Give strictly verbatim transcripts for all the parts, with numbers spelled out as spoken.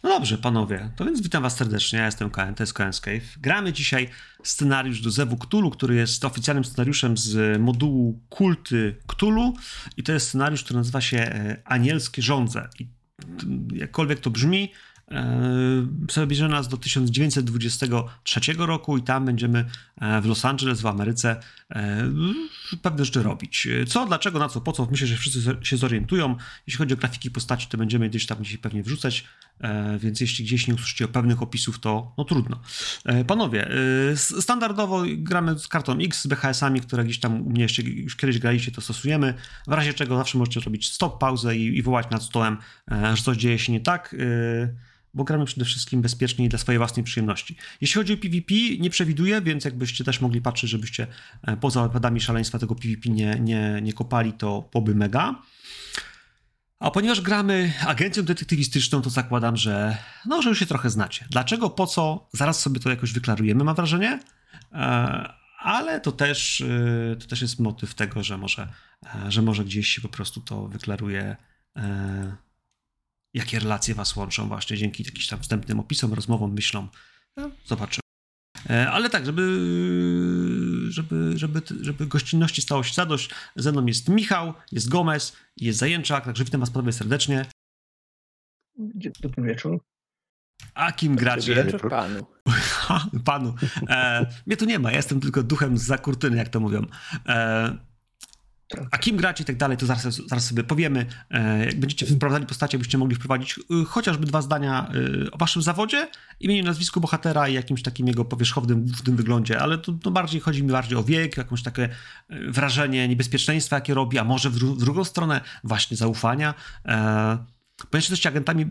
No dobrze, panowie, to więc witam was serdecznie, ja jestem K N, to jest K N Cave. Gramy dzisiaj scenariusz do Zewu Cthulhu, który jest oficjalnym scenariuszem z modułu Kulty Cthulhu i to jest scenariusz, który nazywa się Anielskie Żądze. I jakkolwiek to brzmi, sobie bierze nas do tysiąc dziewięćset dwudziestego trzeciego roku i tam będziemy w Los Angeles, w Ameryce pewne rzeczy robić. Co, dlaczego, na co, po co? Myślę, że wszyscy się zorientują. Jeśli chodzi o grafiki postaci, to będziemy gdzieś tam gdzieś pewnie wrzucać, więc jeśli gdzieś nie usłyszycie o pewnych opisów, to no trudno. Panowie, standardowo gramy z kartą X, z B H S-ami, które gdzieś tam u mnie jeszcze już kiedyś graliście, to stosujemy. W razie czego zawsze możecie robić stop, pauzę i, i wołać nad stołem, że coś dzieje się nie tak, bo gramy przede wszystkim bezpiecznie i dla swojej własnej przyjemności. Jeśli chodzi o PvP, nie przewiduję, więc jakbyście też mogli patrzeć, żebyście poza wypadami szaleństwa tego PvP nie, nie, nie kopali, to byłoby mega. A ponieważ gramy agencją detektywistyczną, to zakładam, że no, że już się trochę znacie. Dlaczego, po co? Zaraz sobie to jakoś wyklarujemy, mam wrażenie. Ale to też, to też jest motyw tego, że może, że może gdzieś się po prostu to wyklaruje, jakie relacje was łączą właśnie dzięki jakimś tam wstępnym opisom, rozmowom, myślom. No, zobaczymy. Ale tak, żeby, żeby, żeby, żeby gościnności stało się zadość, ze mną jest Michał, jest Gomez, jest Zajęczak, także witam was panowie serdecznie. Dobry wieczór. A kim gracie? Dobry wieczór panu. Panu. E, mnie tu nie ma, ja jestem tylko duchem zza kurtyny, jak to mówią. E, A kim gracie i tak dalej, to zaraz, zaraz sobie powiemy. Jak będziecie wprowadzali postacie, byście mogli wprowadzić chociażby dwa zdania o waszym zawodzie, imieniu, nazwisku bohatera i jakimś takim jego powierzchownym, głównym wyglądzie, ale to, to bardziej chodzi mi bardziej o wiek, jakieś takie wrażenie niebezpieczeństwa, jakie robi, a może w, dru- w drugą stronę właśnie zaufania. E, ponieważ jesteście agentami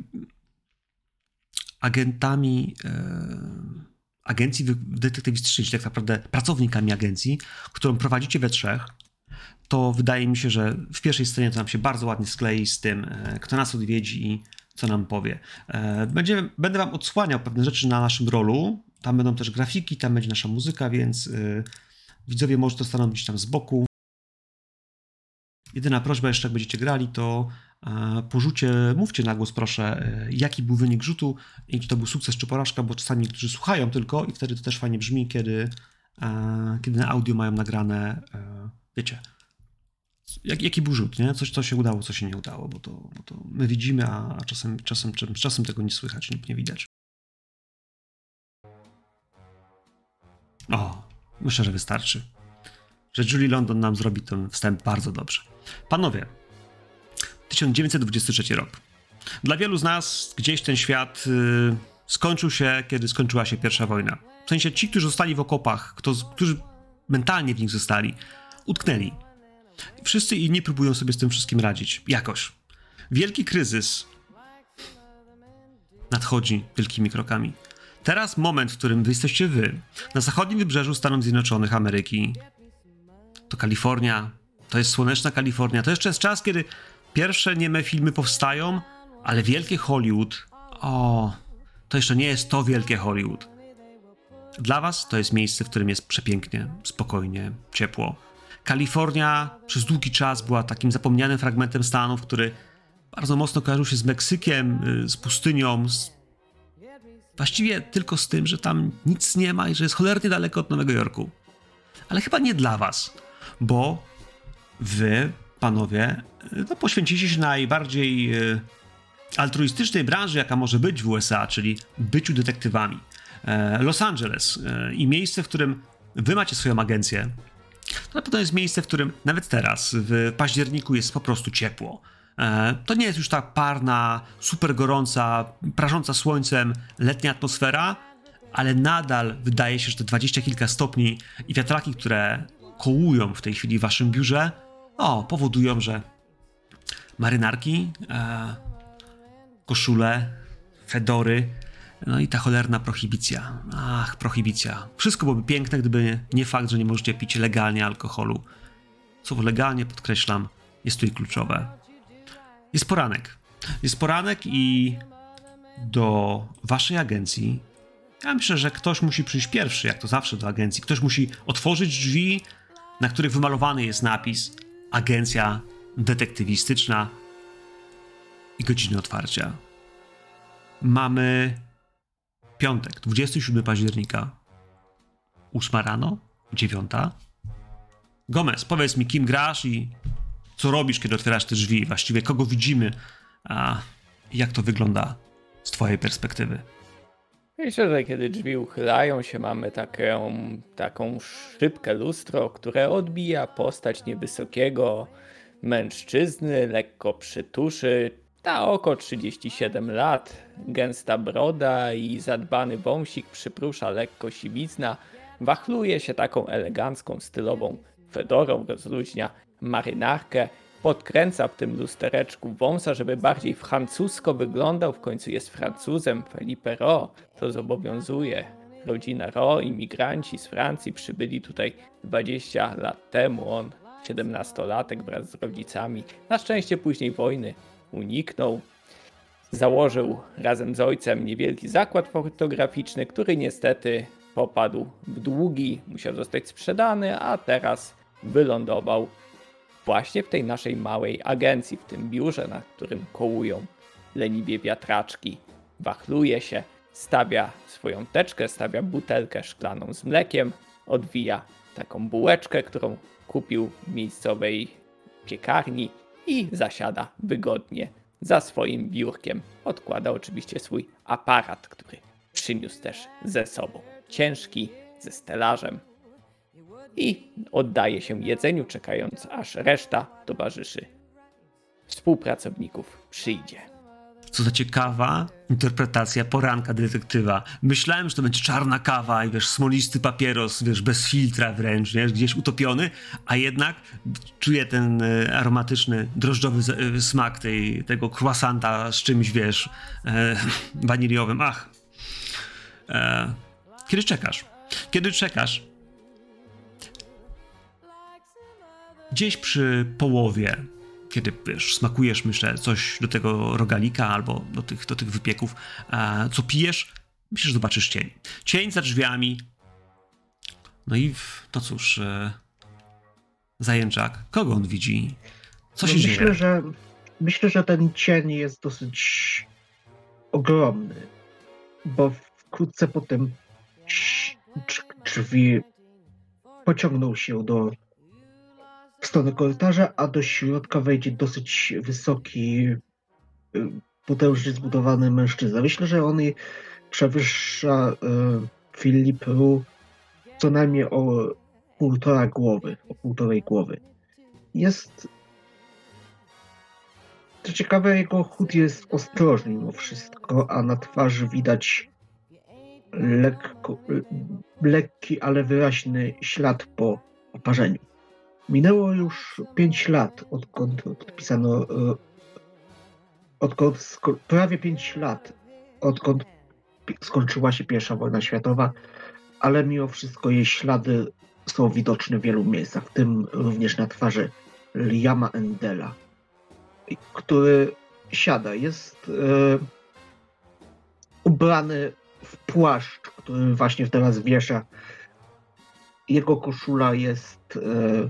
agentami e, agencji detektywistycznej, czyli tak naprawdę pracownikami agencji, którą prowadzicie we trzech, to wydaje mi się, że w pierwszej scenie to nam się bardzo ładnie sklei z tym, kto nas odwiedzi i co nam powie. Będziemy, będę wam odsłaniał pewne rzeczy na naszym rolu. Tam będą też grafiki, tam będzie nasza muzyka, więc yy, widzowie może to stanowić tam z boku. Jedyna prośba jeszcze, jak będziecie grali, to yy, po rzucie mówcie na głos, proszę, yy, jaki był wynik rzutu i czy to był sukces czy porażka, bo czasami niektórzy słuchają tylko i wtedy to też fajnie brzmi, kiedy, yy, kiedy na audio mają nagrane, yy, wiecie, Jak, jaki był rzut, nie? Coś, co się udało, co się nie udało, bo to, bo to my widzimy, a, a czasem, czasem, czasem tego nie słychać, nie, nie widać. O, myślę, że wystarczy. Że Julie London nam zrobi ten wstęp bardzo dobrze. Panowie, tysiąc dziewięćset dwudziesty trzeci rok. Dla wielu z nas gdzieś ten świat y, skończył się, kiedy skończyła się pierwsza wojna. W sensie ci, którzy zostali w okopach, kto, którzy mentalnie w nich zostali, utknęli. Wszyscy inni próbują sobie z tym wszystkim radzić. Jakoś. Wielki kryzys nadchodzi wielkimi krokami. Teraz moment, w którym wy jesteście wy, na zachodnim wybrzeżu Stanów Zjednoczonych Ameryki. To Kalifornia, to jest słoneczna Kalifornia. To jeszcze jest czas, kiedy pierwsze nieme filmy powstają, ale wielkie Hollywood, o, to jeszcze nie jest to wielkie Hollywood. Dla was to jest miejsce, w którym jest przepięknie, spokojnie, ciepło. Kalifornia przez długi czas była takim zapomnianym fragmentem Stanów, który bardzo mocno kojarzył się z Meksykiem, z pustynią, z... właściwie tylko z tym, że tam nic nie ma i że jest cholernie daleko od Nowego Jorku. Ale chyba nie dla was, bo wy, panowie, no, poświęcicie się najbardziej e, altruistycznej branży, jaka może być w U S A, czyli byciu detektywami. E, Los Angeles e, i miejsce, w którym wy macie swoją agencję. To na pewno jest miejsce, w którym nawet teraz, w październiku, jest po prostu ciepło. E, to nie jest już ta parna, super gorąca, prażąca słońcem letnia atmosfera, ale nadal wydaje się, że te dwadzieścia kilka stopni i wiatraki, które kołują w tej chwili w waszym biurze, o, powodują, że marynarki, e, koszule, fedory, no i ta cholerna prohibicja. Ach, prohibicja. Wszystko byłoby piękne, gdyby nie fakt, że nie możecie pić legalnie alkoholu. Słowo legalnie, podkreślam, jest tu i kluczowe. Jest poranek. Jest poranek i do waszej agencji, ja myślę, że ktoś musi przyjść pierwszy, jak to zawsze do agencji. Ktoś musi otworzyć drzwi, na których wymalowany jest napis Agencja Detektywistyczna i godziny otwarcia. Mamy piątek, dwudziestego siódmego października. Ósma rano, dziewiąta. Gomez, powiedz mi, kim grasz i co robisz, kiedy otwierasz te drzwi? Właściwie kogo widzimy? A jak to wygląda z twojej perspektywy? Myślę, że kiedy drzwi uchylają się, mamy taką, taką szybkę lustro, które odbija postać niewysokiego mężczyzny, lekko przytuszy, na oko trzydzieści siedem lat, gęsta broda i zadbany wąsik przyprusza lekko siwizna, wachluje się taką elegancką, stylową fedorą, rozluźnia marynarkę, podkręca w tym lustereczku wąsa, żeby bardziej francusko wyglądał, w końcu jest Francuzem, Felipe Ro, to zobowiązuje. Rodzina Ro, imigranci z Francji przybyli tutaj dwadzieścia lat temu, on siedemnastolatek wraz z rodzicami, na szczęście później wojny uniknął. Założył razem z ojcem niewielki zakład fotograficzny, który niestety popadł w długi, musiał zostać sprzedany, a teraz wylądował właśnie w tej naszej małej agencji, w tym biurze, na którym kołują leniwie wiatraczki. Wachluje się, stawia swoją teczkę, stawia butelkę szklaną z mlekiem, odwija taką bułeczkę, którą kupił w miejscowej piekarni i zasiada wygodnie za swoim biurkiem. Odkłada oczywiście swój aparat, który przyniósł też ze sobą. Ciężki, ze stelażem. I oddaje się jedzeniu, czekając aż reszta towarzyszy współpracowników przyjdzie. Co za ciekawa interpretacja poranka detektywa. Myślałem, że to będzie czarna kawa i wiesz, smolisty papieros, wiesz, bez filtra wręcz, wiesz, gdzieś utopiony, a jednak czuję ten e, aromatyczny, drożdżowy z, e, smak tej, tego croissanta z czymś, wiesz, e, waniliowym. Ach. E, kiedy czekasz? Kiedy czekasz? Gdzieś przy połowie, kiedy wiesz, smakujesz, myślę, coś do tego rogalika albo do tych, do tych wypieków, e, co pijesz, myślę, że zobaczysz cień. Cień za drzwiami. No i no cóż, e, Zajęczak, kogo on widzi? Co się no dzieje? myślę, że myślę, że ten cień jest dosyć ogromny, bo wkrótce potem drzwi pociągną się do w stronę korytarza, a do środka wejdzie dosyć wysoki, potężnie zbudowany mężczyzna. Myślę, że on przewyższa y, Filip Ru co najmniej o półtora głowy, o półtorej głowy. Jest co ciekawe, jego chód jest ostrożny mimo wszystko, a na twarzy widać lekko, lekki, ale wyraźny ślad po oparzeniu. Minęło już pięć lat, odkąd podpisano, odkąd sko- prawie pięć lat, odkąd skończyła się pierwsza wojna światowa, ale mimo wszystko jej ślady są widoczne w wielu miejscach, w tym również na twarzy Liama Endela, który siada, jest e, ubrany w płaszcz, który właśnie teraz wiesza. Jego koszula jest e,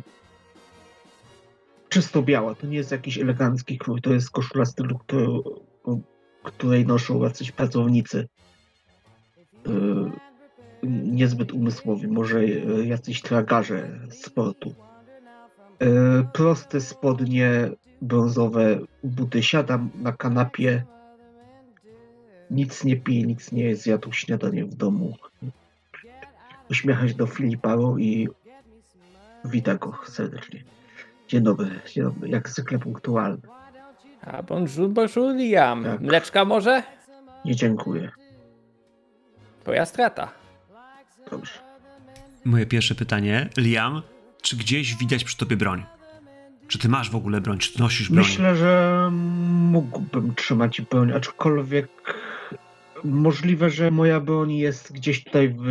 czysto biała, to nie jest jakiś elegancki krój, to jest koszula stylu, który, której noszą jacyś pracownicy e, niezbyt umysłowi, może jacyś tragarze sportu. E, proste spodnie, brązowe buty, siadam na kanapie, nic nie pije, nic nie jest, zjadł śniadanie w domu. Uśmiecha się do Filipa Ro i wita go serdecznie. Dzień dobry, dzień dobry, jak zwykle punktualny. A bonjour, bonjour, Liam. Tak. Mleczka może? Nie dziękuję. Twoja strata. Dobrze. Moje pierwsze pytanie. Liam, czy gdzieś widać przy tobie broń? Czy ty masz w ogóle broń? Czy ty nosisz broń? Myślę, że mógłbym trzymać broń, aczkolwiek możliwe, że moja broń jest gdzieś tutaj w,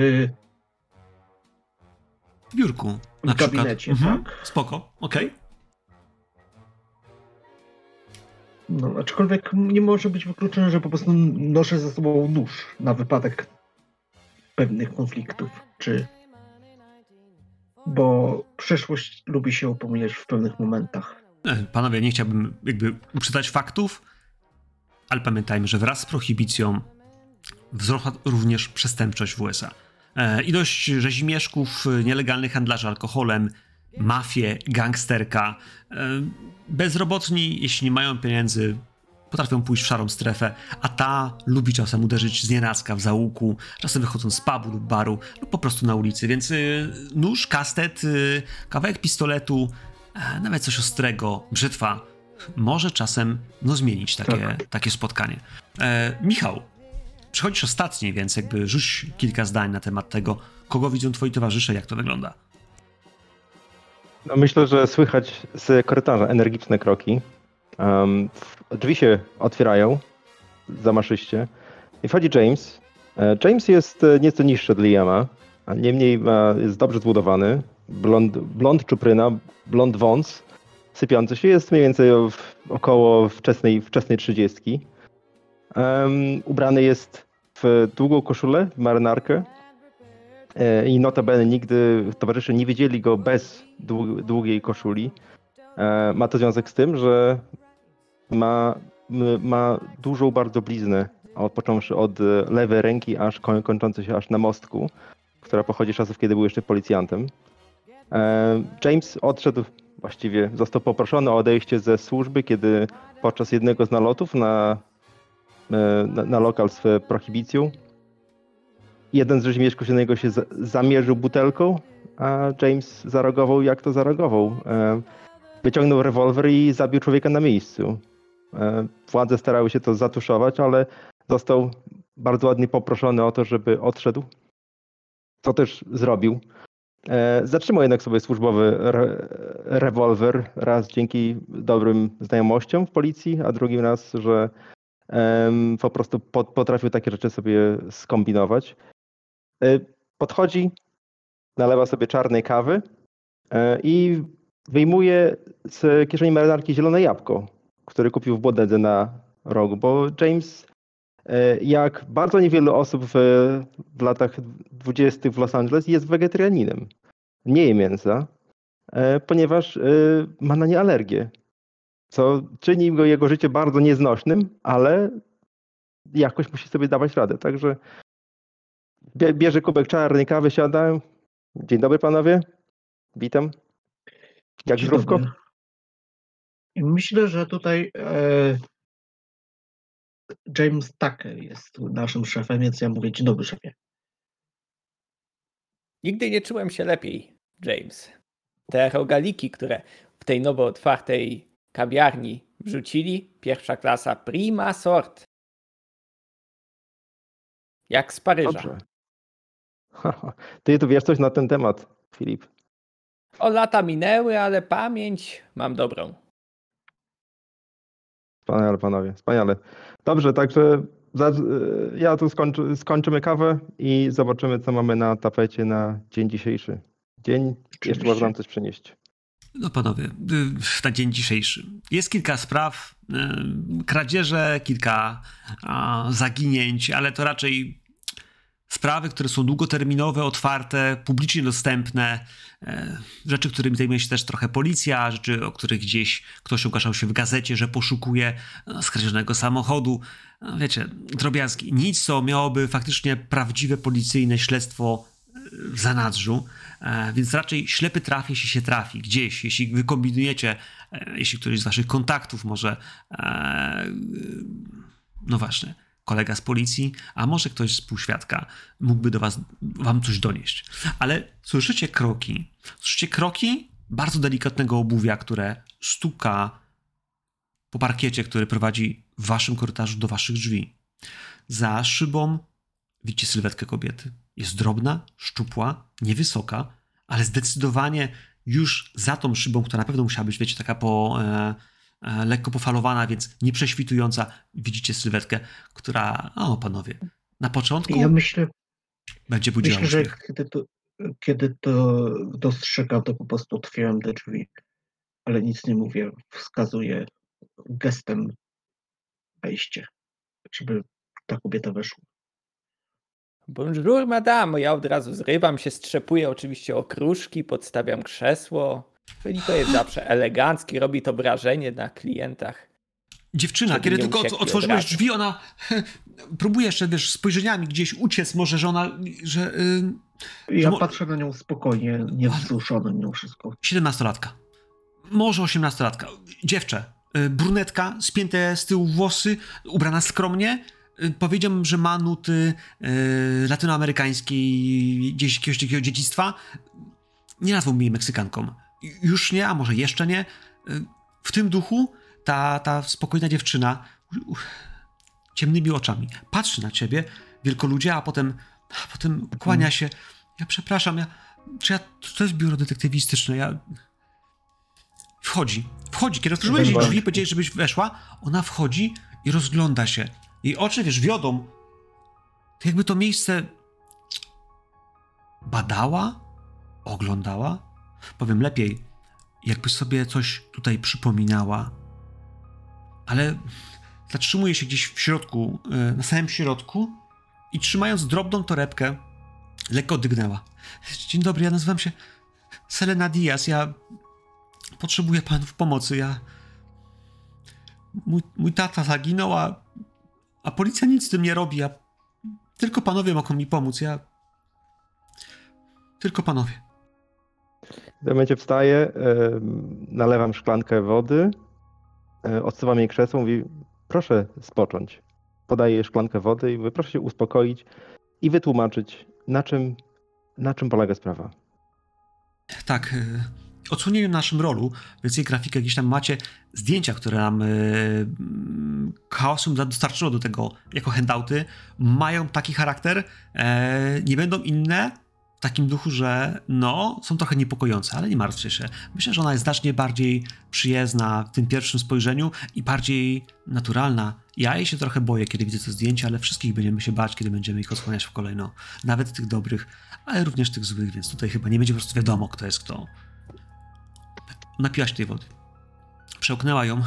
W biurku. w Na gabinecie, przykład. Mhm. tak. Spoko, okej. No, aczkolwiek nie może być wykluczone, że po prostu noszę ze sobą nóż na wypadek pewnych konfliktów, czy bo przeszłość lubi się upomnieć w pewnych momentach. E, Panowie, nie chciałbym jakby uprzedzać faktów, ale pamiętajmy, że wraz z prohibicją wzrosła również przestępczość w U S A. E, ilość rzezimieszków, nielegalnych handlarzy alkoholem, mafie, gangsterka, e, bezrobotni, jeśli nie mają pieniędzy, potrafią pójść w szarą strefę, a ta lubi czasem uderzyć znienacka w zaułku, czasem wychodząc z pubu lub baru, lub po prostu na ulicy, więc y, nóż, kastet, y, kawałek pistoletu, e, nawet coś ostrego, brzytwa, może czasem no, zmienić takie, Tak. takie spotkanie. E, Michał, przychodzisz ostatni, więc jakby rzuć kilka zdań na temat tego, kogo widzą twoi towarzysze, jak to wygląda. No myślę, że słychać z korytarza energiczne kroki. Um, drzwi się otwierają zamaszyście i wchodzi James. E, James jest e, nieco niższy od Liama, a niemniej ma, jest dobrze zbudowany. Blond, blond czupryna, blond wąs, sypiący się. Jest mniej więcej w, około wczesnej, wczesnej trzydziestki. Um, ubrany jest w długą koszulę, w marynarkę. E, I notabene nigdy towarzysze nie widzieli go bez dłu- długiej koszuli. E, ma to związek z tym, że ma, m- ma dużą bardzo bliznę, od, począwszy od lewej ręki, aż koń, kończący się aż na mostku, która pochodzi z czasów, kiedy był jeszcze policjantem. E, James odszedł, właściwie został poproszony o odejście ze służby, kiedy podczas jednego z nalotów na, e, na, na lokal z prohibicją jeden z rzeźmieszków się na niego się za- zamierzył butelką, a James zareagował jak to zareagował. E, Wyciągnął rewolwer i zabił człowieka na miejscu. E, Władze starały się to zatuszować, ale został bardzo ładnie poproszony o to, żeby odszedł. Co też zrobił. E, Zatrzymał jednak sobie służbowy re- rewolwer, raz dzięki dobrym znajomościom w policji, a drugi raz, że em, po prostu po- potrafił takie rzeczy sobie skombinować. E, Podchodzi, nalewa sobie czarnej kawy e, i wyjmuje z kieszeni marynarki zielone jabłko, które kupił w bodydze na rogu, bo James, e, jak bardzo niewiele osób w, w latach dwudziestych w Los Angeles, jest wegetarianinem. Nie je mięsa, e, ponieważ e, ma na nie alergię, co czyni go jego życie bardzo nieznośnym, ale jakoś musi sobie dawać radę. Także bie- bierze kubek czarnej kawy, siada. Dzień dobry panowie, witam. Jak Dzień zdrówko? dobry. I myślę, że tutaj e, James Tucker jest naszym szefem, więc ja mówię dzień dobry szefie. Nigdy nie czułem się lepiej, James. Te rogaliki, które w tej nowo otwartej kawiarni wrzucili, pierwsza klasa prima sort. Jak z Paryża. Dobrze. Ty tu wiesz coś na ten temat, Filip. O lata minęły, ale pamięć mam dobrą. Wspaniale, panowie, wspaniale. Dobrze, także za, ja tu skończy, skończymy kawę i zobaczymy, co mamy na tapecie na dzień dzisiejszy. Dzień, jeszcze Oczywiście. można nam coś przynieść. No panowie, y, na dzień dzisiejszy jest kilka spraw, y, kradzieże, kilka a, zaginięć, ale to raczej sprawy, które są długoterminowe, otwarte, publicznie dostępne, e, rzeczy, którymi zajmuje się też trochę policja, rzeczy, o których gdzieś ktoś ogłaszał się w gazecie, że poszukuje e, skradzionego samochodu. No, wiecie, drobiazgi. Nic, co miałoby faktycznie prawdziwe policyjne śledztwo e, w zanadrzu, e, więc raczej ślepy trafi, jeśli się trafi gdzieś, jeśli wy kombinujecie, e, jeśli któryś z waszych kontaktów może e, no właśnie, kolega z policji, a może ktoś z półświadka mógłby do was, wam coś donieść. Ale słyszycie kroki. Słyszycie kroki bardzo delikatnego obuwia, które stuka po parkiecie, który prowadzi w waszym korytarzu do waszych drzwi. Za szybą widzicie sylwetkę kobiety. Jest drobna, szczupła, niewysoka, ale zdecydowanie już za tą szybą, która na pewno musiała być, wiecie, taka po... E, lekko pofalowana, więc nieprześwitująca. Widzicie sylwetkę, która, o panowie, na początku Ja myślę, będzie budziła myślę, że uśmiech. kiedy to, kiedy to dostrzegam, to po prostu otwieram te drzwi, ale nic nie mówię, wskazuję gestem wejście, żeby ta kobieta weszła. Bonjour, madame. Ja od razu zrywam się, strzepuję oczywiście okruszki, podstawiam krzesło. Czyli to jest zawsze elegancki, robi to wrażenie na klientach. Dziewczyna, Żeby kiedy nie tylko uciekli od otworzyłeś razu. drzwi, ona próbuje jeszcze, wiesz, spojrzeniami gdzieś uciec może, że ona, że... Yy, Ja że mo- patrzę na nią spokojnie, niewzruszony mimo wszystko. siedemnastolatka. Może osiemnastolatka. Dziewczę. y, Brunetka, spięte z tyłu włosy, ubrana skromnie. Y, Powiedziałbym, że ma nuty y, latynoamerykańskiej, gdzieś jakiegoś takiego dziedzictwa. Nie nazwałbym jej Meksykanką. Y, Już nie, a może jeszcze nie. Y, W tym duchu ta, ta spokojna dziewczyna u- u- ciemnymi oczami patrzy na ciebie, wielkoludzie, a potem, a potem kłania się. Ja przepraszam, ja, czy ja, to jest biuro detektywistyczne, ja... Wchodzi, wchodzi. Kiedy otworzyłeś jej drzwi, powiedziałeś, żebyś weszła, ona wchodzi i rozgląda się. Jej oczy, wiesz, wiodą. Tak jakby to miejsce badała, oglądała. Powiem lepiej, jakby sobie coś tutaj przypominała. Ale zatrzymuje się gdzieś w środku, yy, na samym środku i trzymając drobną torebkę, lekko dygnęła. Dzień dobry, ja nazywam się Selena Diaz, ja potrzebuję panów pomocy, ja... Mój, mój tata zaginął, a, a policja nic z tym nie robi, a tylko panowie mogą mi pomóc, ja... Tylko panowie. W tym momencie wstaję, e, nalewam szklankę wody, e, odsuwam jej krzesło, mówi, proszę spocząć. Podaję jej szklankę wody i mówię, proszę się uspokoić i wytłumaczyć, na czym, na czym polega sprawa. Tak, yy, odsłonieniu na naszym rolu, więc jej grafikę gdzieś tam macie, zdjęcia, które nam yy, Chaosum dostarczyło do tego jako handouty, mają taki charakter, e, nie będą inne, w takim duchu, że no, są trochę niepokojące, ale nie martwcie się. Myślę, że ona jest znacznie bardziej przyjazna w tym pierwszym spojrzeniu i bardziej naturalna. Ja jej się trochę boję, kiedy widzę te zdjęcia, ale wszystkich będziemy się bać, kiedy będziemy ich odsłaniać w kolejno. Nawet tych dobrych, ale również tych złych, więc tutaj chyba nie będzie po prostu wiadomo, kto jest kto. Napiła się tej wody. Przełknęła ją.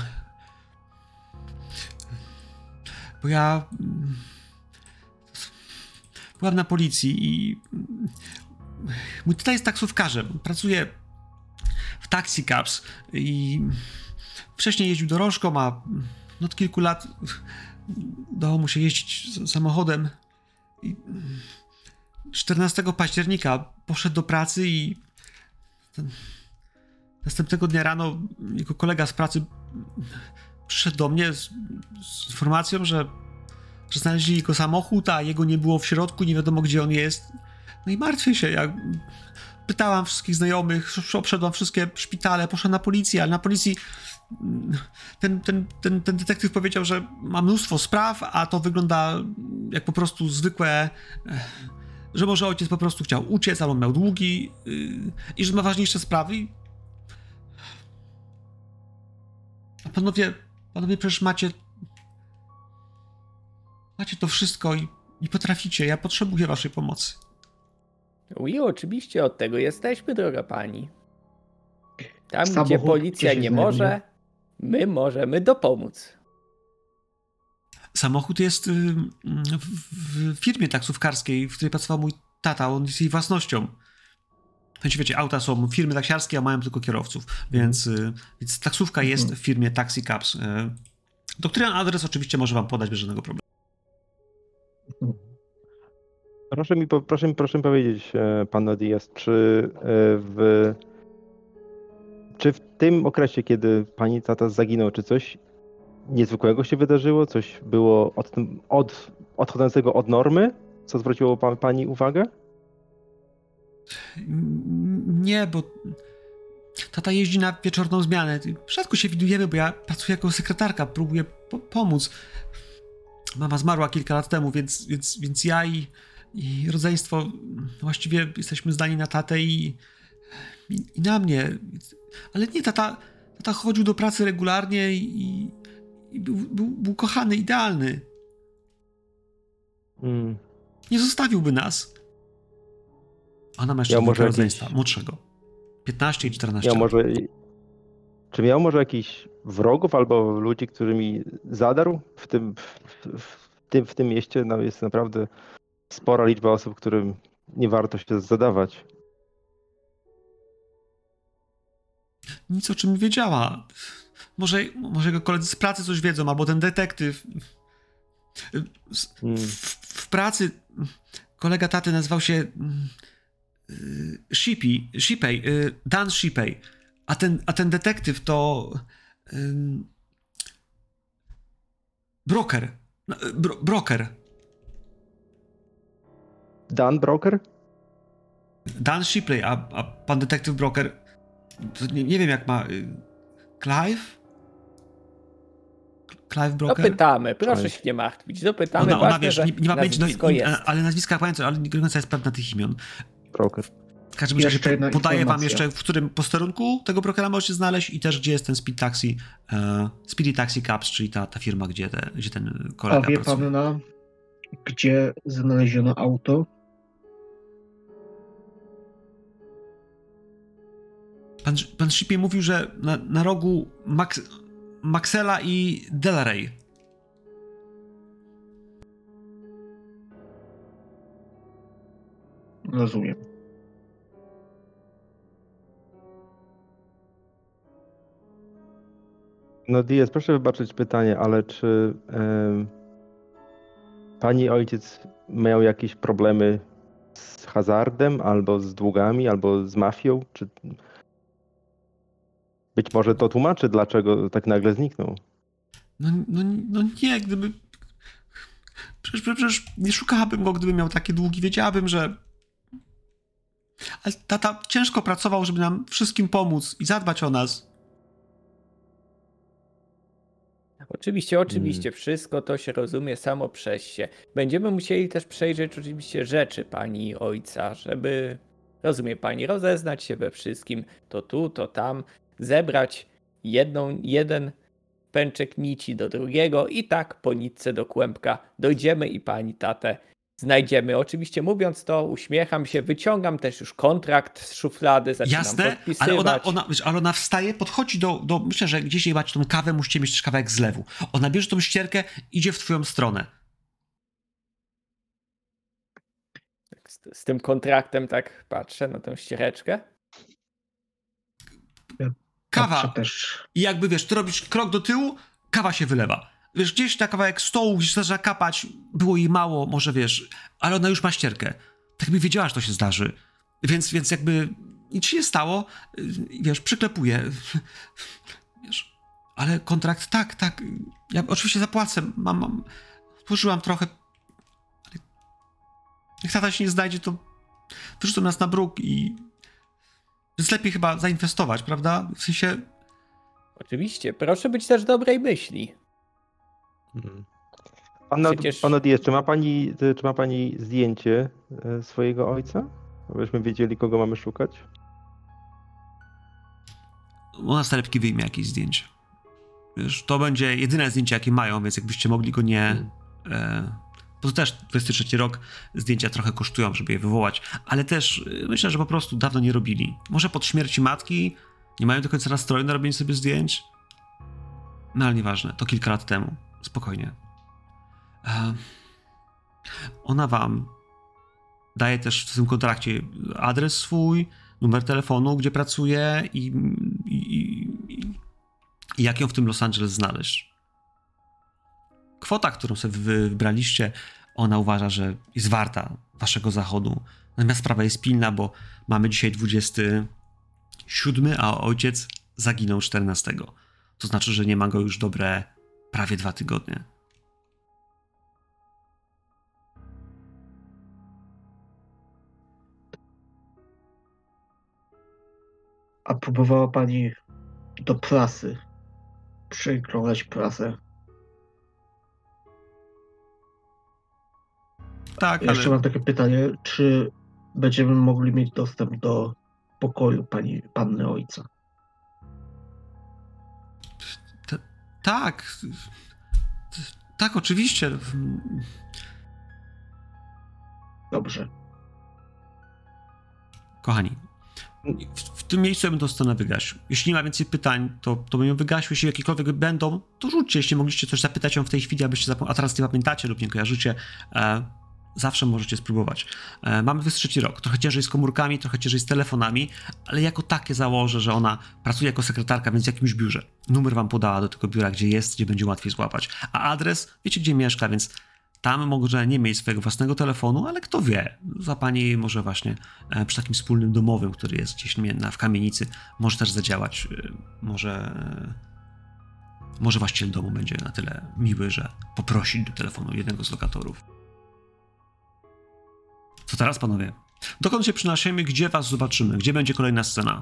Bo ja... Byłam na policji i... Mój tata jest taksówkarzem. Pracuje w Taxi Cabs i wcześniej jeździł dorożką, a od kilku lat udało mu się jeździć samochodem. I czternastego października poszedł do pracy i ten... następnego dnia rano jego kolega z pracy przyszedł do mnie z, z informacją, że, że znaleźli jego samochód, a jego nie było w środku, nie wiadomo gdzie on jest. No i martwię się, ja pytałam wszystkich znajomych, obszedłem wszystkie szpitale, poszedłem na policję, ale na policji ten, ten, ten, ten detektyw powiedział, że ma mnóstwo spraw, a to wygląda jak po prostu zwykłe, że może ojciec po prostu chciał uciec, albo miał długi i że ma ważniejsze sprawy. A panowie, panowie przecież macie macie to wszystko i, i potraficie, ja potrzebuję waszej pomocy. I oczywiście od tego jesteśmy, droga pani. Tam, Samochód, gdzie gdzie policja się nie znajduje? może, my możemy dopomóc. Samochód jest y, w, w firmie taksówkarskiej, w której pracował mój tata, on jest jej własnością. Wiecie, wiecie, auta są firmy taksiarskie, a mają tylko kierowców, więc, y, więc taksówka jest w firmie Taxi Cabs, y, do której adres oczywiście może wam podać bez żadnego problemu. Proszę mi, po- proszę, mi- proszę mi powiedzieć, e, pan Diaz, czy e, w, czy w tym okresie, kiedy pani tata zaginął, czy coś niezwykłego się wydarzyło? Coś było od, od, odchodzącego od normy, co zwróciło pa, pani uwagę? Nie, bo tata jeździ na wieczorną zmianę. Rzadko się widujemy, bo ja pracuję jako sekretarka, próbuję po- pomóc. Mama zmarła kilka lat temu, więc, więc, więc ja i, i rodzeństwo właściwie jesteśmy zdani na tatę i, i, i na mnie. Ale nie, tata, tata chodził do pracy regularnie i, i był, był, był kochany, idealny. Hmm. Nie zostawiłby nas. Ona ma jeszcze Ja dwójkę może rodzeństwa, jakieś- młodszego. piętnaście i czternaście Miał lat. może, czy miał może jakichś wrogów albo ludzi, którymi zadarł w tym, w, w, tym, w tym mieście? No, jest naprawdę spora liczba osób, którym nie warto się zadawać. Nic o czym nie wiedziała. może, może jego koledzy z pracy coś wiedzą, albo ten detektyw. W, w, w pracy kolega taty nazywał się yy, Shippey, Shippey, yy, Dan Shippey, a ten, a ten detektyw to yy, broker, bro, broker. Dan Broker? Dan Shipley, a, a pan detektyw broker, to nie, nie wiem jak ma, yy, Clive? Clive Broker? Dopytamy, proszę Clive. się nie martwić, dopytamy. Ona, ona ważne, wiesz, że nie, nie ma pojęcia, nazwisko no, jest. ale nazwiska pamiętam, ale nie do końca jest pewna tych imion. Broker. W każdym Jeszcze razie jedna podaję wam informacja. jeszcze, w którym posterunku tego brokera możecie znaleźć i też gdzie jest ten Speed Taxi, e, Speedy Taxi Cabs, czyli ta, ta firma, gdzie, te, gdzie ten A kolega wie pracuje. pan na gdzie znaleziono auto? Pan, pan Shippey mówił, że na, na rogu Max, Maxella i Delray. Rozumiem. No Diaz, proszę wybaczyć pytanie, ale czy em, pani ojciec miał jakieś problemy z hazardem, albo z długami, albo z mafią? Czy być może to tłumaczy, dlaczego tak nagle zniknął? No, no, no nie, gdyby... Przecież, przecież nie szukałabym go, gdybym miał takie długi. Wiedziałabym, że... Ale tata ciężko pracował, żeby nam wszystkim pomóc i zadbać o nas. Oczywiście, oczywiście, wszystko to się rozumie samo przez się. Będziemy musieli też przejrzeć oczywiście rzeczy pani ojca, żeby, rozumie pani, rozeznać się we wszystkim, to tu, to tam, zebrać jedną, jeden pęczek nici do drugiego i tak po nitce do kłębka dojdziemy i pani tatę znajdziemy. Oczywiście mówiąc to, uśmiecham się, wyciągam też już kontrakt z szuflady, zaczynam Jasne, podpisywać. ale ona, ona, wiesz, ale ona wstaje, podchodzi do, do... Myślę, że gdzieś jej macie tą kawę, musicie mieć też kawałek zlewu. Ona bierze tą ścierkę, idzie w twoją stronę. Z, z tym kontraktem tak patrzę na tę ściereczkę. Kawa. Patrzę też. I jakby, wiesz, ty robisz krok do tyłu, kawa się wylewa. Wiesz, gdzieś na kawałek stołu, gdzieś zaczyna kapać, było jej mało, może wiesz, ale ona już ma ścierkę. Tak by wiedziała, że to się zdarzy. Więc, więc jakby nic się nie stało, wiesz, przyklepuje. Wiesz, ale kontrakt, tak, tak, ja oczywiście zapłacę, mam, mam włożyłam trochę, ale jak tata się nie znajdzie, to wyrzucą nas na bruk i więc lepiej chyba zainwestować, prawda? W sensie... Oczywiście, proszę być też dobrej myśli. Mhm. Panno, Przecież- Panno Diaz, czy ma pani, czy ma pani zdjęcie e, swojego ojca? Abyśmy wiedzieli, kogo mamy szukać? Ona z torebki wyjmie jakieś zdjęcie. Wiesz, to będzie jedyne zdjęcie, jakie mają, więc jakbyście mogli go nie... Mhm. E, bo to też dwudziesty trzeci rok, zdjęcia trochę kosztują, żeby je wywołać, ale też e, myślę, że po prostu dawno nie robili. Może pod śmierci matki nie mają do końca nastroju na robienie sobie zdjęć? No ale nieważne, to kilka lat temu. Spokojnie. E, ona wam daje też w tym kontrakcie adres swój, numer telefonu, gdzie pracuje i, i, i, i jak ją w tym Los Angeles znaleźć. Kwota, którą sobie wy wybraliście, ona uważa, że jest warta waszego zachodu. Natomiast sprawa jest pilna, bo mamy dzisiaj dwudziesty siódmy, a ojciec zaginął czternastego. To znaczy, że nie ma go już dobre prawie dwa tygodnie. A próbowała pani do prasy przyglądać prasę. Tak, Jeszcze ale mam takie pytanie, czy będziemy mogli mieć dostęp do pokoju pani panny ojca? tak. Tak, oczywiście. Dobrze. Kochani, w, w tym miejscu ja bym to scenę wygasił. Jeśli nie ma więcej pytań, to, to bym ją wygasił. Jeśli jakiekolwiek będą, to rzućcie. Jeśli mogliście coś zapytać ją w tej chwili, abyście zapom- a teraz nie pamiętacie lub nie kojarzycie, e, zawsze możecie spróbować. E, mamy dwudziesty trzeci rok, trochę ciężej z komórkami, trochę ciężej z telefonami, ale jako takie założę, że ona pracuje jako sekretarka, więc w jakimś biurze. Numer wam podała do tego biura, gdzie jest, gdzie będzie łatwiej złapać. A adres, wiecie gdzie mieszka, więc tam może nie mieć swojego własnego telefonu, ale kto wie, za pani może właśnie e, przy takim wspólnym domowym, który jest gdzieś na, w kamienicy, może też zadziałać. E, może, e, może właściciel domu będzie na tyle miły, że poprosi do telefonu jednego z lokatorów. Co teraz, panowie? Dokąd się przynosiemy, gdzie was zobaczymy? Gdzie będzie kolejna scena?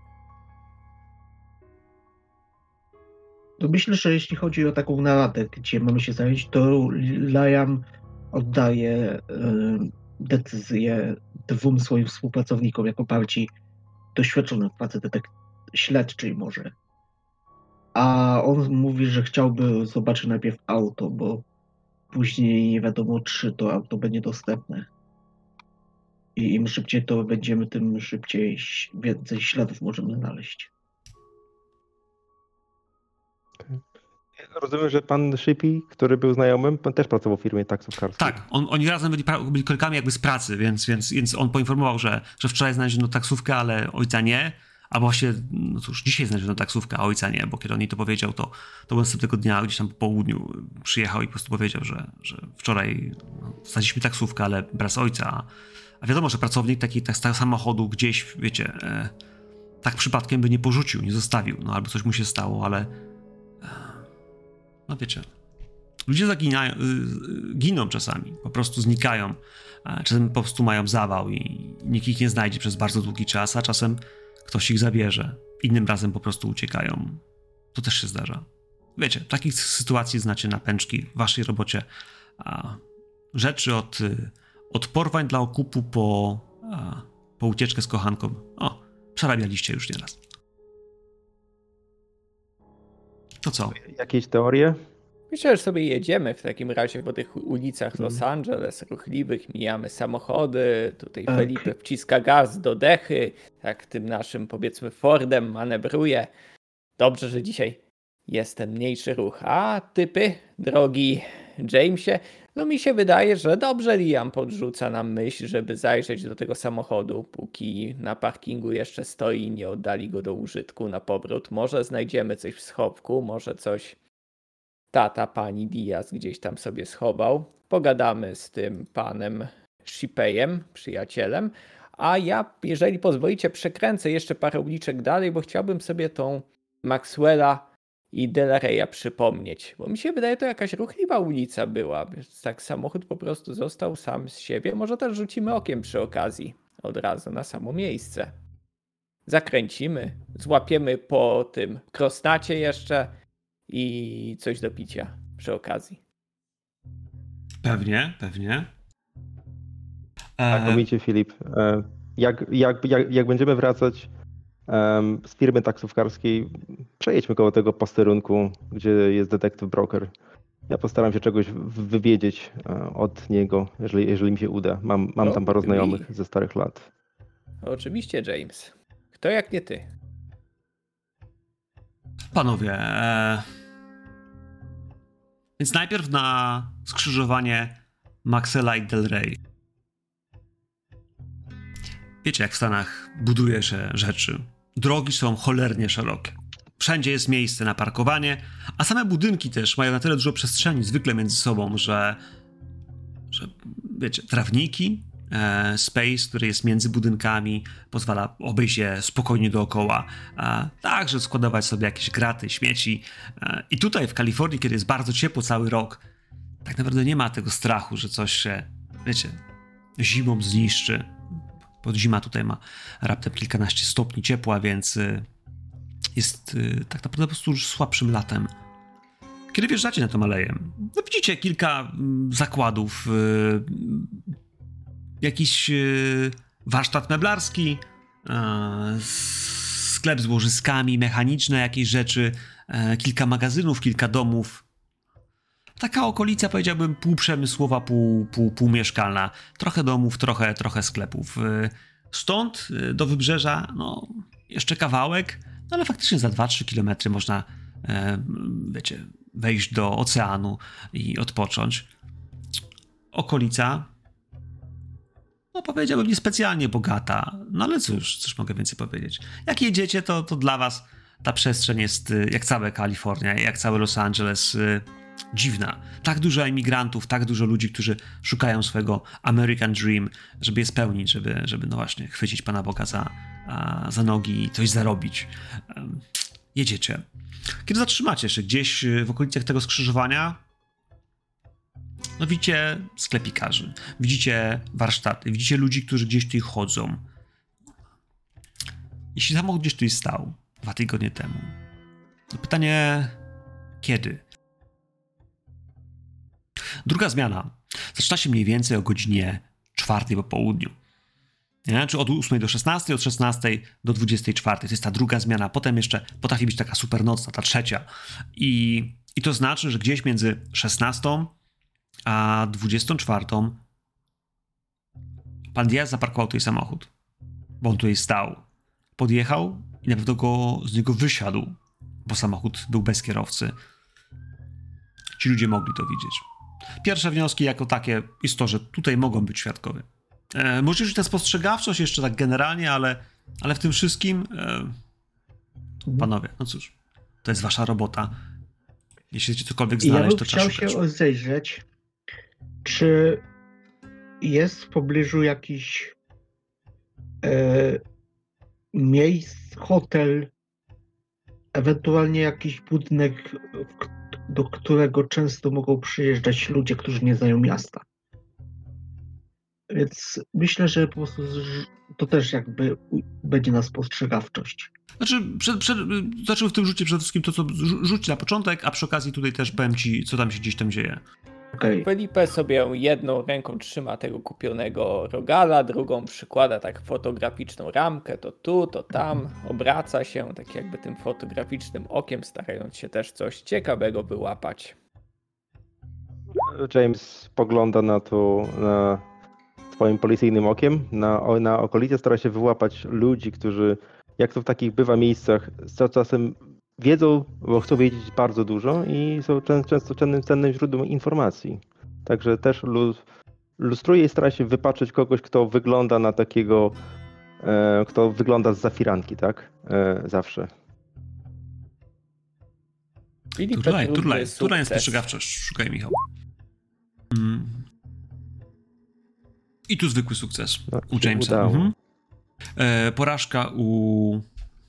To myślę, że jeśli chodzi o taką naradę, gdzie mamy się zająć, to Liam oddaje e, decyzję dwóm swoim współpracownikom jako bardziej doświadczonym w pracy detek- śledczej może. A on mówi, że chciałby zobaczyć najpierw auto, bo później nie wiadomo, czy to auto będzie dostępne. I im szybciej to będziemy, tym szybciej więcej śladów możemy znaleźć. Rozumiem, że pan Shippey, który był znajomym, pan też pracował w firmie taksówkarskiej. Tak, on, oni razem byli, pra- byli kolegami jakby z pracy, więc, więc, więc on poinformował, że, że wczoraj znaleziono taksówkę, ale ojca nie. A właśnie, no cóż, dzisiaj znaleziono taksówkę, a ojca nie, bo kiedy on jej to powiedział, to, to następnego dnia gdzieś tam po południu przyjechał i po prostu powiedział, że, że wczoraj no, znaleźliśmy taksówkę, ale bez ojca. A, a wiadomo, że pracownik taki tak, tak samochodu gdzieś, wiecie, e, tak przypadkiem by nie porzucił, nie zostawił, no albo coś mu się stało, ale e, no wiecie, ludzie zaginają, y, y, giną czasami, po prostu znikają, e, czasem po prostu mają zawał i nikt ich nie znajdzie przez bardzo długi czas, a czasem ktoś ich zabierze, innym razem po prostu uciekają. To też się zdarza. Wiecie, takich sytuacji znacie na pęczki w waszej robocie. A, rzeczy od, od porwań dla okupu po, a, po ucieczkę z kochanką. O, przerabialiście już nieraz. To co? Jakieś teorie? Myślę, że sobie jedziemy w takim razie po tych ulicach Mhm. Los Angeles, ruchliwych, mijamy samochody, tutaj Tak. Felipe wciska gaz do dechy, tak tym naszym, powiedzmy, Fordem manewruje. Dobrze, że dzisiaj jest ten mniejszy ruch. A typy, drogi Jamesie, no mi się wydaje, że dobrze Liam podrzuca nam myśl, żeby zajrzeć do tego samochodu, póki na parkingu jeszcze stoi i nie oddali go do użytku na powrót. Może znajdziemy coś w schowku, może coś tata pani Diaz gdzieś tam sobie schował. Pogadamy z tym panem Shippeyem, przyjacielem, a ja, jeżeli pozwolicie, przekręcę jeszcze parę uliczek dalej, bo chciałbym sobie tą Maxwella i Delareya przypomnieć, bo mi się wydaje, to jakaś ruchliwa ulica była, więc tak samochód po prostu został sam z siebie. Może też rzucimy okiem przy okazji od razu na samo miejsce. Zakręcimy, złapiemy po tym krosnacie jeszcze i coś do picia przy okazji. Pewnie, pewnie. Znakomicie, Filip. E, Jak, jak, jak, jak będziemy wracać em, z firmy taksówkarskiej, przejedźmy koło tego posterunku, gdzie jest detektyw broker. Ja postaram się czegoś w- wywiedzieć e, od niego, jeżeli, jeżeli mi się uda. Mam, mam No, tam paru mi- znajomych ze starych lat. Oczywiście, James. Kto jak nie ty? Panowie, e... więc najpierw na skrzyżowanie Maxwella i Del Rey. Wiecie, jak w Stanach buduje się rzeczy. Drogi są cholernie szerokie. Wszędzie jest miejsce na parkowanie, a same budynki też mają na tyle dużo przestrzeni zwykle między sobą, że, że wiecie, trawniki, e, space, który jest między budynkami, pozwala obejść je spokojnie dookoła. E, także składować sobie jakieś graty, śmieci. E, I tutaj w Kalifornii, kiedy jest bardzo ciepło cały rok, tak naprawdę nie ma tego strachu, że coś się, wiecie, zimą zniszczy. Bo zima tutaj ma raptem kilkanaście stopni ciepła, więc y, jest y, tak naprawdę po prostu już słabszym latem. Kiedy wjeżdżacie na tą aleję, no widzicie kilka mm, zakładów, y, jakiś y, warsztat meblarski, y, sklep z łożyskami, mechaniczne jakieś rzeczy, y, kilka magazynów, kilka domów. Taka okolica, powiedziałbym, półprzemysłowa, pół, pół, półmieszkalna. Trochę domów, trochę, trochę sklepów. Stąd do wybrzeża, no, jeszcze kawałek, no ale faktycznie za dwa trzy kilometry można, e, wiecie, wejść do oceanu i odpocząć. Okolica powiedziałbym, niespecjalnie bogata. No ale cóż, cóż mogę więcej powiedzieć. Jak jedziecie, to, to dla was ta przestrzeń jest, y, jak cała Kalifornia, jak cały Los Angeles, y, dziwna. Tak dużo emigrantów, tak dużo ludzi, którzy szukają swojego American Dream, żeby je spełnić, żeby, żeby no właśnie chwycić Pana Boga za, a, za nogi i coś zarobić. Um, jedziecie. Kiedy zatrzymacie się gdzieś w okolicach tego skrzyżowania, no widzicie sklepikarzy, widzicie warsztaty, widzicie ludzi, którzy gdzieś tutaj chodzą. Jeśli samochód gdzieś tutaj stał dwa tygodnie temu, to pytanie, kiedy? Druga zmiana zaczyna się mniej więcej o godzinie czwartej po południu. Nie? Czy od ósmej do szesnastej, od szesnastej do dwudziestej czwartej. To jest ta druga zmiana. Potem jeszcze potrafi być taka supernocna, ta trzecia. I, i to znaczy, że gdzieś między szesnastą a dwudziestą czwartą pan Diaz zaparkował tutaj samochód. Bo on tutaj stał. Podjechał i na pewno go, z niego wysiadł, bo samochód był bez kierowcy. Ci ludzie mogli to widzieć. Pierwsze wnioski jako takie jest to, że tutaj mogą być świadkowie. E, może już ta spostrzegawczość jeszcze tak generalnie, ale, ale w tym wszystkim e, panowie, no cóż, to jest wasza robota. Jeśli chcecie cokolwiek znaleźć, ja bym to trzeba chciał szukać. się rozejrzeć, czy jest w pobliżu jakiś e, miejsc, hotel, ewentualnie jakiś budynek, w k- do którego często mogą przyjeżdżać ludzie, którzy nie znają miasta. Więc myślę, że po prostu z- to też jakby u- będzie na spostrzegawczość. Znaczy, przed, przed, zaczął w tym rzucie przede wszystkim to, co rzu- rzuć na początek, a przy okazji tutaj też powiem ci, co tam się gdzieś tam dzieje. Okej. Felipe sobie jedną ręką trzyma tego kupionego rogala, drugą przykłada tak fotograficzną ramkę, to tu, to tam, obraca się tak jakby tym fotograficznym okiem, starając się też coś ciekawego wyłapać. James spogląda na to na swoim policyjnym okiem, na, na okolice, stara się wyłapać ludzi, którzy, jak to w takich bywa miejscach, z czasem wiedzą, bo chcą wiedzieć bardzo dużo i są czę- często cennym, cennym źródłem informacji. Także też lu- lustruje i stara się wypatrzeć kogoś, kto wygląda na takiego, e, kto wygląda z zafiranki, tak? E, zawsze. Felipe Turlaj, trudny turlaj, turlaj jest sukces. spostrzegawczość. Szukaj, Michał. Mm. I tu zwykły sukces No, u się Jamesa. udało. Mhm. E, porażka u,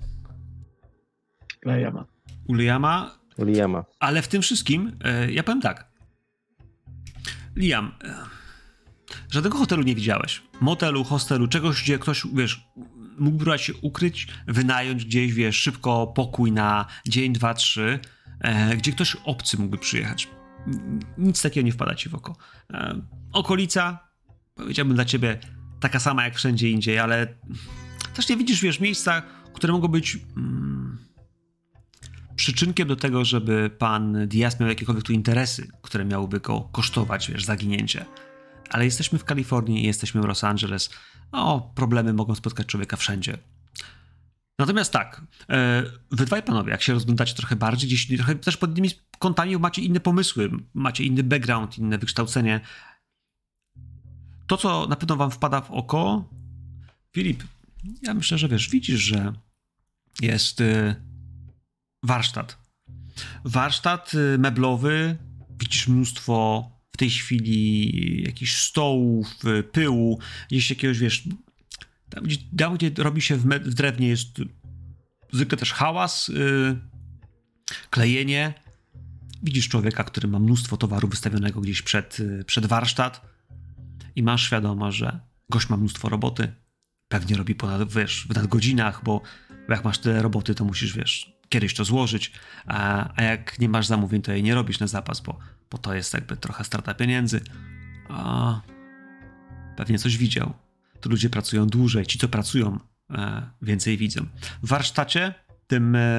Lejama. u Liama, Liama. ale w tym wszystkim e, ja powiem tak. Liam, e, żadnego hotelu nie widziałeś. Motelu, hostelu, czegoś, gdzie ktoś, wiesz, mógłby się ukryć, wynająć gdzieś, wiesz, szybko pokój na dzień, dwa, trzy, e, gdzie ktoś obcy mógłby przyjechać. N- Nic takiego nie wpada ci w oko. E, okolica, powiedziałbym dla ciebie, taka sama jak wszędzie indziej, ale też nie widzisz, wiesz, miejsca, które mogą być mm, przyczynkiem do tego, żeby pan Diaz miał jakiekolwiek tu interesy, które miałyby go kosztować, wiesz, zaginięcie. Ale jesteśmy w Kalifornii, jesteśmy w Los Angeles. O, problemy mogą spotkać człowieka wszędzie. Natomiast tak, e, wy dwaj panowie, jak się rozglądacie trochę bardziej, gdzieś trochę też pod innymi kątami macie inne pomysły, macie inny background, inne wykształcenie. To, co na pewno wam wpada w oko, Filip, ja myślę, że wiesz, widzisz, że jest y, warsztat. Warsztat y, meblowy, widzisz mnóstwo w tej chwili jakichś stołów, y, pyłu, gdzieś jakiegoś, wiesz, tam gdzie, tam, gdzie robi się w, me- w drewnie jest zwykle też hałas, y, klejenie. Widzisz człowieka, który ma mnóstwo towaru wystawionego gdzieś przed, y, przed warsztat i masz świadomość, że gość ma mnóstwo roboty, pewnie robi ponad, wiesz, w nadgodzinach, bo jak masz tyle roboty, to musisz, wiesz, kiedyś to złożyć, a, a jak nie masz zamówień, to jej nie robisz na zapas, bo, bo to jest jakby trochę strata pieniędzy. A pewnie coś widział. Tu ludzie pracują dłużej, ci, co pracują, e, więcej widzą. W warsztacie tym e,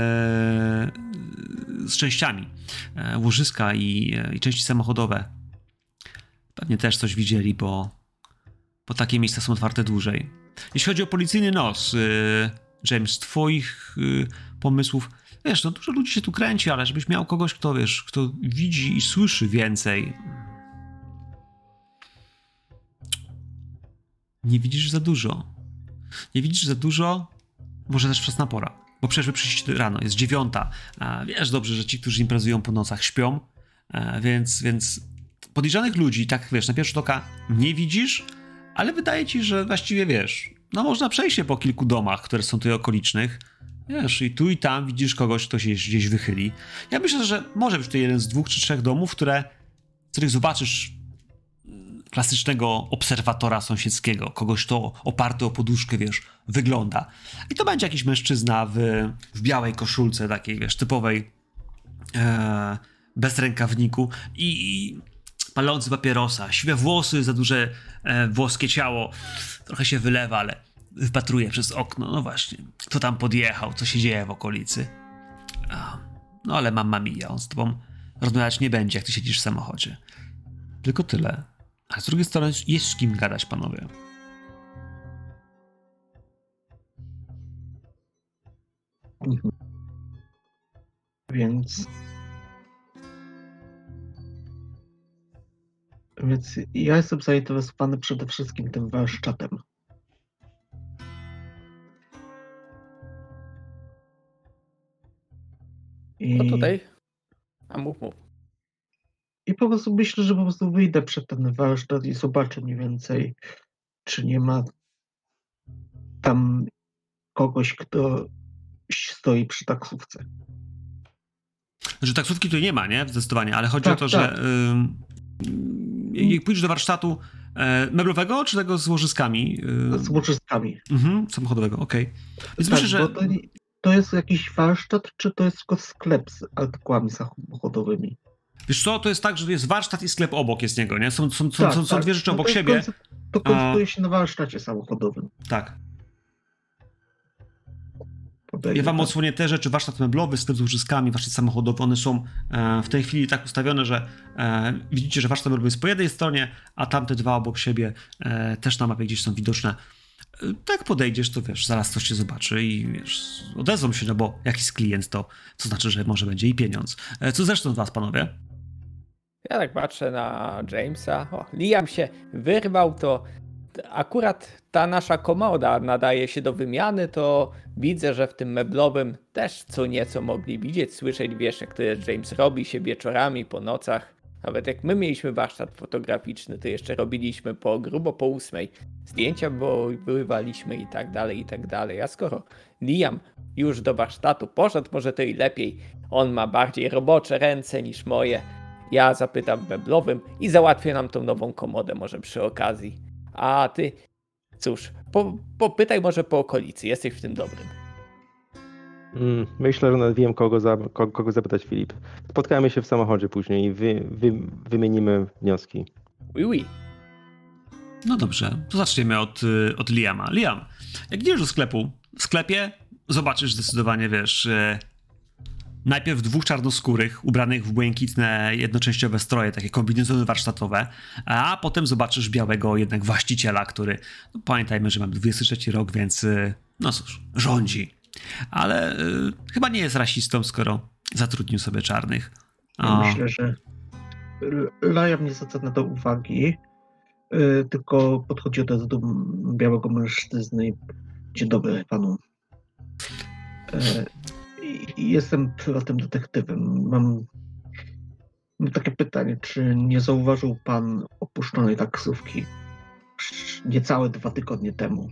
z częściami, e, łożyska i, e, i części samochodowe pewnie też coś widzieli, bo, bo takie miejsca są otwarte dłużej. Jeśli chodzi o policyjny nos, y, James, twoich y, pomysłów, wiesz, no dużo ludzi się tu kręci, ale żebyś miał kogoś, kto, wiesz, kto widzi i słyszy więcej. nie widzisz za dużo. Nie widzisz za dużo, może też wczesna pora, bo przecież wy przyjdziecie rano, jest dziewiąta. A wiesz dobrze, że ci, którzy imprezują po nocach, śpią, a więc, więc podejrzanych ludzi, tak wiesz, na pierwszy rzut oka nie widzisz, ale wydaje ci, że właściwie wiesz, no można przejść się po kilku domach, które są tutaj okolicznych, wiesz, i tu i tam widzisz kogoś, kto się gdzieś wychyli. Ja myślę, że może być to jeden z dwóch czy trzech domów, które, w których zobaczysz klasycznego obserwatora sąsiedzkiego, kogoś, kto oparty o poduszkę, wiesz, wygląda. I to będzie jakiś mężczyzna w, w białej koszulce, takiej, wiesz, typowej, e, bez rękawniku i, i palący papierosa, siwe włosy, za duże e, włoskie ciało, trochę się wylewa, ale wypatruje przez okno, no właśnie, kto tam podjechał, co się dzieje w okolicy. A, no ale mamma mia, on z tobą rozmawiać nie będzie, jak ty siedzisz w samochodzie. Tylko tyle. A z drugiej strony jest z kim gadać, panowie. Mhm. Więc... Więc ja jestem zainteresowany przede wszystkim tym warsztatem. I, No tutaj. A mów, mów. I po prostu myślę, że po prostu wyjdę przed ten warsztat i zobaczę mniej więcej, czy nie ma tam kogoś, kto stoi przy taksówce. Znaczy taksówki tutaj nie ma, nie? Zdecydowanie, ale chodzi Tak, o to, tak. że yy, jak pójdziesz do warsztatu e, meblowego, czy tego z łożyskami? Yy, Z łożyskami. mhm, samochodowego, okej. Okay. Więc Tak, myślę, że... bo to, nie- to jest jakiś warsztat, czy to jest tylko sklep z artykułami samochodowymi? Wiesz co, to jest tak, że jest warsztat i sklep obok jest niego, nie? Są, są, są, Tak, są, są tak. dwie rzeczy No obok to siebie. konce- To koncentruje się na warsztacie samochodowym. Tak. Podejdę Ja wam tam. odsłonię te rzeczy, warsztat meblowy, sklep z łożyskami, warsztat samochodowy, one są e, w tej chwili tak ustawione, że e, widzicie, że warsztat meblowy jest po jednej stronie, a tamte dwa obok siebie e, też na mapie gdzieś są widoczne. E, tak podejdziesz, to wiesz, zaraz coś się zobaczy i wiesz, odezwą się, no bo jakiś klient to, co znaczy, że może będzie i pieniądz. E, co zresztą z was, panowie? Ja tak patrzę na Jamesa. O, Liam się wyrwał, to akurat ta nasza komoda nadaje się do wymiany, to widzę, że w tym meblowym też co nieco mogli widzieć, słyszeć, wiesz, jak to jest James robi się wieczorami, po nocach. Nawet jak my mieliśmy warsztat fotograficzny, to jeszcze robiliśmy po grubo po ósmej. Zdjęcia bywaliśmy i tak dalej, i tak dalej. A skoro Liam już do warsztatu poszedł, może to i lepiej. On ma bardziej robocze ręce niż moje. Ja zapytam w meblowym i załatwię nam tą nową komodę może przy okazji. A ty, cóż, po, popytaj może po okolicy, jesteś w tym dobrym. Mm, Myślę, że nawet wiem, kogo, za, kogo, kogo zapytać, Filip. Spotkajmy się w samochodzie później i wy, wy, wymienimy wnioski. Oui, oui. No dobrze, to zaczniemy od, y, od Liama. Liam, jak idziesz do sklepu, w sklepie zobaczysz zdecydowanie, wiesz, y, najpierw dwóch czarnoskórych, ubranych w błękitne, jednoczęściowe stroje, takie kombinezony warsztatowe, a potem zobaczysz białego jednak właściciela, który, no pamiętajmy, że mamy dwudziesty trzeci rok, więc, y, no cóż, rządzi. Ale y, chyba nie jest rasistą, skoro zatrudnił sobie czarnych. Ja O, myślę, że Liam nie zwraca na to uwagi, y, tylko podchodzi od razu do białego mężczyzny i dzień dobry panu. E, i- i Jestem prywatnym detektywem. Mam, mam takie pytanie, czy nie zauważył pan opuszczonej taksówki niecałe dwa tygodnie temu?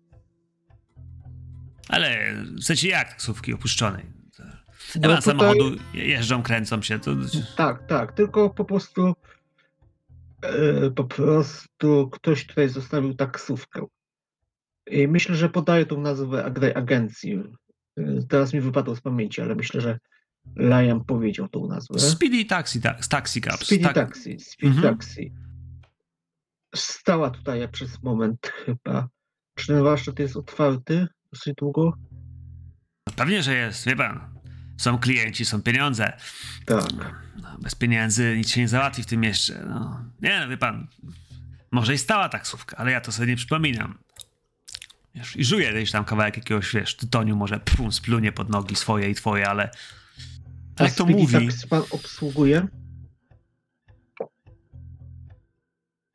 ale w sensie jak taksówki opuszczonej? Nie No ma tutaj- samochodu, jeżdżą, kręcą się, to... Tak, tak, tylko po prostu e, po prostu ktoś tutaj zostawił taksówkę. I myślę, że podaję tą nazwę ag- agencji. E, Teraz mi wypadło z pamięci, ale myślę, że Liam powiedział tą nazwę. Speedy Taxi, tak, Taxi Cabs. Speedy tak. Taxi, Speedy Mhm. Taxi. Stała tutaj przez moment chyba. Czy ten warsztat jest otwarty dosyć długo? Pewnie, że jest, wie pan. Są klienci, są pieniądze. Tak. No, bez pieniędzy nic się nie załatwi w tym mieście. No. Nie, no wie pan, może i stała taksówka, ale ja to sobie nie przypominam. Wiesz, i żuję gdzieś tam kawałek jakiegoś, wiesz, tytoniu może pum, splunie pod nogi swoje i twoje, ale... A Jak to Speedy mówi? Taxi pan obsługuje?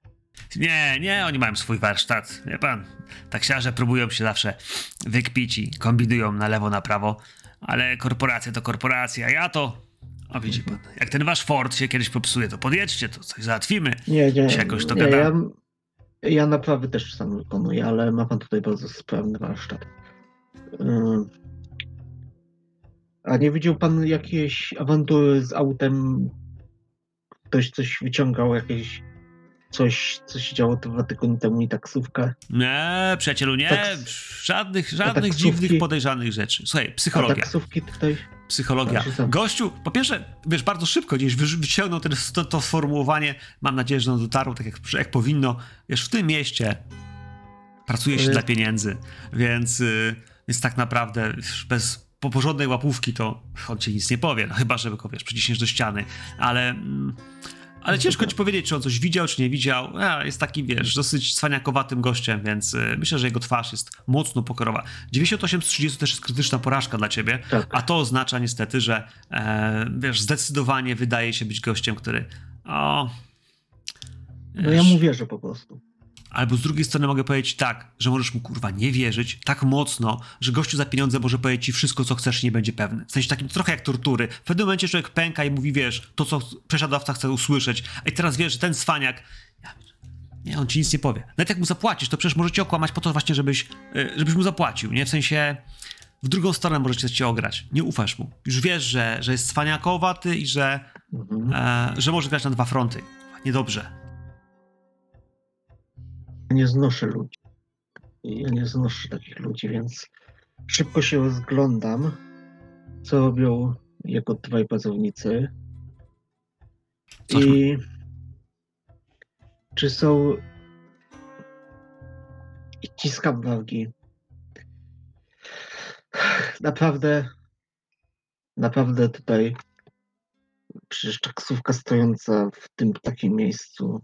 Nie, nie, oni mają swój warsztat, wie pan. Taksiarze próbują się zawsze wykpić i kombinują na lewo, na prawo, ale korporacje to korporacje, a ja to... O, widzi pan, jak ten wasz Ford się kiedyś popsuje, to podjedźcie, to coś załatwimy. Nie, nie, Się jakoś nie, dogadamy. ja, ja naprawy też sam wykonuję, ale ma pan tutaj bardzo sprawny warsztat. Ym. A nie widział pan jakiejś awantury z autem? Ktoś coś wyciągał, jakieś coś, co się działo dwa tygodnie temu i taksówka? Nie, przyjacielu, nie, Taks- żadnych, żadnych taksówki- dziwnych, podejrzanych rzeczy. Słuchaj, A psychologia. taksówki tutaj? Psychologia. Znaczy tam- Gościu, po pierwsze, wiesz, bardzo szybko gdzieś wy- wyciągnął ten, to, to sformułowanie. Mam nadzieję, że ono dotarło tak jak, jak powinno. Wiesz, w tym mieście pracuje się Ale- dla pieniędzy, więc, y, więc tak naprawdę wiesz, bez po porządnej łapówki to on ci nic nie powie, no chyba, że go, wiesz, przyciśniesz do ściany, ale... Mm, ale ciężko ci powiedzieć, czy on coś widział, czy nie widział. A, jest taki, wiesz, dosyć cwaniakowatym gościem, więc y, myślę, że jego twarz jest mocno pokorowa. dziewięćdziesiąt osiem z trzydziestu też jest krytyczna porażka dla ciebie, Tak. a to oznacza niestety, że e, wiesz, zdecydowanie wydaje się być gościem, który o... No ja mu wierzę po prostu. Albo z drugiej strony mogę powiedzieć tak, że możesz mu kurwa nie wierzyć tak mocno, że gościu za pieniądze może powiedzieć ci wszystko, co chcesz i nie będzie pewny. W sensie takim trochę jak tortury. W pewnym momencie człowiek pęka i mówi, wiesz, to co prześladowca chce usłyszeć. A i teraz wiesz, że ten cwaniak, ja, nie, on ci nic nie powie. Nawet jak mu zapłacisz, to przecież może cię okłamać po to właśnie, żebyś, y, żebyś mu zapłacił, nie? W sensie w drugą stronę może cię ograć. Nie ufasz mu. Już wiesz, że, że jest cwaniakowaty i że, Mhm. e, że może grać na dwa fronty. Niedobrze. Ja nie znoszę ludzi. Ja nie znoszę takich ludzi, więc szybko się rozglądam, co robią jego dwaj pracownicy. Coś I czy są... I ciskam wargi. Naprawdę, naprawdę tutaj przecież taksówka stojąca w tym takim miejscu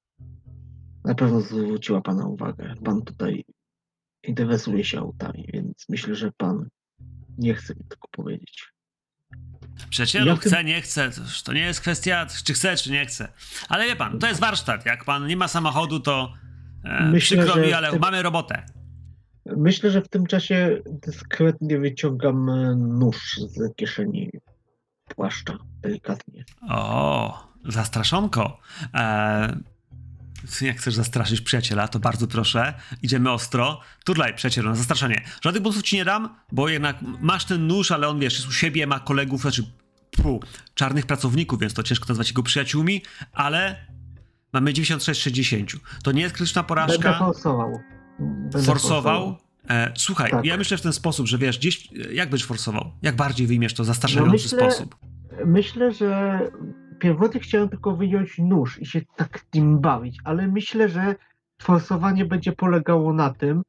na pewno zwróciła pana uwagę. Pan tutaj interesuje się autami, więc myślę, że pan nie chce mi tego powiedzieć. Przyjacielu, Ja w tym- chce, nie chce, to, już- to nie jest kwestia, czy chce, czy nie chce. Ale wie pan, to jest warsztat. Jak pan nie ma samochodu, to e, Myślę, przykro że mi, w ale tym- mamy robotę. Myślę, że w tym czasie dyskretnie wyciągam e, nóż z kieszeni płaszcza, delikatnie. O, zastraszonko. E, jak chcesz zastraszyć przyjaciela, to bardzo proszę, idziemy ostro. Turlaj, przyjacielu, na zastraszenie. Żadnych bonusów ci nie dam, bo jednak masz ten nóż, ale on, wiesz, jest u siebie, ma kolegów, znaczy pu, czarnych pracowników, więc to ciężko nazwać jego przyjaciółmi, ale mamy dziewięćdziesiąt sześć z sześćdziesięciu. To nie jest krytyczna Będę porażka. forsował. Będę Forsował? E, słuchaj, Tak. ja myślę w ten sposób, że wiesz, gdzieś, jak będziesz forsował? Jak bardziej wyjmiesz to w zastraszający No myślę- sposób? Myślę, że pierwotnie chciałem tylko wyjąć nóż i się tak tym bawić, ale myślę, że forsowanie będzie polegało na tym,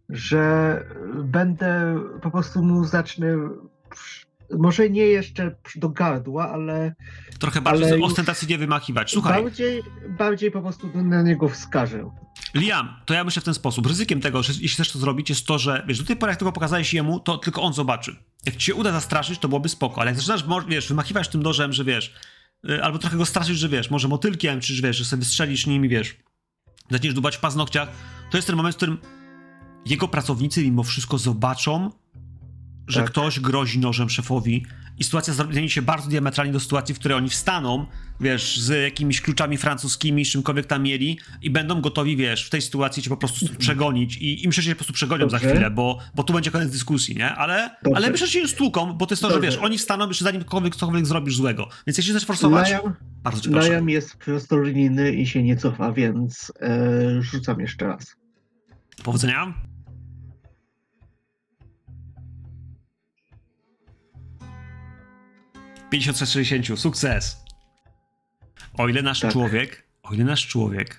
że będę po prostu mu zacznę, przy- może nie jeszcze przy- do gardła, ale Trochę bardziej ale już- ostentacyjnie wymachiwać. Słuchaj, bardziej, bardziej po prostu na niego wskażę. Liam, to ja myślę w ten sposób. Ryzykiem tego, że jeśli chcesz to zrobić, jest to, że wiesz, do tej pory jak tylko pokazałeś jemu, to tylko on zobaczy. Jak ci się uda zastraszyć, to byłoby spoko, ale jak zaczynasz, mo- wiesz, wymachiwać tym nożem, że wiesz, y, albo trochę go straszyć, że wiesz, może motylkiem, czy że wiesz, że sobie strzelisz nimi, wiesz, zaczniesz dubać w paznokciach, to jest ten moment, w którym jego pracownicy mimo wszystko zobaczą, że Tak. ktoś grozi nożem szefowi i sytuacja zmieni się bardzo diametralnie do sytuacji, w której oni wstaną, wiesz, z jakimiś kluczami francuskimi, z czymkolwiek tam mieli i będą gotowi, wiesz, w tej sytuacji cię po prostu przegonić i, i myślę, że cię po prostu przegonią za Dobrze. chwilę, bo, bo tu będzie koniec dyskusji, nie? Ale, Dobrze. ale myślę, że się nie stłuką, bo to jest to, że Dobrze. wiesz, oni wstaną jeszcze zanim cokolwiek, cokolwiek zrobisz złego. Więc jeśli chcesz forsować, Liam, bardzo cię proszę. Liam jest prostolinijny i się nie cofa, więc e, rzucam jeszcze raz. Powodzenia. pięćdziesiąt sześć sześćdziesiąt, sukces. O ile nasz Tak. człowiek, o ile nasz człowiek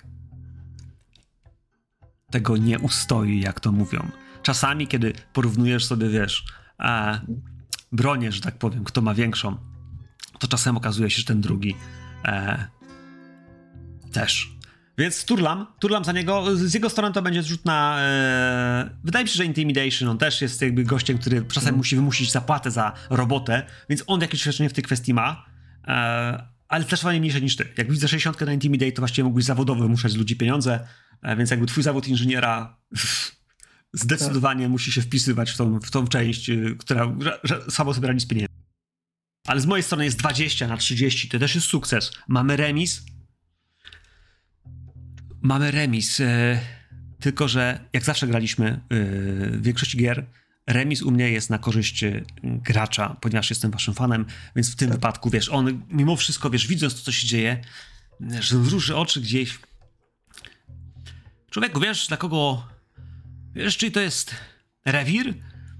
tego nie ustoi, jak to mówią. Czasami, kiedy porównujesz sobie, wiesz, e, bronię, że tak powiem, kto ma większą, to czasem okazuje się, że ten drugi e, też. Więc turlam, turlam za niego. Z jego strony to będzie zrzut na... E, wydaje mi się, że Intimidation. On też jest jakby gościem, który czasem Mm. musi wymusić zapłatę za robotę, więc on jakieś doświadczenie w tej kwestii ma. E, ale też fajnie mniejsze niż ty. Jak widzę sześćdziesiątkę na Intimidate, to właściwie mógłbyś zawodowo wymuszać z ludzi pieniądze, e, więc jakby twój zawód inżyniera zdecydowanie tak. musi się wpisywać w tą, w tą część, która że, że samo sobie radzi z pieniędzmi. Ale z mojej strony jest dwadzieścia na trzydzieści, to też jest sukces. Mamy remis. Mamy remis, e, tylko że jak zawsze graliśmy e, w większości gier, remis u mnie jest na korzyść gracza, ponieważ jestem waszym fanem, więc w tym tak. wypadku, wiesz, on mimo wszystko, wiesz, widząc to, co się dzieje, że wzruszy oczy gdzieś. Człowieku, wiesz, dla kogo, wiesz, czyli to jest rewir?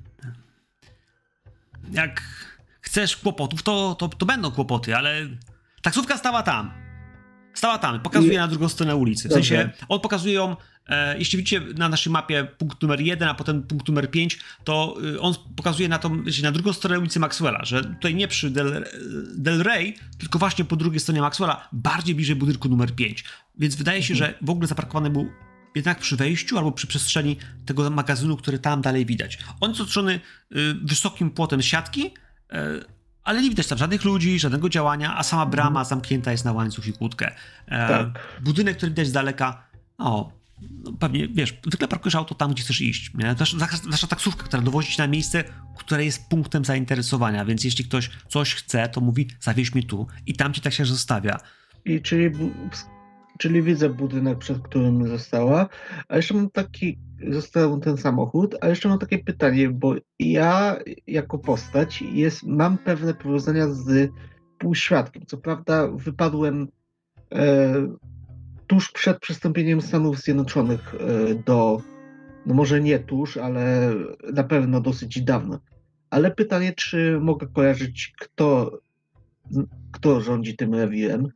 Jak chcesz kłopotów, to, to, to będą kłopoty, ale taksówka stała tam. Stała tam, pokazuje I... na drugą stronę ulicy. W Dobrze. sensie, on pokazuje ją, e, jeśli widzicie na naszej mapie punkt numer jeden, a potem punkt numer pięć, to y, on pokazuje na, tą, wiecie, na drugą stronę ulicy Maxwella, że tutaj nie przy Del, Del Rey, tylko właśnie po drugiej stronie Maxwella, bardziej bliżej budynku numer pięć. Więc wydaje się, mhm. że w ogóle zaparkowany był jednak przy wejściu albo przy przestrzeni tego magazynu, który tam dalej widać. On jest otoczony y, wysokim płotem siatki, y, ale nie widać tam żadnych ludzi, żadnego działania, a sama brama zamknięta jest na łańcuch i kłódkę. E, tak. Budynek, który widać z daleka, o, no pewnie, wiesz, zwykle parkujesz auto tam, gdzie chcesz iść. Nie? Zwłaszcza taksówka, która dowozi cię na miejsce, które jest punktem zainteresowania, więc jeśli ktoś coś chce, to mówi, zawieź mnie tu i tam ci tak się zostawia. I czyli, czyli widzę budynek, przed którym została, a jeszcze mam taki, został ten samochód, a jeszcze mam takie pytanie, bo ja jako postać jest, mam pewne powiązania z półświadkiem. Co prawda wypadłem e, tuż przed przystąpieniem Stanów Zjednoczonych e, do, no może nie tuż, ale na pewno dosyć dawno. Ale pytanie, czy mogę kojarzyć, kto, kto rządzi tym rewirem?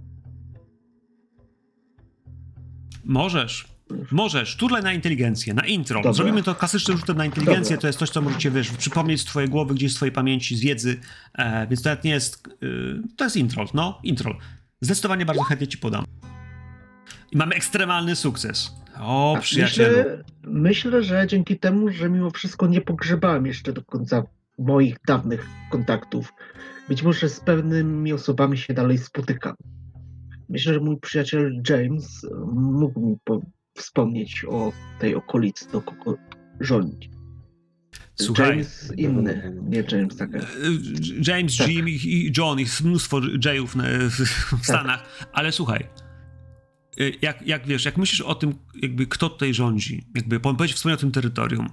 Możesz. Możesz. Turlaj na inteligencję, na intro. Dobra. Zrobimy to klasycznym rzutem na inteligencję. Dobra. To jest coś, co możecie, wiesz, przypomnieć z twojej głowy, gdzieś z twojej pamięci, z wiedzy. E, więc to nawet nie jest... Y, to jest intro. No, intro. Zdecydowanie bardzo chętnie ci podam. I mamy ekstremalny sukces. O, przyjacielu. Myślę, myślę, że dzięki temu, że mimo wszystko nie pogrzebałem jeszcze do końca moich dawnych kontaktów, być może z pewnymi osobami się dalej spotykam. Myślę, że mój przyjaciel James mógł mi po- wspomnieć o tej okolicy, do kogo rządzi. Słuchaj, James inny, nie James Tucker. James, tak. Jim i John, jest mnóstwo Jayów w Stanach, tak. Ale słuchaj, jak, jak wiesz, jak myślisz o tym, jakby kto tutaj rządzi, jakby powiedzieć wspomniał o tym terytorium,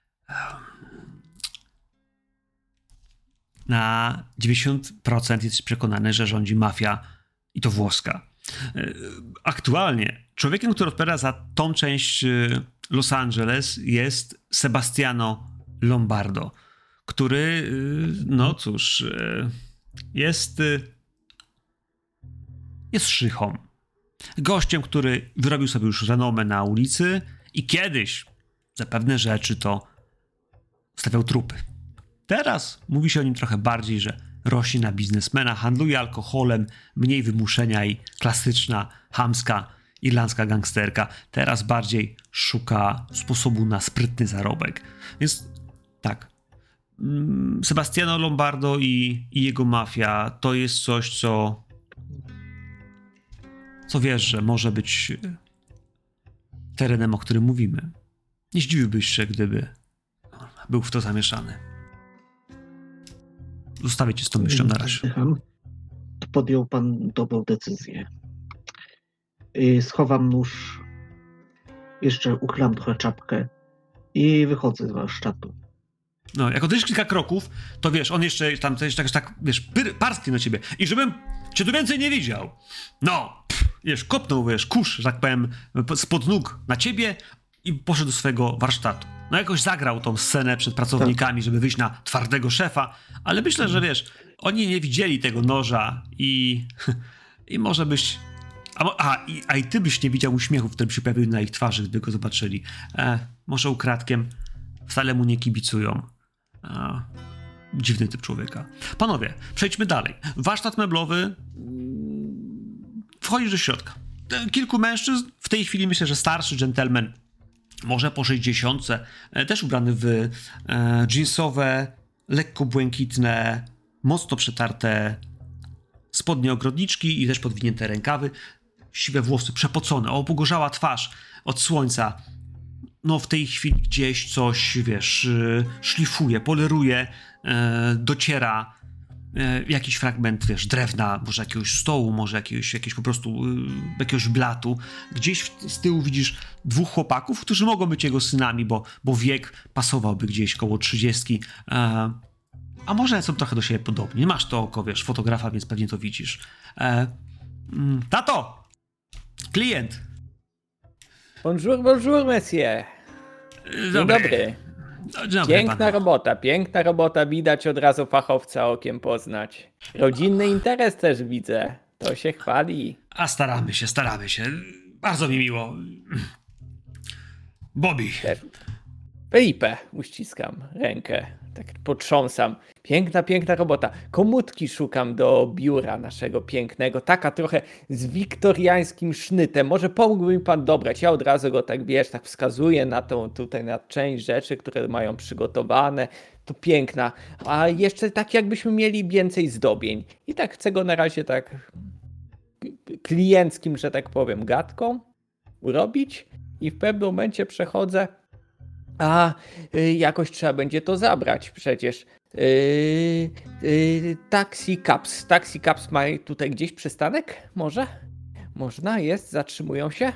na dziewięćdziesiąt procent jesteś przekonany, że rządzi mafia i to włoska. Aktualnie człowiekiem, który odpowiada za tą część Los Angeles jest Sebastiano Lombardo, który, no cóż, jest jest szychą. Gościem, który wyrobił sobie już renomę na ulicy i kiedyś za pewne rzeczy to stawiał trupy. Teraz mówi się o nim trochę bardziej, że rośnie na biznesmena, handluje alkoholem, mniej wymuszenia i klasyczna, chamska, irlandzka gangsterka. Teraz bardziej szuka sposobu na sprytny zarobek. Więc tak, Sebastiano Lombardo i, i jego mafia to jest coś, co co wiesz, że może być terenem, o którym mówimy. Nie zdziwiłbyś się, gdyby był w to zamieszany. Zostawię cię z tą myślą na razie. Podjął pan dobrą decyzję. Schowam nóż, jeszcze uchylam trochę czapkę i wychodzę z warsztatu. No, jak odejdziesz kilka kroków, to wiesz, on jeszcze tam coś tak, tak wiesz, pyr, parsknie na ciebie. I żebym cię tu więcej nie widział. No, pff, wiesz, kopnął, wiesz, kurz, że tak powiem, spod nóg na ciebie i poszedł do swojego warsztatu. No jakoś zagrał tą scenę przed pracownikami, żeby wyjść na twardego szefa, ale myślę, że wiesz, oni nie widzieli tego noża i, i może byś... A, a, i, a i ty byś nie widział uśmiechu, który by się pojawił na ich twarzy, gdy go zobaczyli. E, może ukradkiem wcale mu nie kibicują. E, dziwny typ człowieka. Panowie, przejdźmy dalej. Warsztat meblowy. Wchodzisz do środka. Kilku mężczyzn, w tej chwili myślę, że starszy dżentelmen, może po sześćdziesiątce, też ubrany w e, jeansowe, lekko błękitne, mocno przetarte spodnie ogrodniczki i też podwinięte rękawy, siwe włosy, przepocone, obugorzała twarz od słońca. No w tej chwili gdzieś coś, wiesz, szlifuje, poleruje, dociera jakiś fragment, wiesz, drewna, może jakiegoś stołu, może jakiegoś, jakiegoś po prostu jakiegoś blatu. Gdzieś z tyłu widzisz dwóch chłopaków, którzy mogą być jego synami, bo, bo wiek pasowałby gdzieś koło trzydziestki. A może są trochę do siebie podobni. Masz to oko, wiesz, fotografa, więc pewnie to widzisz. Tato! Klient! Bonjour, bonjour, monsieur. Dzień Dobry. dobry. No, dzień dobry Piękna panu. robota, piękna robota, widać od razu fachowca okiem poznać. Rodzinny interes też widzę, to się chwali. A staramy się, staramy się. Bardzo mi miło. Bobby. Felipe, uściskam rękę, tak potrząsam. Piękna, piękna robota. Komutki szukam do biura naszego pięknego, taka trochę z wiktoriańskim sznytem. Może pomógłby mi pan dobrać. Ja od razu go tak, wiesz, tak wskazuję na tą tutaj, na część rzeczy, które mają przygotowane. To piękna. A jeszcze tak jakbyśmy mieli więcej zdobień. I tak chcę go na razie tak klienckim, że tak powiem, gadką urobić i w pewnym momencie przechodzę. A y, jakoś trzeba będzie to zabrać przecież. Yy, yy, taxi Caps. Taxi Caps ma tutaj gdzieś przystanek? Może? Można? Jest? Zatrzymują się?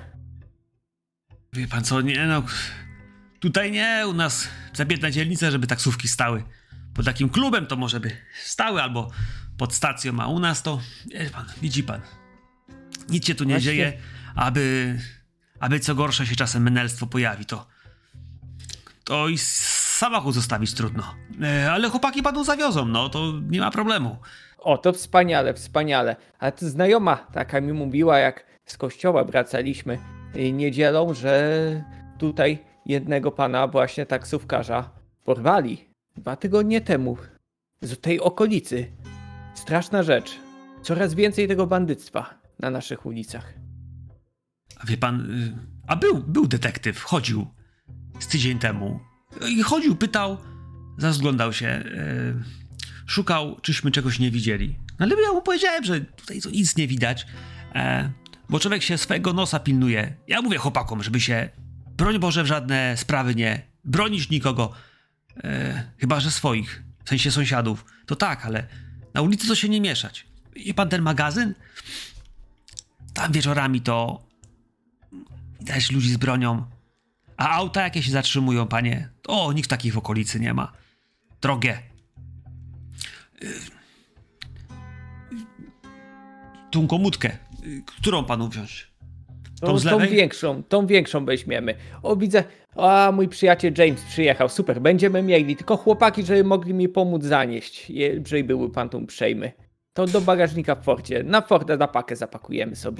Wie pan co, nie no... Tutaj nie, u nas za biedna dzielnica, żeby taksówki stały. Pod takim klubem to może by stały, albo pod stacją, a u nas to... Wie pan, widzi pan. Nic się tu nie Właśnie. dzieje, aby... Aby co gorsza się czasem menelstwo pojawi, to... To i samochód zostawić trudno. E, ale chłopaki panu zawiozą, no to nie ma problemu. O, to wspaniale, wspaniale. A ty znajoma taka mi mówiła, jak z kościoła wracaliśmy y, niedzielą, że tutaj jednego pana właśnie taksówkarza porwali dwa tygodnie temu z tej okolicy. Straszna rzecz. Coraz więcej tego bandyctwa na naszych ulicach. A wie pan, y, a był, był detektyw, chodził z tydzień temu. I chodził, pytał, rozglądał się, y, szukał, czyśmy czegoś nie widzieli. No ale ja mu powiedziałem, że tutaj to nic nie widać, e, bo człowiek się swojego nosa pilnuje. Ja mówię chłopakom, żeby się, broń Boże, w żadne sprawy nie bronić nikogo, e, chyba że swoich, w sensie sąsiadów. To tak, ale na ulicy to się nie mieszać. I pan ten magazyn? Tam wieczorami to widać ludzi z bronią. A auta jakie się zatrzymują, panie? O, nikt takich w okolicy nie ma. Drogie. Yy, tą komutkę. Yy, którą panu wziąć? Tą Tą, z tą lewej? większą, tą większą weźmiemy. O, widzę, a mój przyjaciel James przyjechał, super, będziemy mieli, tylko chłopaki, żeby mogli mi pomóc zanieść, jeżeli były pan tu uprzejmy. To do bagażnika w Fordzie, na Fordę na pakę zapakujemy sobie.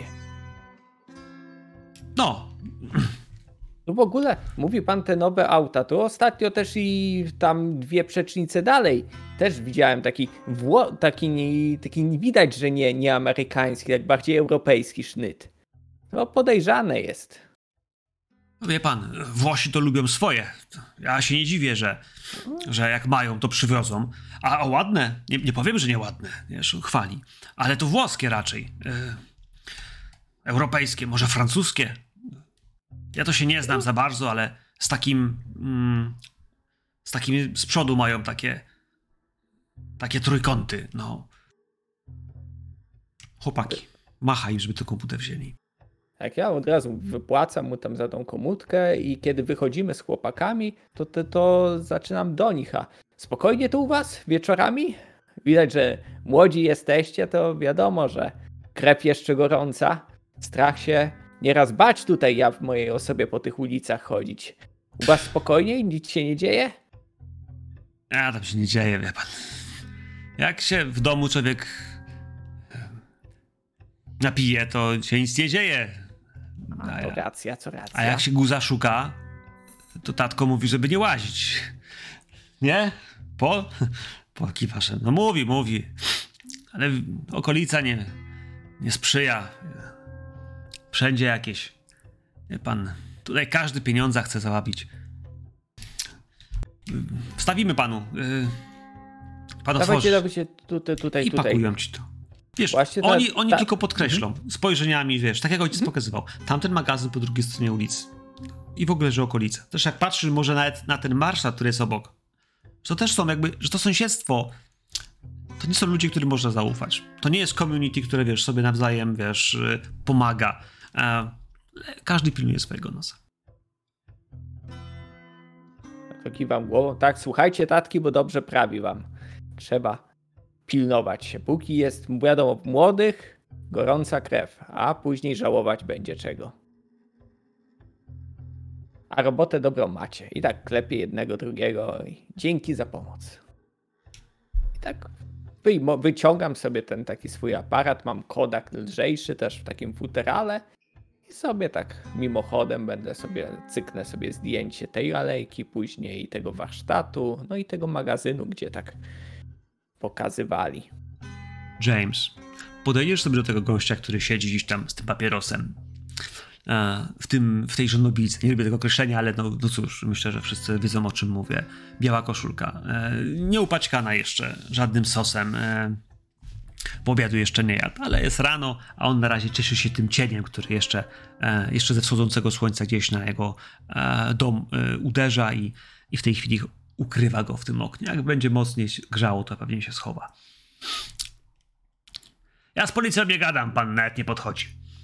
No. No w ogóle, mówi pan te nowe auta, to ostatnio też i tam dwie przecznice dalej, też widziałem taki, wło- taki, nie, taki nie widać, że nie, nie amerykański, jak bardziej europejski sznyt. To podejrzane jest. No wie pan, Włosi to lubią swoje. Ja się nie dziwię, że, że jak mają, to przywiozą. A, a ładne? Nie, nie powiem, że nieładne. Wiesz, chwali. Ale to włoskie raczej. Yy, europejskie, może francuskie. Ja to się nie znam za bardzo, ale z takim... Mm, z takim z przodu mają takie... Takie trójkąty, no. Chłopaki, machaj im, żeby tę komputer wzięli. Tak, ja od razu wypłacam mu tam za tą komutkę i kiedy wychodzimy z chłopakami, to, to, to zaczynam do nich. A spokojnie tu u was wieczorami? Widać, że młodzi jesteście, to wiadomo, że krew jeszcze gorąca. Strach się nieraz bać tutaj ja w mojej osobie po tych ulicach chodzić. U was spokojniej? Nic się nie dzieje? A, tam się nie dzieje, wie pan. Jak się w domu człowiek napije, to się nic nie dzieje. A, to racja, co racja. A jak się guza szuka, to tatko mówi, żeby nie łazić. Nie? Po? Po kiwaszem. No mówi, mówi. Ale okolica nie, nie sprzyja. Wszędzie jakieś. Wie pan, tutaj każdy pieniądza chce załapić. Wstawimy panu. Yy, pan Dawajcie, otworzy. dawajcie tutaj, tutaj, I tutaj. pakują ci to. Wiesz, Właśnie oni, tak- oni tak. tylko podkreślą spojrzeniami, wiesz, tak jak ojciec pokazywał. Tamten magazyn po drugiej stronie ulicy. I w ogóle, że okolice. Też jak patrzysz może nawet na ten marszał, który jest obok, że to też są jakby, że to sąsiedztwo, to nie są ludzie, którym można zaufać. To nie jest community, które, wiesz, sobie nawzajem, wiesz, y, pomaga. E, każdy pilnuje swojego nosa. To kiwam głową. Tak, słuchajcie tatki, bo dobrze prawi wam. Trzeba pilnować się. Póki jest, wiadomo, młodych, gorąca krew, a później żałować będzie czego. A robotę dobrą macie. I tak klepie jednego, drugiego. I dzięki za pomoc. I tak wyjmo- wyciągam sobie ten taki swój aparat. Mam Kodak lżejszy też w takim futerale. I sobie tak mimochodem będę sobie, cyknę sobie zdjęcie tej alejki, później tego warsztatu, no i tego magazynu, gdzie tak pokazywali. James, podejdziesz sobie do tego gościa, który siedzi gdzieś tam z tym papierosem e, w, tym, w tej żonobijce. Nie lubię tego określenia, ale no, no cóż, myślę, że wszyscy wiedzą, o czym mówię. Biała koszulka. E, nie upaćkana jeszcze żadnym sosem. E, po obiadu jeszcze nie jadł, ale jest rano, a on na razie cieszy się tym cieniem, który jeszcze, e, jeszcze ze wschodzącego słońca gdzieś na jego e, dom e, uderza i, i w tej chwili ukrywa go w tym oknie. Jak będzie mocniej grzało, to pewnie się schowa. Ja z policją nie gadam, pan nawet nie podchodzi.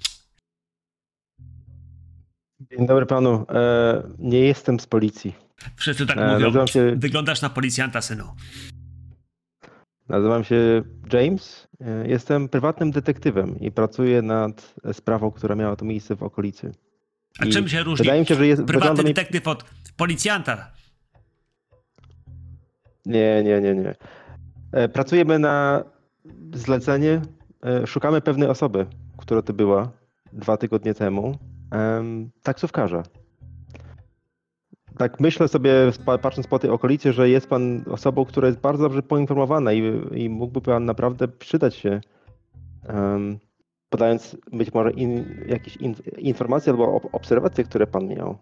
Dzień dobry panu. E, nie jestem z policji. Wszyscy tak E, mówią. nazywam się- Wyglądasz na policjanta, synu. Nazywam się James. E, jestem prywatnym detektywem i pracuję nad sprawą, która miała to miejsce w okolicy. A I czym się różni Wydaje mi się, że jest. prywatny wygląda mi- detektyw od policjanta? Nie, nie, nie, nie. E, Pracujemy na zlecenie. E, Szukamy pewnej osoby, która to była dwa tygodnie temu. Em, Taksówkarza. Tak myślę sobie, spa- patrząc po tej okolicy, że jest pan osobą, która jest bardzo dobrze poinformowana i, i mógłby pan naprawdę przydać się, em, podając być może in, jakieś in, informacje albo ob- obserwacje, które pan miał.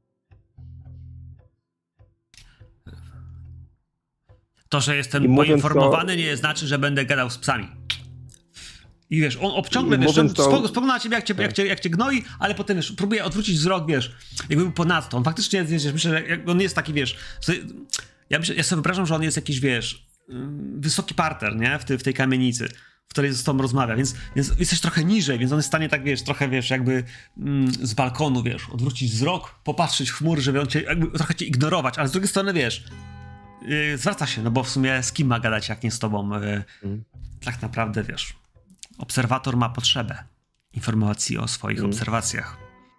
To, że jestem I mówiąc poinformowany, to- nie znaczy, że będę gadał z psami. I wiesz, on obciągle, I wiesz, mówiąc to- spog- spogląda na ciebie, jak cię, jak, cię, jak cię gnoi, ale potem, wiesz, próbuje odwrócić wzrok, wiesz, jakby był ponadto. On faktycznie, wiesz, myślę, że jak on jest taki, wiesz, sobie, ja, myślę, ja sobie wyobrażam, że on jest jakiś, wiesz, ym, wysoki parter, nie, w, tej w tej kamienicy, w której z tobą rozmawia, więc, więc jesteś trochę niżej, więc on jest w stanie tak, wiesz, trochę, wiesz, jakby mm, z balkonu, wiesz, odwrócić wzrok, popatrzeć w chmury, żeby on cię, jakby trochę cię ignorować, ale z drugiej strony, wiesz, yy, zwraca się, no bo w sumie z kim ma gadać, jak nie z tobą, yy, Mm. tak naprawdę, wiesz, obserwator ma potrzebę informacji o swoich Mm. obserwacjach.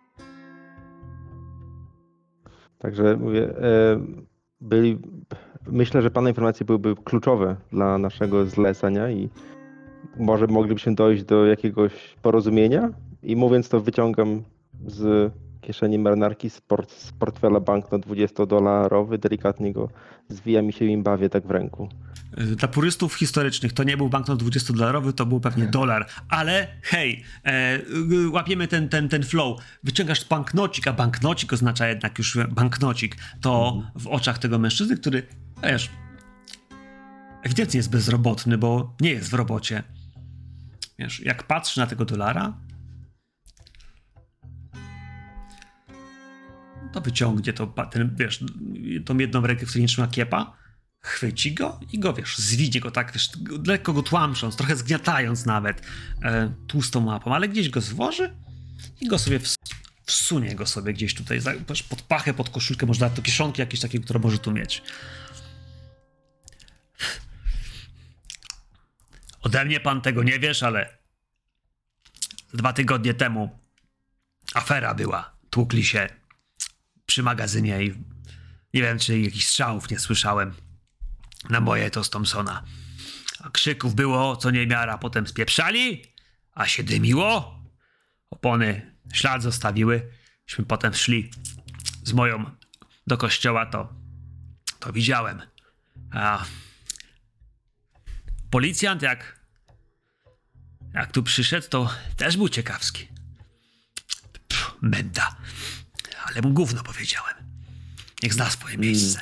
Także mówię, e, byli, myślę, że pana informacje byłyby kluczowe dla naszego zlecenia i może moglibyśmy dojść do jakiegoś porozumienia. I mówiąc to, wyciągam z kieszeni marynarki z, port, z portfela banknot dwudziestodolarowy, delikatnie go zwijam i się im bawię tak w ręku. Dla purystów historycznych to nie był banknot dwudziestodolarowy, to był pewnie dolar, ale hej, e, y, łapiemy ten, ten, ten flow. Wyciągasz banknocik, a banknocik oznacza jednak już banknocik. To w oczach tego mężczyzny, który, wiesz, ewidentnie jest bezrobotny, bo nie jest w robocie. Wiesz, jak patrzy na tego dolara, to wyciągnie to, ten, wiesz, tą jedną rękę, w której nie trzyma kiepa, chwyci go i go, wiesz, zwidzie go tak, wiesz, lekko go tłamsząc, trochę zgniatając nawet e, tłustą łapą, ale gdzieś go zwoży i go sobie ws- wsunie go sobie gdzieś tutaj, za, wiesz, pod pachę, pod koszulkę, może nawet do kieszonki jakieś takie, które może tu mieć. Ode mnie pan tego nie wiesz, ale dwa tygodnie temu afera była. Tłukli się przy magazynie i nie wiem, czy jakichś strzałów nie słyszałem. Naboje to z Thompsona. A krzyków było co niemiara. Potem spieprzali, a się dymiło. Opony ślad zostawiły. Myśmy potem szli z moją do kościoła, to to widziałem. A policjant jak jak tu przyszedł, to też był ciekawski. Pff, menda. Ale mu gówno powiedziałem. Niech zna swoje miejsce.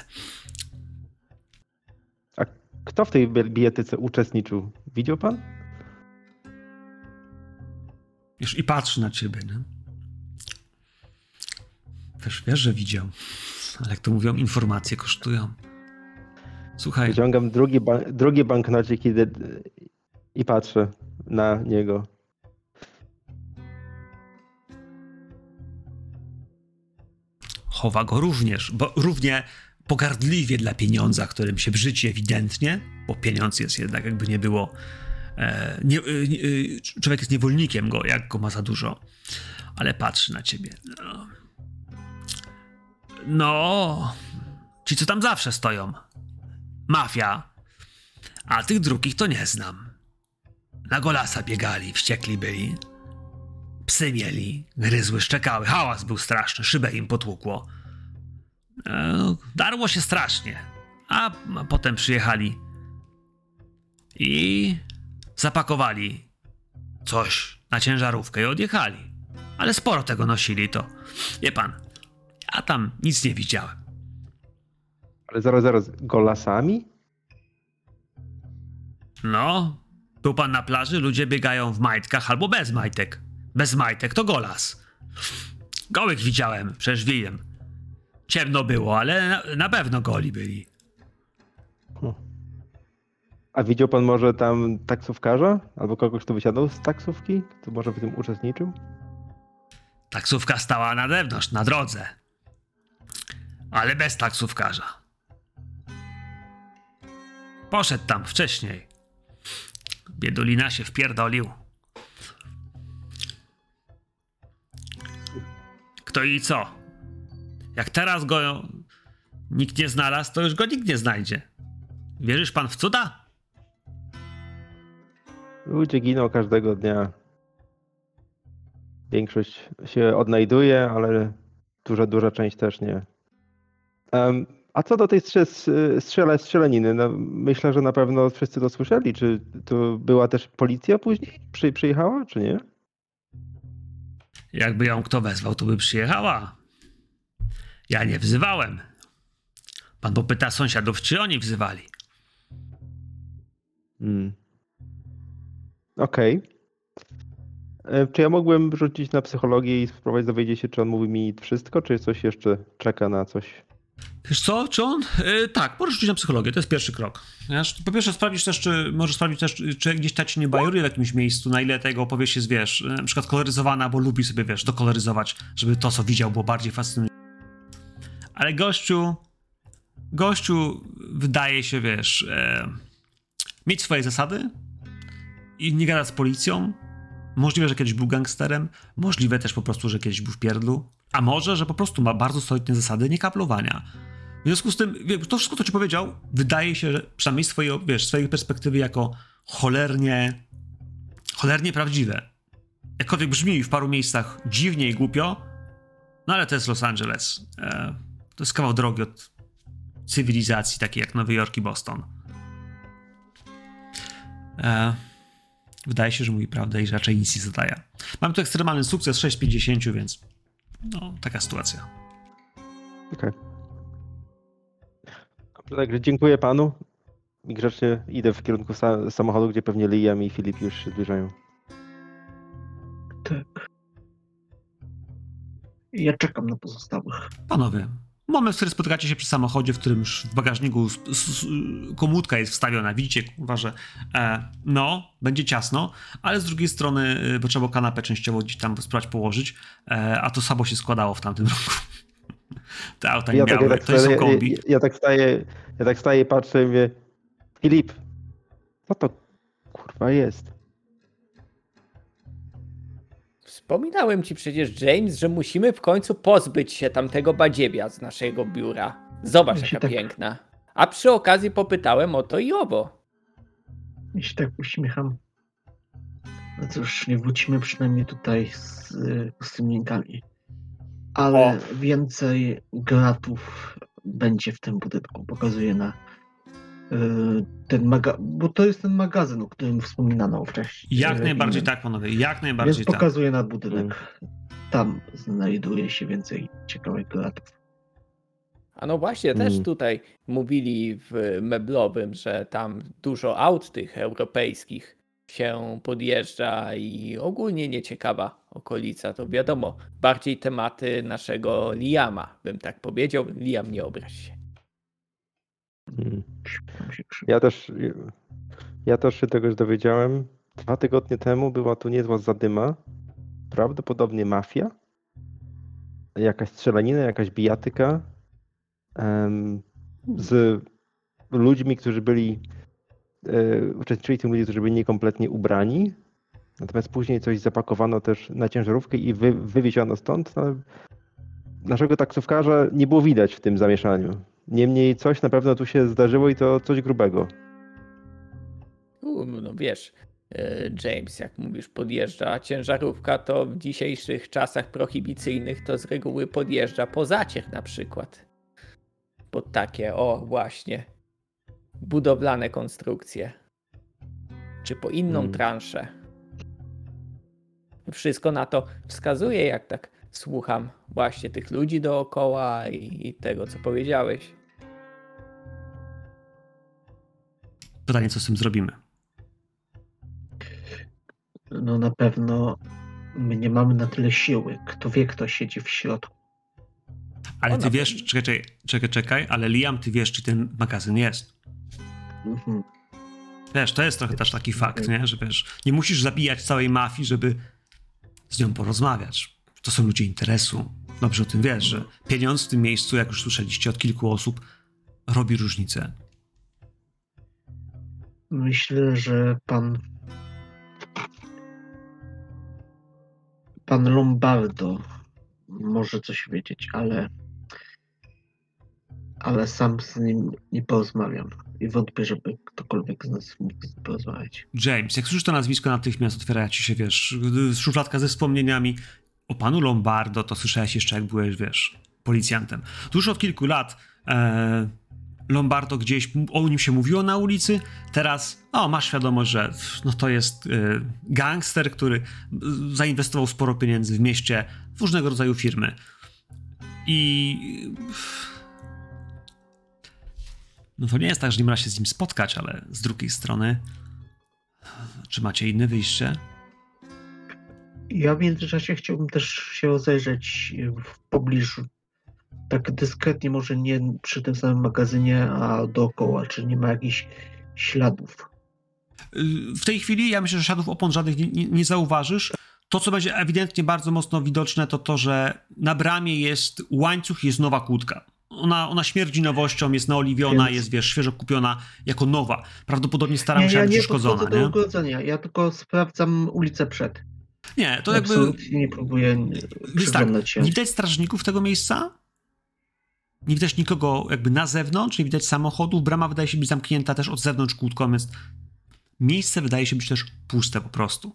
A kto w tej bijatyce uczestniczył? Widział pan? Wiesz, i patrzy na ciebie, nie? Też wiesz, że widział. Ale jak to mówią, informacje kosztują. Słuchaj. Wyciągam drugi, ba- drugi banknocik i, i patrzę na niego. Chowa go również, bo równie pogardliwie dla pieniądza, którym się brzydzi ewidentnie, bo pieniądz jest jednak, jakby nie było, e, nie, e, e, człowiek jest niewolnikiem go, jak go ma za dużo, ale patrzy na ciebie. No, no ci co tam zawsze stoją. Mafia. A tych drugich to nie znam. Na golasa biegali, wściekli byli. Psy mieli, gryzły, szczekały, hałas był straszny, szybę im potłukło. E, darło się strasznie. A potem przyjechali i zapakowali coś na ciężarówkę i odjechali. Ale sporo tego nosili, to wie pan, ja tam nic nie widziałem. Ale zaraz, zaraz, golasami? No, był pan na plaży, ludzie biegają w majtkach albo bez majtek. Bez majtek to golas. Gołych widziałem, przecież wijem. Ciemno było, ale na, na pewno goli byli. A widział pan może tam taksówkarza? Albo kogoś, kto wysiadał z taksówki? Kto może w tym uczestniczył? Taksówka stała na zewnątrz, na drodze. Ale bez taksówkarza. Poszedł tam wcześniej. Biedulina się wpierdolił. Kto i co? Jak teraz go nikt nie znalazł, to już go nikt nie znajdzie. Wierzysz pan w cuda? Ludzie giną każdego dnia. Większość się odnajduje, ale duża, duża część też nie. Um, a co do tej strze- strzele, strzelaniny? No, myślę, że na pewno wszyscy to słyszeli. Czy tu była też policja później? Przy, przyjechała, czy nie? Jakby ją kto wezwał, to by przyjechała. Ja nie wzywałem. Pan popyta sąsiadów, czy oni wzywali. Hmm. Okej. Okay. Czy ja mógłbym rzucić na psychologię i spróbować dowiedzieć się, czy on mówi mi wszystko, czy coś jeszcze czeka na coś? Wiesz co, czy on? Yy, tak, możesz rzucić na psychologię, to jest pierwszy krok. Wiesz, po pierwsze sprawdzisz też, czy możesz sprawdzić też, czy gdzieś ta ci nie bajoruje w jakimś miejscu, na ile tego opowieść jest, wiesz, na przykład koloryzowana, bo lubi sobie, wiesz, dokoloryzować, żeby to, co widział, było bardziej fascynujące. Ale gościu, gościu wydaje się, wiesz, e, mieć swoje zasady i nie gadać z policją. Możliwe, że kiedyś był gangsterem, możliwe też po prostu, że kiedyś był w pierdlu, a może, że po prostu ma bardzo solidne zasady niekaplowania. W związku z tym, wiesz, to wszystko, co ci powiedział, wydaje się, że przynajmniej z swojej, wiesz, swojej perspektywy jako cholernie, cholernie prawdziwe. Jakkolwiek brzmi w paru miejscach dziwnie i głupio, no ale to jest Los Angeles. E, to jest kawał drogi od cywilizacji takiej jak Nowy Jork i Boston. E, wydaje się, że mówi prawdę i raczej nic nie zadaje. Mamy tu ekstremalny sukces, sześć z pięćdziesięciu, więc no, taka sytuacja. Okej. Okay. Także dziękuję panu i grzecznie idę w kierunku sa- samochodu, gdzie pewnie Liam i Filip już się zbliżają. Tak. Ja czekam na pozostałych. Panowie, moment, w którym spotykacie się przy samochodzie, w którym już w bagażniku s- s- komódka jest wstawiona. Widzicie, kurwa, że e, no, będzie ciasno, ale z drugiej strony, e, bo trzeba było kanapę częściowo gdzieś tam spróbować położyć, e, a to słabo się składało w tamtym roku. Te auta nie Ja miały, tak, to są ja, kombi. ja, ja tak staję, ja tak staję, patrzę i mówię, Filip, co to kurwa jest? Wspominałem ci przecież, James, że musimy w końcu pozbyć się tamtego badziewia z naszego biura. Zobacz, Ja się jaka tak- piękna. A przy okazji popytałem o to i owo. Ja się tak uśmiecham. No cóż, nie wrócimy przynajmniej tutaj z, z tymi linkami. Ale więcej gratów będzie w tym budynku. Pokazuję na y, ten magazyn, bo to jest ten magazyn, o którym wspominano wcześniej. Jak Y, najbardziej i- tak, panowie, jak najbardziej Więc tak. pokazuję na budynek. Tam znajduje się więcej ciekawych gratów. A no właśnie, też Mm. tutaj mówili w meblowym, że tam dużo aut tych europejskich się podjeżdża i ogólnie nieciekawa okolica. To wiadomo, bardziej tematy naszego Liama, bym tak powiedział. Liam, nie obraź się. Hmm. Tam się krzyczy. Ja też, ja też się tegoś dowiedziałem. Dwa tygodnie temu była tu niezła zadyma. Prawdopodobnie mafia. Jakaś strzelanina, jakaś bijatyka. em, z ludźmi, którzy byli e, uczestniczyli w tym ludzie, którzy byli niekompletnie ubrani. Natomiast później coś zapakowano też na ciężarówkę i wy, wywieziono stąd. No, naszego taksówkarza nie było widać w tym zamieszaniu. Niemniej coś na pewno tu się zdarzyło i to coś grubego. U, no wiesz, e, James, jak mówisz, podjeżdża ciężarówka, to w dzisiejszych czasach prohibicyjnych to z reguły podjeżdża po zacier na przykład. Pod takie, o właśnie, budowlane konstrukcje. Czy po inną Hmm. transzę. Wszystko na to wskazuje, jak tak słucham właśnie tych ludzi dookoła i, i tego, co powiedziałeś. Pytanie, co z tym zrobimy? No na pewno my nie mamy na tyle siły. Kto wie, kto siedzi w środku. Ale O, ty na wiesz, pewno. czekaj, czekaj, czekaj, czekaj, ale Liam, ty wiesz, czy ten magazyn jest. Mhm. Wiesz, to jest trochę też taki fakt, nie? Że wiesz, nie musisz zabijać całej mafii, żeby z nią porozmawiać. To są ludzie interesu. Dobrze o tym wiesz, że pieniądz w tym miejscu, jak już słyszeliście od kilku osób, robi różnicę. Myślę, że pan pan Lombardo może coś wiedzieć, ale ale sam z nim nie porozmawiam i wątpię, żeby ktokolwiek z nas mógł z nim porozmawiać. James, jak słyszysz to nazwisko, natychmiast otwiera ci się, wiesz, szufladka ze wspomnieniami o panu Lombardo, to słyszałeś jeszcze, jak byłeś, wiesz, policjantem. To już od kilku lat e, Lombardo gdzieś, o nim się mówiło na ulicy, teraz, o, masz świadomość, że no to jest e, gangster, który zainwestował sporo pieniędzy w mieście, w różnego rodzaju firmy. I no to nie jest tak, że nie można się z nim spotkać, ale z drugiej strony, czy macie inne wyjście? Ja w międzyczasie chciałbym też się rozejrzeć w pobliżu. Tak dyskretnie, może nie przy tym samym magazynie, a dookoła, czy nie ma jakichś śladów. W tej chwili ja myślę, że śladów opon żadnych nie, nie, nie zauważysz. To, co będzie ewidentnie bardzo mocno widoczne, to to, że na bramie jest łańcuch, jest nowa kłódka. Ona, ona śmierdzi nowością, jest naoliwiona, Więc- jest, wiesz, świeżo kupiona jako nowa. Prawdopodobnie stara Nie, musiała ja być nie uszkodzona, podchodzę do nie? ogrodzenia, ja tylko sprawdzam ulicę przed. Nie, to jakby... Absolutnie nie próbuję Więc tak, przyglądać się. nie widać strażników tego miejsca? Nie widać nikogo jakby na zewnątrz, nie widać samochodów, brama wydaje się być zamknięta też od zewnątrz kłódką, więc miejsce wydaje się być też puste po prostu.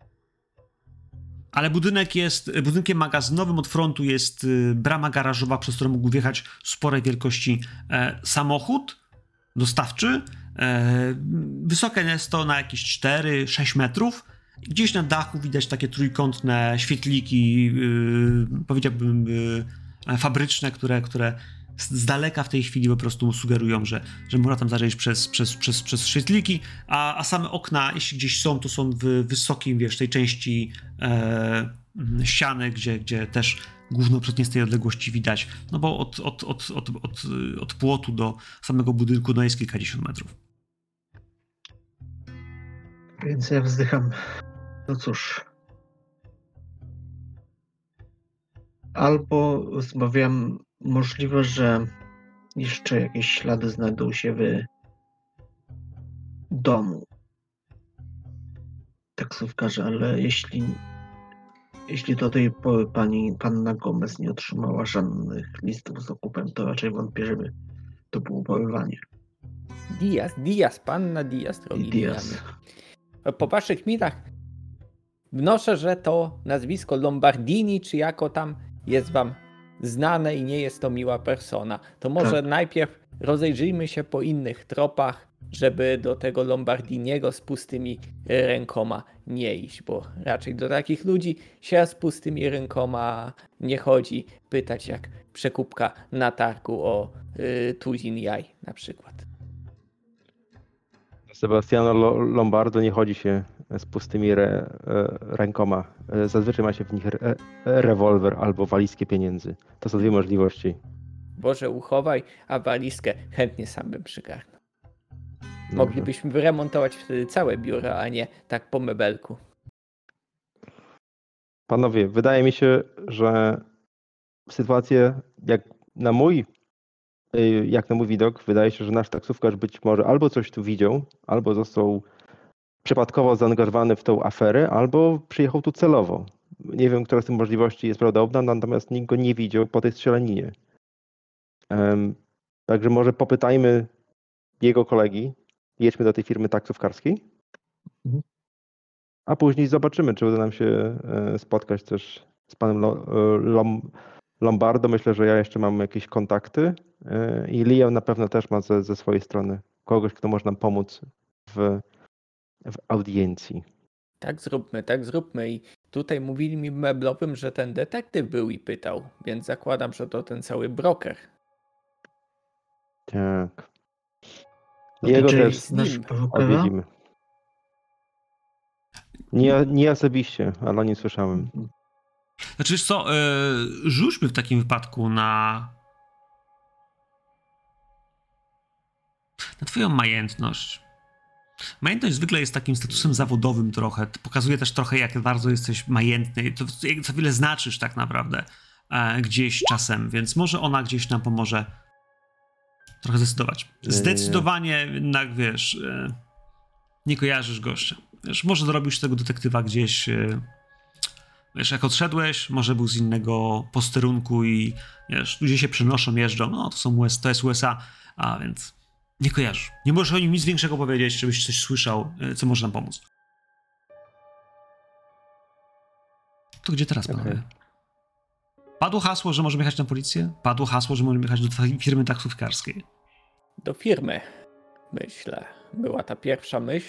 Ale budynek jest, budynkiem magazynowym, od frontu jest y, brama garażowa, przez którą mógł wjechać sporej wielkości e, samochód dostawczy. E, wysokie jest to na jakieś cztery sześć metrów. Gdzieś na dachu widać takie trójkątne świetliki, y, powiedziałbym y, fabryczne, które, które z, z daleka w tej chwili po prostu sugerują, że, że można tam zajrzeć przez, przez, przez, przez świetliki, a, a same okna, jeśli gdzieś są, to są w wysokim, wiesz, tej części e, ściany, gdzie, gdzie też gówno przed nie z tej odległości widać, no bo od, od, od, od, od, od płotu do samego budynku no jest kilkadziesiąt metrów. Więc ja wzdycham. No cóż. Albo rozmawiam, możliwe, że jeszcze jakieś ślady znajdą się w domu taksówkarza, ale jeśli jeśli do tej pory pani panna Gomez nie otrzymała żadnych listów z okupem, to raczej wątpię, żeby to było porwanie. Diaz, Diaz, panna Diaz, I drogi Diaz. Liamie. Po waszych minach wnoszę, że to nazwisko Lombardini, czy jako tam jest wam znane i nie jest to miła persona. To może Tak. najpierw rozejrzyjmy się po innych tropach, żeby do tego Lombardiniego z pustymi rękoma nie iść, bo raczej do takich ludzi się z pustymi rękoma nie chodzi pytać jak przekupka na targu o y, tuzin jaj na przykład. Sebastiano Lo- Lombardo nie chodzi się z pustymi re, e, rękoma. E, Zazwyczaj ma się w nich re, rewolwer albo walizkę pieniędzy. To są dwie możliwości. Boże, uchowaj, a walizkę chętnie sam bym przygarnął. Dobrze. Moglibyśmy wyremontować wtedy całe biuro, a nie tak po mebelku. Panowie, wydaje mi się, że sytuację, jak na mój, y, jak na mój widok, wydaje się, że nasz taksówkarz być może albo coś tu widział, albo został przypadkowo zaangażowany w tą aferę, albo przyjechał tu celowo. Nie wiem, która z tych możliwości jest prawdopodobna, natomiast nikt go nie widział po tej strzelaninie. Um, także może popytajmy jego kolegi, jedźmy do tej firmy taksówkarskiej, Mhm. a później zobaczymy, czy uda nam się e, spotkać też z panem Lo, e, Lom, Lombardo. Myślę, że ja jeszcze mam jakieś kontakty e, i Liam na pewno też ma ze, ze swojej strony kogoś, kto może nam pomóc w, w audiencji. Tak zróbmy, tak zróbmy. I tutaj mówili mi meblowym, że ten detektyw był i pytał, więc zakładam, że to ten cały broker. Tak. No to Jego James, też znasz nim brokera? odwiedzimy. Nie, nie osobiście, ale o nim słyszałem. Mhm. Znaczy, wiesz co, yy, rzućmy w takim wypadku na na twoją majętność. Majętność zwykle jest takim statusem zawodowym trochę. Pokazuje też trochę, jak bardzo jesteś majętny, to, co wiele znaczysz tak naprawdę e, gdzieś czasem, więc może ona gdzieś nam pomoże trochę zdecydować. Nie, nie, nie. Zdecydowanie jednak, wiesz, e, nie kojarzysz gościa. Wiesz, może zrobisz tego detektywa gdzieś, e, wiesz, jak odszedłeś, może był z innego posterunku i wiesz, ludzie się przenoszą, jeżdżą, no to są U S, to jest U S A, a więc nie kojarzysz. Nie możesz o nim nic większego powiedzieć, żebyś coś słyszał, co może nam pomóc. To gdzie teraz, panowie? Okej. Padło hasło, że możemy jechać na policję? Padło hasło, że możemy jechać do twojej firmy taksówkarskiej. Do firmy, myślę. Była ta pierwsza myśl.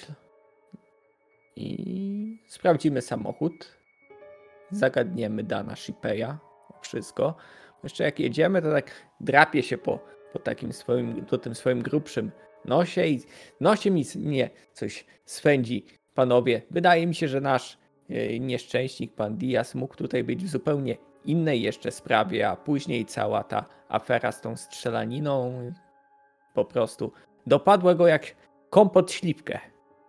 I sprawdzimy samochód. Zagadniemy Dana Shipeya. Wszystko. Jeszcze jak jedziemy, to tak drapie się po, po takim swoim, po tym swoim grubszym nosie i nosie mi mnie coś swędzi. Panowie, wydaje mi się, że nasz e, nieszczęśnik, pan Diaz, mógł tutaj być w zupełnie innej jeszcze sprawie, a później cała ta afera z tą strzelaniną po prostu dopadła go jak kompot śliwkę.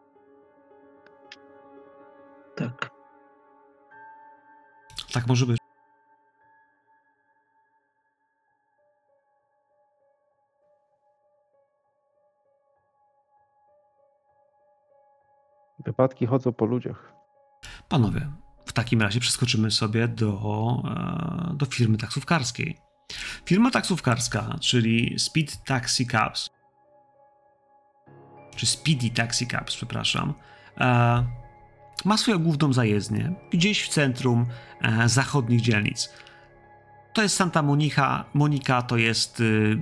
Tak. Tak może być. Wypadki chodzą po ludziach. Panowie, w takim razie przeskoczymy sobie do, e, do firmy taksówkarskiej. Firma taksówkarska, czyli Speed Taxi Cabs, czy Speedy Taxi Cabs, przepraszam, e, ma swoją główną zajezdnię gdzieś w centrum e, zachodnich dzielnic. To jest Santa Monica, Monica to jest y,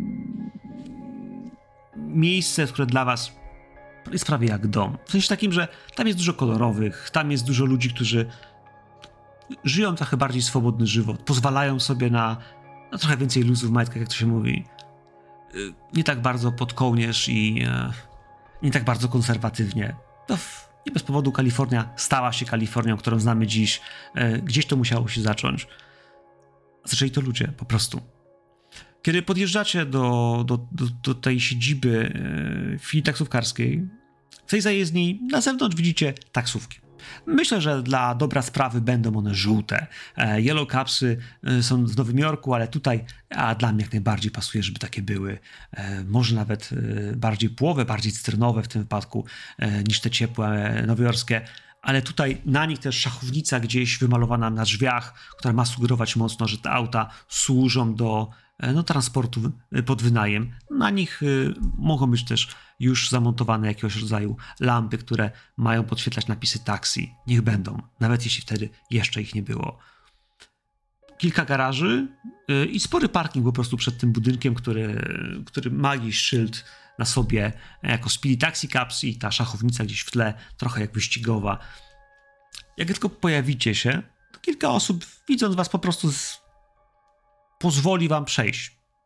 miejsce, które dla was jest prawie jak dom. W sensie takim, że tam jest dużo kolorowych, tam jest dużo ludzi, którzy żyją trochę bardziej swobodny żywot, pozwalają sobie na, na trochę więcej luzu w majtkach, jak to się mówi. Y, nie tak bardzo pod kołnierz i y, nie tak bardzo konserwatywnie. To w, nie bez powodu Kalifornia stała się Kalifornią, którą znamy dziś. Y, gdzieś to musiało się zacząć. Zaczęli to ludzie, po prostu. Kiedy podjeżdżacie do, do, do, do tej siedziby e, filii taksówkarskiej, w tej zajezdni na zewnątrz widzicie taksówki. Myślę, że dla dobra sprawy będą one żółte. E, yellow Cabsy e, są w Nowym Jorku, ale tutaj, a dla mnie jak najbardziej pasuje, żeby takie były. E, może nawet e, bardziej płowe, bardziej cytrynowe w tym wypadku, e, niż te ciepłe e, nowojorskie. Ale tutaj na nich też szachownica gdzieś wymalowana na drzwiach, która ma sugerować mocno, że te auta służą do no, transportu pod wynajem. Na nich y, mogą być też już zamontowane jakiegoś rodzaju lampy, które mają podświetlać napisy taksi. Niech będą, nawet jeśli wtedy jeszcze ich nie było. Kilka garaży y, i spory parking po prostu przed tym budynkiem, który, który ma jakiś szyld na sobie jako Speedy Taxi Cabs i ta szachownica gdzieś w tle, trochę jak wyścigowa. Jak tylko pojawicie się, to kilka osób, widząc was, po prostu z... pozwoli wam przejść.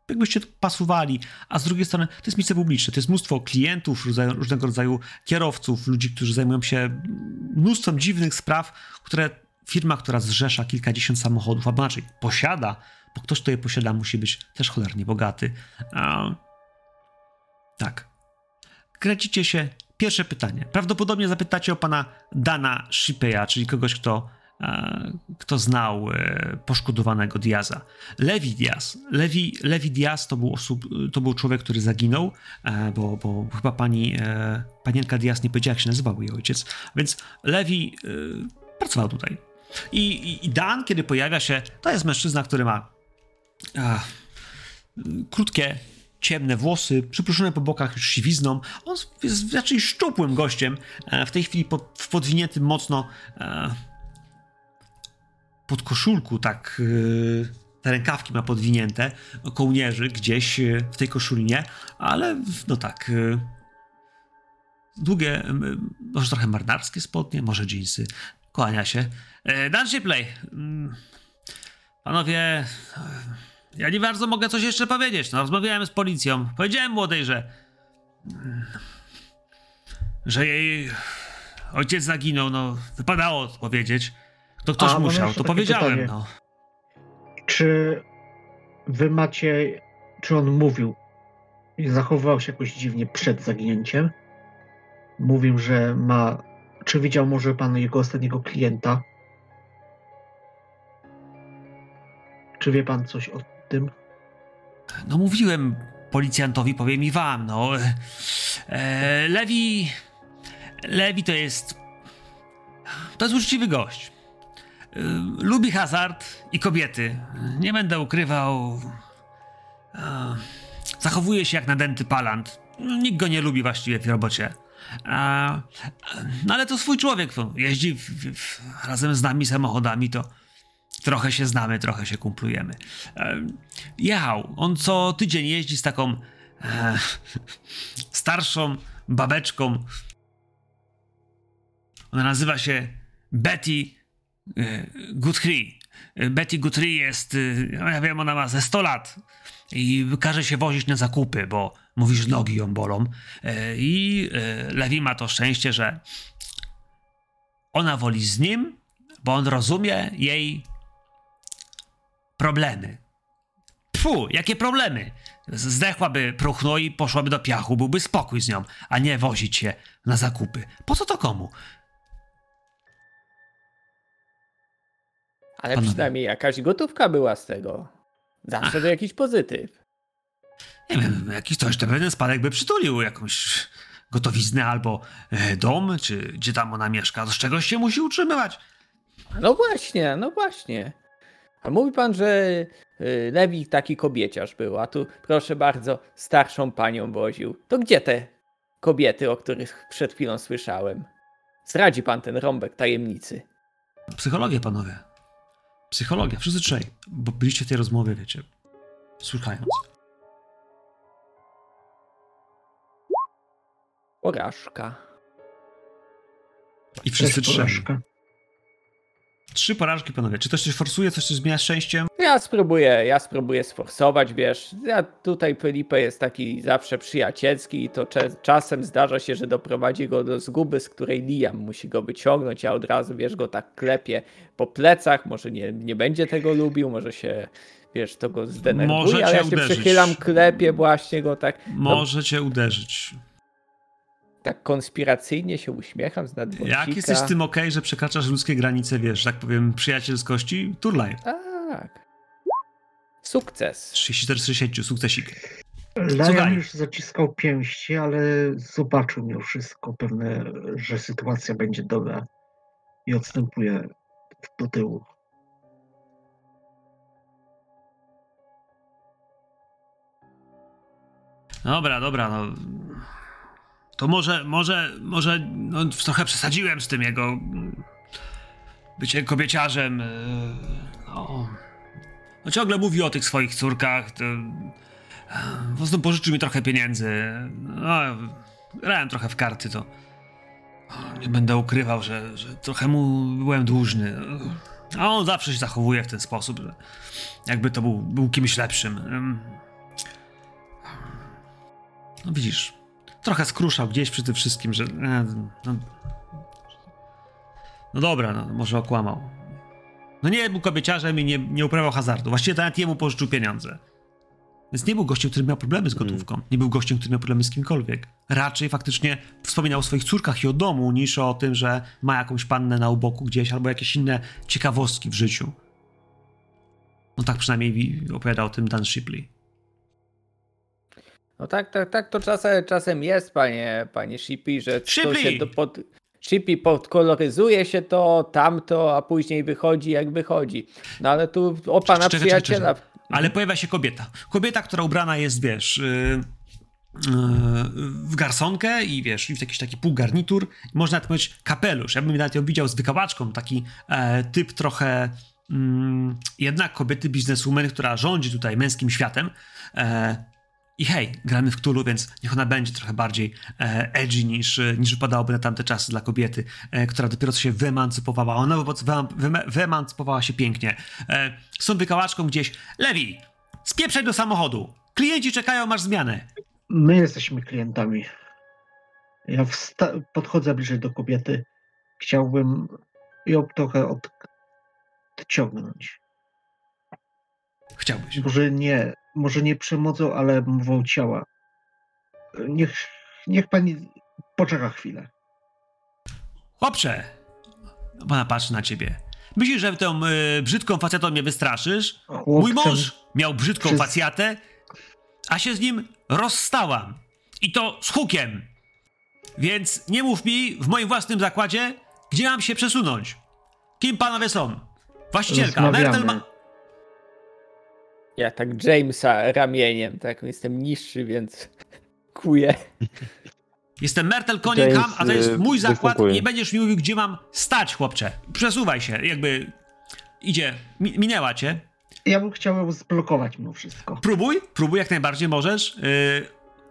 jakbyście pasowali, a z drugiej strony to jest miejsce publiczne, to jest mnóstwo klientów, różnego rodzaju kierowców, ludzi, którzy zajmują się mnóstwem dziwnych spraw, które firma, która zrzesza kilkadziesiąt samochodów, albo inaczej posiada, bo ktoś, kto je posiada, musi być też cholernie bogaty. A... Tak. Kręcicie się. Pierwsze pytanie. Prawdopodobnie zapytacie o pana Dana Shipeya, czyli kogoś, kto, e, kto znał e, poszkodowanego Diaza. Levi Diaz. Levi, Levi Diaz to był, osób, to był człowiek, który zaginął, e, bo, bo chyba pani e, panienka Diaz nie powiedziała, jak się nazywał jej ojciec, więc Levi e, pracował tutaj. I, i, I Dan, kiedy pojawia się, to jest mężczyzna, który ma a, krótkie, ciemne włosy, przypruszone po bokach już siwizną. On jest raczej szczupłym gościem. W tej chwili pod, w podwiniętym mocno e, pod koszulku, tak e, te rękawki ma podwinięte, kołnierzy gdzieś w tej koszuli nie, ale no tak e, długie, e, może trochę marnarskie spodnie, może dżinsy. Kłania się. E, Dan Shipley, mm, panowie, ja nie bardzo mogę coś jeszcze powiedzieć. No, rozmawiałem z policją. Powiedziałem młodej, że że jej ojciec zaginął. No, wypadało to powiedzieć. To ktoś A, mam musiał. jeszcze To takie powiedziałem, pytanie. no. Czy wy macie, czy on mówił i zachowywał się jakoś dziwnie przed zaginięciem? Mówił, że ma, czy widział może pan jego ostatniego klienta? Czy wie pan coś o tym? No mówiłem policjantowi, powiem i wam, no. E, Lewi... Lewi to jest... To jest uczciwy gość. E, lubi hazard i kobiety. Nie będę ukrywał... E, zachowuje się jak nadęty palant. Nikt go nie lubi właściwie w robocie. E, no ale to swój człowiek. To jeździ w, w, razem z nami samochodami, to trochę się znamy, trochę się kumplujemy. E, jechał. On co tydzień jeździ z taką e, starszą babeczką. Ona nazywa się Betty e, Guthrie. E, Betty Guthrie jest, e, ja wiem, ona ma ze sto lat i każe się wozić na zakupy, bo mówi, że nogi ją bolą. E, I e, Levi ma to szczęście, że ona woli z nim, bo on rozumie jej problemy. Pfu, jakie problemy? Zdechłaby próchno i poszłaby do piachu, byłby spokój z nią, a nie wozić się na zakupy. Po co to komu? Ale Panowie. przynajmniej jakaś gotówka była z tego. Zawsze Ach. to jakiś pozytyw. Nie wiem, jakiś coś, to pewien spadek by przytulił, jakąś gotowiznę albo e, dom, czy gdzie tam ona mieszka, z czegoś się musi utrzymywać. No właśnie, no właśnie. A mówi pan, że y, Lewi taki kobieciarz był, a tu proszę bardzo, starszą panią woził. To gdzie te kobiety, o których przed chwilą słyszałem? Zdradzi pan ten rąbek tajemnicy. Psychologia, panowie. Psychologia, wszyscy trzej, bo byliście w tej rozmowie, wiecie, słuchając. Porażka. I wszyscy Też trzej. porażka. Trzy porażki, panowie. Czy coś coś forsuje, coś coś zmienia szczęściem? Ja spróbuję, ja spróbuję sforsować, wiesz. Ja tutaj Felipe jest taki zawsze przyjacielski i to cze- czasem zdarza się, że doprowadzi go do zguby, z której Liam musi go wyciągnąć. Ja od razu, wiesz, go tak klepię po plecach. Może nie, nie będzie tego lubił, może się, wiesz, to go zdenerwuje, Może ale cię ja się uderzyć. przychylam, klepię właśnie go tak. No, Może cię uderzyć. tak konspiracyjnie się uśmiecham z nadwórcika. Jak jesteś z tym okej, że przekraczasz ludzkie granice, wiesz, tak powiem, przyjacielskości? Turlaj. Tak. Sukces. trzydzieści cztery trzydzieści, sukcesik. Lion Słuchaj. już zaciskał pięści, ale zobaczył mimo wszystko pewne, że sytuacja będzie dobra i odstępuje do tyłu. Dobra, dobra, no. To może, może, może no, trochę przesadziłem z tym jego bycie kobieciarzem. No, no ciągle mówi o tych swoich córkach. To, po prostu pożyczył mi trochę pieniędzy. No, grałem trochę w karty, to nie będę ukrywał, że, że trochę mu byłem dłużny. A on zawsze się zachowuje w ten sposób, że jakby to był, był kimś lepszym. No widzisz, trochę skruszał gdzieś przy tym wszystkim, że... E, no, no dobra, no, może okłamał. No nie był kobieciarzem i nie, nie uprawiał hazardu. Właściwie to nawet jemu pożyczył pieniądze. Więc nie był gościem, który miał problemy z gotówką. Hmm. Nie był gościem, który miał problemy z kimkolwiek. Raczej faktycznie wspominał o swoich córkach i o domu, niż o tym, że ma jakąś pannę na uboku gdzieś, albo jakieś inne ciekawostki w życiu. No tak przynajmniej opowiadał o tym Dan Shipley. No tak, tak, tak to czasem, czasem jest, panie, panie Shippy, że to się do pod... Shippy podkoloryzuje się to, tamto, a później wychodzi jak wychodzi. No ale tu o pana czekaj, przyjaciela... czekaj, czekaj. Ale pojawia się kobieta. Kobieta, która ubrana jest, wiesz, yy, yy, w garsonkę i wiesz, i w jakiś taki półgarnitur. Można nawet powiedzieć kapelusz. Ja bym nawet ją widział z wykałaczką. Taki e, typ trochę mm, jednak kobiety bizneswoman, która rządzi tutaj męskim światem. E, I hej, gramy w Cthulhu, więc niech ona będzie trochę bardziej e, edgy niż, niż wypadałoby na tamte czasy dla kobiety, e, która dopiero co się wyemancypowała. Ona wyema- wyemancypowała się pięknie. E, z tą wykałaczką gdzieś. Lewi, spieprzaj do samochodu. Klienci czekają, masz zmianę. My jesteśmy klientami. Ja wsta- podchodzę bliżej do kobiety. Chciałbym ją trochę od- odciągnąć. Chciałbyś. Może nie, może nie przemocą, ale mową ciała. Niech, niech pani poczeka chwilę. Chłopcze, ona patrzy na ciebie. Myślisz, że tą y, brzydką facetą mnie wystraszysz? Chłopcem, Mój mąż miał brzydką przez- facjatę, a się z nim rozstałam. I to z hukiem. Więc nie mów mi w moim własnym zakładzie, gdzie mam się przesunąć. Kim panowie są? Właścicielka, Rozmawiamy. Myrtle ma... Ja tak Jamesa ramieniem, tak jestem niższy, więc kuję. Jestem Myrtle Cunningham, a to jest y, mój zakład występuje. i nie będziesz mi mówił, gdzie mam stać, chłopcze. Przesuwaj się, jakby... Idzie, mi, minęła cię. Ja bym chciał ją zblokować mimo wszystko. Próbuj, próbuj jak najbardziej możesz. Yy...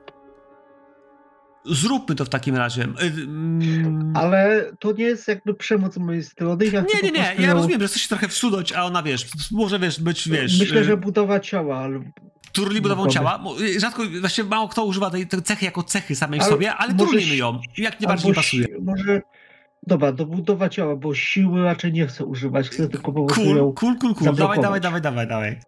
Zróbmy to w takim razie. Yy, mm... Ale to nie jest jakby przemoc z mojej strony. Ja chcę Nie, nie, po nie, prostu ja ją- rozumiem, że chcesz się trochę wsunąć, a ona, wiesz, może, wiesz, być, wiesz... Myślę, yy, że budowa ciała, ale Turli budową Dobra. ciała. Mo- Rzadko, właściwie mało kto używa tej, tej cechy jako cechy samej w Ale sobie, ale może turlimy si- ją. Jak albo najbardziej pasuje. si- Może... Dobra, do budowa ciała, bo siły raczej nie chcę używać. Chcę tylko po prostu Cool, ją... cool, cool, cool. Dawaj, zablokować. dawaj, dawaj, dawaj, dawaj.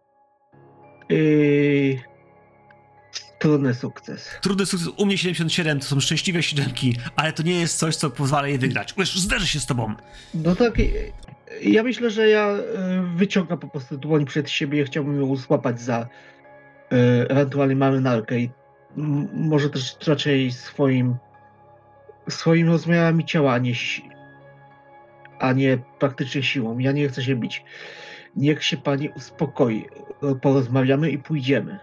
Yy... Trudny sukces. Trudny sukces. U mnie siedemdziesiąt siedem to są szczęśliwe siódemki, ale to nie jest coś, co pozwala jej wygrać. Wiesz, zderzy się z tobą. No tak, yy, ja myślę, że ja yy, wyciągam po prostu dłoń przed siebie i chciałbym ją złapać za yy, ewentualnie marynarkę i m- może też raczej swoim swoimi rozmiarami ciała, a nie, si- a nie praktycznie siłą. Ja nie chcę się bić. Niech się pani uspokoi. Porozmawiamy i pójdziemy.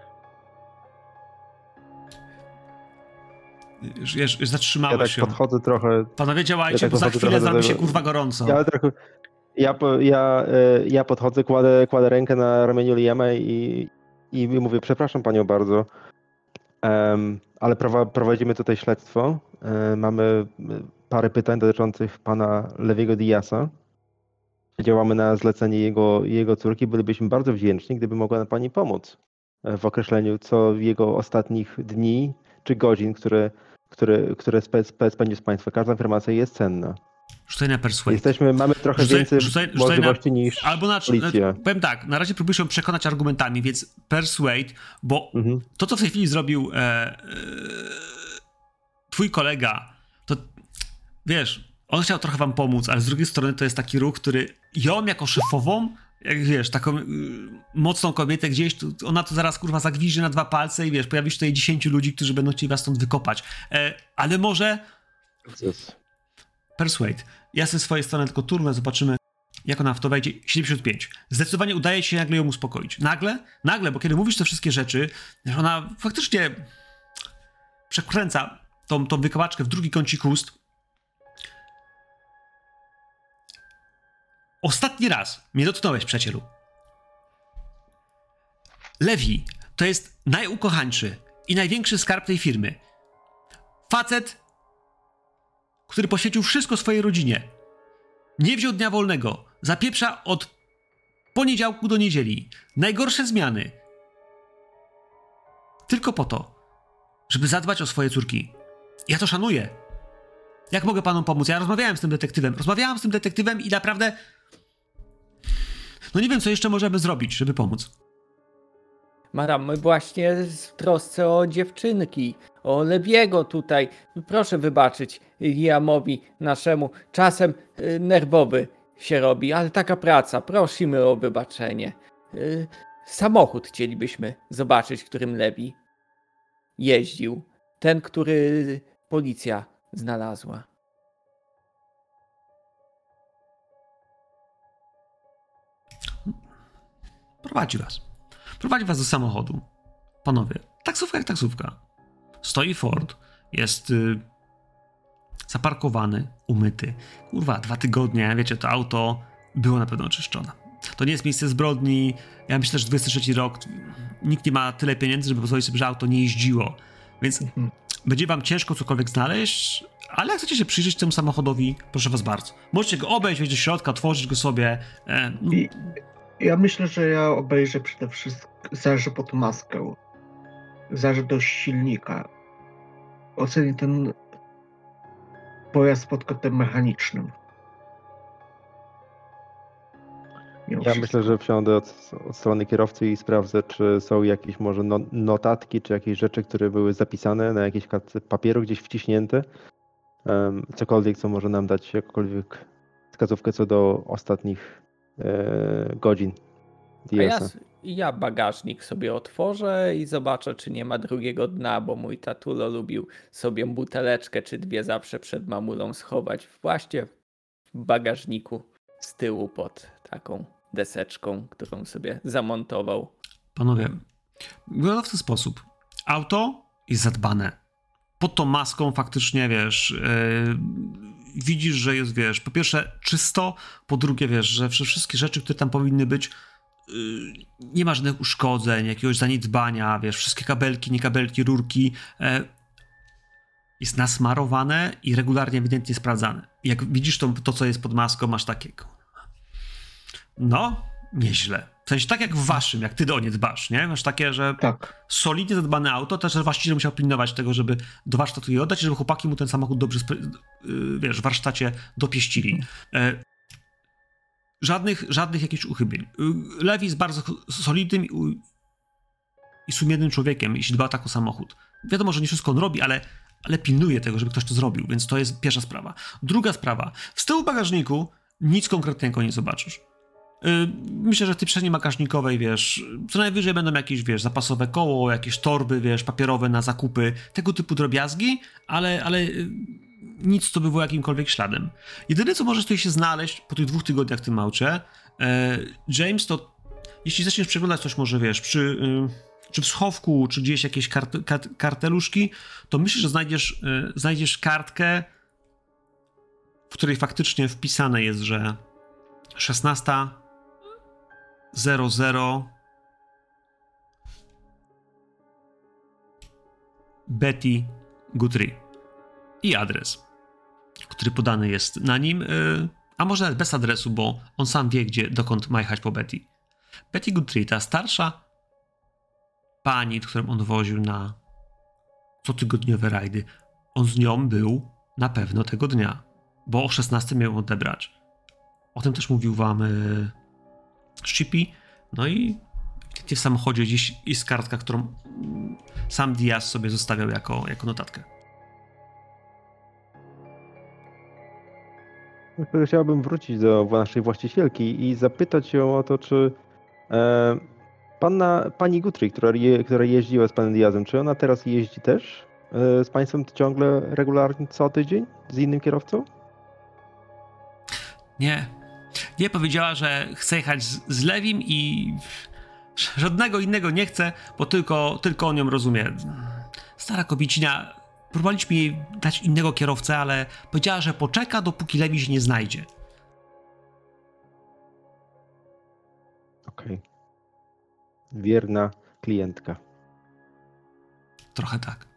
Już, już, już Ja zatrzymałeś tak się. podchodzę trochę. Panowie, działajcie, Ja tak bo za podchodzę chwilę trochę do zrobi się tego- kurwa gorąco. Ja trochę. Ja, po- ja, e, ja podchodzę, kładę, kładę rękę na ramieniu Liama i, i mówię, przepraszam panią bardzo, em, ale prowa, prowadzimy tutaj śledztwo. E, mamy e, parę pytań dotyczących pana Lewiego Diasa. Działamy na zlecenie jego, jego córki. Bylibyśmy bardzo wdzięczni, gdyby mogła nam pani pomóc e, w określeniu, co w jego ostatnich dni czy godzin, które, które, które spe, spe, spędził z państwem. Każda informacja jest cenna. Rzucaj na persuade. Jesteśmy, mamy trochę Rzucaj- więcej rzucaj- rzucaj możliwości na- niż Albo na... policja. Powiem tak, na razie próbujesz ją przekonać argumentami, więc persuade, bo Mhm. to, co w tej chwili zrobił e, e, twój kolega, to wiesz, on chciał trochę wam pomóc, ale z drugiej strony to jest taki ruch, który ją jako szefową, jak wiesz, taką y, mocną kobietę gdzieś, to ona to zaraz kurwa zagwizdży na dwa palce i wiesz, pojawi się tutaj dziesięciu ludzi, którzy będą chcieli was stąd wykopać. E, ale może Jezus. persuade. Ja ze swojej strony tylko turnę, zobaczymy, jak ona w to wejdzie. siedemdziesiąt pięć. Zdecydowanie udaje się nagle ją uspokoić. Nagle? Nagle, bo kiedy mówisz te wszystkie rzeczy, ona faktycznie przekręca tą, tą wykałaczkę w drugi kącik ust. Ostatni raz mnie dotknąłeś, przyjacielu. Lewi to jest najukochańszy i największy skarb tej firmy. Facet, który poświęcił wszystko swojej rodzinie. Nie wziął dnia wolnego. Zapieprza od poniedziałku do niedzieli. Najgorsze zmiany. Tylko po to, żeby zadbać o swoje córki. Ja to szanuję. Jak mogę panu pomóc? Ja rozmawiałem z tym detektywem. Rozmawiałem z tym detektywem i naprawdę... No nie wiem, co jeszcze możemy zrobić, żeby pomóc. Madam, my właśnie w trosce o dziewczynki, o Lebiego tutaj. Proszę wybaczyć Liamowi naszemu. Czasem y, nerwowy się robi, ale taka praca. Prosimy o wybaczenie. Y, samochód chcielibyśmy zobaczyć, którym Lebi jeździł. Ten, który policja znalazła. Prowadzi was. Prowadzi was do samochodu. Panowie, taksówka jak taksówka. Stoi Ford, jest y, zaparkowany, umyty. Kurwa, dwa tygodnie, wiecie, to auto było na pewno oczyszczone. To nie jest miejsce zbrodni. Ja myślę, że dwudziesty trzeci rok, nikt nie ma tyle pieniędzy, żeby pozwolić sobie, że auto nie jeździło. Więc mhm. będzie wam ciężko cokolwiek znaleźć, ale jak chcecie się przyjrzeć temu samochodowi, proszę was bardzo. Możecie go obejść, wejść do środka, otworzyć go sobie. E, no. I ja myślę, że ja obejrzę przede wszystkim, zajrzę pod maskę, zajrzę do silnika. Ocenię ten pojazd pod kątem mechanicznym. Mimo Ja wszystko. myślę, że wsiądę od, od strony kierowcy i sprawdzę, czy są jakieś może no, notatki, czy jakieś rzeczy, które były zapisane na jakiejś kartce papieru gdzieś wciśnięte. Um, cokolwiek, co może nam dać jakąkolwiek wskazówkę co do ostatnich e, godzin A ja, D S a. ja bagażnik sobie otworzę i zobaczę, czy nie ma drugiego dna, bo mój tatulo lubił sobie buteleczkę czy dwie zawsze przed mamulą schować właśnie w bagażniku z tyłu pod taką deseczką, którą sobie zamontował. Panowie, wygląda w ten sposób. Auto jest zadbane. Pod tą maską faktycznie, wiesz, yy, widzisz, że jest, wiesz, po pierwsze czysto, po drugie, wiesz, że wszystkie rzeczy, które tam powinny być, yy, nie ma żadnych uszkodzeń, jakiegoś zaniedbania, wiesz, wszystkie kabelki, nie kabelki, rurki, yy, jest nasmarowane i regularnie, ewidentnie sprawdzane. Jak widzisz to, to, co jest pod maską, masz takiego. No, nieźle. W sensie tak jak w waszym, jak ty o nie dbasz, nie? Masz takie, że Tak. solidnie zadbane auto, też właściciel musiał pilnować tego, żeby do warsztatu je oddać, żeby chłopaki mu ten samochód dobrze, wiesz, w warsztacie dopieścili. E, żadnych, żadnych jakichś uchybień. Lewi jest bardzo solidnym i, i sumiennym człowiekiem, jeśli dba tak o samochód. Wiadomo, że nie wszystko on robi, ale, ale pilnuje tego, żeby ktoś to zrobił, więc to jest pierwsza sprawa. Druga sprawa. Z tyłu bagażniku nic konkretnego nie zobaczysz. Myślę, że w tej przestrzeni bagażnikowej, wiesz, co najwyżej będą jakieś, wiesz, zapasowe koło, jakieś torby, wiesz, papierowe na zakupy, tego typu drobiazgi, ale, ale nic, co by było jakimkolwiek śladem. Jedyne, co możesz tutaj się znaleźć po tych dwóch tygodniach w tym aucie, e, James, to jeśli zaczniesz przeglądać coś może, wiesz, przy, y, czy w schowku, czy gdzieś jakieś kart, kart, karteluszki, to myślę, że znajdziesz, y, znajdziesz kartkę, w której faktycznie wpisane jest, że szesnasta zero zero Betty Guthrie i adres, który podany jest na nim, yy, a może nawet bez adresu, bo on sam wie, gdzie, dokąd ma jechać po Betty. Betty Guthrie, ta starsza pani, którą on woził na cotygodniowe rajdy, on z nią był na pewno tego dnia, bo o szesnastej miał odebrać. O tym też mówił wam yy, Shippy. No i w samochodzie gdzieś jest kartka, którą sam Diaz sobie zostawiał jako, jako notatkę. Chciałbym wrócić do naszej właścicielki i zapytać ją o to, czy e, panna, pani Guthrie, która, je, która jeździła z panem Diazem, czy ona teraz jeździ też e, z państwem ciągle regularnie co tydzień z innym kierowcą? Nie. Nie, powiedziała, że chce jechać z, z Lewim i żadnego innego nie chce, bo tylko, tylko on ją rozumie. Stara kobiecina, próbowaliśmy jej dać innego kierowcę, ale powiedziała, że poczeka, dopóki Lewi się nie znajdzie. Okej. Okay. Wierna klientka. Trochę tak.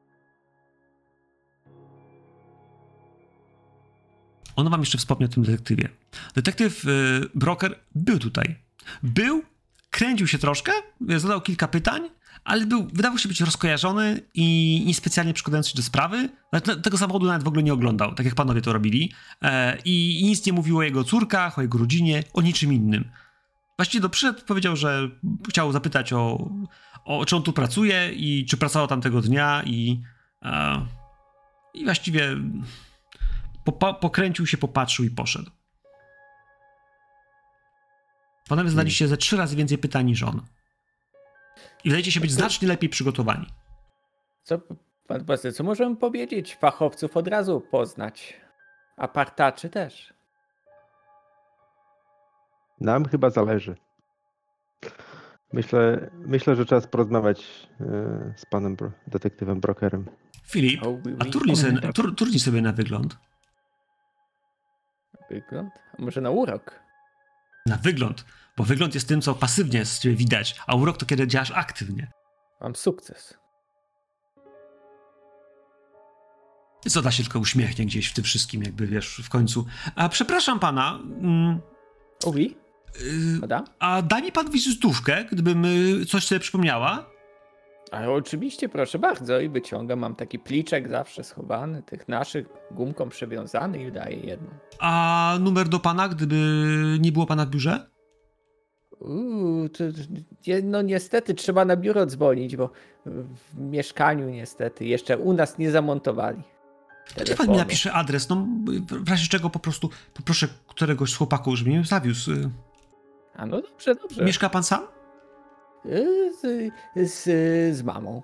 Ona wam jeszcze wspomni o tym detektywie. Detektyw yy, Broker był tutaj. Był, kręcił się troszkę, zadał kilka pytań, ale był, wydawał się być rozkojarzony i niespecjalnie przykładający się do sprawy. Tego samochodu nawet w ogóle nie oglądał, tak jak panowie to robili. E, i, I nic nie mówił o jego córkach, o jego rodzinie, o niczym innym. Właściwie do przyszedł, powiedział, że chciał zapytać o, o czy on tu pracuje i czy pracował tamtego dnia i, e, i właściwie po, po, pokręcił się, popatrzył i poszedł. Panowie zadaliście ze trzy razy więcej pytań niż on. I wydajecie się być znacznie lepiej przygotowani. Co, pan poseł, co możemy powiedzieć? Fachowców od razu poznać. A partaczy też. Nam chyba zależy. Myślę, myślę że czas porozmawiać e, z panem bro, detektywem Brokerem. Filip, O, oui, oui. a turnij sobie, tur, turnij sobie na wygląd. Wygląd? A może na urok? Na wygląd, bo wygląd jest tym, co pasywnie z ciebie widać, a urok to kiedy działasz aktywnie. Mam sukces. I co da się tylko uśmiechnie gdzieś w tym wszystkim, jakby wiesz, w końcu. A przepraszam pana, mm, O, oui? yy, Madame? a da mi pan wizytówkę, gdybym y, coś sobie przypomniała? A oczywiście, proszę bardzo. I wyciągam, mam taki pliczek zawsze schowany, tych naszych gumką przywiązany i daję jedną. A numer do pana, gdyby nie było pana w biurze? Uuu, to, nie- no niestety trzeba na biuro dzwonić, bo w mieszkaniu niestety jeszcze u nas nie zamontowali. To niech pan mi telefonu. napisze adres, no w razie czego po prostu poproszę któregoś z chłopaków, żeby mnie zawiózł. Y, A no dobrze, dobrze. Mieszka pan sam? Y, Z, z, z mamą.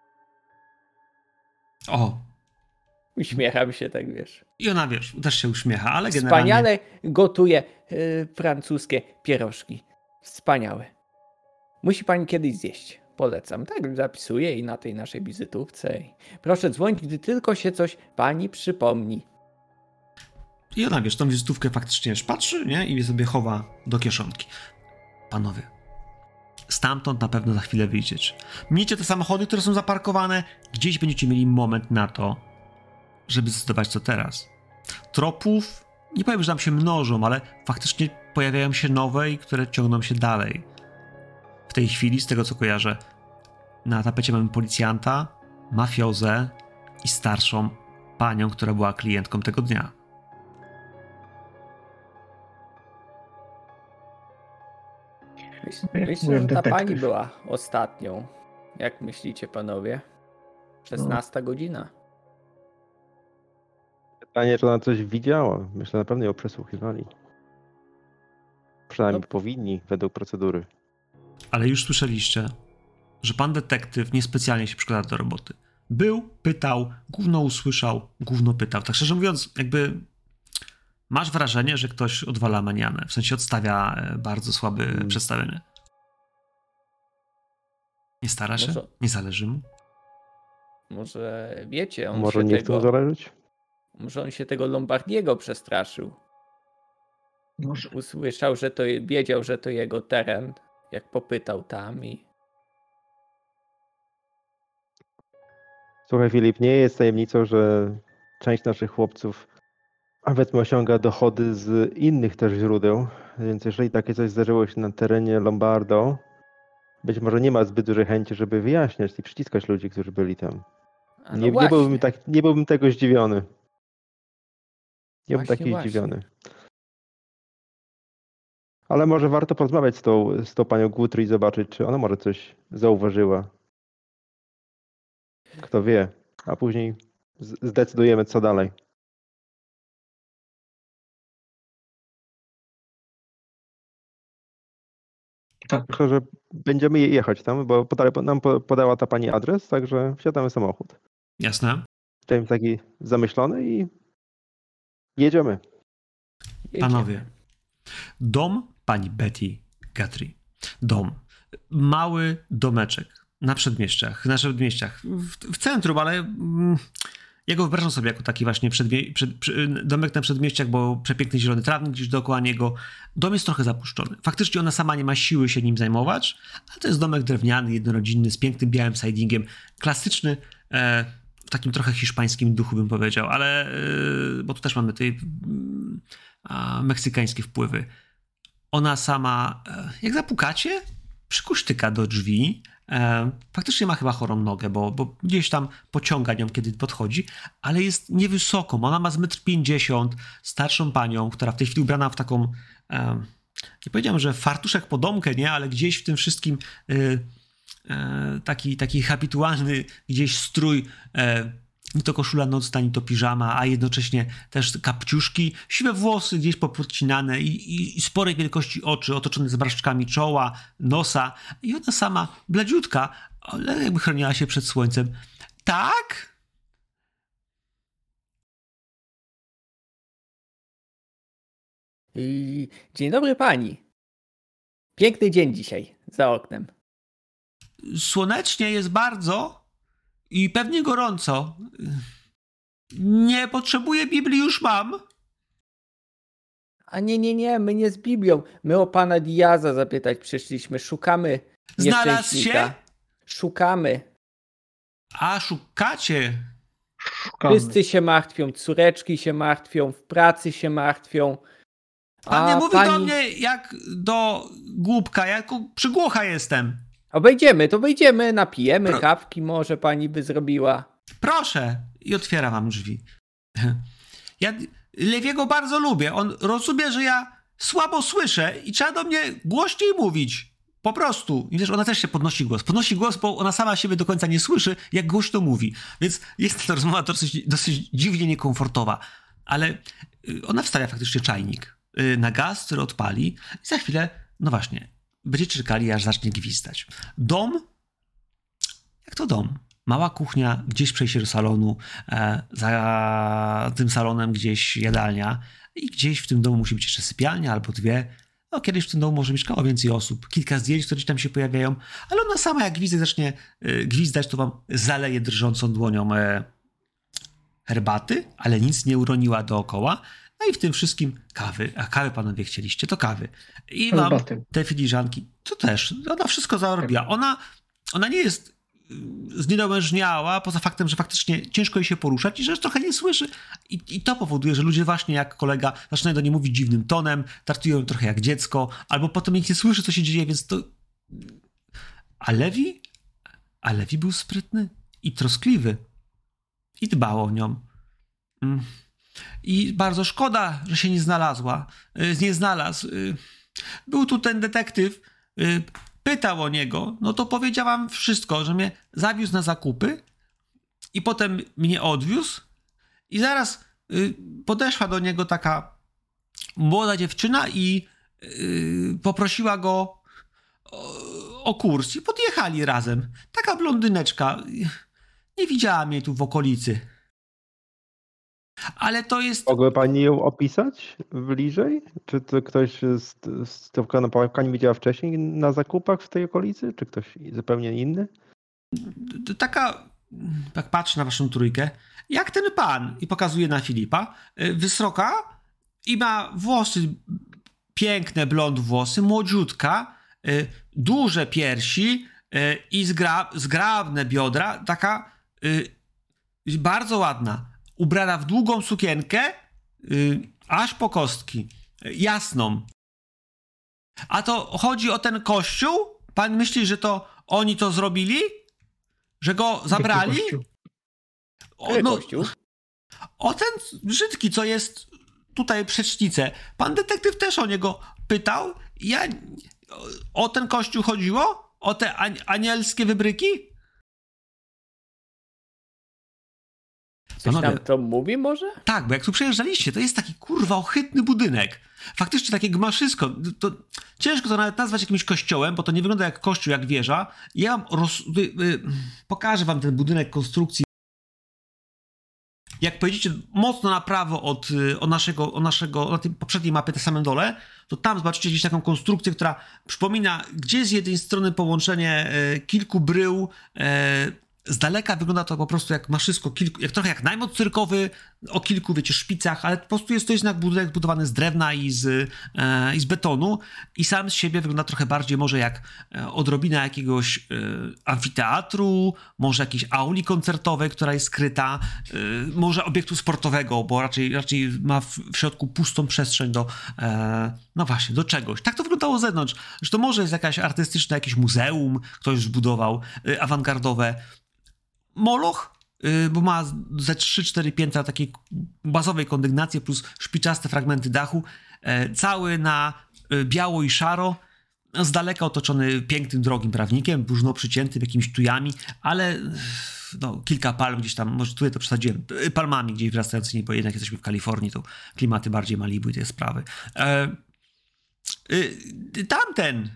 O, Uśmiecham się, tak wiesz. i ona, wiesz, też się uśmiecha, ale generalnie... Wspaniale gotuje y, francuskie pierożki. Wspaniałe. Musi pani kiedyś zjeść. Polecam. Tak, zapisuję i na tej naszej wizytówce. I proszę dzwonić, gdy tylko się coś pani przypomni. I ona, wiesz, tą wizytówkę faktycznie już patrzy, nie? I sobie chowa do kieszonki. Panowie, stamtąd na pewno za chwilę wyjdziecie. Miejcie te samochody, które są zaparkowane. Gdzieś będziecie mieli moment na to, żeby zdecydować co teraz. Tropów, nie powiem, że tam się mnożą, ale faktycznie pojawiają się nowe i które ciągną się dalej. W tej chwili, z tego co kojarzę, na tapecie mamy policjanta, mafiozę i starszą panią, która była klientką tego dnia. Myśl, Jak myślę, mówię, że ta detektyw. pani była ostatnią. Jak myślicie, panowie? szesnasta godzina. Pytanie, czy ona coś widziała? Myślę, na pewno ją przesłuchiwali. Przynajmniej No. powinni, według procedury. Ale już słyszeliście, że pan detektyw niespecjalnie się przykłada do roboty. Był, pytał, gówno usłyszał, gówno pytał. Tak szczerze mówiąc, jakby masz wrażenie, że ktoś odwala manianę. W sensie odstawia e, bardzo słabe Hmm. przedstawienie. Nie stara się? Może- Nie zależy mu? Może wiecie, on Może się nie chce mu tego, zależeć? może on się tego Lombardiego przestraszył. Może, Usłyszał, że to je- wiedział, że to jego teren, jak popytał tam i Słuchaj, Filip, nie jest tajemnicą, że część naszych chłopców, a powiedzmy, osiąga dochody z innych też źródeł, więc jeżeli takie coś zdarzyło się na terenie Lombardo, być może nie ma zbyt dużej chęci, żeby wyjaśniać i przyciskać ludzi, którzy byli tam. A no nie, nie, właśnie. byłbym tak, nie byłbym tego zdziwiony. Nie byłbym Właśnie, taki właśnie. zdziwiony. Ale może warto porozmawiać z tą, z tą panią Guthrie i zobaczyć, czy ona może coś zauważyła. Kto wie, a później z- zdecydujemy, co dalej. tak, Myślę, że będziemy je- jechać tam, bo podali, nam po- podała ta pani adres, także wsiadamy w samochód. Jasne? Jestem taki zamyślony i jedziemy. Jedziemy. Panowie, dom pani Betty Guthrie. Dom. Mały domeczek na przedmieściach, na przedmieściach, w, w centrum, ale mm, ja go wyobrażam sobie jako taki właśnie przedmie- przed, przy, domek na przedmieściach, bo przepiękny zielony trawnik gdzieś dookoła niego. Dom jest trochę zapuszczony. Faktycznie ona sama nie ma siły się nim zajmować, ale to jest domek drewniany, jednorodzinny, z pięknym białym sidingiem. Klasyczny, e, w takim trochę hiszpańskim duchu bym powiedział, ale e, bo tu też mamy tej mm, a, meksykańskie wpływy. Ona sama, e, jak zapukacie, przykuśtyka do drzwi. E, faktycznie ma chyba chorą nogę, bo, bo gdzieś tam pociąga nią, kiedy podchodzi, ale jest niewysoką. Ona ma z metr pięćdziesiąt, starszą panią, która w tej chwili ubrana w taką, e, nie powiedziałem, że fartuszek podomkę, nie, ale gdzieś w tym wszystkim e, e, taki, taki habitualny gdzieś strój, e, ni to koszula nocna, ni to piżama, a jednocześnie też kapciuszki, siwe włosy gdzieś popodcinane i, i, i sporej wielkości oczy, otoczone zmarszczkami czoła, nosa i ona sama bladziutka, ale jakby chroniła się przed słońcem. Tak? I... Dzień dobry pani. Piękny dzień dzisiaj za oknem. Słonecznie jest bardzo i pewnie gorąco. Nie potrzebuję Biblii, już mam. A nie, nie, nie, my nie z Biblią. My o pana Diaza zapytać przyszliśmy. Szukamy Znalazł nieszczęśnika. się? Szukamy. A, szukacie. Szukamy. Wszyscy się martwią, córeczki się martwią, w pracy się martwią. Pan nie A mówi pani... do mnie jak do głupka, jak przygłucha jestem. A wejdziemy, to wejdziemy, napijemy Pro... kawki, może pani by zrobiła. Proszę. I otwiera wam drzwi. Ja Lewiego bardzo lubię. On rozumie, że ja słabo słyszę i trzeba do mnie głośniej mówić. Po prostu. I wiesz, ona też się podnosi głos. Podnosi głos, bo ona sama siebie do końca nie słyszy, jak głośno mówi. Więc jest ta rozmowa dosyć, dosyć dziwnie niekomfortowa. Ale ona wstawia faktycznie czajnik na gaz, który odpali i za chwilę, no właśnie, będziecie czekali, aż zacznie gwizdać. Dom? Jak to dom? Mała kuchnia, gdzieś przejście do salonu, e, za tym salonem gdzieś jadalnia i gdzieś w tym domu musi być jeszcze sypialnia albo dwie. No kiedyś w tym domu może mieszkało więcej osób. Kilka zdjęć, które tam się pojawiają, ale ona sama jak gwizdek zacznie e, gwizdać, to wam zaleje drżącą dłonią e, herbaty, ale nic nie uroniła dookoła. No i w tym wszystkim kawy. A kawy panowie chcieliście, to kawy. I mam Herbaty. te filiżanki. To też. Ona wszystko zarobiła. Ona, ona nie jest zniedołężniała, poza faktem, że faktycznie ciężko jej się poruszać i że trochę nie słyszy. I, I to powoduje, że ludzie właśnie jak kolega zaczynają do niej mówić dziwnym tonem, traktują ją trochę jak dziecko, albo potem nikt nie słyszy, co się dzieje, więc to... A Lewi? A Lewi był sprytny i troskliwy. I dbał o nią. Mm. I bardzo szkoda, że się nie znalazła. Nie znalazł. Był tu ten detektyw, pytał o niego, no to powiedziałam wszystko, że mnie zawiózł na zakupy i potem mnie odwiózł i zaraz podeszła do niego taka młoda dziewczyna i poprosiła go o, o kurs i podjechali razem. Taka blondyneczka. Nie widziałam jej tu w okolicy. Ale to jest... Mogłaby pani ją opisać bliżej? Czy to ktoś z, z tą pani widziała wcześniej na zakupach w tej okolicy? Czy ktoś zupełnie inny? Taka, jak patrzę na waszą trójkę, jak ten pan, i pokazuje na Filipa, wysoka i ma włosy, piękne blond włosy, młodziutka, duże piersi i zgra, zgrabne biodra, taka bardzo ładna. Ubrana w długą sukienkę, yy, aż po kostki. Jasną. A to chodzi o ten kościół? Pan myśli, że to oni to zrobili? Że go zabrali? O, no, kościół? O ten brzydki, co jest tutaj przed cznicę. Pan detektyw też o niego pytał. Ja... O ten kościół chodziło? O te anielskie wybryki? Coś tam to mówi może? Tak, bo jak tu przejeżdżaliście, to jest taki kurwa ohydny budynek. Faktycznie takie gmaszysko. To ciężko to nawet nazwać jakimś kościołem, bo to nie wygląda jak kościół, jak wieża. Ja wam roz... y, y, pokażę wam ten budynek konstrukcji. Jak pojedziecie mocno na prawo od, od naszego, od naszego, na tej poprzedniej mapy, na samym dole, to tam zobaczycie gdzieś taką konstrukcję, która przypomina, gdzie z jednej strony połączenie e, kilku brył, e, z daleka wygląda to po prostu jak maszysko, kilku, jak trochę jak najmot cyrkowy, o kilku, wiecie, szpicach, ale po prostu jest to jednak budynek zbudowany z drewna i z, e, i z betonu i sam z siebie wygląda trochę bardziej może jak e, odrobina jakiegoś e, amfiteatru, może jakiejś auli koncertowej, która jest skryta, e, może obiektu sportowego, bo raczej, raczej ma w, w środku pustą przestrzeń do, e, no właśnie, do czegoś. Tak to wyglądało z zewnątrz, że to może jest jakaś artystyczna, jakieś muzeum, ktoś zbudował, e, awangardowe. Moloch, yy, bo ma ze trzy cztery piętra takiej bazowej kondygnacji plus szpiczaste fragmenty dachu, yy, cały na yy, biało i szaro, z daleka otoczony pięknym, drogim trawnikiem, próżno przyciętym jakimiś tujami, ale yy, no, kilka palm gdzieś tam, może tutaj to przesadziłem, yy, palmami gdzieś wyrastającymi, bo jednak jesteśmy w Kalifornii, to klimaty bardziej Malibu i te sprawy. Yy, yy, tamten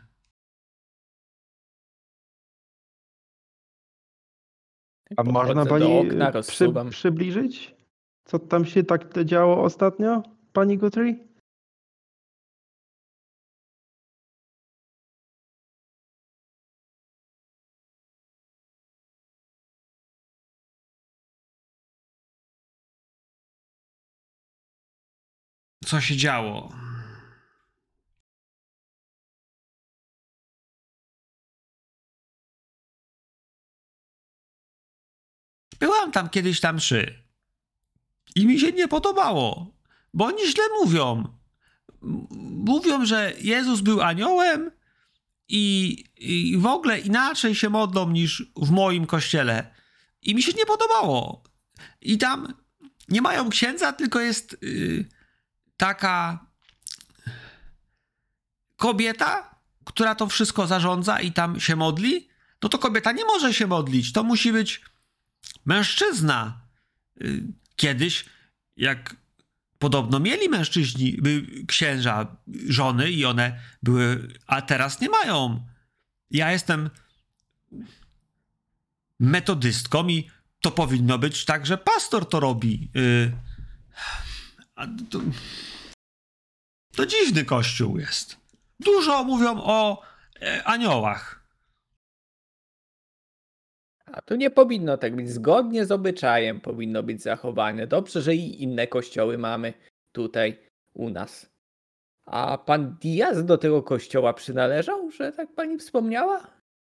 A można Podchodzę pani do okna, przy, rozsuwam. przybliżyć, co tam się tak działo ostatnio, pani Guthrie? co się działo? Byłam tam kiedyś na mszy i mi się nie podobało, bo oni źle mówią. M- Mówią, że Jezus był aniołem i, i w ogóle inaczej się modlą niż w moim kościele. I mi się nie podobało. I tam nie mają księdza, tylko jest y, taka kobieta, która to wszystko zarządza i tam się modli. No to kobieta nie może się modlić. To musi być mężczyzna. Y, Kiedyś, jak podobno mieli mężczyźni, y, księża, żony i one były, a teraz nie mają. Ja jestem metodystką i to powinno być tak, że pastor to robi. Y, a to, to dziwny kościół jest. Dużo mówią o e, aniołach. A tu nie powinno tak być. Zgodnie z obyczajem powinno być zachowane. Dobrze, że i inne kościoły mamy tutaj u nas. A pan Diaz do tego kościoła przynależał, że tak pani wspomniała?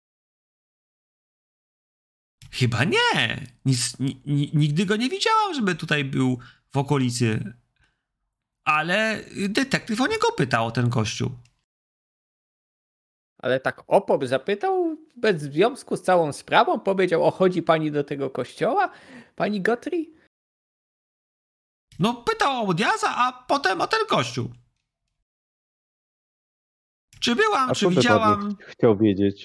Chyba nie. Nic, ni, ni, nigdy go nie widziałam, żeby tutaj był w okolicy. Ale detektyw o niego pytał, o ten kościół. Ale tak opop zapytał, bez związku z całą sprawą, powiedział, o chodzi pani do tego kościoła, pani Guthrie? No, pytał o Diaza, a potem o ten kościół. Czy byłam, A czy co widziałam... dokładnie chciał wiedzieć?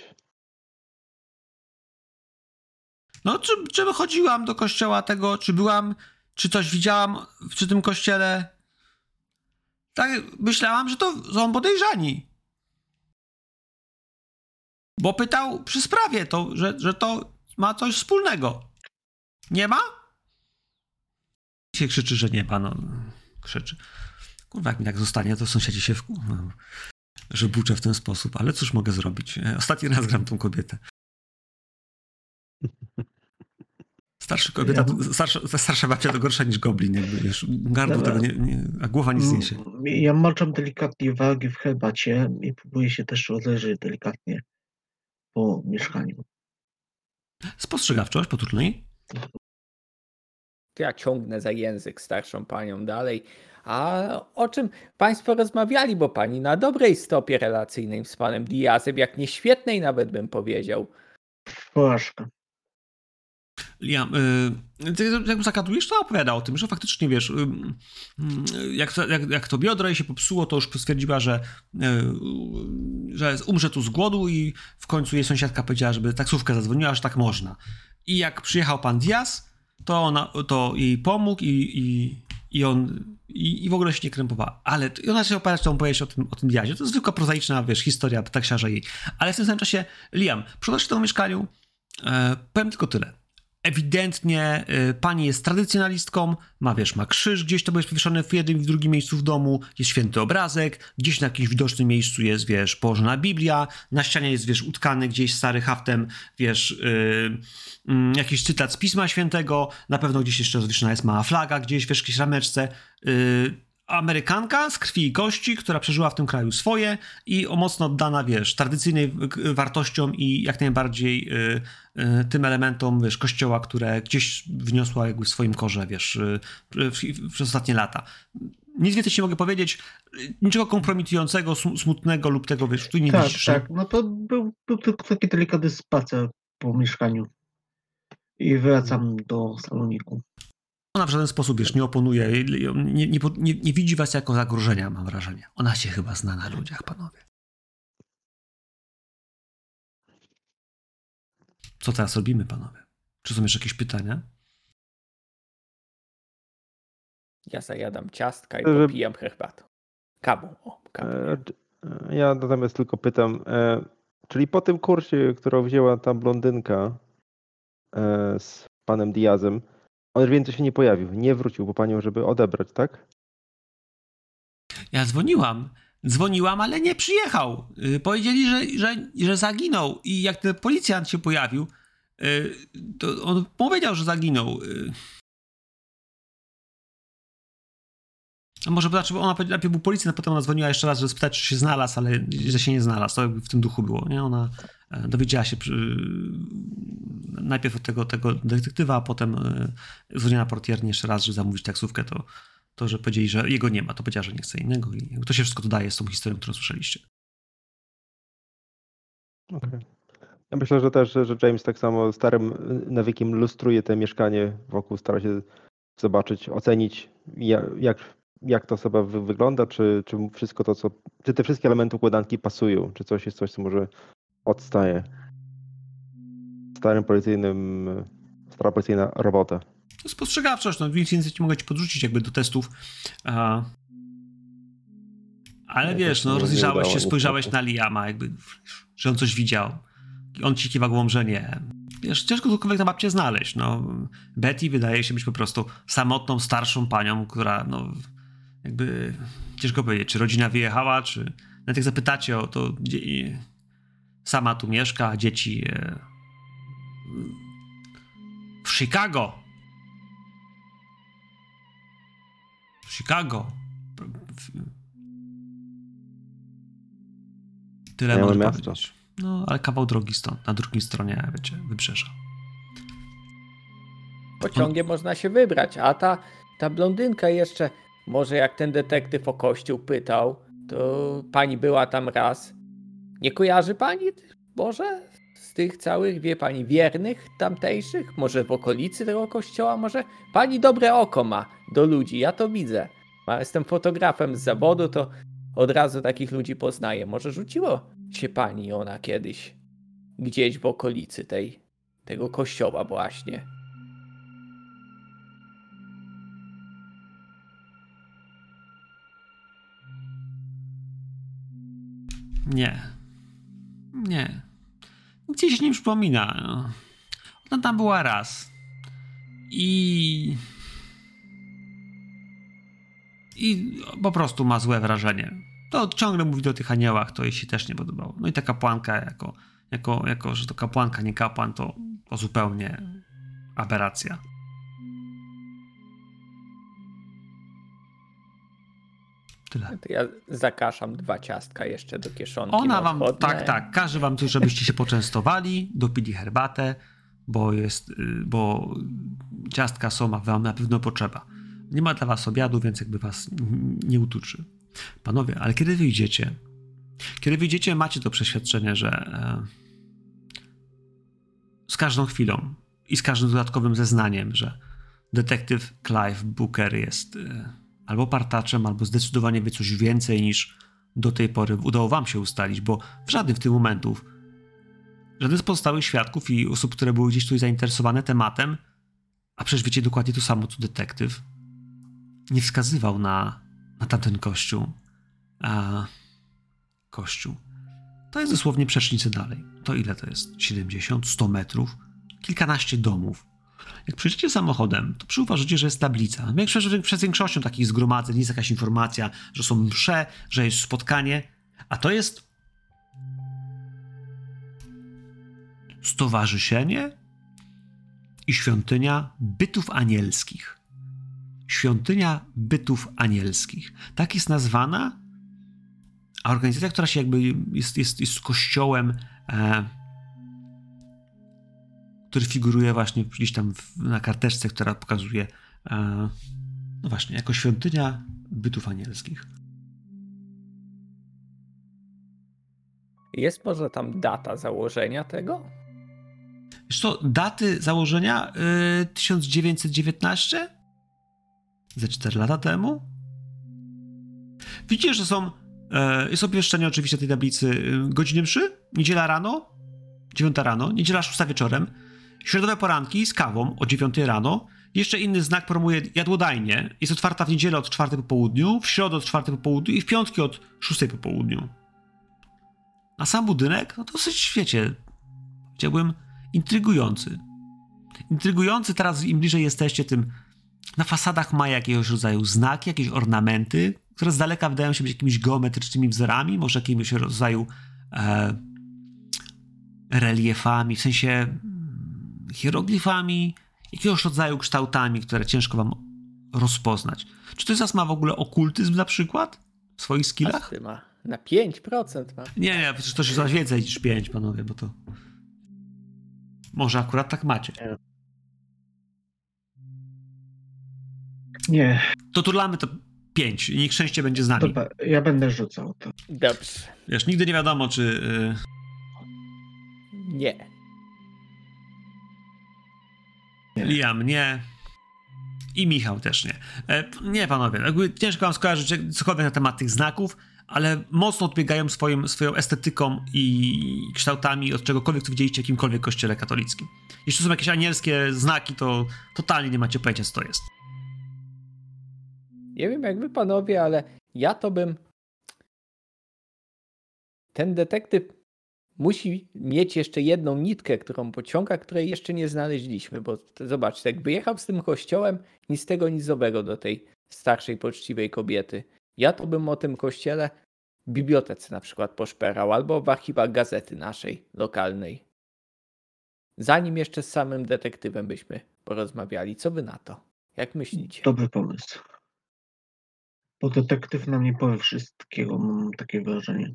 No, czy, czy chodziłam do kościoła tego, czy byłam, czy coś widziałam przy tym kościele. Tak, myślałam, że to są podejrzani. Bo pytał przy sprawie to, że, że to ma coś wspólnego. Nie ma? Się krzyczy, że nie ma, no. Krzyczy. Kurwa, jak mi tak zostanie, to sąsiedzi się wku... No, że buczę w ten sposób, ale cóż mogę zrobić? Ostatni raz gram tą kobietę. Starsza kobieta, Ja- starsza, starsza babcia to gorsza niż goblin, jakby, wiesz, gardło tego nie, nie, a głowa nic niesie. Mm, Ja maczam delikatnie wargi w herbacie i próbuję się też rozejrzeć delikatnie po mieszkaniu. Spostrzegawczość, potrudnej. To ja ciągnę za język starszą panią dalej. A o czym państwo rozmawiali, bo pani na dobrej stopie relacyjnej z panem Diazem, jak nie świetnej nawet bym powiedział. Porażka. Liam, y, ty jak zakadujesz, to opowiada o tym, że faktycznie, wiesz, y, y, jak, to, jak, jak to biodro jej się popsuło, to już stwierdziła, że, y, że umrze tu z głodu i w końcu jej sąsiadka powiedziała, żeby taksówkę zadzwoniła, że tak można. I jak przyjechał pan Diaz, to, ona, to jej pomógł i, i, i on i, i w ogóle się nie krępowała. Ale i ona się opowiada, co powiedzieć o tym, o tym Diazie. To jest zwykła prozaiczna, wiesz, historia taksiarza jej. Ale w tym samym czasie, Liam, przychodzisz w tym mieszkaniu, e, powiem tylko tyle. ewidentnie y, pani jest tradycjonalistką, ma, wiesz, ma krzyż gdzieś to jest powieszony w jednym i w drugim miejscu w domu, jest święty obrazek, gdzieś na jakimś widocznym miejscu jest, wiesz, położona Biblia, na ścianie jest, wiesz, utkany gdzieś stary haftem, wiesz, y, y, jakiś cytat z Pisma Świętego, na pewno gdzieś jeszcze rozwieszona jest mała flaga, gdzieś, wiesz, w jakiejś rameczce, y, Amerykanka z krwi i kości, która przeżyła w tym kraju swoje i o mocno oddana, wiesz, tradycyjnej wartościom i jak najbardziej y, y, tym elementom, wiesz, kościoła, które gdzieś wniosła jakby w swoim korze, wiesz, y, y, przez ostatnie lata. Nic więcej ci nie mogę powiedzieć, niczego kompromitującego, smutnego lub tego, wiesz, tu nie Tak, widzisz. tak. No to był, był tylko taki delikatny spacer po mieszkaniu. I wracam do saloniku. Ona w żaden sposób, wiesz, nie oponuje, nie, nie, nie, nie widzi was jako zagrożenia, mam wrażenie. Ona się chyba zna na ludziach, panowie. Co teraz robimy, panowie? Czy są jeszcze jakieś pytania? Ja zajadam ciastka i Że- popijam herbatę. Kawą. O, kawą. E, e, Ja natomiast tylko pytam, e, czyli po tym kursie, którą wzięła ta blondynka e, z panem Diazem, on już więcej się nie pojawił, nie wrócił po panią, żeby odebrać, tak? Ja dzwoniłam. Dzwoniłam, ale nie przyjechał. Yy, powiedzieli, że, że, że zaginął. I jak ten policjant się pojawił, yy, to on powiedział, że zaginął. Yy. A może znaczy, ona najpierw był policjant, a potem ona dzwoniła jeszcze raz, żeby spytać, czy się znalazł, ale że się nie znalazł. To jakby w tym duchu było, nie? Ona e, dowiedziała się przy, najpierw od tego, tego detektywa, a potem e, dzwoniła na portiernię jeszcze raz, żeby zamówić taksówkę, to, to, że powiedzieli, że jego nie ma, to powiedziała, że nie chce innego i jakby to się wszystko dodaje z tą historią, którą słyszeliście. Okay. Ja myślę, że też, że James tak samo starym nawykiem lustruje te mieszkanie wokół, stara się zobaczyć, ocenić jak, jak, jak to osoba wy- wygląda, czy, czy wszystko to, co, czy te wszystkie elementy układanki pasują, czy coś jest coś, co może odstaje. Starym policyjnym, stara policyjna robota. To jest spostrzegawczość, no nic więcej ci mogę ci podrzucić jakby do testów. A... Ale No, wiesz, to no nie rozejrzałeś udało, się, spojrzałeś niestety. na Liama, jakby, że on coś widział. I on ci kiwa głową, że nie. Wiesz, ciężko cokolwiek na babcię znaleźć, no. Betty wydaje się być po prostu samotną, starszą panią, która, no, jakby, ciężko powiedzieć, czy rodzina wyjechała, czy nawet jak zapytacie o to, gdzie sama tu mieszka, a dzieci e, w Chicago. W Chicago. Tyle Miałe mogę miasto. powiedzieć. No, ale kawał drogi stąd, na drugiej stronie, wiecie, wybrzeża. Pociągiem można się wybrać, a ta, ta blondynka jeszcze, może jak ten detektyw o kościół pytał, to pani była tam raz. Nie kojarzy pani może z tych całych, wie pani, wiernych tamtejszych? Może w okolicy tego kościoła? Może pani dobre oko ma do ludzi, ja to widzę. Ja jestem fotografem z zawodu, to od razu takich ludzi poznaję. Może rzuciło się pani ona kiedyś gdzieś w okolicy tej, tego kościoła właśnie. Nie. Nie. Nic jej się nie przypomina. No. Ona tam była raz. I... I po prostu ma złe wrażenie. To ciągle mówi o tych aniołach, to jej się też nie podobało. No i ta kapłanka jako, jako, jako że to kapłanka, nie kapłan, to, to zupełnie aberracja. Tyle. To ja zakaszam dwa ciastka jeszcze do kieszonki. Ona wam, odchodne. tak, tak, każe wam coś, żebyście się poczęstowali, dopili herbatę, bo jest, y, bo ciastka są, a wam na pewno potrzeba. Nie ma dla was obiadu, więc jakby was n- nie utuczy. Panowie, ale kiedy wyjdziecie, kiedy wyjdziecie, macie to przeświadczenie, że e, z każdą chwilą i z każdym dodatkowym zeznaniem, że detektyw Clive Booker jest e, albo partaczem, albo zdecydowanie wie coś więcej niż do tej pory udało wam się ustalić, bo w żadnym z tych momentów żaden z pozostałych świadków i osób, które były gdzieś tutaj zainteresowane tematem, a przecież wiecie dokładnie to samo, co detektyw, nie wskazywał na, na tamten kościół. A kościół. To jest dosłownie przecznicy dalej. To ile to jest? siedemdziesiąt, sto metrów? Kilkanaście domów. Jak przyjedziecie samochodem, to przyuważycie, że jest tablica. Większość, przed większością takich zgromadzeń jest jakaś informacja, że są msze, że jest spotkanie, a to jest Stowarzyszenie i Świątynia Bytów Anielskich. Świątynia Bytów Anielskich. Tak jest nazwana, a organizacja, która się jakby jest, jest, jest kościołem, e, który figuruje właśnie gdzieś tam w, na karteczce, która pokazuje e, no właśnie, jako Świątynia Bytów Anielskich. Jest może tam data założenia tego? Wiesz co, daty założenia y, tysiąc dziewięćset dziewiętnaście? Ze cztery lata temu? Widzicie, że są, y, jest obwieszczenie oczywiście tej tablicy y, godziny mszy, niedziela rano, dziewiąta rano, niedziela szósta wieczorem, środowe poranki z kawą o dziewiątej rano, jeszcze inny znak promuje jadłodajnię, jest otwarta w niedzielę od czwartej po południu, w środę od czwartej po południu i w piątki od szóstej po południu. A sam budynek, no dosyć, wiecie, powiedziałbym, intrygujący. Intrygujący teraz, im bliżej jesteście, tym na fasadach ma jakiegoś rodzaju znaki, jakieś ornamenty, które z daleka wydają się być jakimiś geometrycznymi wzorami, może jakiegoś rodzaju e, reliefami, w sensie hieroglifami, jakiegoś rodzaju kształtami, które ciężko wam rozpoznać. Czy to z was ma w ogóle okultyzm na przykład w swoich skillach? Ty ma na pięć procent ma. Nie, nie, przecież to się za więcej niż pięć, panowie, bo to... Może akurat tak macie. Nie, To turlamy to pięć i niech szczęście będzie z nami. dobra, ja będę rzucał to. Dobrze. Wiesz, nigdy nie wiadomo, czy... Nie. Yy, Liam nie. I Michał też nie. E, nie, panowie, jakby ciężko wam skojarzyć cokolwiek na temat tych znaków, ale mocno odbiegają swoją, swoją estetyką i kształtami od czegokolwiek, co widzieliście w jakimkolwiek kościele katolickim. Jeśli są jakieś anielskie znaki, to totalnie nie macie pojęcia, co to jest. Nie wiem jak wy panowie, ale ja to bym... Ten detektyw musi mieć jeszcze jedną nitkę, którą pociąga, której jeszcze nie znaleźliśmy, bo to, zobaczcie, jak wyjechał z tym kościołem, nic z tego, nic owego do tej starszej, poczciwej kobiety. Ja to bym o tym kościele w bibliotece na przykład poszperał, albo w archiwach gazety naszej, lokalnej. Zanim jeszcze z samym detektywem byśmy porozmawiali. Co wy na to? Jak myślicie? Dobry pomysł. Bo detektyw nam nie powie wszystkiego, mam takie wrażenie.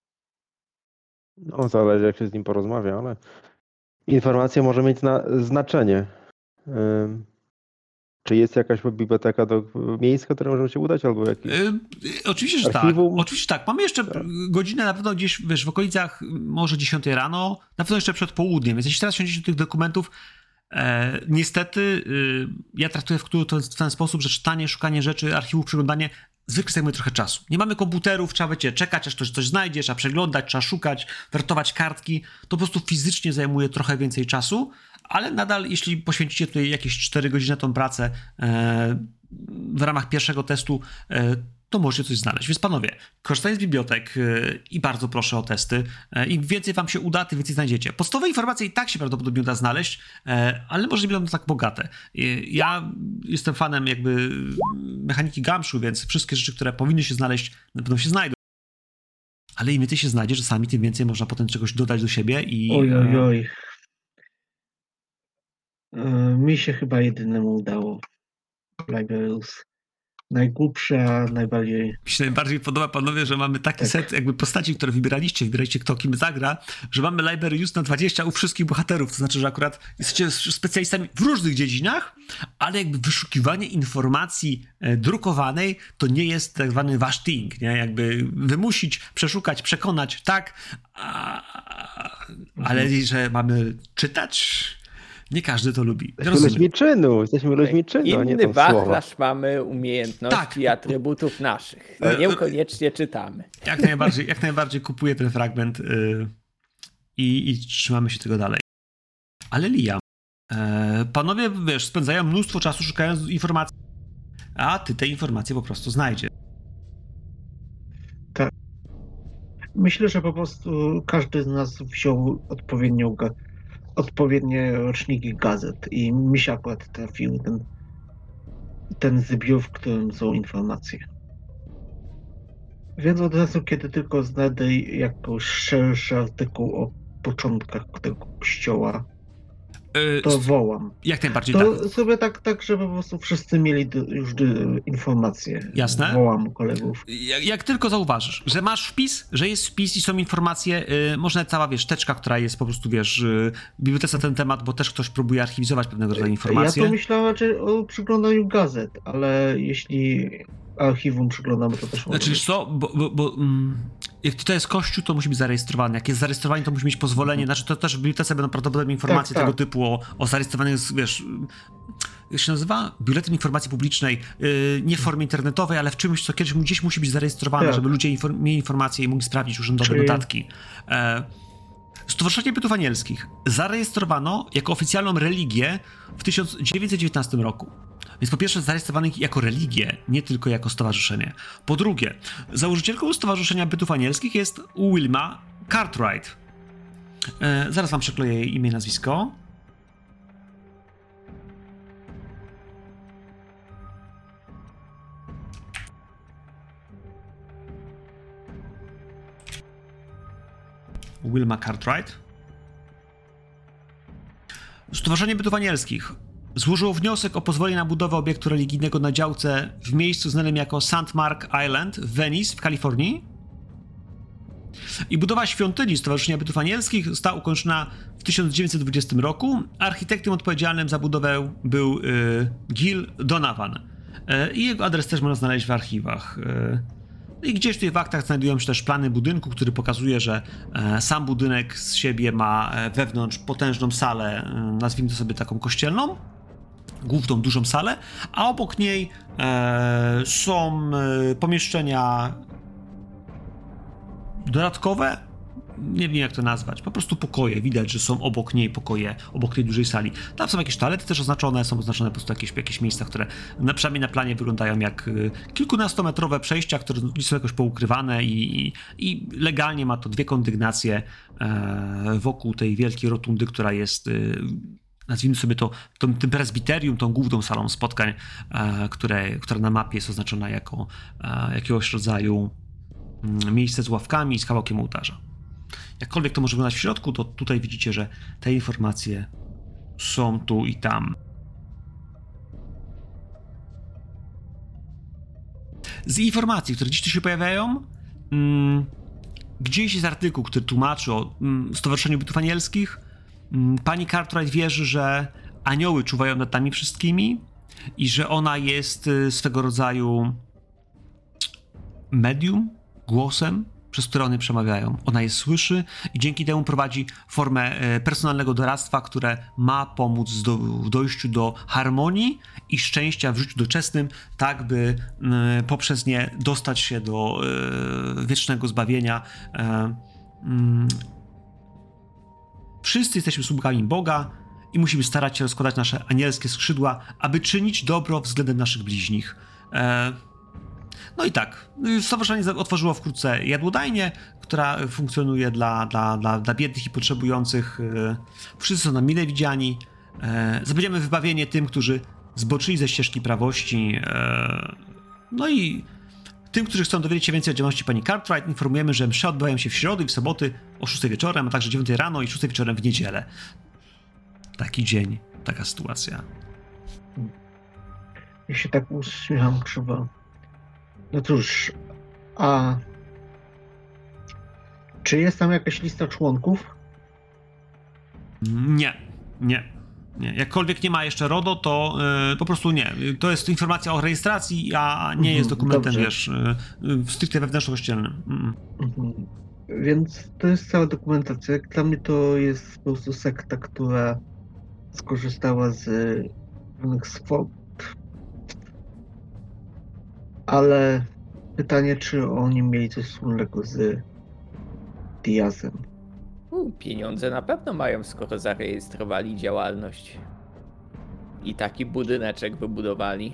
No, zależy jak się z nim porozmawia, ale informacja może mieć zna znaczenie. Ym, czy jest jakaś biblioteka do miejska, które możemy się udać, albo jakiś... Yy, oczywiście, że Archiwum? tak. Oczywiście tak. Mamy jeszcze Tak. godzinę na pewno gdzieś, wiesz, w okolicach może dziesiątej rano, na pewno jeszcze przed południem, więc jeśli teraz siądziecie do tych dokumentów, e, niestety e, ja traktuję w, to w ten sposób, że czytanie, szukanie rzeczy, archiwów, przeglądanie zwykle zajmuje trochę czasu. Nie mamy komputerów, trzeba wiecie, czekać, aż ktoś coś znajdzie, trzeba przeglądać, trzeba szukać, wertować kartki. To po prostu fizycznie zajmuje trochę więcej czasu, ale nadal, jeśli poświęcicie tutaj jakieś cztery godziny na tą pracę e, w ramach pierwszego testu, e, to możecie coś znaleźć. Więc panowie, korzystając z bibliotek e, i bardzo proszę o testy, e, im więcej wam się uda, tym więcej znajdziecie. Podstawowe informacje i tak się prawdopodobnie uda znaleźć, e, ale może nie będą tak bogate. E, ja jestem fanem jakby mechaniki Gamszu, więc wszystkie rzeczy, które powinny się znaleźć, na pewno się znajdą. Ale im więcej się znajdzie, czasami tym więcej można potem czegoś dodać do siebie i... Oj, oj, oj. E, Mi się chyba jedynemu udało. Librarius. Najgłupsza, najbardziej... Mi się najbardziej podoba, panowie, że mamy taki Tak. set jakby postaci, które wybieraliście, wybieraliście kto kim zagra, że mamy library just na dwadzieścia u wszystkich bohaterów, to znaczy, że akurat jesteście specjalistami w różnych dziedzinach, ale jakby wyszukiwanie informacji e, drukowanej to nie jest tak zwany wasz thing, nie? Jakby wymusić, przeszukać, przekonać, tak, a, ale że mamy czytać, nie każdy to lubi. Jesteśmy Rozumiem. ludźmi czynu, jesteśmy ludźmi czynu, a nie Inny tam słowa. wachlarz mamy umiejętności Tak. i atrybutów naszych. No, niekoniecznie czytamy. Jak najbardziej, jak najbardziej kupuję ten fragment yy, i, i trzymamy się tego dalej. Ale Liam, e, panowie, wiesz, spędzają mnóstwo czasu szukając informacji, a ty te informacje po prostu znajdziesz. Myślę, że po prostu każdy z nas wziął odpowiednią, ga- odpowiednie roczniki gazet i mi się akurat trafił ten, ten zbiór, w którym są informacje. Więc od razu, kiedy tylko znajdę jakiś szerszy artykuł o początkach tego kościoła, Yy, to wołam. jak najbardziej tak. To sobie tak, tak, żeby po prostu wszyscy mieli d- już d- informacje. Jasne. Wołam kolegów. Jak, jak tylko zauważysz, że masz wpis, że jest wpis i są informacje, yy, może cała, wiesz, teczka, która jest po prostu, wiesz, yy, w bibliotece na ten temat, bo też ktoś próbuje archiwizować pewnego rodzaju informacje. Ja to myślałem raczej o przyglądaniu gazet, ale jeśli archiwum przyglądamy, to też Znaczy, wiesz co, bo, bo, bo mm, jak to jest kościół, to musi być zarejestrowany. Jak jest zarejestrowany, to musi mieć pozwolenie. Znaczy, to też w bibliotece będą prawdopodobnie informacje Tak, tego tak. typu o, o zarejestrowanych, wiesz, jak się nazywa? Biuletyn Informacji Publicznej, yy, nie w formie internetowej, ale w czymś, co kiedyś gdzieś musi być zarejestrowane, Tak. żeby ludzie infor- mieli informacje i mogli sprawdzić urzędowe Czyli- notatki. E, Stowarzyszenie Bytów Anielskich zarejestrowano jako oficjalną religię w tysiąc dziewięćset dziewiętnastym roku. Więc po pierwsze zarejestrowano ich jako religię, nie tylko jako stowarzyszenie. Po drugie, założycielką Stowarzyszenia Bytów Anielskich jest Wilma Cartwright. E, zaraz wam przekleję jej imię i nazwisko. Wilma Cartwright. Stowarzyszenie Bytów Anielskich złożyło wniosek o pozwolenie na budowę obiektu religijnego na działce w miejscu znanym jako Saint Mark Island w Venice w Kalifornii. I budowa świątyni Stowarzyszenia Bytów Anielskich została ukończona w tysiąc dziewięćset dwudziestym roku. Architektem odpowiedzialnym za budowę był y, Gil Donovan. Y, I jego adres też można znaleźć w archiwach. Y, I gdzieś tutaj w aktach znajdują się też plany budynku, który pokazuje, że e, sam budynek z siebie ma e, wewnątrz potężną salę, e, nazwijmy to sobie taką kościelną, główną, dużą salę, a obok niej e, są e, pomieszczenia dodatkowe, nie wiem jak to nazwać, po prostu pokoje, widać, że są obok niej pokoje, obok tej dużej sali. Tam są jakieś toalety też oznaczone, są oznaczone po prostu jakieś, jakieś miejsca, które na, przynajmniej na planie wyglądają jak y, kilkunastometrowe przejścia, które są jakoś poukrywane i, i, i legalnie ma to dwie kondygnacje e, wokół tej wielkiej rotundy, która jest, y, nazwijmy sobie to, tą, tym prezbiterium, tą główną salą spotkań, e, które, która na mapie jest oznaczona jako e, jakiegoś rodzaju mm, miejsce z ławkami i z kawałkiem ołtarza. Jakkolwiek to może wyglądać w środku, to tutaj widzicie, że te informacje są tu i tam. Z informacji, które dziś tu się pojawiają, mm, gdzieś jest artykuł, który tłumaczy o mm, Stowarzyszeniu Bytów Anielskich. Mm, pani Cartwright wierzy, że anioły czuwają nad nami wszystkimi i że ona jest y, swego rodzaju medium, głosem, przez które one przemawiają. Ona je słyszy i dzięki temu prowadzi formę e, personalnego doradztwa, które ma pomóc do, w dojściu do harmonii i szczęścia w życiu doczesnym, tak by e, poprzez nie dostać się do e, wiecznego zbawienia. E, mm, wszyscy jesteśmy sługami Boga i musimy starać się rozkładać nasze anielskie skrzydła, aby czynić dobro względem naszych bliźnich. E, No i tak, stowarzyszenie otworzyło wkrótce jadłodajnię, która funkcjonuje dla, dla, dla, dla biednych i potrzebujących. Wszyscy są nam mile widziani. Zapewniamy wybawienie tym, którzy zboczyli ze ścieżki prawości. No i tym, którzy chcą dowiedzieć się więcej o działalności pani Cartwright, informujemy, że msze odbywają się w środę i w soboty o szóstej wieczorem, a także dziewiątej rano i szóstej wieczorem w niedzielę. Taki dzień, taka sytuacja. Ja się tak uśmiecham krzywo. No cóż, a czy jest tam jakaś lista członków? Nie, nie, nie. Jakkolwiek nie ma jeszcze RODO, to yy, po prostu nie. To jest informacja o rejestracji, a nie jest dokumentem, Dobrze. wiesz, yy, stricte wewnętrzno-kościelnym. Mm. Mhm. Więc to jest cała dokumentacja. Jak dla mnie to jest po prostu sekta, która skorzystała z pewnych swobód. Ale pytanie, czy oni mieli coś wspólnego z Diazem? U, pieniądze na pewno mają, skoro zarejestrowali działalność. I taki budyneczek wybudowali.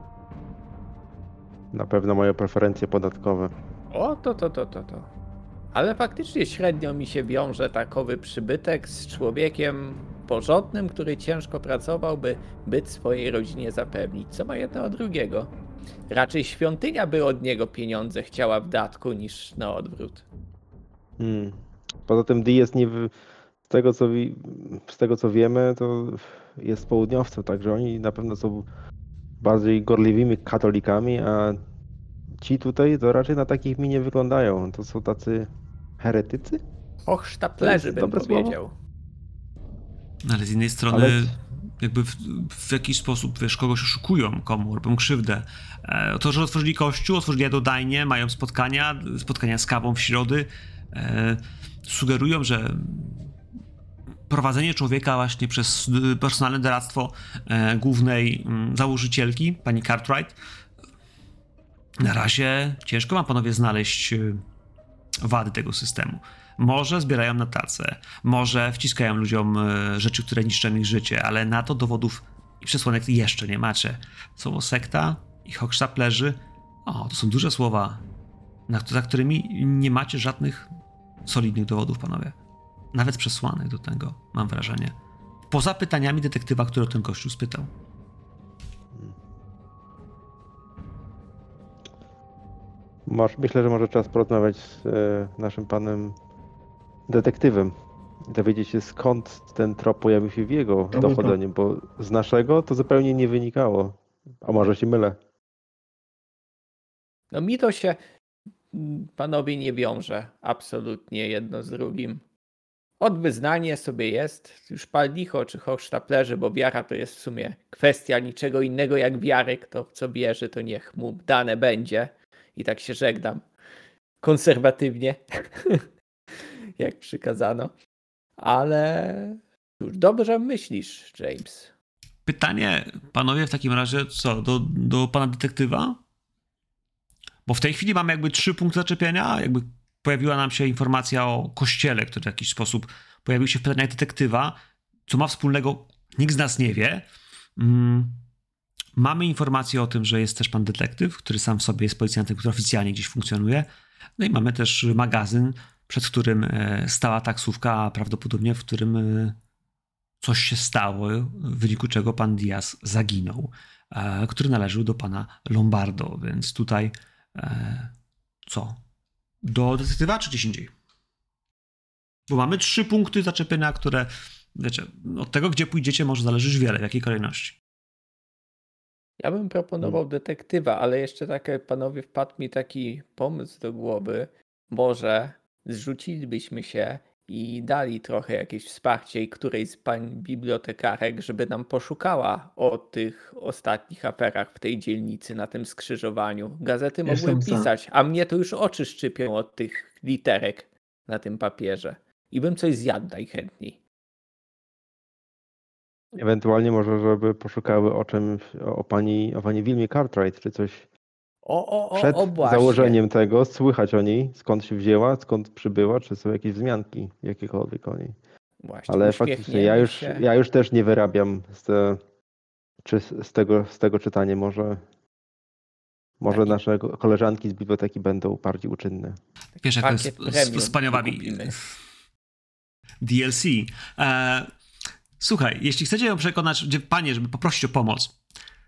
Na pewno mają preferencje podatkowe. O, to, to, to, to, to. Ale faktycznie średnio mi się wiąże takowy przybytek z człowiekiem porządnym, który ciężko pracował, by byt swojej rodzinie zapewnić. Co ma jedno od drugiego? Raczej świątynia by od niego pieniądze chciała w datku niż na odwrót. Hmm. Poza tym Dee jest nie... W... Z tego, co wi... z tego co wiemy, to jest południowcem, także oni na pewno są bardziej gorliwymi katolikami, a ci tutaj to raczej na takich mi nie wyglądają. To są tacy heretycy? Hochsztaplerzy bym dobre słowo? powiedział. No, ale z innej strony Ale- jakby w, w jakiś sposób, wiesz, kogoś oszukują, komu robią krzywdę. E, to, że otworzyli kościół, otworzyli jadodajnię, mają spotkania, spotkania z kawą w środy, e, sugerują, że prowadzenie człowieka właśnie przez personalne doradztwo e, głównej m, założycielki, pani Cartwright, na razie ciężko ma panowie znaleźć e, wady tego systemu. Może zbierają na tacę, może wciskają ludziom e, rzeczy, które niszczą ich życie, ale na to dowodów i przesłanek jeszcze nie macie. Słowo sekta i hochsztaplerzy, o, to są duże słowa, na, za którymi nie macie żadnych solidnych dowodów, panowie. Nawet przesłanek do tego, mam wrażenie. Poza pytaniami detektywa, który o ten kościół spytał. Masz, myślę, że może czas porozmawiać z e, naszym panem detektywem. Dowiedzieć się, skąd ten trop pojawił się w jego To by dochodzeniu, bo z naszego to zupełnie nie wynikało. A może się mylę? No mi to się, mm, panowie, nie wiąże absolutnie jedno z drugim. Od wyznanie sobie jest, już pal licho czy hochsztaplerzy, bo wiara to jest w sumie kwestia niczego innego jak wiary. Kto w co wierzy, to niech mu dane będzie. I tak się żegnam konserwatywnie, jak przykazano. Ale cóż, dobrze myślisz, James. Pytanie, panowie, w takim razie co, do, do pana detektywa? Bo w tej chwili mamy jakby trzy punkty zaczepienia, jakby pojawiła nam się informacja o kościele, który w jakiś sposób pojawił się w pytaniach detektywa. Co ma wspólnego, nikt z nas nie wie. Mm. Mamy informację o tym, że jest też pan detektyw, który sam w sobie jest policjantem, który oficjalnie gdzieś funkcjonuje. No i mamy też magazyn, przed którym e, stała taksówka, a prawdopodobnie w którym e, coś się stało, w wyniku czego pan Diaz zaginął, e, który należył do pana Lombardo, więc tutaj e, co? Do detektywa czy gdzieś indziej? Bo mamy trzy punkty zaczepienia, które, wiecie, od tego, gdzie pójdziecie, może zależeć wiele, w jakiej kolejności. Ja bym proponował detektywa, ale jeszcze takie, panowie, wpadł mi taki pomysł do głowy. Może zrzucilibyśmy się i dali trochę jakieś wsparcie i którejś z pań bibliotekarek, żeby nam poszukała o tych ostatnich aferach w tej dzielnicy na tym skrzyżowaniu. Gazety Jestem mogły za. pisać, a mnie to już oczy szczypią od tych literek na tym papierze. I bym coś zjadł najchętniej. Ewentualnie może, żeby poszukały o czym, o pani, o pani Wilmie Cartwright, czy coś O, o, o, przed o właśnie. założeniem tego, słychać o niej, skąd się wzięła, skąd przybyła, czy są jakieś wzmianki jakiekolwiek o niej. Właśnie, Ale faktycznie ja już, się. ja już też nie wyrabiam z, te, czy z, z, tego, z tego czytania. Może, może Taki- nasze koleżanki z biblioteki będą bardziej uczynne. Wiesz, jak to jest Pakiet z, premium z paniowami kupimy. D L C. E, słuchaj, jeśli chcecie ją przekonać, gdzie panie, żeby poprosić o pomoc,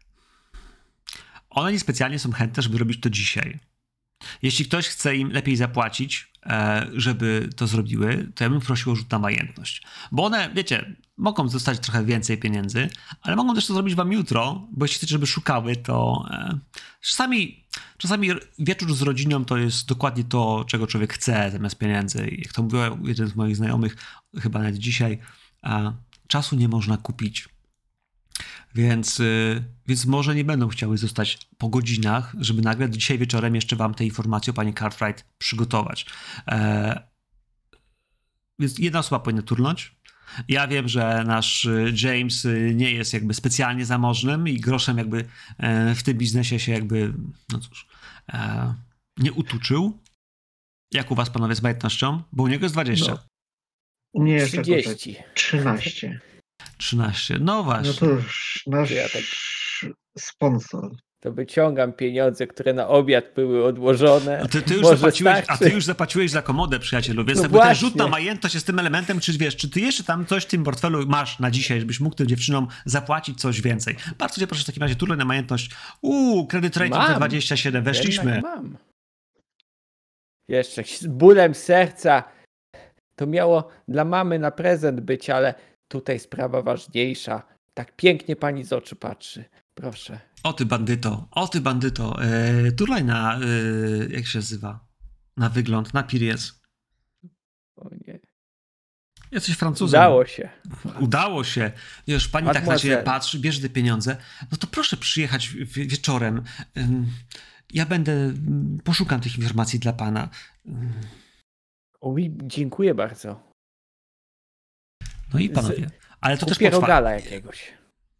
one niespecjalnie są chętne, żeby robić to dzisiaj. Jeśli ktoś chce im lepiej zapłacić, e, żeby to zrobiły, to ja bym prosił o rzut na majętność. Bo one, wiecie, mogą dostać trochę więcej pieniędzy, ale mogą też to zrobić wam jutro, bo jeśli chcecie, żeby szukały, to e, czasami, czasami wieczór z rodziną to jest dokładnie to, czego człowiek chce zamiast pieniędzy. I jak to mówił jeden z moich znajomych, chyba nawet dzisiaj, e, czasu nie można kupić. Więc, y, więc może nie będą chciały zostać po godzinach, żeby nagle dzisiaj wieczorem jeszcze wam te informacje o pani Cartwright przygotować. E, więc jedna osoba powinna turnąć. Ja wiem, że nasz y, James y, nie jest jakby specjalnie zamożnym i groszem jakby e, w tym biznesie się jakby, no cóż, e, nie utuczył. Jak u was, panowie, z majątnością? Bo u niego jest dwadzieścia. No. U mnie jest jakoś tak trzydzieści. trzynaście. trzynaście. No właśnie. No to już nasz To ja tak- sponsor to wyciągam pieniądze, które na obiad były odłożone. A ty, ty już Może zapłaciłeś, a starczy. ty już zapłaciłeś za komodę, przyjacielu, więc No jakby ten właśnie. rzut na majętność jest tym elementem, czy wiesz, czy ty jeszcze tam coś w tym portfelu masz na dzisiaj, żebyś mógł tym dziewczynom zapłacić coś więcej. Bardzo cię proszę w takim razie, turlej na majętność. Uuu, kredyt rating Mam. T dwadzieścia siedem, weszliśmy. Jednak mam. Jeszcze z bólem serca. To miało dla mamy na prezent być, ale tutaj sprawa ważniejsza. Tak pięknie pani z oczu patrzy. Proszę. O ty bandyto, o ty bandyto. Eee, turlaj na, eee, jak się nazywa? Na wygląd, na piriec. O nie. Jesteś Francuzem. Udało się. Udało się. Już pani tak na Mademoiselle. ciebie patrzy, bierze te pieniądze. No to proszę przyjechać wie- wieczorem. Ym, Ja będę, ym, poszukam tych informacji dla pana. Ym, Oj, dziękuję bardzo. No i panowie. Ale to też Kupię potrwa. rogala jakiegoś.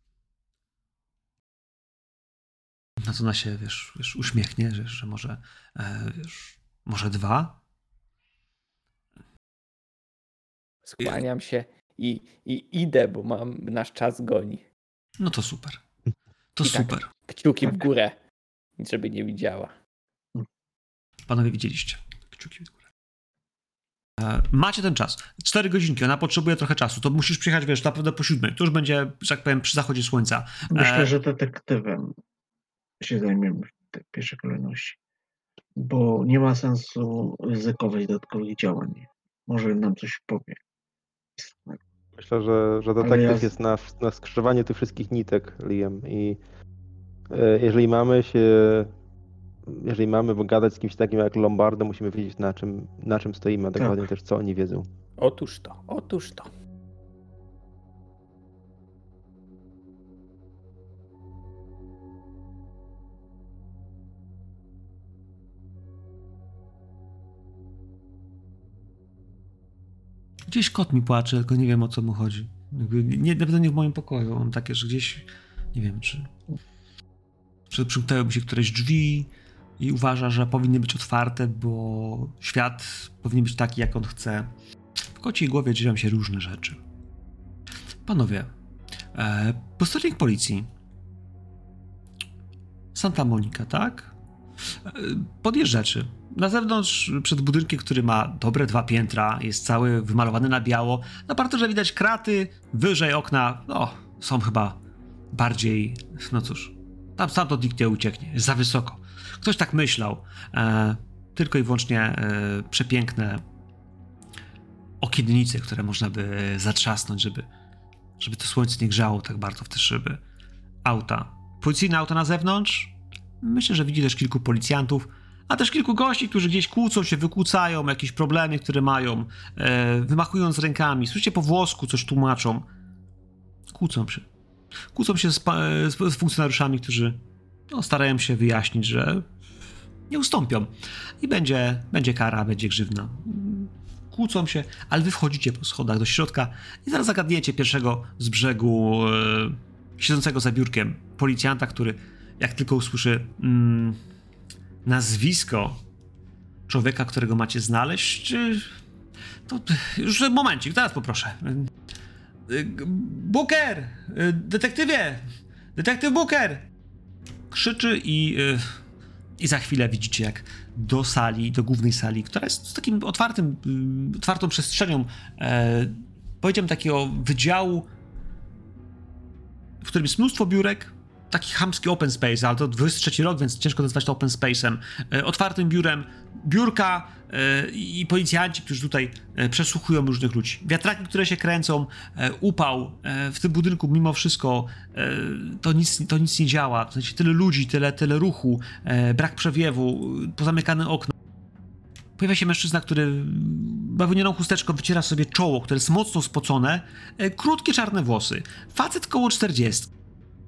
Na co ona się, wiesz, wiesz uśmiechnie, że, że może, e, wiesz, może dwa? Skłaniam się i, i idę, bo mam nasz czas goni. No to super. To I tak. super. Kciuki w górę, żeby nie widziała. Panowie widzieliście. Kciuki w górę. E, macie ten czas. Cztery godzinki. Ona potrzebuje trochę czasu. To musisz przyjechać, wiesz, na pewno po siódmej. To już będzie, że tak powiem, przy zachodzie słońca. Myślę, E, że detektywem się zajmiemy w tej pierwszej kolejności. Bo nie ma sensu ryzykować dodatkowych działań. Może nam coś powie. Myślę, że, że Ale detektyw ja- jest na, na skrzyżowaniu tych wszystkich nitek, Liam. I e, jeżeli mamy się, jeżeli mamy gadać z kimś takim jak Lombardo, musimy wiedzieć na czym, na czym stoimy, a dokładnie Tak. też co oni wiedzą. Otóż to, otóż to. Gdzieś kot mi płacze, tylko nie wiem, o co mu chodzi. Jakby nie, na pewno nie w moim pokoju. Mam takie, że gdzieś, nie wiem, czy, czy przymknęły mi się któreś drzwi i uważa, że powinny być otwarte, bo świat powinien być taki, jak on chce. W kociej głowie dzieją się różne rzeczy. Panowie, e, posterunek policji. Santa Monica, tak? E, podjeżdżacie. Na zewnątrz, przed budynkiem, który ma dobre dwa piętra, jest cały wymalowany na biało. Na parterze widać kraty, wyżej okna, no, są chyba bardziej, no cóż, tam stamtąd nikt nie ucieknie, jest za wysoko. Ktoś tak myślał. E, tylko i wyłącznie e, przepiękne okiennice, które można by zatrzasnąć, żeby, żeby to słońce nie grzało tak bardzo w te szyby. Auta. Policyjne auto na zewnątrz. Myślę, że widzi też kilku policjantów, a też kilku gości, którzy gdzieś kłócą się, wykłócają jakieś problemy, które mają, e, wymachując rękami. Słyszycie po włosku, coś tłumaczą. Kłócą się. Kłócą się z, pa- z, z funkcjonariuszami, którzy no, starają się wyjaśnić, że nie ustąpią. I będzie, będzie kara, będzie grzywna. Kłócą się, ale wy wchodzicie po schodach do środka i zaraz zagadniecie pierwszego z brzegu e, siedzącego za biurkiem policjanta, który jak tylko usłyszy mm, nazwisko człowieka, którego macie znaleźć, to już momencik, teraz poproszę. Booker! Detektywie! Detektyw Booker! Krzyczy i, i za chwilę widzicie, jak do sali, do głównej sali, która jest z takim otwartym, otwartą przestrzenią, e, powiedziałem takiego wydziału, w którym jest mnóstwo biurek, taki chamski open space, ale to dwudziesty trzeci rok, więc ciężko nazwać to open space'em. E, otwartym biurem, biurka e, i policjanci, którzy tutaj e, przesłuchują różnych ludzi. Wiatraki, które się kręcą, e, upał e, w tym budynku, mimo wszystko e, to, nic, to nic nie działa. W sensie tyle ludzi, tyle, tyle ruchu, e, brak przewiewu, pozamykane okna. Pojawia się mężczyzna, który bawełnianą chusteczką wyciera sobie czoło, które jest mocno spocone, e, krótkie czarne włosy. Facet koło czterdziestki.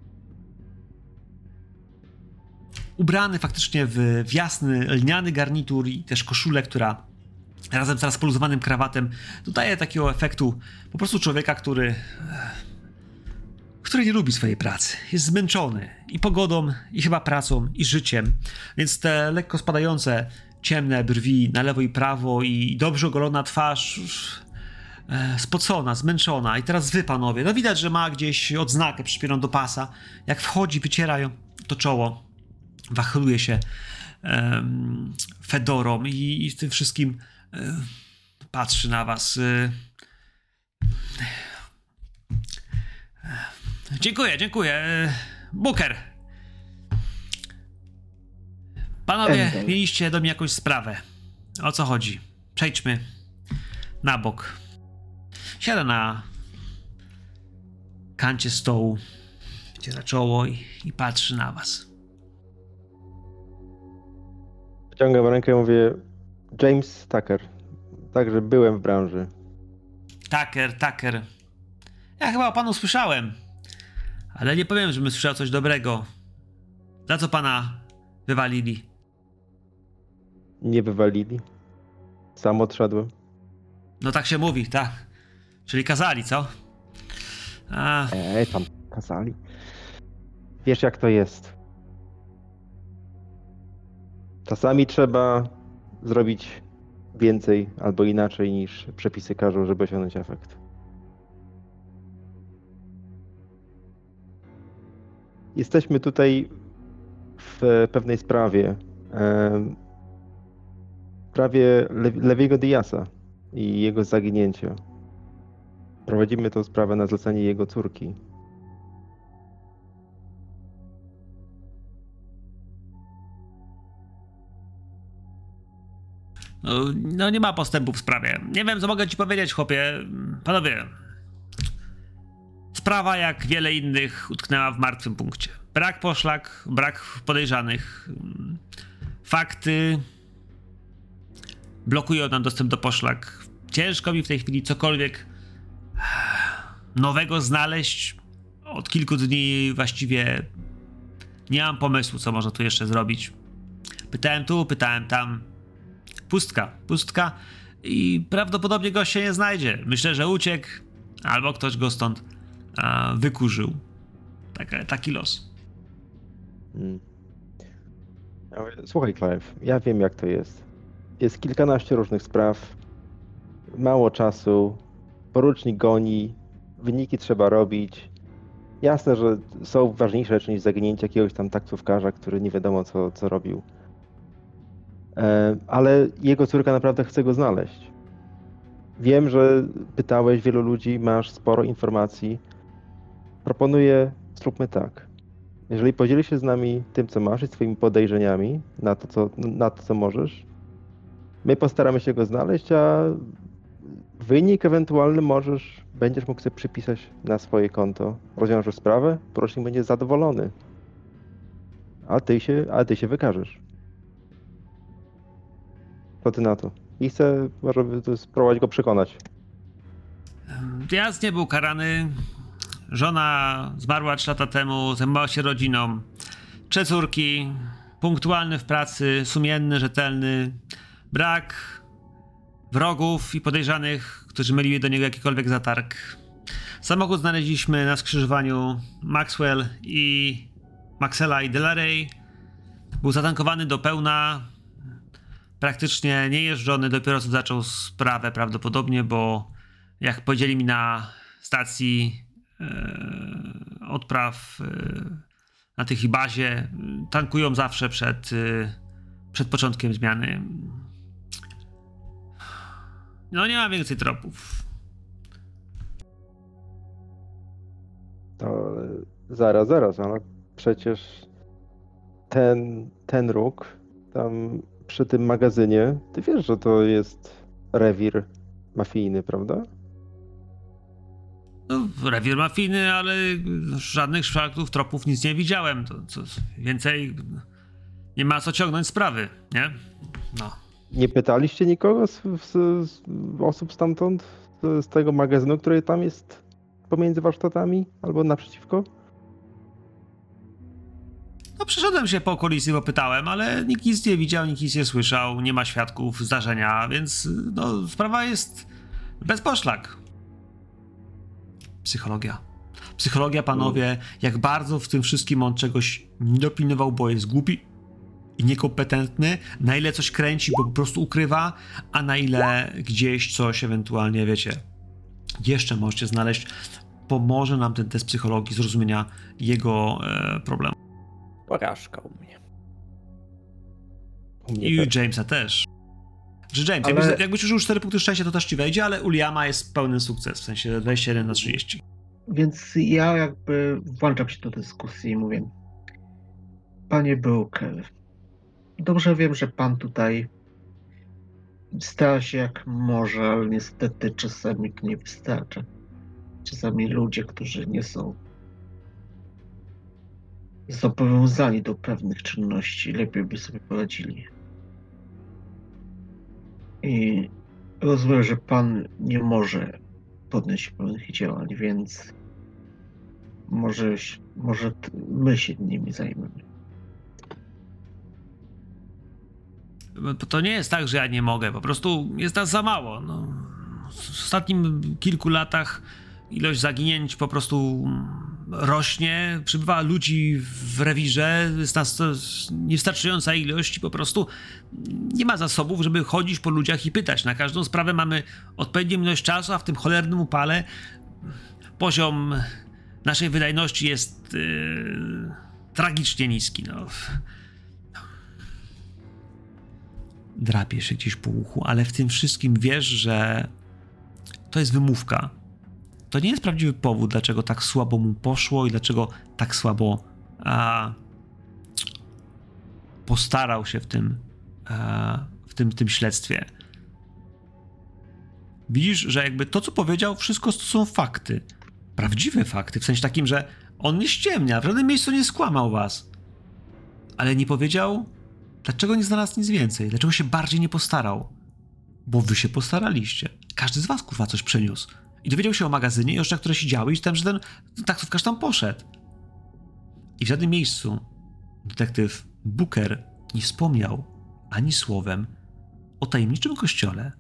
Ubrany faktycznie w, w jasny, lniany garnitur i też koszulę, która razem z poluzowanym krawatem dodaje takiego efektu po prostu człowieka, który który nie lubi swojej pracy. Jest zmęczony i pogodą, i chyba pracą, i życiem. Więc te lekko spadające, ciemne brwi na lewo i prawo i dobrze ogolona twarz e, spocona, zmęczona. I teraz wy, panowie, no widać, że ma gdzieś odznakę przypiętą do pasa. Jak wchodzi, wycierają to czoło. wachluje się um, fedorą i, i w tym wszystkim um, patrzy na was. Um, dziękuję, dziękuję. Booker. Panowie, Endel. mieliście do mnie jakąś sprawę. O co chodzi? Przejdźmy na bok. Siada na kancie stołu, wciera czoło i, i patrzy na was. Wciągam rękę i mówię, James Tucker. Także byłem w branży. Tucker, Tucker. Ja chyba o panu słyszałem, ale nie powiem, żebym słyszał coś dobrego. Za co pana wywalili? Nie wywalili. Sam odszedłem. No tak się mówi, tak. Czyli kazali, co? A, Ej, tam kazali. Wiesz jak to jest. Czasami trzeba zrobić więcej albo inaczej niż przepisy każą, żeby osiągnąć efekt. Jesteśmy tutaj w pewnej sprawie. em, Sprawie Le- Lewiego Diasa i jego zaginięcia. Prowadzimy tę sprawę na zlecenie jego córki. no, no nie ma postępu w sprawie. Nie wiem, co mogę ci powiedzieć, chłopie. Panowie, sprawa jak wiele innych utknęła w martwym punkcie. Brak poszlak, brak podejrzanych. Fakty blokują nam dostęp do poszlak. Ciężko mi w tej chwili cokolwiek nowego znaleźć. Od kilku dni właściwie nie mam pomysłu, co można tu jeszcze zrobić. Pytałem tu, pytałem tam. Pustka, pustka i prawdopodobnie gość się nie znajdzie. Myślę, że uciekł albo ktoś go stąd a, wykurzył. Taka, taki los. Mm. Ja mówię, słuchaj, Clive, ja wiem jak to jest. Jest kilkanaście różnych spraw, mało czasu, porucznik goni, wyniki trzeba robić. Jasne, że są ważniejsze rzeczy niż zaginięcie jakiegoś tam taksówkarza, który nie wiadomo co, co robił. E, ale jego córka naprawdę chce go znaleźć. Wiem, że pytałeś wielu ludzi, masz sporo informacji. Proponuję, zróbmy tak. Jeżeli podzielisz się z nami tym, co masz i swoimi podejrzeniami na to, co, na to, co możesz, my postaramy się go znaleźć, a wynik ewentualny możesz, będziesz mógł sobie przypisać na swoje konto. Rozwiążesz sprawę, porucznik będzie zadowolony. A ty się, a ty się wykażesz. Co ty na to? I chcę może spróbować go przekonać. Diaz nie był karany. Żona zmarła trzy lata temu, zajmowała się rodziną. Trzy córki, punktualny w pracy, sumienny, rzetelny. Brak wrogów i podejrzanych, którzy myliły do niego jakikolwiek zatarg. Samochód znaleźliśmy na skrzyżowaniu Maxwell i Maxella i Delarey. Był zatankowany do pełna, praktycznie niejeżdżony, dopiero co zaczął sprawę prawdopodobnie, bo jak powiedzieli mi na stacji e, odpraw e, na tej ich bazie, tankują zawsze przed, e, przed początkiem zmiany. No nie ma więcej tropów. To zaraz, zaraz, ale przecież ten, ten róg tam przy tym magazynie, ty wiesz, że to jest rewir mafijny, prawda? No, rewir mafijny, ale żadnych szwaktów, tropów, nic nie widziałem. To, to więcej nie ma co ciągnąć sprawy, nie? No. Nie pytaliście nikogo z, z, z osób stamtąd, z, z tego magazynu, który tam jest pomiędzy warsztatami albo naprzeciwko? No przeszedłem się po okolicy, bo pytałem, ale nikt nic nie widział, nikt nic nie słyszał, nie ma świadków zdarzenia, więc no sprawa jest bez poszlak. Psychologia. Psychologia, panowie, jak bardzo w tym wszystkim on czegoś nie dopilnował, bo jest głupi i niekompetentny, na ile coś kręci, bo po prostu ukrywa, a na ile gdzieś coś ewentualnie, wiecie, jeszcze możecie znaleźć, pomoże nam ten test psychologii zrozumienia jego e, problemu. Porażka u mnie. U mnie I też. Jamesa też. Że James, Ale- jakbyś, jakbyś użył cztery punkty szczęścia, to też ci wejdzie, ale u Liama jest pełny sukces, w sensie dwadzieścia jeden na trzydzieści. Więc ja jakby włączam się do dyskusji i mówię: Panie Brooker, dobrze wiem, że pan tutaj stara się jak może, ale niestety czasami to nie wystarcza. Czasami ludzie, którzy nie są zobowiązani do pewnych czynności, lepiej by sobie poradzili. I rozumiem, że pan nie może podjąć pewnych działań, więc może, może t- my się nimi zajmiemy. Bo to nie jest tak, że ja nie mogę, po prostu jest nas za mało. No. W ostatnim kilku latach ilość zaginięć po prostu rośnie, przybywa ludzi w rewirze, jest nas niewystarczająca ilość i po prostu nie ma zasobów, żeby chodzić po ludziach i pytać. Na każdą sprawę mamy odpowiednią ilość czasu, a w tym cholernym upale poziom naszej wydajności jest yy, tragicznie niski. No. Drapie się gdzieś po uchu, ale w tym wszystkim wiesz, że to jest wymówka. To nie jest prawdziwy powód, dlaczego tak słabo mu poszło i dlaczego tak słabo a, postarał się w tym, a, w tym, tym śledztwie. Widzisz, że jakby to, co powiedział, wszystko to są fakty. Prawdziwe fakty, w sensie takim, że on nie ściemnia, w żadnym miejscu nie skłamał was. Ale nie powiedział, dlaczego nie znalazł nic więcej, dlaczego się bardziej nie postarał. Bo wy się postaraliście. Każdy z was, kurwa, coś przeniósł. I dowiedział się o magazynie i o rzeczach, które się działy i czytałem, że ten taksówkarz tam poszedł. I w żadnym miejscu detektyw Booker nie wspomniał ani słowem o tajemniczym kościele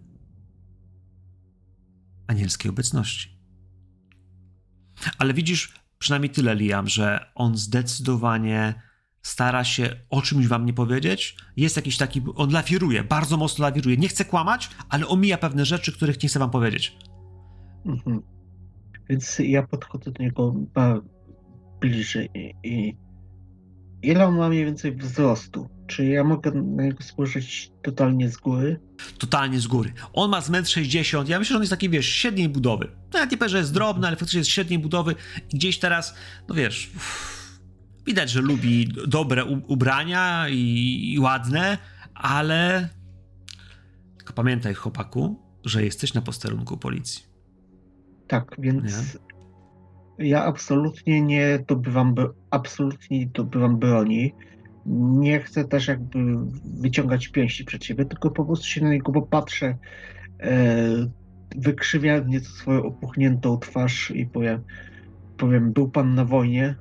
anielskiej obecności. Ale widzisz przynajmniej tyle, Liam, że on zdecydowanie stara się o czymś wam nie powiedzieć. Jest jakiś taki... On lawiruje, bardzo mocno lawiruje. Nie chce kłamać, ale omija pewne rzeczy, których nie chce wam powiedzieć. Mhm. Więc ja podchodzę do niego ba- bliżej i, i ile on ma mniej więcej wzrostu? Czy ja mogę na niego spojrzeć totalnie z góry? Totalnie z góry. On ma z metr sześćdziesiąt. Ja myślę, że on jest taki, wiesz, średniej budowy. Nawet nie powiem, że jest drobny, ale faktycznie jest średniej budowy. I gdzieś teraz, no wiesz, uff, widać, że lubi dobre u- ubrania i, i ładne, ale tylko pamiętaj, chłopaku, że jesteś na posterunku policji. Tak, więc ja absolutnie nie dobywam, bro- absolutnie nie dobywam broni. Nie chcę też jakby wyciągać pięści przed siebie, tylko po prostu się na niego popatrzę, e, wykrzywiam nieco swoją opuchniętą twarz i powiem, powiem, był pan na wojnie?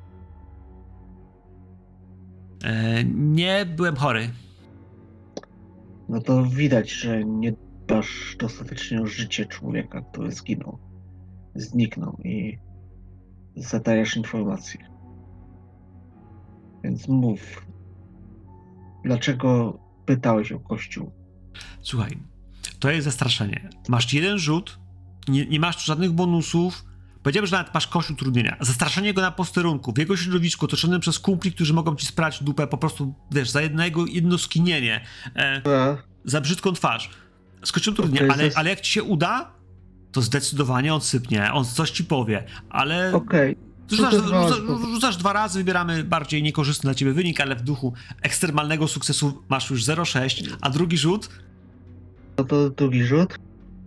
E, nie byłem chory. No to widać, że nie dbasz dostatecznie o życie człowieka, który zginął, zniknął i zadajesz informacje. Więc mów, dlaczego pytałeś o Kościół? Słuchaj, to jest zastraszenie. Masz jeden rzut, nie, nie masz tu żadnych bonusów. Powiedziałem, że nawet masz kość utrudnienia. Zastraszenie go na posterunku, w jego środowisku, otoczonym przez kumpli, którzy mogą ci sprać dupę po prostu, wiesz, za jednego, jedno skinienie, e, A, za brzydką twarz. Skoczyłem utrudnienia, Okej, ale, zas- ale jak ci się uda, to zdecydowanie on sypnie, on coś ci powie, ale Okej, rzucasz, to dwa- rzucasz, rzucasz dwa razy, wybieramy bardziej niekorzystny dla ciebie wynik, ale w duchu ekstremalnego sukcesu masz już zero przecinek sześć, a drugi rzut no to drugi rzut.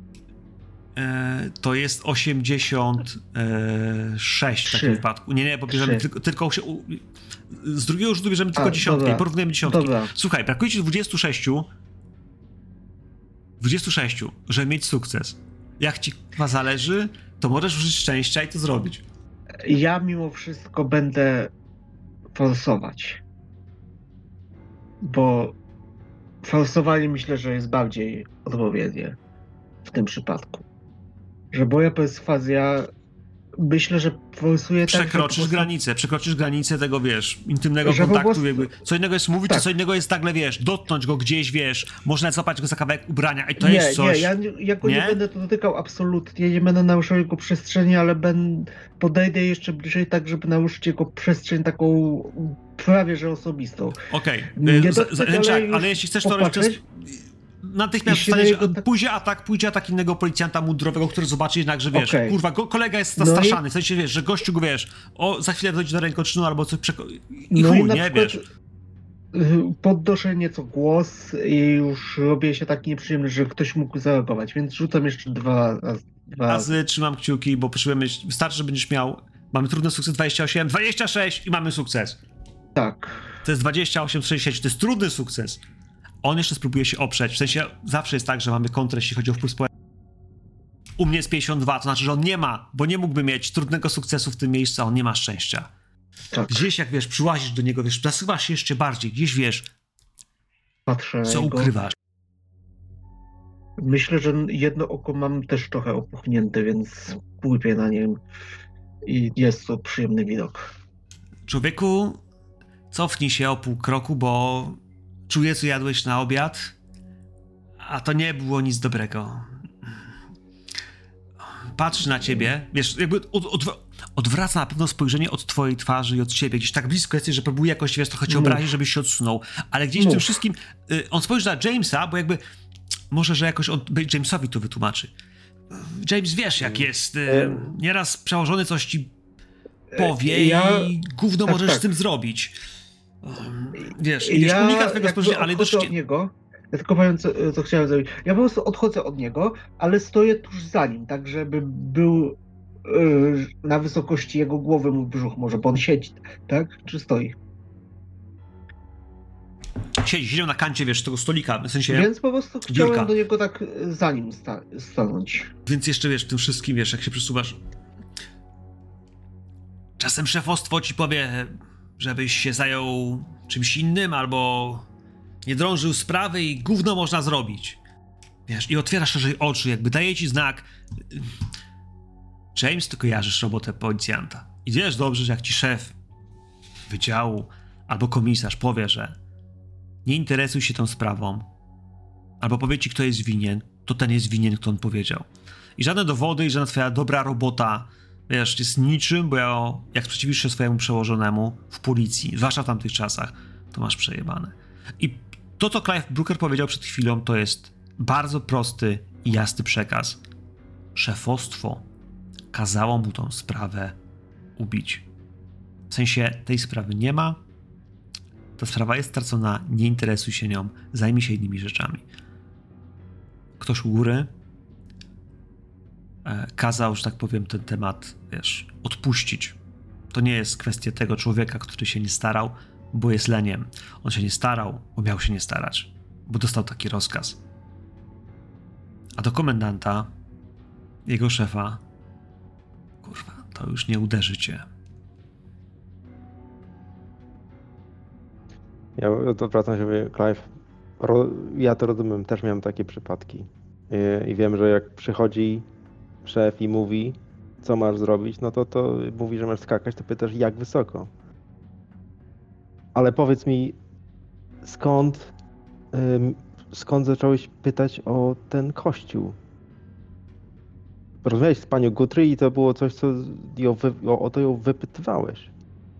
E, to jest osiemdziesiąt sześć w takim Trzy. wypadku. Nie, nie, bo bierzemy Trzy. tylko, tylko się, u, z drugiego rzutu bierzemy tylko A, dziesiątkę dobra. i porównujemy dziesiątki. Dobra. Słuchaj, brakuje ci dwudziestu sześciu, dwudziestu sześciu, żeby mieć sukces. Jak ci chyba zależy, to możesz użyć szczęścia i to zrobić. Ja mimo wszystko będę forsować. Bo forsowanie myślę, że jest bardziej odpowiednie w tym przypadku. Że moja perswazja myślę, że forsuje tak, że po Przekroczysz prostu- granicę, przekroczysz granicę tego, wiesz, intymnego Że po kontaktu, prostu- jakby, co innego jest mówić, Tak. a co innego jest nagle, wiesz, dotknąć go gdzieś, wiesz, można złapać go za kawałek ubrania i to nie, jest coś... Nie, ja, nie- ja go nie? Nie? będę to dotykał absolutnie, nie będę naruszał jego przestrzeni, ale ben, podejdę jeszcze bliżej tak, żeby naruszyć jego przestrzeń taką prawie że osobistą. Okej, Nie okay. dotknąć, Zręczak, ale już ale jeśli chcesz to robić, to popatrzeć. jest... Natychmiast Jeśli na dostaniesz, jego tak- pójdzie atak, pójdzie atak innego policjanta mundurowego, który zobaczy jednak, że wiesz, Okej. kurwa, go, kolega jest No i- zastraszany, w sensie, wiesz, że gościu go, wiesz, o, za chwilę dojdzie do rękoczynu albo coś przeko... I No chuj, i na nie, przykład wiesz. y, podnoszę nieco głos i już robię się taki nieprzyjemny, że ktoś mógł zareagować, więc rzucam jeszcze dwa razy. Dwa razy. Razy trzymam kciuki, bo potrzebujemy, wystarczy, że będziesz miał, mamy trudny sukces dwadzieścia osiem, dwadzieścia sześć i mamy sukces. Tak. To jest dwadzieścia osiem z sześćdziesięciu, to jest trudny sukces. On jeszcze spróbuje się oprzeć, w sensie zawsze jest tak, że mamy kontrę, jeśli chodzi o wpływ społeczny. U mnie jest pięćdziesiąt dwa, to znaczy, że on nie ma, bo nie mógłby mieć trudnego sukcesu w tym miejscu, a on nie ma szczęścia. Tak. Gdzieś jak, wiesz, przyłazisz do niego, wiesz, zasuwasz się jeszcze bardziej, gdzieś, wiesz, Patrzę na co niego. ukrywasz. Myślę, że jedno oko mam też trochę opuchnięte, więc łypię na nim i jest to przyjemny widok. Człowieku, cofnij się o pół kroku, bo czuję, co jadłeś na obiad, a to nie było nic dobrego. Patrzy na ciebie, wiesz, jakby od, od, odwraca na pewno spojrzenie od twojej twarzy i od ciebie. Gdzieś tak blisko jesteś, że próbuje jakoś, wiesz, trochę cię Mów. obrazić, żebyś się odsunął. Ale gdzieś w tym Mów. wszystkim y, on spojrzy na Jamesa, bo jakby może, że jakoś on Jamesowi to wytłumaczy. James, wiesz, jak jest. Y, nieraz przełożony coś ci powie Ja- i gówno tak, możesz tak. z tym zrobić. Um, wiesz, i wiesz, Ja unika twojego jakby spojrzenia, ale odchodzę dość... od niego. Ja tylko powiem, co, co chciałem zrobić. Ja po prostu odchodzę od niego, ale stoję tuż za nim, tak żeby był yy, na wysokości jego głowy mój brzuch może, bo on siedzi, tak? Czy stoi? Siedzi, siedział na kancie, wiesz, tego stolika, w sensie... Więc po prostu chciałem Biurka. do niego tak y, za nim sta- stanąć. Więc jeszcze, wiesz, w tym wszystkim, wiesz, jak się przesuwasz... Czasem szefostwo ci powie, żebyś się zajął czymś innym, albo nie drążył sprawy i gówno można zrobić. Wiesz, i otwiera szerzej oczy, jakby daje ci znak. James, ty kojarzysz robotę policjanta. I wiesz dobrze, że jak ci szef wydziału albo komisarz powie, że nie interesuj się tą sprawą, albo powie ci, kto jest winien, to ten jest winien, kto on powiedział. I żadne dowody, i żadna twoja dobra robota, wiesz, jest niczym, bo ja, jak sprzeciwisz się swojemu przełożonemu w policji, zwłaszcza w tamtych czasach, to masz przejebane. I to, co Clive Brooker powiedział przed chwilą, to jest bardzo prosty i jasny przekaz. Szefostwo kazało mu tą sprawę ubić. W sensie tej sprawy nie ma, ta sprawa jest stracona, nie interesuj się nią, zajmij się innymi rzeczami. Ktoś u góry e, kazał, że tak powiem, ten temat, wiesz, odpuścić. To nie jest kwestia tego człowieka, który się nie starał, bo jest leniem. On się nie starał, bo miał się nie starać, bo dostał taki rozkaz. A do komendanta, jego szefa, kurwa, to już nie uderzy cię. Ja to wracam się, mówię, Clive, ro, ja to rozumiem, też miałem takie przypadki. I, I wiem, że jak przychodzi szef i mówi, co masz zrobić, no to, to mówi, że masz skakać, to pytasz, jak wysoko. Ale powiedz mi, skąd, ym, skąd zacząłeś pytać o ten kościół? Rozmawiałeś z panią Guthrie i to było coś, co ją wy, o, o to ją wypytywałeś.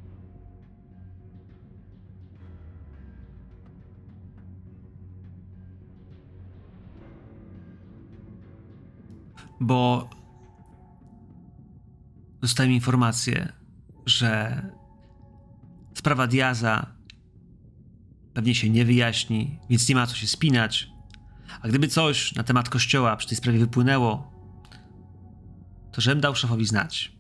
Bo dostałem informację, że sprawa Diaza pewnie się nie wyjaśni, więc nie ma co się spinać. A gdyby coś na temat kościoła przy tej sprawie wypłynęło, to żebym dał szefowi znać.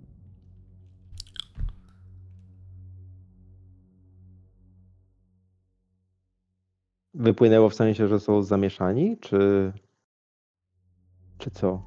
Wypłynęło w sensie, że są zamieszani, czy... Czy co?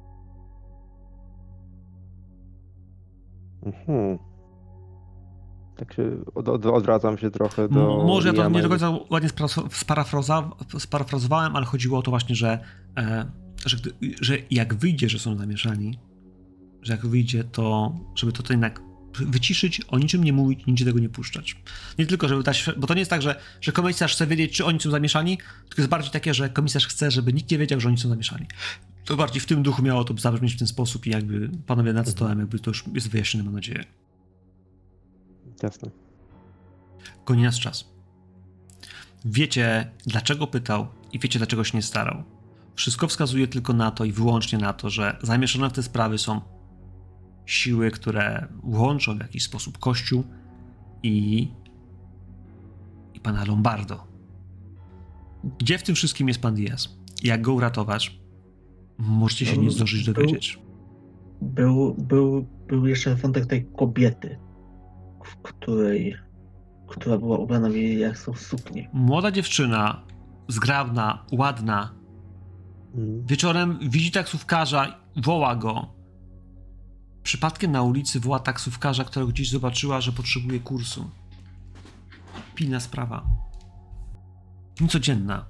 Mhm. Tak się od, od, odwracam się trochę do... M- Może ja to Liama nie do i- końca ładnie sparafraza- sparafrazowałem, ale chodziło o to właśnie, że, e, że, gdy, że jak wyjdzie, że są zamieszani, że jak wyjdzie, to żeby to, to jednak wyciszyć, o niczym nie mówić, nigdzie tego nie puszczać. Nie tylko, żeby dać, bo to nie jest tak, że, że komisarz chce wiedzieć, czy oni są zamieszani, tylko jest bardziej takie, że komisarz chce, żeby nikt nie wiedział, że oni są zamieszani. To bardziej w tym duchu miało to zabrzmieć w ten sposób i jakby panowie nad stołem, jakby to już jest wyjaśnione, mam nadzieję. Jasne. Goni nas czas. Wiecie, dlaczego pytał i wiecie, dlaczego się nie starał. Wszystko wskazuje tylko na to i wyłącznie na to, że zamieszane w te sprawy są siły, które łączą w jakiś sposób Kościół i, i pana Lombardo. Gdzie w tym wszystkim jest pan Diaz? Jak go uratować? Możecie się nie zdążyć dowiedzieć. Był, był, był jeszcze wątek tej kobiety, w której, która była ubrana w jej jak są suknie. Młoda dziewczyna, zgrabna, ładna, Mm. wieczorem widzi taksówkarza, woła go. Przypadkiem na ulicy woła taksówkarza, którego gdzieś zobaczyła, że potrzebuje kursu. Pilna sprawa. Niecodzienna.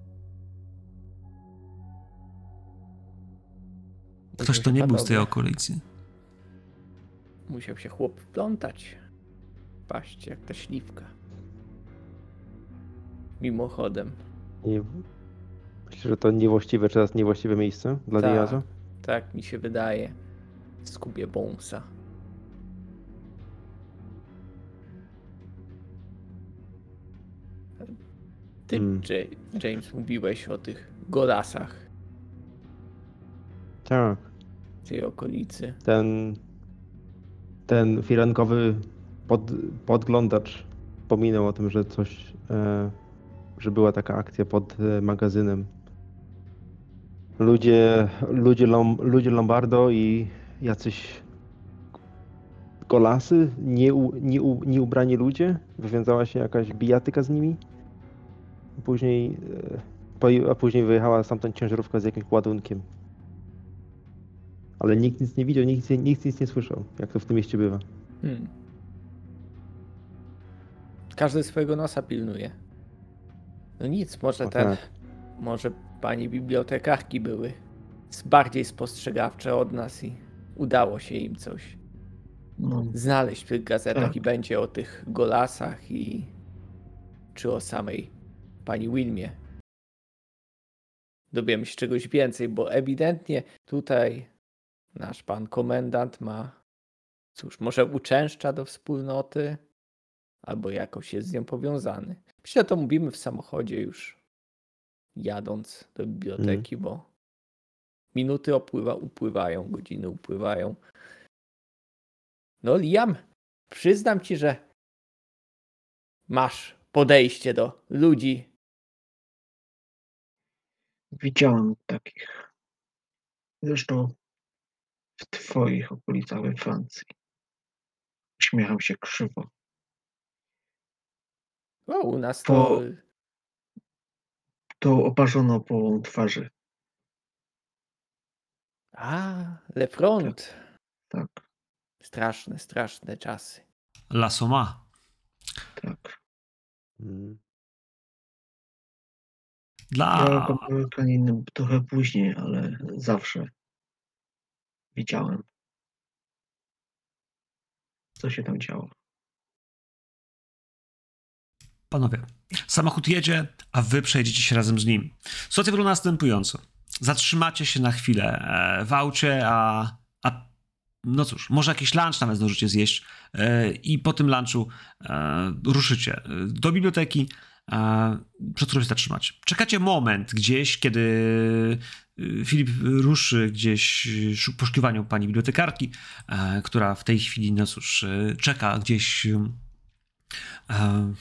Ktoś, kto nie był z tej okolicy. Musiał się chłop wplątać. Paść jak ta śliwka. Mimochodem. I myślę, że to niewłaściwe, czy teraz niewłaściwe miejsce dla Tak. Diaza? Tak mi się wydaje. Skubię Bonesa. Ty, Hmm. J- James, mówiłeś o tych golasach Tak. w tej okolicy. Ten, ten firankowy pod, podglądacz wspominał o tym, że coś, e, że była taka akcja pod e, magazynem. Ludzie, ludzie, Lom, ludzie Lombardo i jacyś golasy, nie, u, nie, u, nie ubrani ludzie. Wywiązała się jakaś bijatyka z nimi. Później, e, po- a później wyjechała stamtąd ciężarówka z jakimś ładunkiem. Ale nikt nic nie widział, nikt, nikt nic nie słyszał, jak to w tym mieście bywa. Hmm. Każdy swojego nosa pilnuje. No nic, może O ten, tak. może pani bibliotekarki były bardziej spostrzegawcze od nas i udało się im coś No, znaleźć w tych gazetach Tak. i będzie o tych golasach i czy o samej pani Wilmie. Dowiemy się czegoś więcej, bo ewidentnie tutaj nasz pan komendant ma, cóż, może uczęszcza do wspólnoty, albo jakoś jest z nią powiązany. Myślę, że to mówimy w samochodzie już jadąc do biblioteki, bo minuty opływa, upływają, godziny upływają. No Liam, przyznam ci, że masz podejście do ludzi. widziałem takich. Zresztą w twoich okolicach we Francji. Uśmiecham się krzywo. O, u nas To- to... To oparzono połową twarzy. A, Le Front. Tak, Straszne, straszne czasy. La Soma. tak. Mm. Dla... Ja jako Amerykanin trochę później, ale zawsze widziałem, co się tam działo. Panowie, samochód jedzie, a wy przejdziecie się razem z nim. Sytuacja wygląda następująco. Zatrzymacie się na chwilę e, w aucie, a, a no cóż, może jakiś lunch nawet zdążycie zjeść e, i po tym lunchu e, ruszycie do biblioteki, e, przed którą się zatrzymać. Czekacie moment gdzieś, kiedy e, Filip ruszy gdzieś w poszukiwaniu pani bibliotekarki, e, która w tej chwili, no cóż, e, czeka gdzieś e,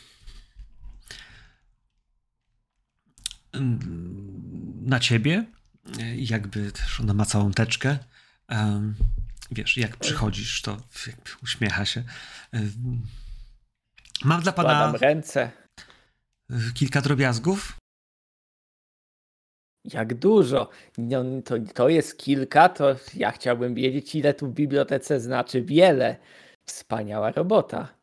na ciebie, jakby też ona ma całą teczkę. Um, wiesz, jak przychodzisz, to jakby uśmiecha się. Um, mam dla pana Składam ręce. kilka drobiazgów. Jak dużo. No, to, to jest kilka, to ja chciałbym wiedzieć, ile tu w bibliotece znaczy wiele. Wspaniała robota.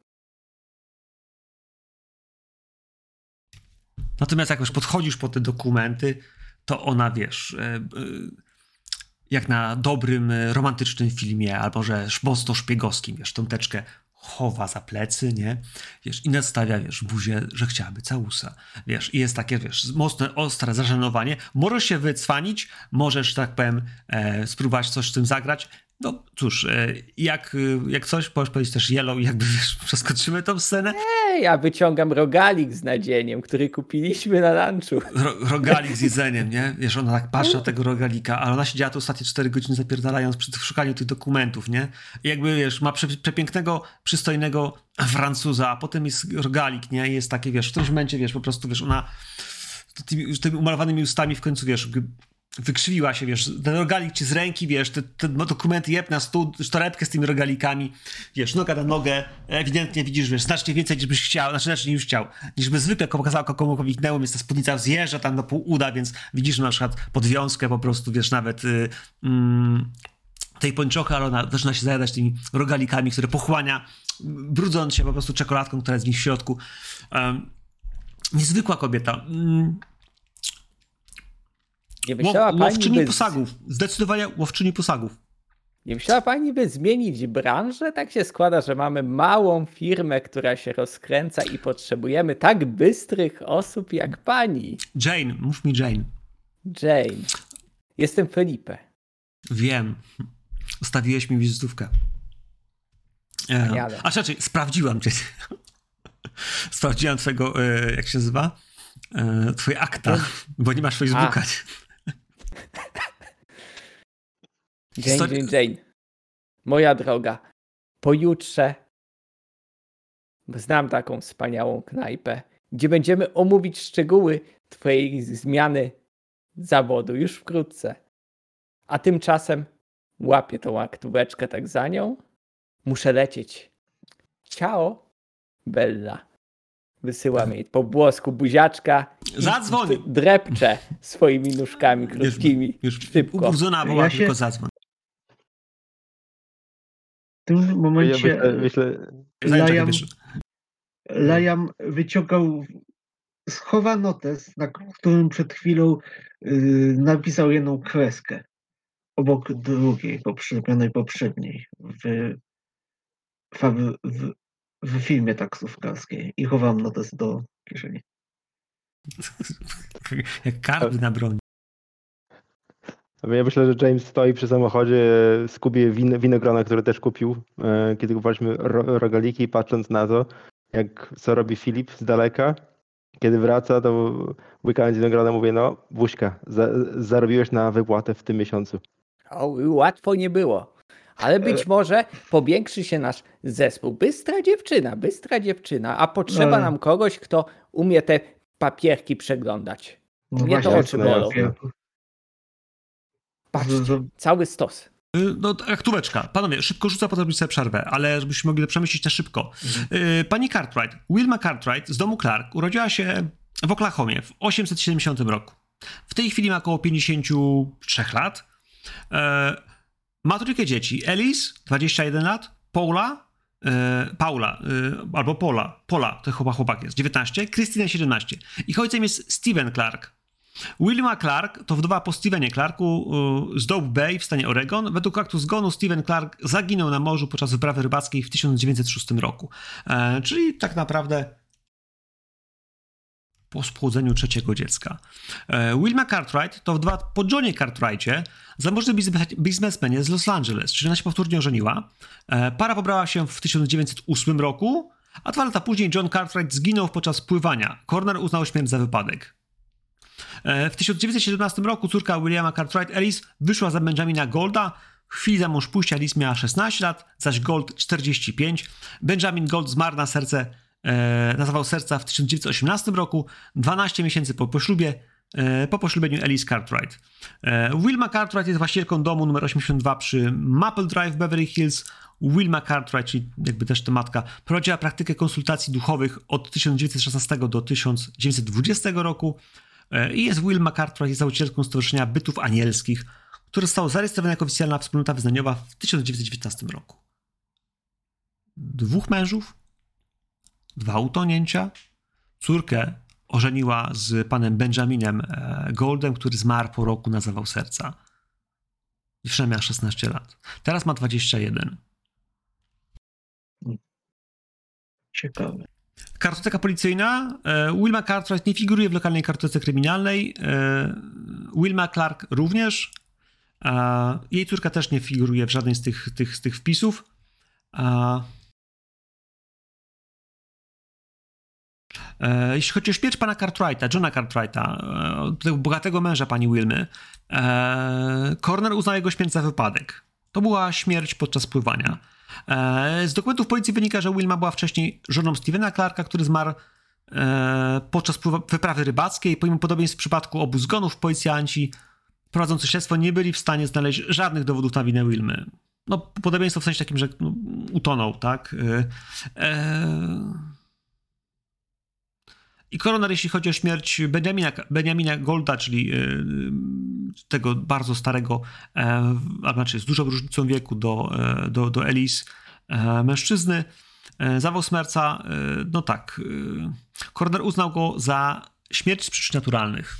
Natomiast jak już podchodzisz po te dokumenty, to ona, wiesz, e, e, jak na dobrym, e, romantycznym filmie, albo że mocno szpiegowskim, wiesz, tą teczkę chowa za plecy, nie? Wiesz, i nadstawia, wiesz, buzię, że chciałaby całusa, wiesz, i jest takie, wiesz, mocne, ostre zażenowanie. Możesz się wycwanić, możesz, tak powiem, e, spróbować coś z tym zagrać. No cóż, e, jak, e, jak coś, możesz powiedzieć też yellow i jakby, wiesz, przeskoczymy tą scenę. Ej, ja wyciągam rogalik z nadzieniem, który kupiliśmy na lunchu. Ro, rogalik z jedzeniem, nie? Wiesz, ona tak patrzy na tego rogalika, ale ona siedziała tu ostatnie cztery godziny zapierdalając przy szukaniu tych dokumentów, nie? I jakby, wiesz, ma prze, przepięknego, przystojnego Francuza, a potem jest rogalik, nie? I jest takie, wiesz, w którymś momencie, wiesz, po prostu, wiesz, ona tymi, tymi umalowanymi ustami w końcu, wiesz, wykrzywiła się, wiesz, ten rogalik ci z ręki, wiesz, te, te dokumenty jeb na stół, torebkę z tymi rogalikami, wiesz, noga na nogę, ewidentnie widzisz, wiesz, znacznie więcej niż byś chciał, znaczy, znacznie niż chciał, niż by zwykle pokazała komuś iknęło, więc ta spódnica zjeżdża tam do pół uda, więc widzisz na przykład podwiązkę po prostu, wiesz, nawet y, mm, tej pończochy, ale ona zaczyna się zajadać tymi rogalikami, które pochłania, brudząc się po prostu czekoladką, która jest w nich w środku. Um, niezwykła kobieta. Um, Nie myślała Ło, łowczyni pani, by... posagów. Zdecydowanie łowczyni posagów. Nie myślała pani, by zmienić branżę? Tak się składa, że mamy małą firmę, która się rozkręca i potrzebujemy tak bystrych osób jak pani. Jane, mów mi Jane. Jane. Jestem Felipe. Wiem. Ustawiłeś mi wizytówkę. E, a raczej sprawdziłam cię. Sprawdziłam twojego, e, jak się nazywa? E, twoje akta, bo nie masz Facebooka. Jane, Jane, Jane. Moja droga, pojutrze znam taką wspaniałą knajpę, gdzie będziemy omówić szczegóły twojej zmiany zawodu już wkrótce. A tymczasem łapię tą aktóweczkę tak za nią. Muszę lecieć. Ciao, Bella. Wysyłam jej po błosku buziaczka. Zadzwoń! Drepcze swoimi nóżkami krótkimi. Już, już szybko. Uburzona była, Ja się- tylko zadzwoń. W tym momencie Ja myślę, myślę, Zajęczak Liam, wiesz. Liam wyciągał, schowa notes, na którym przed chwilą yy, napisał jedną kreskę obok drugiej, poprzednionej poprzedniej w, w, w, w filmie taksówkarskiej i chowam notes do kieszeni. Jak karby na broni. ja myślę, że James stoi przy samochodzie, skubie win, winogrona, które też kupił, e, kiedy kupowaliśmy ro, rogaliki, patrząc na to, jak co robi Filip z daleka. Kiedy wraca, to łykając winogrona mówię, no Buźka, za, zarobiłeś na wypłatę w tym miesiącu. O, łatwo nie było. Ale być może powiększy się nasz zespół. Bystra dziewczyna, bystra dziewczyna, a potrzeba Ale- nam kogoś, kto umie te papierki przeglądać. No Mnie to właśnie, oczy jasne, bolą. jasne. Patrzcie, Z- z- cały stos. Y, No, aktóweczka. Panowie, szybko rzucę, potem robić sobie przerwę, ale żebyśmy mogli to przemyśleć na szybko. Y, Pani Cartwright, Wilma Cartwright z domu Clark urodziła się w Oklahomie w osiemset siedemdziesiątym roku. W tej chwili ma około pięćdziesiąt trzy lat. E, ma trójkę dzieci. Elise, dwadzieścia jeden lat, Paula, e, Paula, e, albo Pola, Pola, to chyba chłopak jest, dziewiętnaście, Christina siedemnaście. Ich ojcem jest Steven Clark. Wilma Clark to wdowa po Stevenie Clarku y, z Dope Bay w stanie Oregon. Według aktu zgonu Steven Clark zaginął na morzu podczas wyprawy rybackiej w tysiąc dziewięćset szóstym roku. E, czyli tak naprawdę po spłodzeniu trzeciego dziecka. E, Wilma Cartwright to wdowa po Johnie Cartwrightie, zamożny biznes- biznesmenie z Los Angeles, czyli ona się powtórnie ożeniła. E, para pobrała się w tysiąc dziewięćset ósmym roku, a dwa lata później John Cartwright zginął podczas pływania. Coroner uznał śmierć za wypadek. W tysiąc dziewięćset siedemnastym roku córka Williama Cartwright, Elise, wyszła za Benjamina Golda. W chwili za mąż pójścia Elise miała szesnaście lat, zaś Gold czterdzieści pięć. Benjamin Gold zmarł na serce, e, na zawał serca w tysiąc dziewięćset osiemnastym roku, dwanaście miesięcy po poślubie, e, po poślubieniu Elise Cartwright. E, Wilma Cartwright jest właścicielką domu numer osiemdziesiąt dwa przy Maple Drive w Beverly Hills. Wilma Cartwright, czyli jakby też ta matka, prowadziła praktykę konsultacji duchowych od tysiąc dziewięćset szesnastego do tysiąc dziewięćset dwudziestego roku. I jest Wilma Cartwright, jest założycielką Stowarzyszenia Bytów Anielskich, które zostało zarejestrowane jako oficjalna wspólnota wyznaniowa w tysiąc dziewięćset dziewiętnastym roku. Dwóch mężów, dwa utonięcia, córkę ożeniła z panem Benjaminem Goldem, który zmarł po roku na zawał serca. Dziewczyna miała szesnaście lat. Teraz ma dwadzieścia jeden. Ciekawe. Kartoteka policyjna. Wilma Cartwright nie figuruje w lokalnej kartotece kryminalnej. Wilma Clark również. Jej córka też nie figuruje w żadnej z tych, tych, z tych wpisów. Jeśli chodzi o śmierć pana Cartwrighta, Johna Cartwrighta, tego bogatego męża pani Wilmy, coroner uznał jego śmierć za wypadek. To była śmierć podczas pływania. Z dokumentów policji wynika, że Wilma była wcześniej żoną Stevena Clarka, który zmarł podczas wyprawy rybackiej. Pomimo podobieństw w przypadku obu zgonów, policjanci prowadzący śledztwo nie byli w stanie znaleźć żadnych dowodów na winę Wilmy. No, podobieństwo w sensie takim, że no, utonął, tak? I koroner, jeśli chodzi o śmierć Benjamina, Benjamina Golda, czyli tego bardzo starego, a znaczy z dużą różnicą wieku do, do, do Elise mężczyzny, zawał serca, no tak, koroner uznał go za śmierć z przyczyn naturalnych.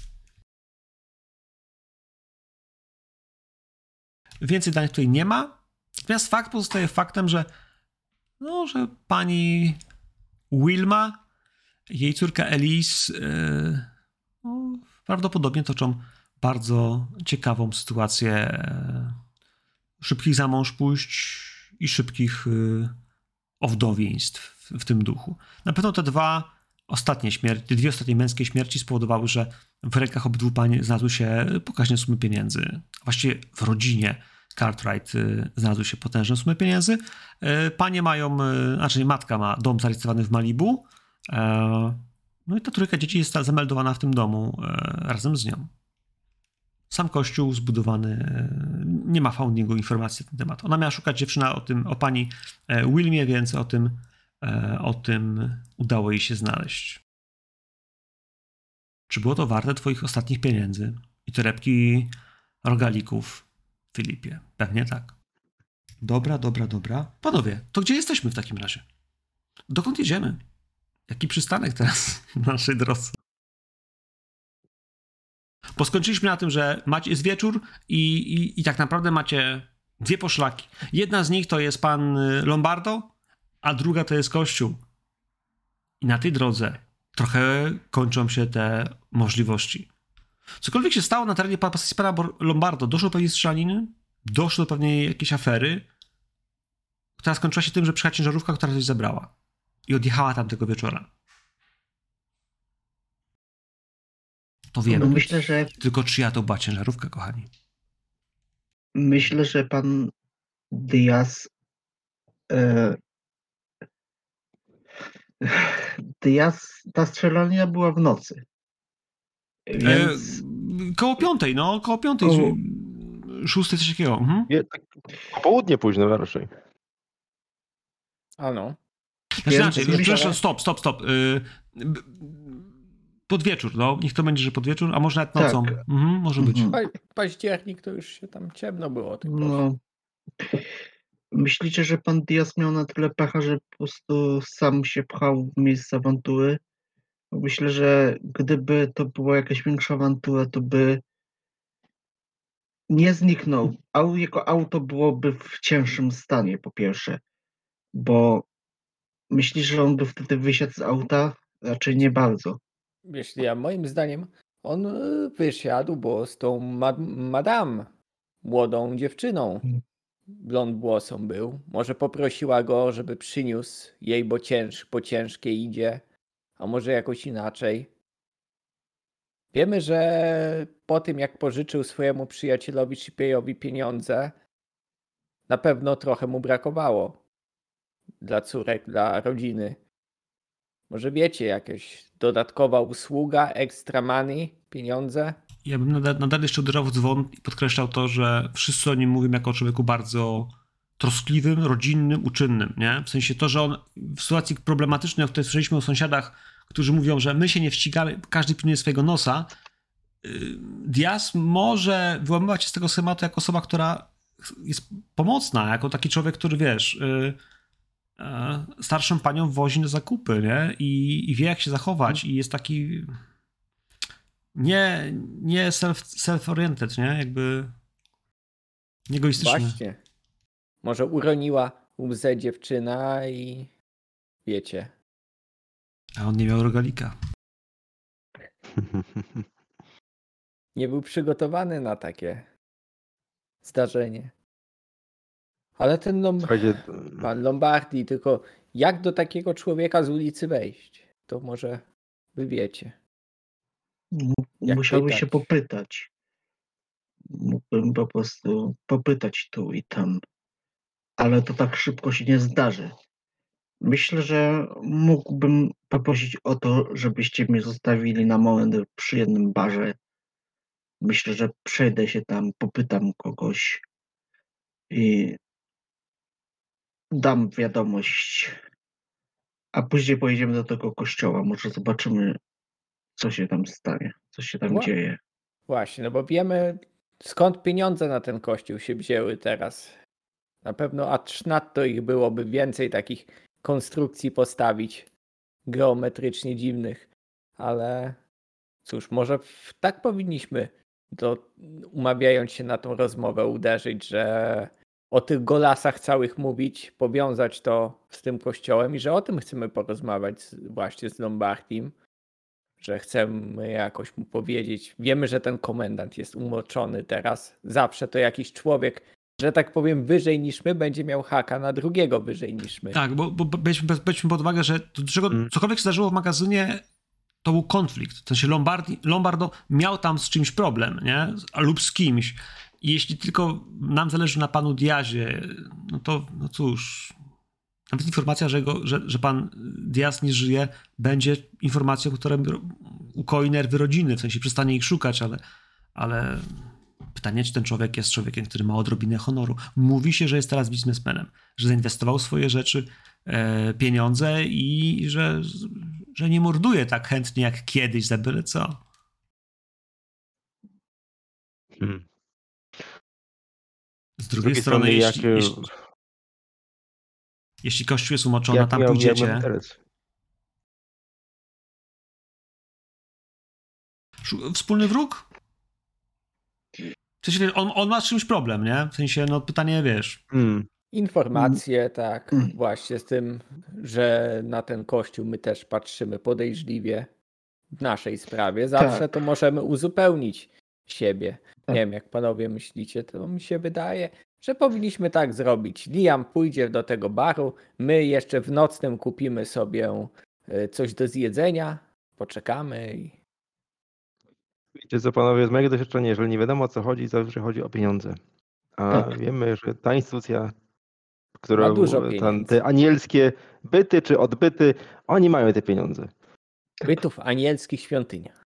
Więcej danych tutaj nie ma, natomiast fakt pozostaje faktem, że no, że pani Wilma, jej córka Elise yy, no, prawdopodobnie toczą bardzo ciekawą sytuację yy, szybkich zamążpójść i szybkich yy, owdowieństw w, w tym duchu. Na pewno te dwa ostatnie śmierci, dwie ostatnie męskie śmierci spowodowały, że w rękach obydwu pań znalazły się pokaźne sumy pieniędzy. Właściwie w rodzinie Cartwright yy, znalazły się potężne sumy pieniędzy. Yy, panie mają, yy, znaczy matka ma dom zarejestrowany w Malibu. No i ta trójka dzieci jest zameldowana w tym domu razem z nią. Sam kościół zbudowany, nie ma foundingu informacji na ten temat. Ona miała szukać dziewczyna o tym, o pani Wilmie, więc o tym, o tym udało jej się znaleźć. Czy było to warte twoich ostatnich pieniędzy i torebki rogalików, Filipie? Pewnie tak. Dobra, dobra, dobra. Panowie, to gdzie jesteśmy w takim razie? Dokąd jedziemy? Jaki przystanek teraz na naszej drodze? Bo skończyliśmy na tym, że macie, jest wieczór i, i, i tak naprawdę macie dwie poszlaki. Jedna z nich to jest pan Lombardo, a druga to jest kościół. I na tej drodze trochę kończą się te możliwości. Cokolwiek się stało na terenie pana Lombardo, doszło do pewnej strzelaniny, doszło do pewnej jakiejś afery, która skończyła się tym, że przyjechała ciężarówka, która coś zabrała. I odjechała tam tego wieczora. To wiemy. No myślę, że... Tylko czyja to była ciężarówka, kochani? Myślę, że pan Diaz... E... Diaz... Ta strzelanina była w nocy. Więc... E, koło piątej, no. Koło piątej. Koło... Szóstej, coś takiego. Mhm. Nie, tak popołudnie późno raczej. A no. Znaczy, inaczej, myślę, stop, stop, stop. Yy, pod wieczór, no. Niech to będzie, że pod wieczór, a może nawet nocą. Tak. Mhm, może być. Mhm. Pa- październik to już się tam ciemno było. Tych No. Myślicie, że pan Diaz miał na tyle pecha, że po prostu sam się pchał w miejsce awantury? Myślę, że gdyby to była jakaś większa awantura, to by nie zniknął. A jego auto byłoby w cięższym stanie, po pierwsze. Bo myślisz, że on by wtedy wysiadł z auta? Raczej nie bardzo. Jeśli ja moim zdaniem on y, wysiadł, bo z tą ma- madame, młodą dziewczyną, blond włosą był. Może poprosiła go, żeby przyniósł jej, bo, cięż, bo ciężkie idzie, a może jakoś inaczej. Wiemy, że po tym jak pożyczył swojemu przyjacielowi Shippieyowi pieniądze, na pewno trochę mu brakowało dla córek, dla rodziny. Może wiecie, jakaś dodatkowa usługa, extra money, pieniądze? Ja bym nadal, nadal jeszcze uderzał w dzwon i podkreślał to, że wszyscy o nim mówią jako o człowieku bardzo troskliwym, rodzinnym, uczynnym, nie? W sensie to, że on w sytuacji problematycznej, o której słyszeliśmy o sąsiadach, którzy mówią, że my się nie wścigamy, każdy pilnuje swojego nosa, Diaz może wyłamywać się z tego schematu jako osoba, która jest pomocna, jako taki człowiek, który, wiesz, starszą panią wozi na zakupy, nie? I, i wie, jak się zachować i jest taki nie, nie self, self-oriented, nie? Jakby Niegoistyczne. Właśnie. Może uroniła łzę dziewczyna i wiecie. A on nie miał rogalika. Nie był przygotowany na takie zdarzenie. Ale ten Lom... Słuchajcie, pan Lombardi, tylko jak do takiego człowieka z ulicy wejść? To może wy wiecie. M- Jak Musiałby pytać? się popytać. Mógłbym po prostu popytać tu i tam. Ale to tak szybko się nie zdarzy. Myślę, że mógłbym poprosić o to, żebyście mnie zostawili na moment przy jednym barze. Myślę, że przejdę się tam, popytam kogoś i dam wiadomość. A później pojedziemy do tego kościoła. Może zobaczymy, co się tam stanie, co się tam Wła- dzieje. Właśnie, no bo wiemy skąd pieniądze na ten kościół się wzięły teraz. Na pewno acz nadto ich byłoby więcej takich konstrukcji postawić geometrycznie dziwnych. Ale cóż, może w, tak powinniśmy, to umawiając się na tą rozmowę, uderzyć, że o tych golasach całych mówić, powiązać to z tym kościołem i że o tym chcemy porozmawiać z, właśnie z Lombardim, że chcemy jakoś mu powiedzieć. Wiemy, że ten komendant jest umoczony teraz. Zawsze to jakiś człowiek, że tak powiem, wyżej niż my, będzie miał haka na drugiego wyżej niż my. Tak, bo, bo weźmy, weźmy pod uwagę, że do czego, Mm. cokolwiek się zdarzyło w magazynie, to był konflikt. W sensie Lombardi, Lombardo miał tam z czymś problem, nie? A lub z kimś. I jeśli tylko nam zależy na panu Diazie, no to no cóż, nawet informacja, że, go, że, że pan Diaz nie żyje, będzie informacją, która ukoi nerwy rodziny, w sensie przestanie ich szukać, ale, ale pytanie, czy ten człowiek jest człowiekiem, który ma odrobinę honoru. Mówi się, że jest teraz biznesmenem, że zainwestował w swoje rzeczy, e, pieniądze i że, że nie morduje tak chętnie jak kiedyś za byle co. Hmm. Z Z drugiej, drugiej strony, strony, jeśli, jak, jeśli, jeśli Kościół jest umoczony, a jak tam miał, jak miał pójdziecie, interes? Szu- wspólny wróg? W sensie, wiesz, on, on ma z czymś problem, nie? W sensie, no pytanie, wiesz, Hmm. Informacje, tak, Mm. właśnie z tym, że na ten kościół my też patrzymy podejrzliwie w naszej sprawie. Zawsze Tak. to możemy uzupełnić siebie. Tak. Nie wiem, jak panowie myślicie, to mi się wydaje, że powinniśmy tak zrobić. Liam pójdzie do tego baru, my jeszcze w nocnym kupimy sobie y, coś do zjedzenia, poczekamy i Wiecie co, panowie, z mojego doświadczenia, jeżeli nie wiadomo o co chodzi, zawsze chodzi o pieniądze. A Tak. wiemy, że ta instytucja, która Ma dużo tam, pieniędzy. te anielskie byty czy odbyty, oni mają te pieniądze. bytów w anielskich świątyniach.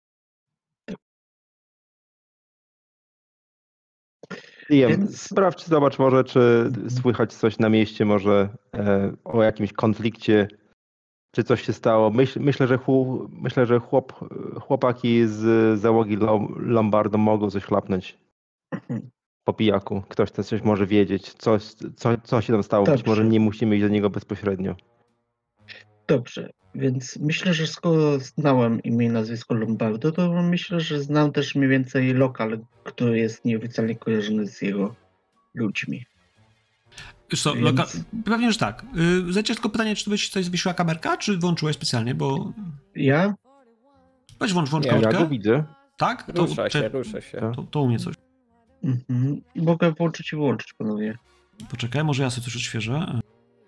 Liam, Więc- sprawdź, zobacz może, czy słychać coś na mieście, może e, o jakimś konflikcie, czy coś się stało. Myśl, myślę, że, chłop, myślę, że chłop, chłopaki z załogi Lom- Lombardo mogą coś chlapnąć Mhm. po pijaku. Ktoś tam coś może wiedzieć, coś, co, co się tam stało. Być Dobrze. może nie musimy iść do niego bezpośrednio. Dobrze, więc myślę, że skoro znałem imię i nazwisko Lombardo, to myślę, że znam też mniej więcej lokal, który jest nieoficjalnie kojarzony z jego ludźmi. wiesz co, Więc- loka- pewnie, że tak. Yy, Zajdzie tylko pytanie, czy to byś coś zwiesiła kamerka, czy włączyłeś specjalnie, bo Ja? weź włącz, włącz Nie, Ja kamerkę. go widzę. Tak? To, Rusza się, cze- rusza się. Tak. to, to u mnie coś. Mhm. Mogę włączyć i wyłączyć, panowie. Poczekaj, może ja sobie coś odświeżę.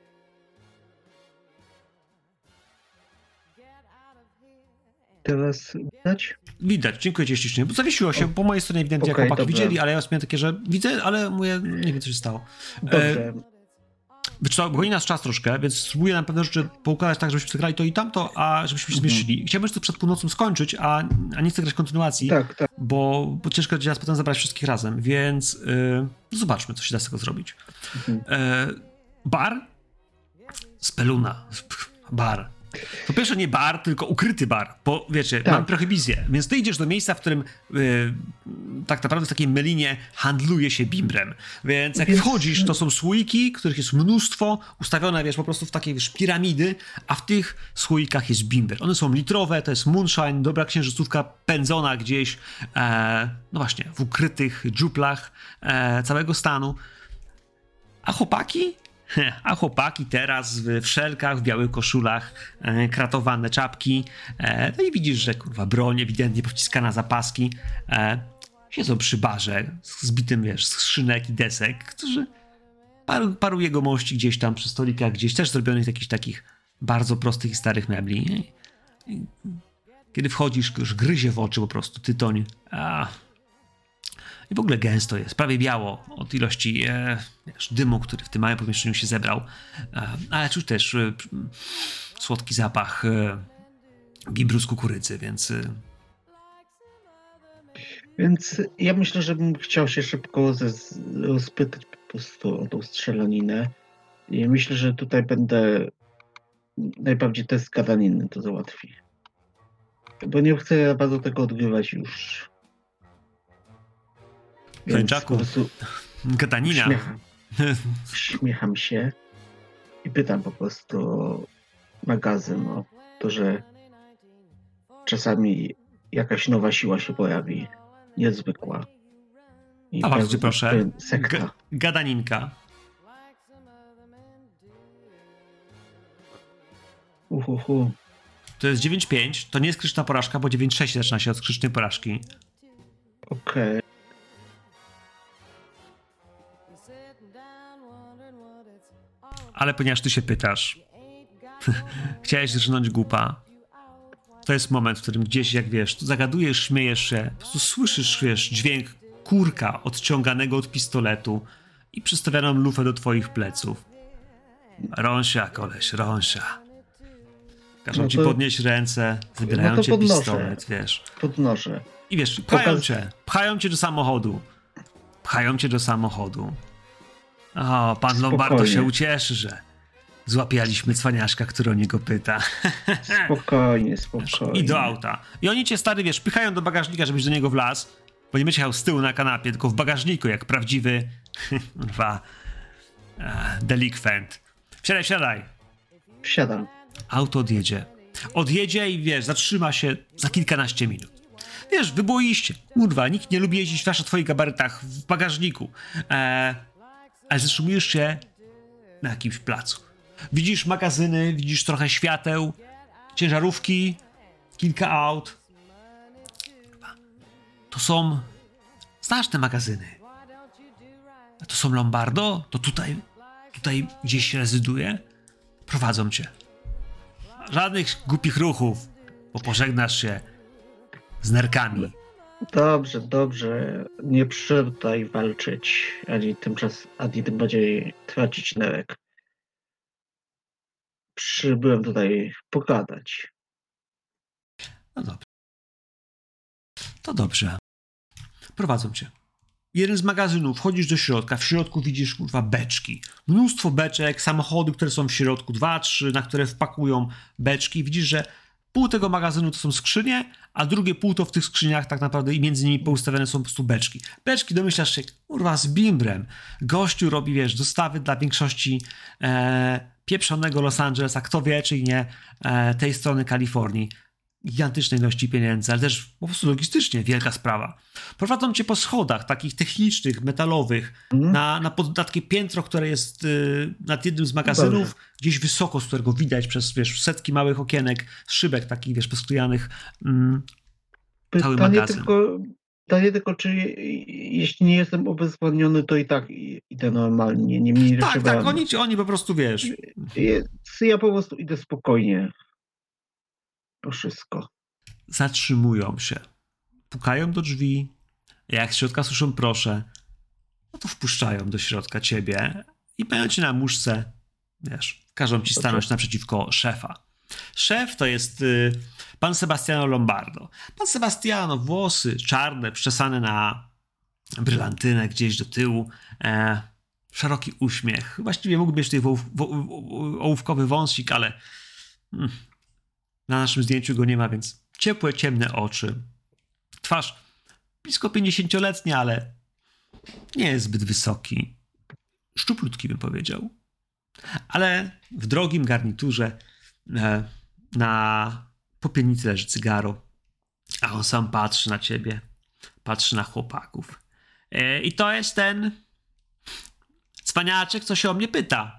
Teraz widać? Widać, dziękuję ci ślicznie, bo zawiesiło się, po mojej stronie ewidentnie, Okej, jak chłopaki dobra. widzieli, ale ja miałem takie, że widzę, ale mówię, nie wiem, co się stało. Dobrze. Wiesz co, goni nas czas troszkę, więc spróbuję na pewne rzeczy poukładać tak, żebyśmy zagrali to i tamto, a żebyśmy się Mhm. zmieścili. Chciałbym jeszcze przed północą skończyć, a, a nie chcę grać kontynuacji, Tak, tak. bo, bo ciężko będzie nas potem zabrać wszystkich razem, więc yy, zobaczmy, co się da z tego zrobić. Mhm. Yy, bar? Speluna. Bar. Po pierwsze nie bar, tylko ukryty bar, bo wiecie, Tak. mam prohibicję, więc ty idziesz do miejsca, w którym y, tak naprawdę w takiej melinie handluje się bimbrem, więc jak Więc- wchodzisz, to są słoiki, których jest mnóstwo, ustawione, wiesz, po prostu w takie, wiesz, piramidy, a w tych słoikach jest bimber. One są litrowe, to jest moonshine, dobra księżycówka pędzona gdzieś, e, no właśnie, w ukrytych dziuplach e, całego stanu. A chłopaki? A chłopaki teraz w szelkach, w białych koszulach, e, kratowane czapki. E, no i widzisz, że kurwa broń ewidentnie powciskana za paski. E, siedzą przy barze, zbitym, wiesz, z szynek i desek, którzy paru, paru jegomości gdzieś tam przy stolikach, gdzieś też zrobionych z jakichś takich bardzo prostych i starych mebli. I, i, kiedy wchodzisz, już gryzie w oczy po prostu tytoń. A, I w ogóle gęsto jest, prawie biało od ilości e, wiesz, dymu, który w tym małym pomieszczeniu się zebrał. E, ale czuć też e, słodki zapach e, bibru z kukurydzy, więc... E, Więc ja myślę, że bym chciał się szybko ze, spytać po prostu o tą strzelaninę. I myślę, że tutaj będę najbardziej test gadaniny to załatwi. Bo nie chcę bardzo tego odgrywać już. Więc Kończaku. po prostu gadanina. Śmiecham. śmiecham się i pytam po prostu o magazyn, o to, że czasami jakaś nowa siła się pojawi, niezwykła. I A bardzo każdy proszę, pewien sekta. G- gadaninka. Uhuhu. To jest dziewięć pięć, to nie jest krytyczna porażka, bo dziewięć sześć zaczyna się od krytycznej porażki. Okej. Ale ponieważ ty się pytasz, chciałeś rżnąć głupa, to jest moment, w którym gdzieś, jak wiesz, tu zagadujesz, śmiejesz się, po prostu słyszysz, wiesz, dźwięk kurka odciąganego od pistoletu i przystawioną lufę do twoich pleców. Rąsia, koleś, rąsia. Każą No ci to- podnieść ręce, wybierają no to cię podnoszę. pistolet, wiesz. Podnoszę. I wiesz, pchają Pokaz- cię, pchają cię do samochodu. Pchają cię do samochodu. O, pan Lombardo Spokojnie. się ucieszy, że złapialiśmy cwaniaszka, który o niego pyta. Spokojnie, spokojnie. I do auta. I oni cię, stary, wiesz, pychają do bagażnika, żebyś do niego wlazł, bo nie będziesz jechał z tyłu na kanapie, tylko w bagażniku, jak prawdziwy kurwa, e, delikwent. Wsiadaj, wsiadaj. Wsiadam. Auto odjedzie. Odjedzie i wiesz, zatrzyma się za kilkanaście minut. Wiesz, wy boiście. Kurwa, nikt nie lubi jeździć w twoich gabarytach w bagażniku. E, ale zatrzymujesz się na jakimś placu. Widzisz magazyny, widzisz trochę świateł, ciężarówki, kilka aut. Kurwa, to są... Znasz te magazyny? A to są Lombardo? To tutaj, tutaj gdzieś rezyduje? Prowadzą cię. Żadnych głupich ruchów, bo pożegnasz się z nerkami. Dobrze, dobrze. Nie przyszedłem tutaj walczyć, ani tymczas, ani tym bardziej tracić nerek. Przybyłem tutaj pogadać. No dobrze. To dobrze. Prowadzą cię. Jeden z magazynów, wchodzisz do środka, w środku widzisz, kurwa, beczki. Mnóstwo beczek, samochody, które są w środku, dwa, trzy, na które wpakują beczki. Widzisz, że pół tego magazynu to są skrzynie, a drugie pół to w tych skrzyniach tak naprawdę i między nimi poustawione są po prostu beczki. Beczki, domyślasz się, kurwa, z bimbrem. Gościu robi, wiesz, dostawy dla większości e, pieprzonego Los Angeles, a kto wie, czy nie, e, tej strony Kalifornii. Gigantycznej ilości pieniędzy, ale też po prostu logistycznie wielka sprawa. Prowadzą cię po schodach takich technicznych, metalowych, Mhm. na, na pod, na takie piętro, które jest y, nad jednym z magazynów, Dobrze. gdzieś wysoko, z którego widać przez, wiesz, setki małych okienek, szybek takich, wiesz, posklejanych. Mm, Cały Pytanie magazyn. tylko, pytanie tylko, czy je- jeśli nie jestem obezwładniony, to i tak i- idę normalnie, nie mnie tak, trzeba... tak, oni, oni po prostu, wiesz, Je- Ja po prostu idę spokojnie. To wszystko. zatrzymują się. Pukają do drzwi, jak z środka słyszą proszę, no to wpuszczają do środka ciebie i mają cię na muszce, wiesz, każą ci stanąć naprzeciwko szefa. Szef to jest y, pan Sebastiano Lombardo. Pan Sebastiano, włosy czarne, przeczesane na brylantynę gdzieś do tyłu, e, szeroki uśmiech. Właściwie mógłby mieć tutaj woł, wo, wo, ołówkowy wąsik, ale mm, Na naszym zdjęciu go nie ma, więc ciepłe, ciemne oczy. Twarz blisko pięćdziesięcioletnia, ale nie jest zbyt wysoki. Szczuplutki bym powiedział. Ale w drogim garniturze e, na popielnicy leży cygaro, a on sam patrzy na ciebie, patrzy na chłopaków. E, I to jest ten cwaniaczek, co się o mnie pyta.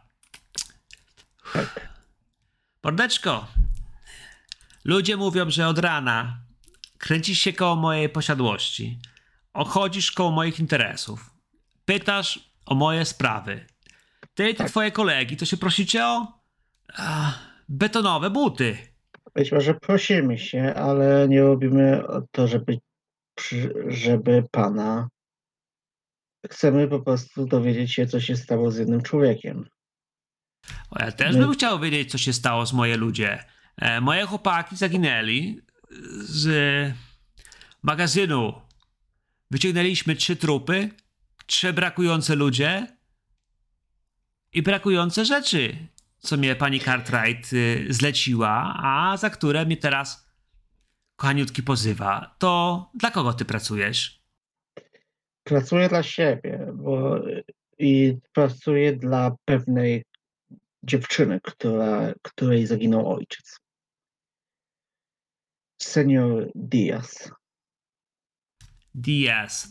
Mordeczko, ludzie mówią, że od rana kręcisz się koło mojej posiadłości, chodzisz koło moich interesów, pytasz o moje sprawy. Ty i te twoje kolegi, to się prosicie o a, betonowe buty. Być może prosimy się, ale nie robimy o to, żeby, przy- żeby pana. Chcemy po prostu dowiedzieć się, co się stało z jednym człowiekiem. O, ja też My- bym chciał wiedzieć, co się stało z moje ludzie. E, moje chłopaki zaginęli z magazynu. Wyciągnęliśmy trzy trupy, trzy brakujące ludzie i brakujące rzeczy, co mnie pani Cartwright y, zleciła, a za które mnie teraz kochaniutki pozywa. To dla kogo ty pracujesz? Pracuję dla siebie, bo i pracuję dla pewnej dziewczyny, która, której zaginął ojciec. Senior Diaz. Diaz.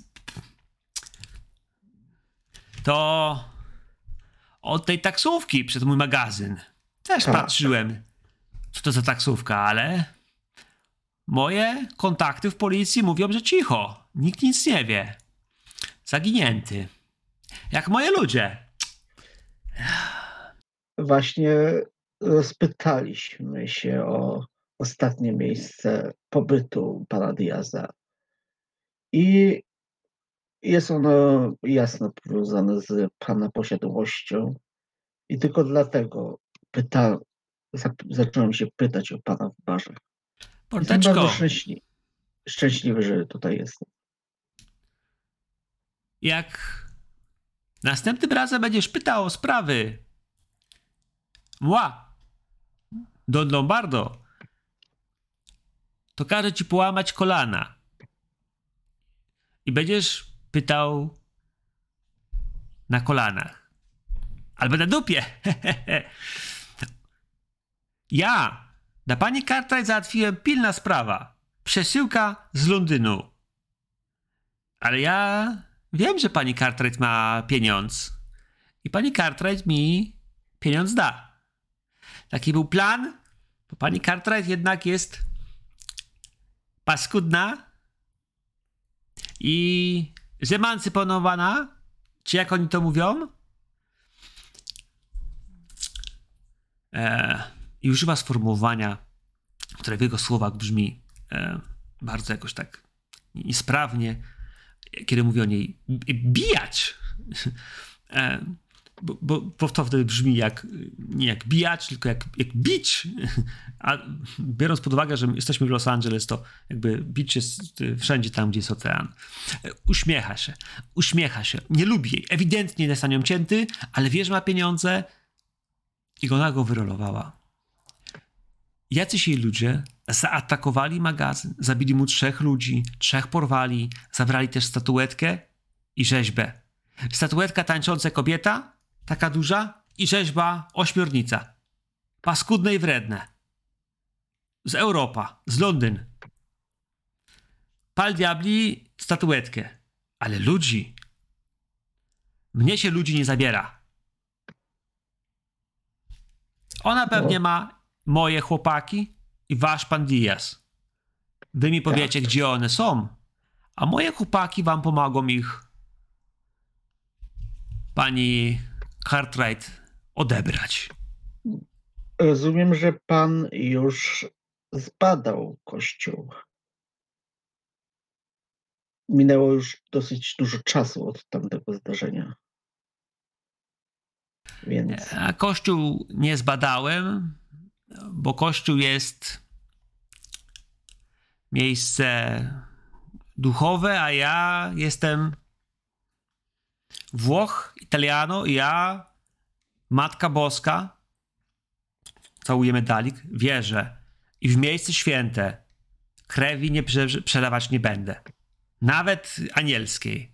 To od tej taksówki przed mój magazyn. Też Tak. patrzyłem, co to za taksówka, ale moje kontakty w policji mówią, że cicho. Nikt nic nie wie. Zaginięty. Jak moje ludzie. Właśnie rozpytaliśmy się o ostatnie miejsce pobytu pana Diaza. I jest ono jasno powiązane z pana posiadłością. I tylko dlatego pyta, zap- zacząłem się pytać o pana w barze. Jestem bardzo Mordeczko, szczęśliwy, szczęśliwy, że tutaj jestem. jak następnym razem będziesz pytał o sprawy mła, Don Lombardo, to każę ci połamać kolana. I będziesz pytał na kolanach. Albo na dupie. Ja dla pani Cartwright załatwiłem pilna sprawa. Przesyłka z Londynu. Ale ja wiem, że pani Cartwright ma pieniądz. I pani Cartwright mi pieniądz da. Taki był plan, bo pani Cartwright jednak jest paskudna i zemancyponowana, czy jak oni to mówią, e, i używa sformułowania, które w jego słowach brzmi e, bardzo jakoś tak niesprawnie, kiedy mówi o niej bijać. E, bo, bo, bo to wtedy brzmi jak, nie jak bijać, tylko jak, jak bić. A biorąc pod uwagę, że jesteśmy w Los Angeles, to jakby bić jest wszędzie tam, gdzie jest ocean. Uśmiecha się, uśmiecha się, nie lubi jej. Ewidentnie jest na nią cięty, ale wie, że ma pieniądze i ona go wyrolowała. Jacyś jej ludzie zaatakowali magazyn, zabili mu trzech ludzi, trzech porwali, zabrali też statuetkę i rzeźbę. Statuetka tańcząca kobieta, taka duża, i rzeźba ośmiornica. Paskudne i wredne. Z Europa, z Londyn. Pal diabli statuetkę. Ale ludzi. Mnie się ludzi nie zabiera. Ona pewnie ma moje chłopaki i wasz pan Diaz. Wy mi powiecie, gdzie one są, a moje chłopaki wam pomogą ich pani Cartwright odebrać. Rozumiem, że pan już zbadał kościół. Minęło już dosyć dużo czasu od tamtego zdarzenia. Więc A kościół nie zbadałem, bo kościół jest miejsce duchowe, a ja jestem Włoch, Italiano, i ja, Matka Boska, całuję medalik, wierzę i w miejsce święte krewi nie prze- przelewać nie będę. Nawet anielskiej.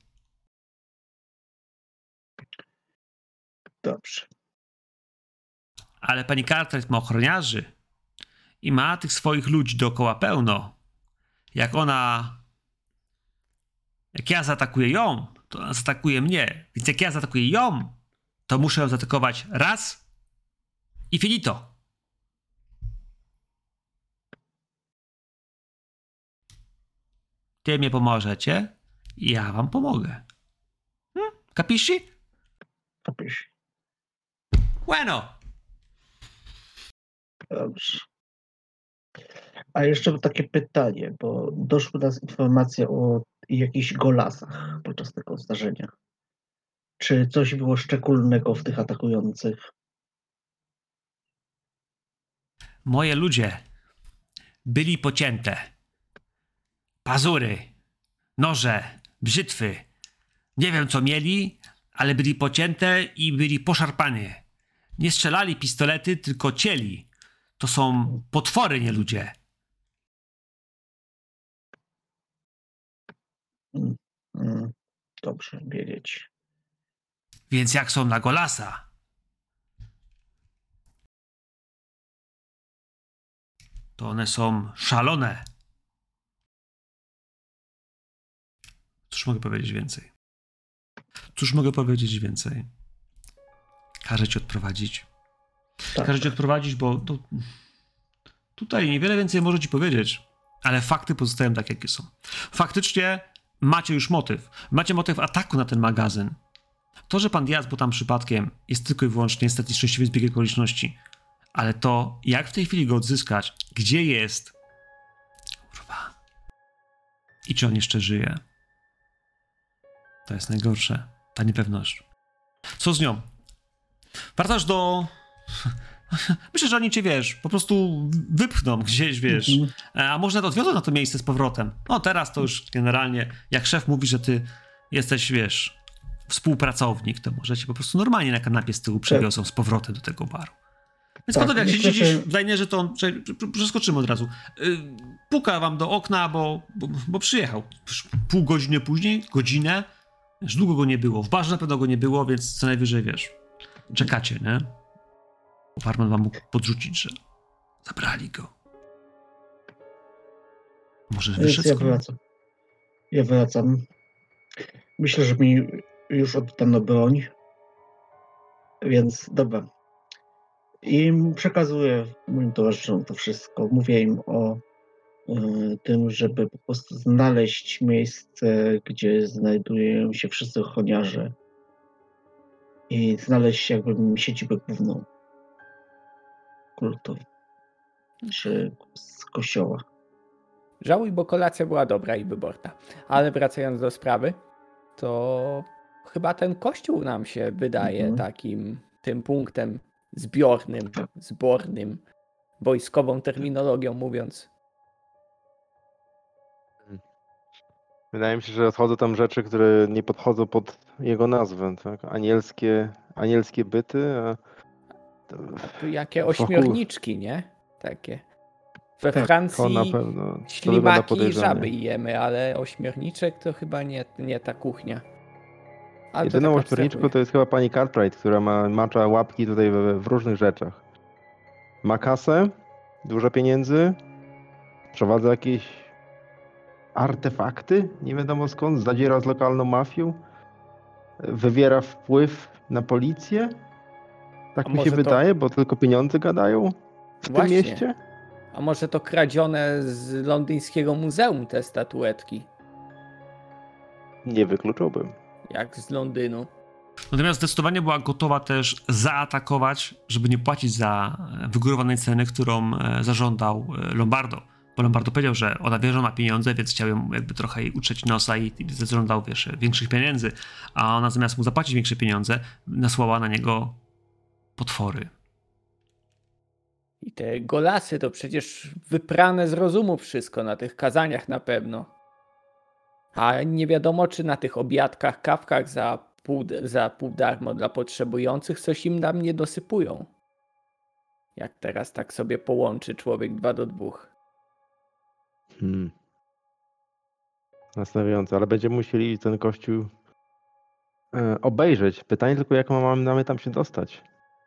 Dobrze. Ale pani Cartwright ma ochroniarzy i ma tych swoich ludzi dookoła pełno. Jak ona... Jak ja zaatakuję ją, to ona zaatakuje mnie. Więc jak ja zaatakuję ją, to muszę ją zaatakować raz i finito. Ty mnie pomożecie i ja wam pomogę. Hm? Capisci? Kapisz. Bueno. Dobrze. A jeszcze mam takie pytanie, bo doszły nas informacje o jakichś golasach podczas tego zdarzenia. Czy coś było szczególnego w tych atakujących? Moje ludzie byli pocięte. Pazury, noże, brzytwy. Nie wiem, co mieli, ale byli pocięte i byli poszarpani. Nie strzelali pistolety, tylko cieli. To są potwory, nie ludzie. Mm, mm, Dobrze wiedzieć. Więc jak są na golasa, to one są szalone. Cóż mogę powiedzieć więcej? Cóż mogę powiedzieć więcej? Każę ci odprowadzić. Tak. Każę ci odprowadzić, bo to... tutaj niewiele więcej może ci powiedzieć, ale fakty pozostają tak, jakie są. Faktycznie macie już motyw. Macie motyw ataku na ten magazyn. To, że pan Diaz był tam przypadkiem, jest tylko i wyłącznie niestety szczęśliwy zbieg okoliczności. Ale to, jak w tej chwili go odzyskać, gdzie jest, kurwa, i czy on jeszcze żyje, to jest najgorsze. Ta niepewność. Co z nią? Wracasz do... Myślę, że oni cię, wiesz, po prostu wypchną gdzieś, wiesz, Mhm. a może nawet odwiozą na to miejsce z powrotem. No teraz to już generalnie, jak szef mówi, że ty jesteś, wiesz, współpracownik, to może cię po prostu normalnie na kanapie z tyłu przewiozą z powrotem do tego baru. Więc Tak, potem jak myślę, siedzicie że- gdzieś w dajnerze, to on, prze- prze- przeskoczymy od razu. Yy, puka wam do okna, bo, bo, bo przyjechał. Już pół godziny później, godzinę, już długo go nie było. W barze na pewno go nie było, więc co najwyżej, wiesz, czekacie, nie? Bo barman wam mógł podrzucić, że zabrali go. Może Więc wyszedł ja skąd? wracam. Ja wracam. Myślę, że mi już oddano broń. Więc dobra. I przekazuję moim towarzyszom to wszystko. Mówię im o y, tym, żeby po prostu znaleźć miejsce, gdzie znajdują się wszyscy ochroniarze i znaleźć jakby siedzibę główną kultu czy z kościoła. Żałuj, bo kolacja była dobra i wyborna. Ale wracając do sprawy, to chyba ten kościół nam się wydaje Mhm. takim tym punktem zbiornym, zbornym, wojskową terminologią mówiąc. Wydaje mi się, że odchodzą tam rzeczy, które nie podchodzą pod jego nazwę, tak? Anielskie, anielskie byty, a to, Tu jakie Wokół- ośmiorniczki, nie? Takie. We Tak, to na Francji pewno to wygląda ślimaki i podejrzanie. żaby jemy, ale ośmiorniczek to chyba nie, nie ta kuchnia. Ale to Jedyną tak ośmiorniczką abstrahuję. to jest chyba pani Cartwright, która ma macza łapki tutaj w, w różnych rzeczach. Ma kasę, dużo pieniędzy, prowadza jakieś artefakty, nie wiadomo skąd, zadziera z lokalną mafią, wywiera wpływ na policję. Tak A mi się może to- wydaje, bo tylko pieniądze gadają w Właśnie. tym mieście. A może to kradzione z londyńskiego muzeum te statuetki? Nie wykluczyłbym. Jak z Londynu. Natomiast zdecydowanie była gotowa też zaatakować, żeby nie płacić za e, wygórowanej ceny, którą e, zażądał e, Lombardo. Bo Lombardo powiedział, że ona wie, że ma pieniądze, więc chciał ją jakby trochę jej utrzeć nosa i, i zażądał, wiesz, większych pieniędzy. A ona zamiast mu zapłacić większe pieniądze, nasłała na niego potwory. I te golasy to przecież wyprane z rozumu wszystko na tych kazaniach na pewno. A nie wiadomo, czy na tych obiadkach, kawkach za pół, za pół darmo dla potrzebujących coś im tam nie dosypują. Jak teraz tak sobie połączy człowiek dwa do dwóch. Hmm. Zastanawiające, ale będziemy musieli ten kościół e, obejrzeć. Pytanie tylko, jak mamy, mamy tam się dostać?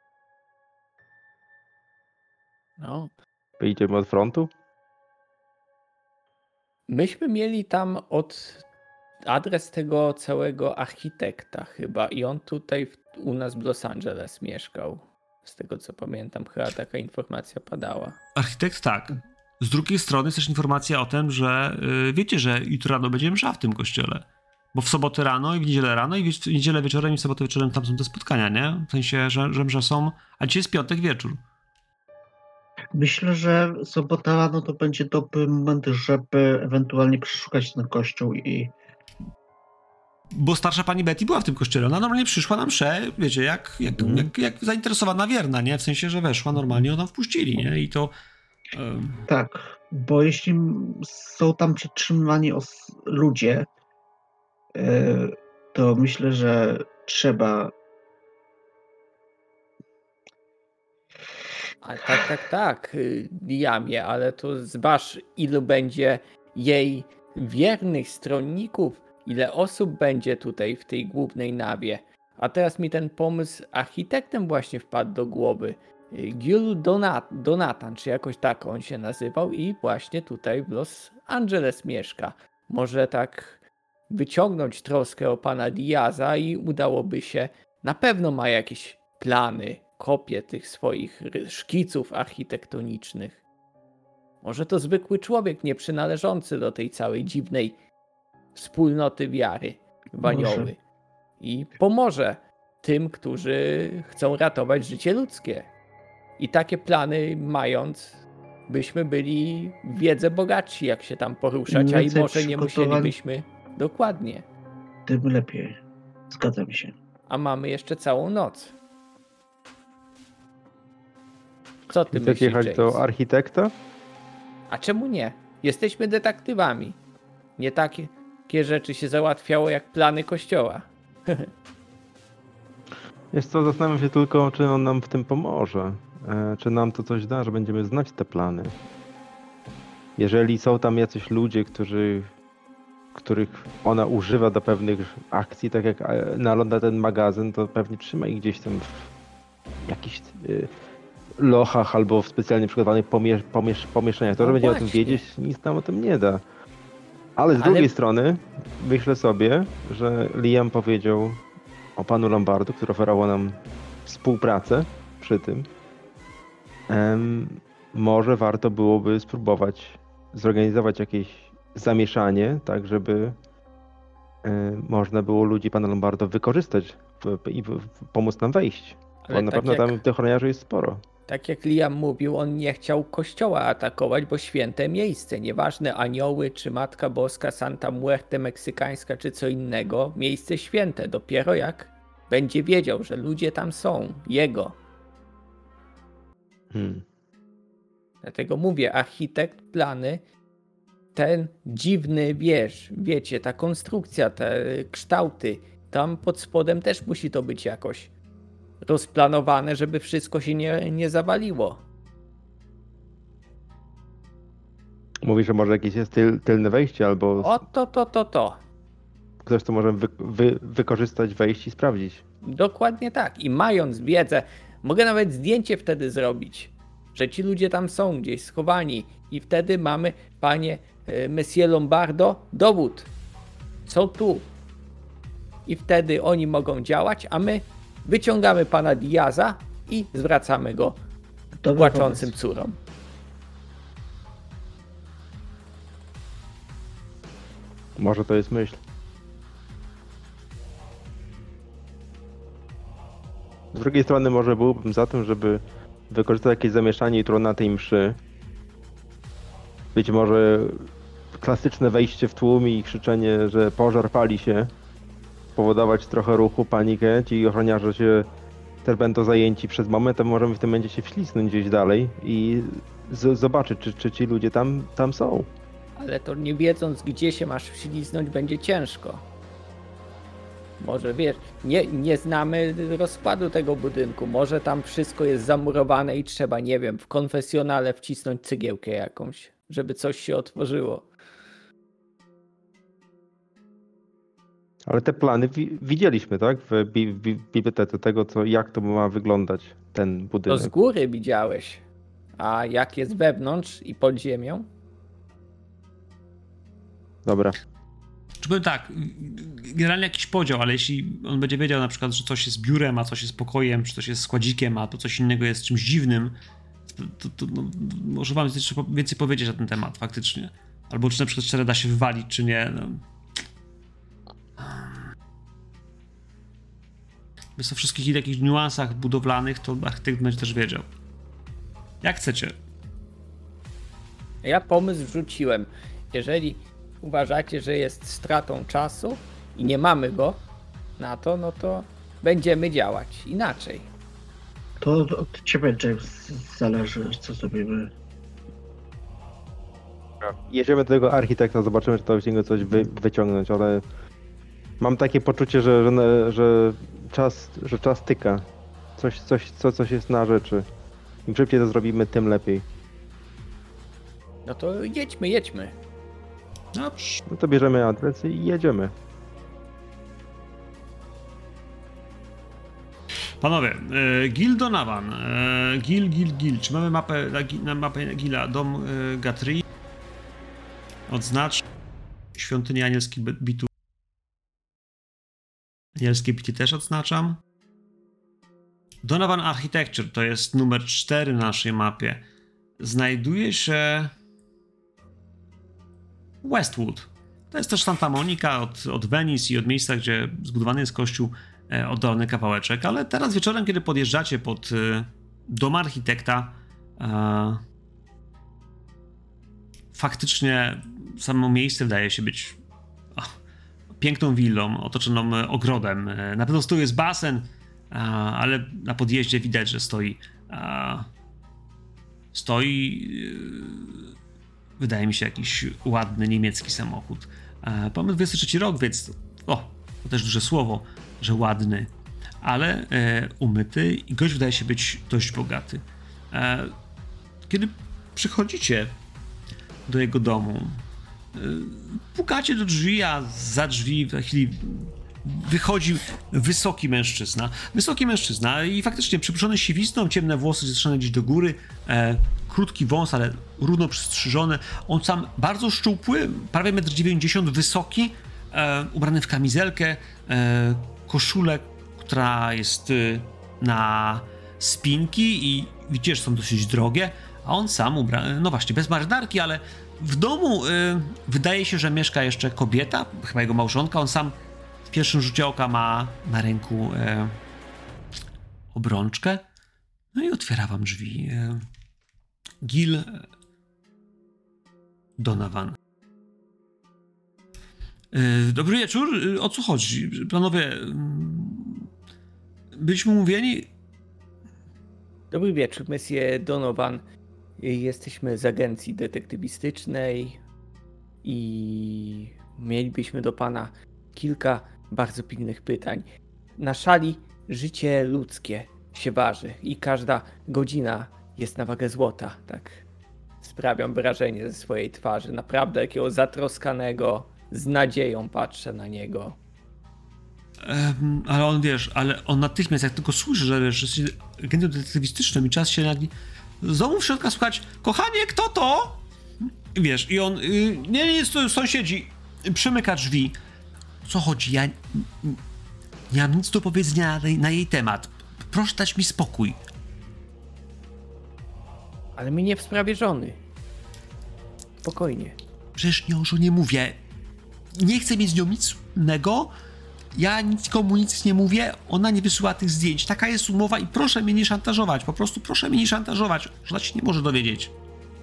No. Wyjdziemy od frontu? Myśmy mieli tam od adres tego całego architekta chyba i on tutaj w, u nas w Los Angeles mieszkał. Z tego co pamiętam, chyba taka informacja padała. Architekt tak. Z drugiej strony jest też informacja o tym, że yy, wiecie, że jutro rano będzie msza w tym kościele. Bo w sobotę rano i w niedzielę rano i w niedzielę wieczorem i w sobotę wieczorem tam są te spotkania, nie? W sensie, że, że msze są, a dzisiaj jest piątek wieczór. Myślę, że sobota rano to będzie dobry moment, żeby ewentualnie przeszukać ten kościół i Bo starsza pani Betty była w tym kościele. Ona normalnie przyszła na mszę, wiecie, jak, jak, Mhm. jak, jak zainteresowana wierna, nie? W sensie, że weszła normalnie, ona wpuścili, nie? I to... ym, tak, bo jeśli m- są tam przetrzymywani os- ludzie, e, to myślę, że trzeba. A tak, tak, tak, y, Liamie, ale to zważ, ilu będzie jej wiernych stronników, ile osób będzie tutaj w tej głównej nawie. A teraz mi ten pomysł z architektem właśnie wpadł do głowy. Y, Gil Donat, Donatan, czy jakoś tak on się nazywał i właśnie tutaj w Los Angeles mieszka. Może tak wyciągnąć troskę o pana Diaza i udałoby się, na pewno ma jakieś plany, kopie tych swoich ry- szkiców architektonicznych. Może to zwykły człowiek nieprzynależący do tej całej dziwnej wspólnoty wiary w anioły. Może. I pomoże tym, którzy chcą ratować życie ludzkie. I takie plany mając, byśmy byli w wiedzę bogatsi, jak się tam poruszać, a i Więcej może nie przygotowań. musielibyśmy dokładnie. Tym lepiej. Zgadzam się. A mamy jeszcze całą noc. Co ty Chcesz myślisz, jechać James? do architekta? A czemu nie? Jesteśmy detektywami. Nie takie, takie rzeczy się załatwiało jak plany kościoła. Wiesz co, zastanawiam się tylko, czy on nam w tym pomoże. E, czy nam to coś da, że będziemy znać te plany. Jeżeli są tam jacyś ludzie, którzy, których ona używa do pewnych akcji, tak jak e, naląda ten magazyn, to pewnie trzyma ich gdzieś tam w jakichś e, lochach albo w specjalnie przygotowanych pomiesz, pomiesz, pomieszczeniach. To, No że będzie o tym właśnie. wiedzieć, nic nam o tym nie da. Ale z Ale- drugiej strony myślę sobie, że Liam powiedział o panu Lombardu, który oferował nam współpracę przy tym. Em, może warto byłoby spróbować zorganizować jakieś zamieszanie, tak żeby e, można było ludzi pana Lombardo wykorzystać w, i w, w, pomóc nam wejść. Ale Bo na tak pewno jak- tam tych ochroniarzy jest sporo. Tak jak Liam mówił, on nie chciał kościoła atakować, bo święte miejsce, nieważne anioły, czy Matka Boska, Santa Muerte meksykańska, czy co innego, miejsce święte. Dopiero jak będzie wiedział, że ludzie tam są, jego. Hmm. Dlatego mówię, architekt, plany, ten dziwny wież, wiecie, ta konstrukcja, te kształty, tam pod spodem też musi to być jakoś rozplanowane, żeby wszystko się nie, nie zawaliło. Mówi, że może jakieś jest tyl, tylne wejście, albo O to, to, to, to. ktoś to może wy, wy, wykorzystać, wejść i sprawdzić. Dokładnie tak. I mając wiedzę, mogę nawet zdjęcie wtedy zrobić, że ci ludzie tam są gdzieś schowani i wtedy mamy, panie e, Monsieur Lombardo, dowód. Są tu. I wtedy oni mogą działać, a my wyciągamy pana Diaza i zwracamy go Dobry płaczącym pomysł. córom. Może to jest myśl. Z drugiej strony może byłbym za tym, żeby wykorzystać jakieś zamieszanie jutro na tej mszy. Być może klasyczne wejście w tłum i krzyczenie, że pożar pali się, powodować trochę ruchu, panikę. Ci ochroniarze się też będą zajęci przez moment, a możemy w tym momencie się wślizgnąć gdzieś dalej i z- zobaczyć, czy, czy ci ludzie tam, tam są. Ale to nie wiedząc, gdzie się masz wśliznąć, będzie ciężko. Może wiesz, nie, nie znamy rozkładu tego budynku. Może tam wszystko jest zamurowane i trzeba, nie wiem, w konfesjonale wcisnąć cygiełkę jakąś, żeby coś się otworzyło. Ale te plany wi- widzieliśmy, tak? W, bi- w bi- bibliotece tego, co, jak to ma wyglądać ten To budynek. z góry widziałeś. A jak jest wewnątrz i pod ziemią? Dobra. Czy powiem tak, generalnie jakiś podział, ale jeśli on będzie wiedział na przykład, że coś jest biurem, a coś jest pokojem, czy coś jest składzikiem, a to coś innego jest czymś dziwnym, to, to, to no, może wam jeszcze więcej powiedzieć na ten temat faktycznie. Albo czy na przykład szczerze da się wywalić, czy nie. No. Bez o wszystkich jakichś niuansach budowlanych, to architekt będzie też wiedział. Jak chcecie. Ja pomysł wrzuciłem. Jeżeli uważacie, że jest stratą czasu i nie mamy go na to, no to będziemy działać inaczej. To od ciebie, James, zależy, co zrobimy. Jedziemy do tego architekta, zobaczymy, czy to z niego coś wy- wyciągnąć, ale mam takie poczucie, że, że, że, czas, że czas tyka. Coś, coś, co, coś jest na rzeczy. Im szybciej to zrobimy, tym lepiej. No to jedźmy, jedźmy. Dobrze. No to bierzemy adres i jedziemy. Panowie, e, Gil Donovan, e, Gil, Gil, Gil, czy mamy mapę na, Gi- na mapę Gila, dom e, Gatri, odznacz świątynię anielskich bi- bitów, anielskie bity też odznaczam. Donovan Architecture to jest numer cztery na naszej mapie, znajduje się Westwood. To jest też Santa Monica od, od Venice i od miejsca, gdzie zbudowany jest kościół, e, oddalony kawałeczek, ale teraz wieczorem, kiedy podjeżdżacie pod e, dom architekta, e, faktycznie samo miejsce wydaje się być o, piękną willą, otoczoną e, ogrodem. E, na pewno z tyłu jest basen, e, ale na podjeździe widać, że stoi e, stoi e, wydaje mi się jakiś ładny niemiecki samochód. E, mamy dwudziesty trzeci rok, więc o, to też duże słowo, że ładny, ale e, umyty i gość wydaje się być dość bogaty. E, kiedy przychodzicie do jego domu, e, pukacie do drzwi, a za drzwi w tej chwili wychodzi wysoki mężczyzna. Wysoki mężczyzna i faktycznie przypuszczony siwizną, ciemne włosy zestrzone gdzieś do góry, e, krótki wąs, ale równo przystrzyżony. On sam bardzo szczupły, prawie metr dziewięćdziesiąt, wysoki, e, ubrany w kamizelkę, e, koszulę, która jest e, na spinki i widzicie, że są dosyć drogie, a on sam ubrany, no właśnie, bez marynarki, ale w domu e, wydaje się, że mieszka jeszcze kobieta, chyba jego małżonka. On sam w pierwszym rzucie oka ma na ręku e, obrączkę. No i otwiera wam drzwi. E, Gil Donovan. E, dobry wieczór. E, o co chodzi? Panowie, mm, byliśmy umówieni? Dobry wieczór, Monsieur Donovan. Jesteśmy z agencji detektywistycznej i mielibyśmy do pana kilka bardzo pilnych pytań. Na szali życie ludzkie się waży i każda godzina jest na wagę złota. Tak sprawiam wrażenie ze swojej twarzy. Naprawdę jakiego zatroskanego, z nadzieją patrzę na niego. Um, ale on, wiesz, ale on natychmiast, jak tylko słyszy, że wiesz, że jest agentem detektywistycznym i czas się nagli, z domu w środka słuchać, kochanie, kto to? I wiesz, i on, y, nie, nie, jest to sąsiedzi, przymyka drzwi. Co chodzi? Ja nie mam nic do powiedzenia na, na jej temat. Proszę dać mi spokój. Ale my nie w sprawie żony. Spokojnie. Przecież nie o żonie mówię. Nie chcę mieć z nią nic wspólnego. Ja nikomu nic nie mówię. Ona nie wysyła tych zdjęć. Taka jest umowa i proszę mnie nie szantażować. Po prostu proszę mnie nie szantażować. Żona się nie może dowiedzieć.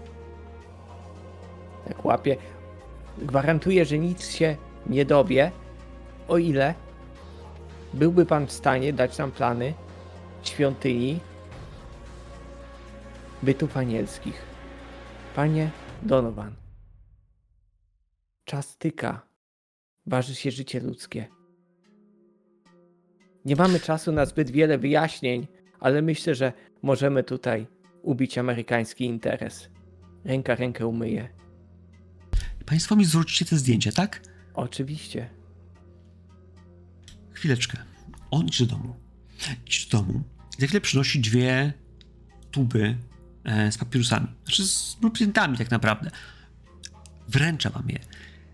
Tak łapie. Gwarantuję, że nic się nie dowie, o ile byłby pan w stanie dać nam plany świątyni bytów anielskich. Panie Donovan, czas tyka. Waży się życie ludzkie. Nie mamy czasu na zbyt wiele wyjaśnień, ale myślę, że możemy tutaj ubić amerykański interes. Ręka rękę umyje. Państwo mi zwrócicie te zdjęcia, tak? Oczywiście. Chwileczkę. On idzie do domu. Idzie do domu. I za chwilę przynosi dwie tuby e, z papierosami. Znaczy z blueprintami tak naprawdę. Wręcza wam je.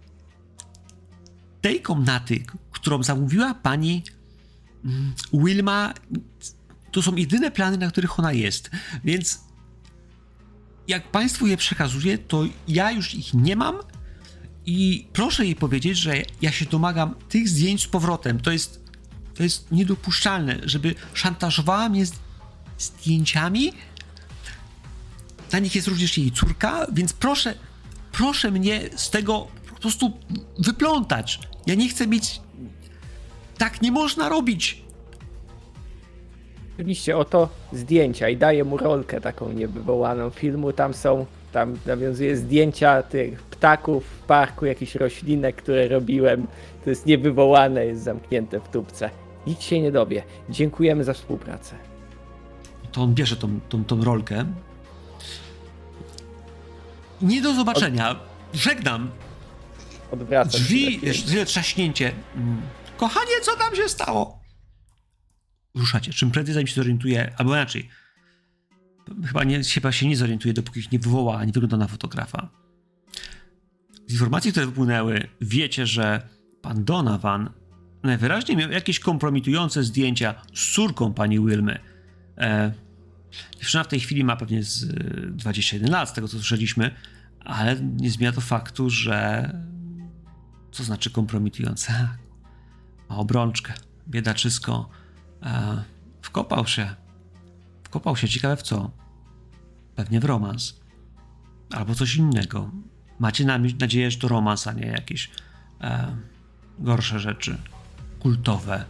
Tej komnaty, którą zamówiła pani mm, Wilma, to są jedyne plany, na których ona jest. Więc jak państwu je przekazuję, to ja już ich nie mam i proszę jej powiedzieć, że ja się domagam tych zdjęć z powrotem. To jest, to jest niedopuszczalne, żeby szantażowała mnie z zdjęciami. Na nich jest również jej córka, więc proszę, proszę mnie z tego po prostu wyplątać. Ja nie chcę mieć... Tak nie można robić. Oczywiście oto zdjęcia i daję mu rolkę taką niewywołaną filmu. Tam są, tam nawiązuje zdjęcia tych ptaków w parku, jakichś roślinek, które robiłem. To jest niewywołane, jest zamknięte w tubce. Nikt się nie dowie. Dziękujemy za współpracę. To on bierze tą, tą, tą rolkę. Nie do zobaczenia. Żegnam. Odwracam się Drzwi, lepiej. wiesz, tyle trzaśnięcie. Mm. Kochanie, co tam się stało? Ruszacie. Czym prędzej, zanim się zorientuje, albo inaczej. Chyba, nie, chyba się nie zorientuje, dopóki ich nie wywoła, a nie wygląda na fotografa. Z informacji, które wypłynęły, wiecie, że pan Donovan najwyraźniej miał jakieś kompromitujące zdjęcia z córką pani Wilmy. E, dziewczyna w tej chwili ma pewnie z dwadzieścia jeden lat, z tego co słyszeliśmy, ale nie zmienia to faktu, że... Co znaczy kompromitujące? Ma obrączkę. Biedaczysko. E, wkopał się. Wkopał się. Ciekawe w co? Pewnie w romans. Albo coś innego. Macie na, nadzieję, że to romans, a nie jakieś e, gorsze rzeczy. Kultowe.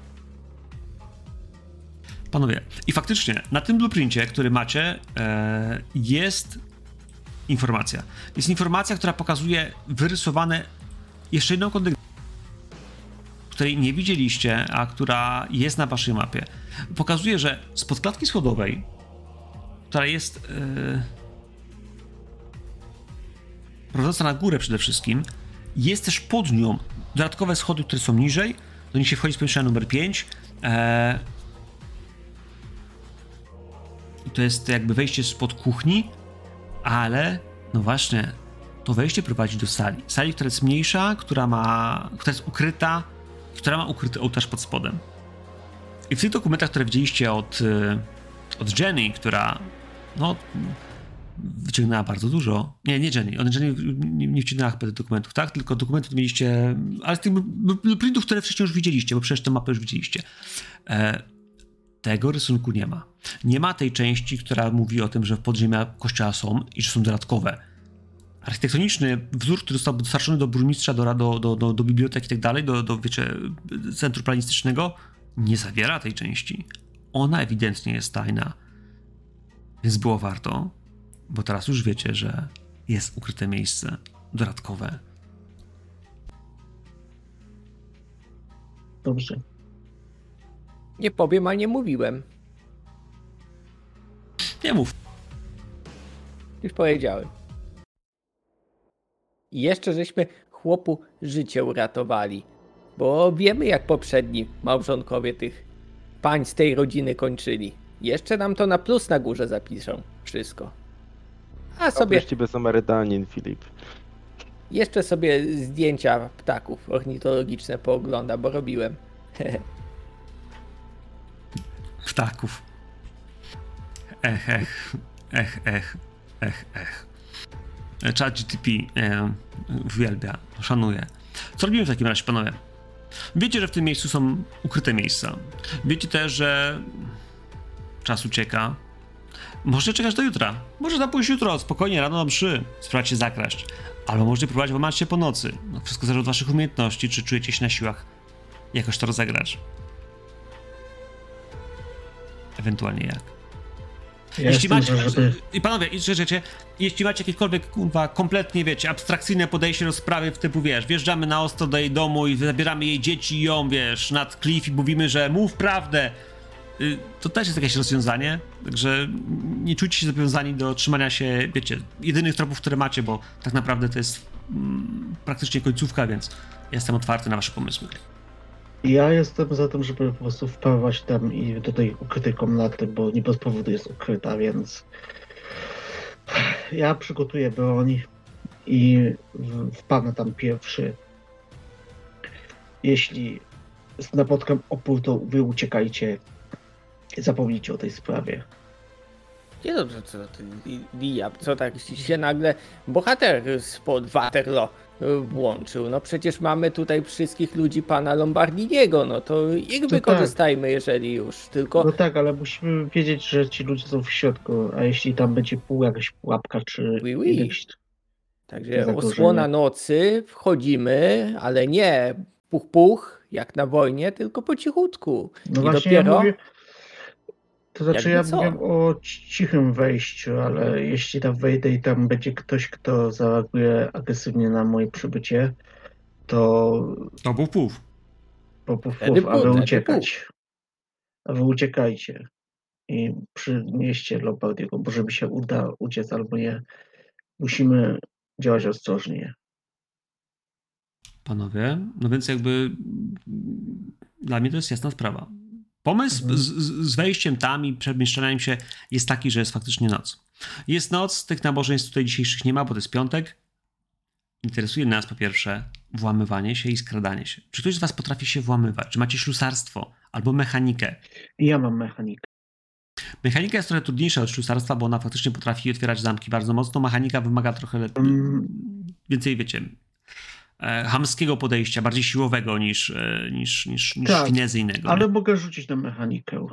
Panowie, i faktycznie na tym blueprincie, który macie, e, jest informacja. Jest informacja, która pokazuje wyrysowane jeszcze jedną kondygnację, której nie widzieliście, a która jest na waszej mapie. Pokazuje, że spod klatki schodowej, która jest yy, prowadząca na górę przede wszystkim, jest też pod nią dodatkowe schody, które są niżej. Do nich się wchodzi z pomieszczenia numer pięć. E, I to jest jakby wejście spod kuchni, ale no właśnie, to wejście prowadzi do sali. Sali, która jest mniejsza, która ma, która jest ukryta, która ma ukryty ołtarz pod spodem. I w tych dokumentach, które widzieliście od, od Jenny, która no wyciągnęła bardzo dużo. Nie, nie Jenny. Od Jenny nie, nie wciągnęła chyba tych dokumentów, tak? Tylko dokumenty mieliście, ale z tych blueprintów, które wcześniej już widzieliście, bo przecież tę mapę już widzieliście. E, tego rysunku nie ma. Nie ma tej części, która mówi o tym, że podziemia kościoła są i że są dodatkowe. Architektoniczny wzór, który został dostarczony do burmistrza, do, do, do, do, do biblioteki i tak dalej, do, do wiecie, centrum planistycznego, nie zawiera tej części. Ona ewidentnie jest tajna. Więc było warto, bo teraz już wiecie, że jest ukryte miejsce dodatkowe. Dobrze. Nie powiem, a nie mówiłem. Nie mów. Już powiedziałem. I jeszcze żeśmy chłopu życie uratowali. Bo wiemy, jak poprzedni małżonkowie tych pań z tej rodziny kończyli. Jeszcze nam to na plus na górze zapiszą. Wszystko. A sobie... Obyś bez Amerykanin, Filip. Jeszcze sobie zdjęcia ptaków ornitologiczne poogląda, bo robiłem. Ptaków. Ech, ech, ech, ech, ech, ech. ChatGPT e, uwielbia, szanuje. Co robimy w takim razie, panowie? Wiecie, że w tym miejscu są ukryte miejsca. Wiecie też, że czas ucieka. Możecie czekać do jutra. Może tam pójść jutro, spokojnie, rano na mszy. Spróbować się zakraść. Albo możecie próbować łamać się po nocy. No, wszystko zależy od waszych umiejętności, czy czujecie się na siłach jakoś to rozegrać. Ewentualnie jak. Ja jeśli jestem macie, za, żeby... I panowie, i rzeczywiście, jeśli macie jakiekolwiek, kurwa, kompletnie, wiecie, abstrakcyjne podejście do sprawy w typu, wiesz, wjeżdżamy na ostro do jej domu i zabieramy jej dzieci i ją, wiesz, nad klif i mówimy, że mów prawdę, y, to też jest jakieś rozwiązanie, także nie czujcie się zobowiązani do trzymania się, wiecie, jedynych tropów, które macie, bo tak naprawdę to jest mm, praktycznie końcówka, więc jestem otwarty na wasze pomysły. Ja jestem za tym, żeby po prostu wparować tam i do tej ukrytej komnaty, bo nie bez powodu jest ukryta, więc ja przygotuję broń i w- wpadnę tam pierwszy. Jeśli napotkam opór, to wy uciekajcie. Zapomnijcie o tej sprawie. Nie dobrze, co ty, Lia, co tak się nagle bohater spod Waterloo y, włączył. No przecież mamy tutaj wszystkich ludzi pana Lombardiniego, no to ich tak. wykorzystajmy, jeżeli już, tylko... No tak, ale musimy wiedzieć, że ci ludzie są w środku, a jeśli tam będzie pół jakaś pułapka, czy Oui, oui. jakieś... Także zagrożenie. osłona nocy, wchodzimy, ale nie puch puch, jak na wojnie, tylko po cichutku. No I właśnie dopiero... ja mówię... To znaczy Jakby ja co? mówię o ci- cichym wejściu, ale jeśli tam wejdę i tam będzie ktoś, kto zareaguje agresywnie na moje przybycie, to To był pów. po po- Wtedy po- pół, a wy wtedy uciekać. A wy uciekajcie. I przynieście Lombardiego, bo żeby się uda uciec albo nie, musimy działać ostrożnie. Panowie, no więc jakby mm, dla mnie to jest jasna sprawa. Pomysł Mhm. z, z z wejściem tam i przemieszczaniem się jest taki, że jest faktycznie noc. Jest noc, tych nabożeństw tutaj dzisiejszych nie ma, bo to jest piątek. Interesuje nas po pierwsze włamywanie się i skradanie się. Czy ktoś z was potrafi się włamywać? Czy macie ślusarstwo albo mechanikę? I ja mam mechanikę. Mechanika jest trochę trudniejsza od ślusarstwa, bo ona faktycznie potrafi otwierać zamki bardzo mocno. Mechanika wymaga trochę lepiej, Mm. więcej, wiecie, e, chamskiego podejścia, bardziej siłowego niż, e, niż, niż, niż Tak, finezyjnego. Ale nie? mogę rzucić na mechanikę.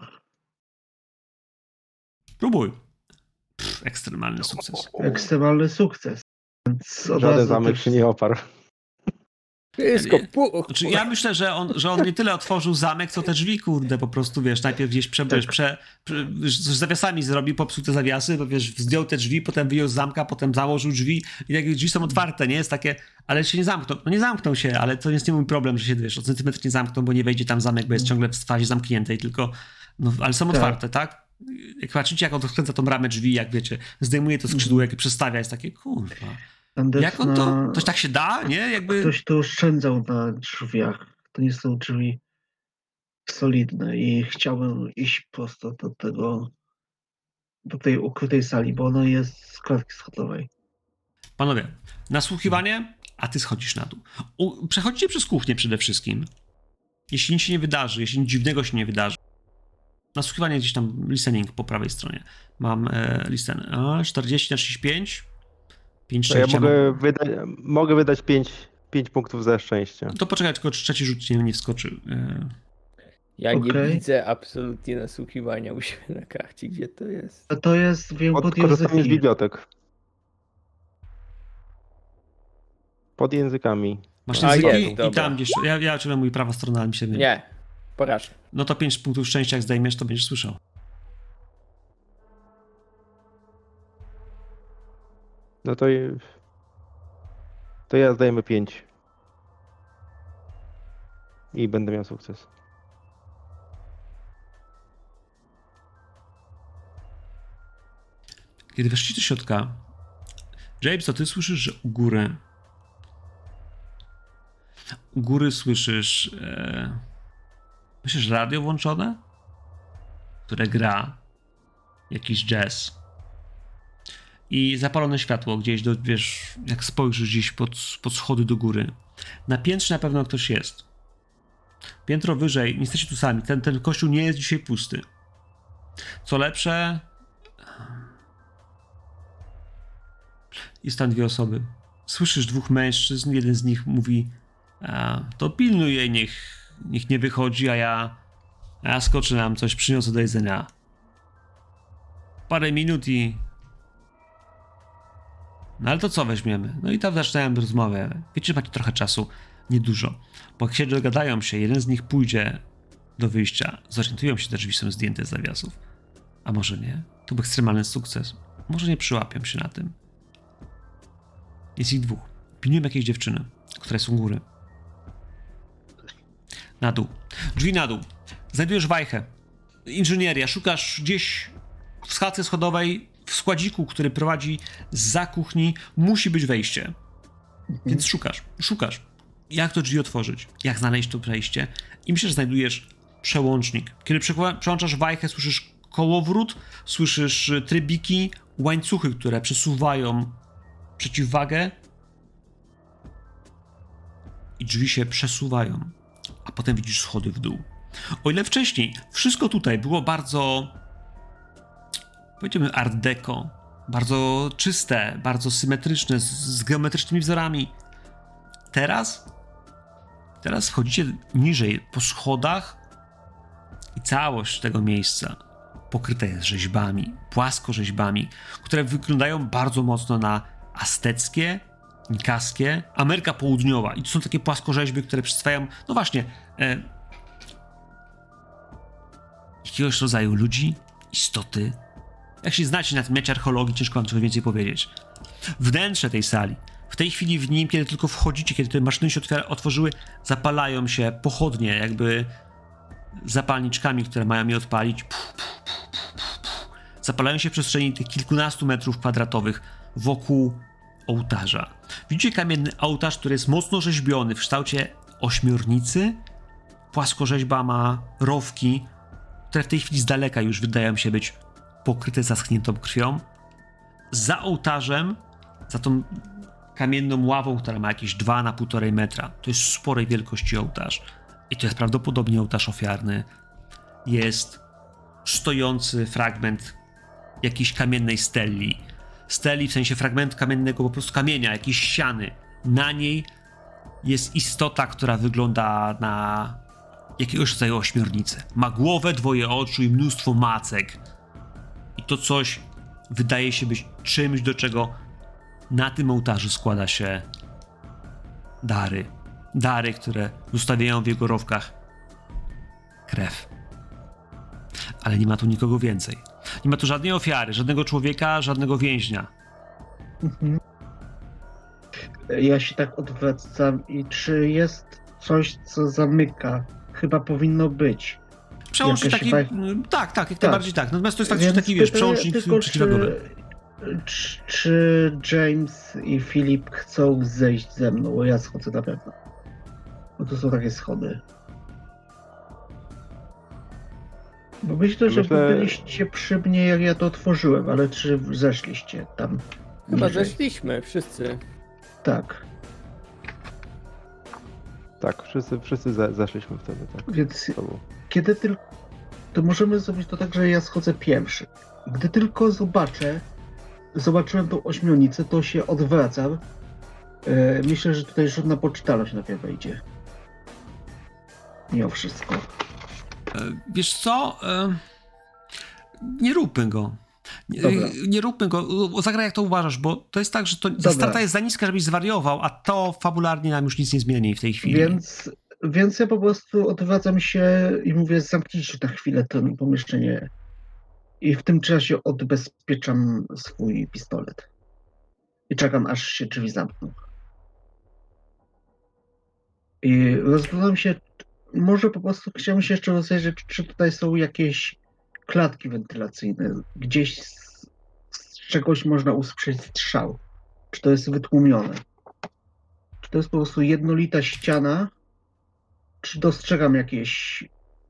Próbuj. Pff, ekstremalny sukces. Ekstremalny sukces. Więc od Żaden razu zamek też- się nie oparł. Wszystko puch. Znaczy, ja myślę, że on, że on nie tyle otworzył zamek, co te drzwi, kurde, po prostu, wiesz, najpierw gdzieś prze, Tak. prze, prze, wiesz, z zawiasami zrobił, popsuł te zawiasy, bo wiesz, zdjął te drzwi, potem wyjął z zamka, potem założył drzwi i jak drzwi są otwarte, nie? Jest takie, ale się nie zamkną. No nie zamkną się, ale to jest nie mój problem, że się, wiesz, o centymetr nie zamkną, bo nie wejdzie tam zamek, bo jest ciągle w fazie zamkniętej, tylko, no, ale są Tak. otwarte, tak? Jak patrzycie, jak on odkręca tą bramę drzwi, jak wiecie, zdejmuje to skrzydło, jak je przestawia, jest takie, kurwa. Anders Jak on to, na- to tak się da, nie? Jakby... Ktoś tu oszczędzał na drzwiach. To nie są drzwi solidne i chciałbym iść prosto do tego, do tej ukrytej sali, bo ona jest z klatki schodowej. Panowie, nasłuchiwanie, a ty schodzisz na dół. U, przechodzicie przez kuchnię przede wszystkim. Jeśli nic się nie wydarzy, jeśli nic dziwnego się nie wydarzy. Nasłuchiwanie gdzieś tam, listening po prawej stronie. Mam e, listen. A, czterdzieści na trzydzieści pięć. pięć To ja szczęścia. mogę, mam. wyda mogę wydać pięć punktów za szczęście. To poczekaj, tylko trzeci rzut nie, nie wskoczy. E, Ja nie Okej. widzę absolutnie nasłuchiwania u siebie na karcie, gdzie to jest. A to jest, wiem, Pod pod korzystanie z języki. bibliotek. Pod językami. masz A, języki jest, i dobra. tam gdzieś. Ja, ja czułem mój prawa strona, ale mi się nie. Nie, porażka. No to pięć punktów szczęścia, jak zdejmiesz, to będziesz słyszał. No to, je- to ja zdajemy pięć. I będę miał sukces. Kiedy weszliście do środka, James, to ty słyszysz, że u góry u góry słyszysz e, myślisz, radio włączone, które gra jakiś jazz i zapalone światło gdzieś, do, wiesz, jak spojrzysz gdzieś pod, pod schody do góry. Na piętrze na pewno ktoś jest. Piętro wyżej, nie jesteście tu sami, ten, ten kościół nie jest dzisiaj pusty. Co lepsze, jest tam dwie osoby. Słyszysz dwóch mężczyzn, jeden z nich mówi, a, to pilnuj jej, niech, niech nie wychodzi, a ja, a ja skoczę nam coś, przyniosę do jedzenia. Parę minut i... No ale to co weźmiemy? No i tam zaczynają rozmowę. Wiecie, że macie trochę czasu, niedużo. Bo jak się dogadają się, jeden z nich pójdzie do wyjścia, zorientują się, że te drzwi są zdjęte z zawiasów. A może nie? To był ekstremalny sukces. Może nie przyłapią się na tym. Jest ich dwóch. Pilnują jakiejś dziewczyny, które są u góry. Na dół. Drzwi na dół. Znajdujesz wajchę. Inżynieria. Szukasz gdzieś w schadzce schodowej, w składziku, który prowadzi za kuchni. Musi być wejście. Mhm. Więc szukasz. Szukasz. Jak to drzwi otworzyć? Jak znaleźć to przejście? I myślę, że znajdujesz przełącznik. Kiedy przełączasz wajchę, słyszysz kołowrót, słyszysz trybiki, łańcuchy, które przesuwają przeciwwagę i drzwi się przesuwają, a potem widzisz schody w dół. O ile wcześniej wszystko tutaj było bardzo, powiedziałbym, art deco, bardzo czyste, bardzo symetryczne, z, z geometrycznymi wzorami. Teraz, teraz wchodzicie niżej po schodach i całość tego miejsca pokryta jest rzeźbami, płaskorzeźbami, które wyglądają bardzo mocno na azteckie, inkaskie, Ameryka Południowa. I to są takie płaskorzeźby, które przedstawiają, no właśnie, e, jakiegoś rodzaju ludzi, istoty. Jak się znacie na temacie archeologii, ciężko wam coś więcej powiedzieć. Wnętrze tej sali, w tej chwili w nim, kiedy tylko wchodzicie, kiedy te maszyny się otwiera, otworzyły, zapalają się pochodnie, jakby zapalniczkami, które mają je odpalić. Puh, puh, puh, puh, puh. Zapalają się w przestrzeni tych kilkunastu metrów kwadratowych wokół ołtarza. Widzicie kamienny ołtarz, który jest mocno rzeźbiony w kształcie ośmiornicy. Płaskorzeźba ma rowki, które w tej chwili z daleka już wydają się być pokryte zaschniętą krwią. Za ołtarzem, za tą kamienną ławą, która ma jakieś dwa na półtorej metra, to jest sporej wielkości ołtarz. I to jest prawdopodobnie ołtarz ofiarny. Jest stojący fragment jakiejś kamiennej stelli. Steli, w sensie fragment kamiennego, po prostu kamienia, jakiejś ściany. Na niej jest istota, która wygląda na jakiegoś rodzaju ośmiornicę. Ma głowę, dwoje oczu i mnóstwo macek. I to coś wydaje się być czymś, do czego na tym ołtarzu składa się dary. Dary, które zostawiają w jego rowkach krew. Ale nie ma tu nikogo więcej. Nie ma tu żadnej ofiary, żadnego człowieka, żadnego więźnia. Mhm. Ja się tak odwracam i czy jest coś, co zamyka? Chyba powinno być. Przełącznik Jakaś taki... waj... Tak, tak, jak Tak. najbardziej tak. Natomiast to jest Więc faktycznie taki, wiesz, pytanie przełącznik tylko, przeciwwagowy. Czy, czy James i Filip chcą zejść ze mną, bo ja schodzę na pewno. Bo to są takie schody. Bo myślę, że Myślę- byliście przy mnie, jak ja to otworzyłem, ale czy zeszliście tam? Chyba niżej? zeszliśmy wszyscy. Tak. Tak, wszyscy, wszyscy ze, zeszliśmy wtedy, tak. Więc To było. kiedy tylko... To możemy zrobić to tak, że ja schodzę pierwszy. Gdy tylko zobaczę, zobaczyłem tą ośmionicę, to się odwracam. E, myślę, że tutaj rzut na poczytalność najpierw wejdzie. Mimo wszystko. E, Wiesz co? E, Nie róbmy go. Nie, Dobra. nie róbmy go. Zagraj jak to uważasz, bo to jest tak, że to, ta Dobra. strata jest za niska, żebyś zwariował, a to fabularnie nam już nic nie zmieni w tej chwili. Więc, więc ja po prostu odwracam się i mówię, zamknijcie na chwilę to pomieszczenie. I w tym czasie odbezpieczam swój pistolet. I czekam, aż się drzwi zamkną. I rozglądam się, może po prostu chciałbym się jeszcze rozejrzeć, czy tutaj są jakieś klatki wentylacyjne. Gdzieś z, z czegoś można usłyszeć strzał. Czy to jest wytłumione? Czy to jest po prostu jednolita ściana? Czy dostrzegam jakieś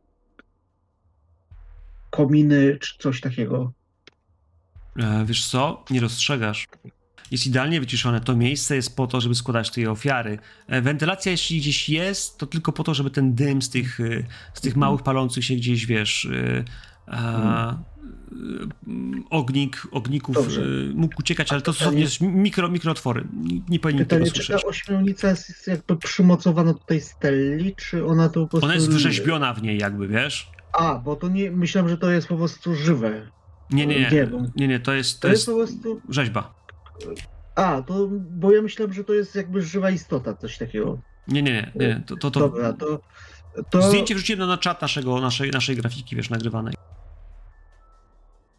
kominy, czy coś takiego? E, Wiesz co? Nie dostrzegasz. Jest idealnie wyciszone. To miejsce jest po to, żeby składać tej ofiary. E, Wentylacja, jeśli gdzieś jest, to tylko po to, żeby ten dym z tych, e, z tych małych palących się gdzieś, wiesz, e, a, e, ognik, ogników Dobrze. e, mógł uciekać, ale to są pytanie- wiesz, mikro, mikrootwory. Nie, nie powinien tego Pytanie, czy słyszeć. ta ośmiornica jest jakby przymocowana do tej stelli, czy ona to po prostu... Ona jest wyrzeźbiona w niej jakby, wiesz? A, bo to nie... Myślałem, że to jest po prostu żywe. Nie, nie, Nie nie. wiem. Nie, nie, to jest, To to jest jest po prostu... rzeźba. A, to... Bo ja myślałem, że to jest jakby żywa istota, coś takiego. Nie, nie, nie. nie. To, to, to... Dobra, to... to... Zdjęcie wrzuciłem na czat naszego, naszej, naszej grafiki, wiesz, nagrywanej.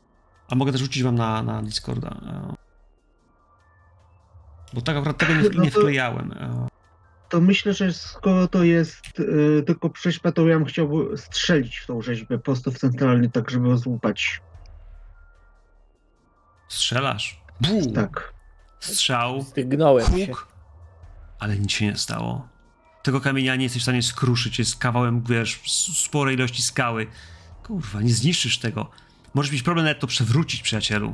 A mogę też rzucić wam na, na Discorda. E, Bo tak akurat tego nie, No nie to- wklejałem. E, To myślę, że skoro to jest y, tylko prześpa, to ja bym chciał strzelić w tą rzeźbę po prostu w centralnie, tak żeby ją złupać. Strzelasz. Bum! Tak. Strzał. Zdygnąłem się. Huk. Ale nic się nie stało. Tego kamienia nie jesteś w stanie skruszyć. Jest kawałem, wiesz, s- sporej ilości skały. Kurwa, nie zniszczysz tego. Możesz mieć problem nawet to przewrócić, przyjacielu.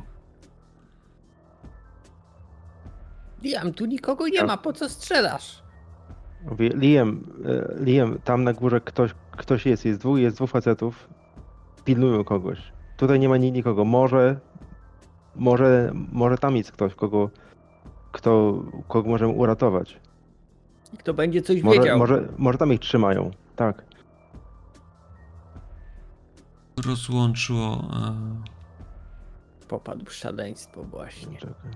Liam, tu nikogo nie Ja- ma, po co strzelasz? Mówię, Liam, e, Liam, tam na górze ktoś, ktoś jest, jest dwóch, jest dwóch facetów, pilnują kogoś. Tutaj nie ma ni- nikogo. Może, może, może tam jest ktoś, kogo, kto, kogo możemy uratować. Kto będzie coś Może, wiedział? może, może tam ich trzymają. Tak. Rozłączyło. E... Popadł w szaleństwo właśnie. Czekaj.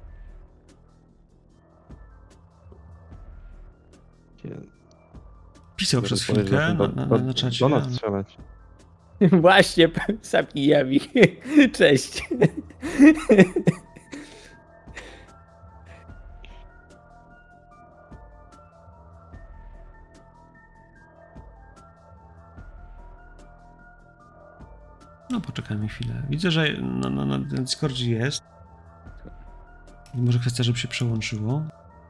Gdzie- Pisał przez zaraz chwilkę powiedział, na, że na, do, na, do, na czacie. do nas strzelać. Właśnie, sapnij Jami. Cześć. No poczekajmy chwilę. Widzę, że na, na, na Discordzie jest. Może kwestia, żeby się przełączyło.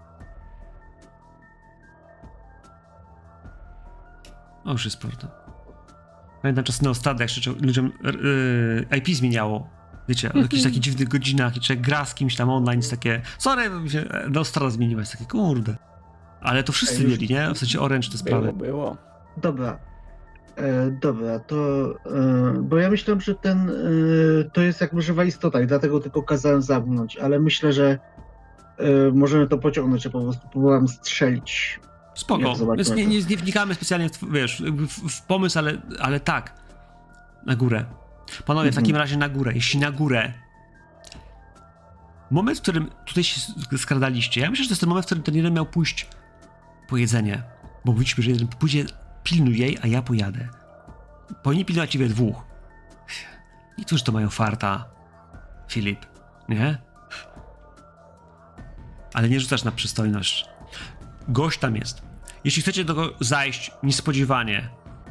O, już jest portal. Pamiętam czasy Neostada, jak jeszcze ludziom yy, I P zmieniało. Wiecie, o jakichś takich dziwnych godzinach i człowiek gra z kimś tam online, jest takie sorry, bo mi się Neostada zmieniła, jest takie kurde. Ale to wszyscy Ej, już- mieli, nie? W sensie Orange te Było, sprawy. było. Dobra. E, dobra, to. E, bo ja myślałem, że ten. E, to jest jakby żywa istota i dlatego tylko kazałem zamknąć, ale myślę, że e, możemy to pociągnąć, ja po prostu próbowałem strzelić. Spoko, Jak zobaczymy więc nie, to. nie, nie wnikamy specjalnie w, wiesz, jakby w, w pomysł, ale, ale tak. Na górę. Panowie, w Mhm. takim razie na górę. Jeśli na górę. Moment, w którym tutaj się skradaliście, ja myślę, że to jest ten moment, w którym ten jeden miał pójść po jedzenie. Bo mówiliśmy, że jeden pójdzie, pilnuj jej, a ja pojadę. Powinni pilnować ciebie dwóch. Niektórzy to mają farta, Filip, nie? Ale nie rzucasz na przystojność. Gość tam jest. Jeśli chcecie do go zajść niespodziewanie,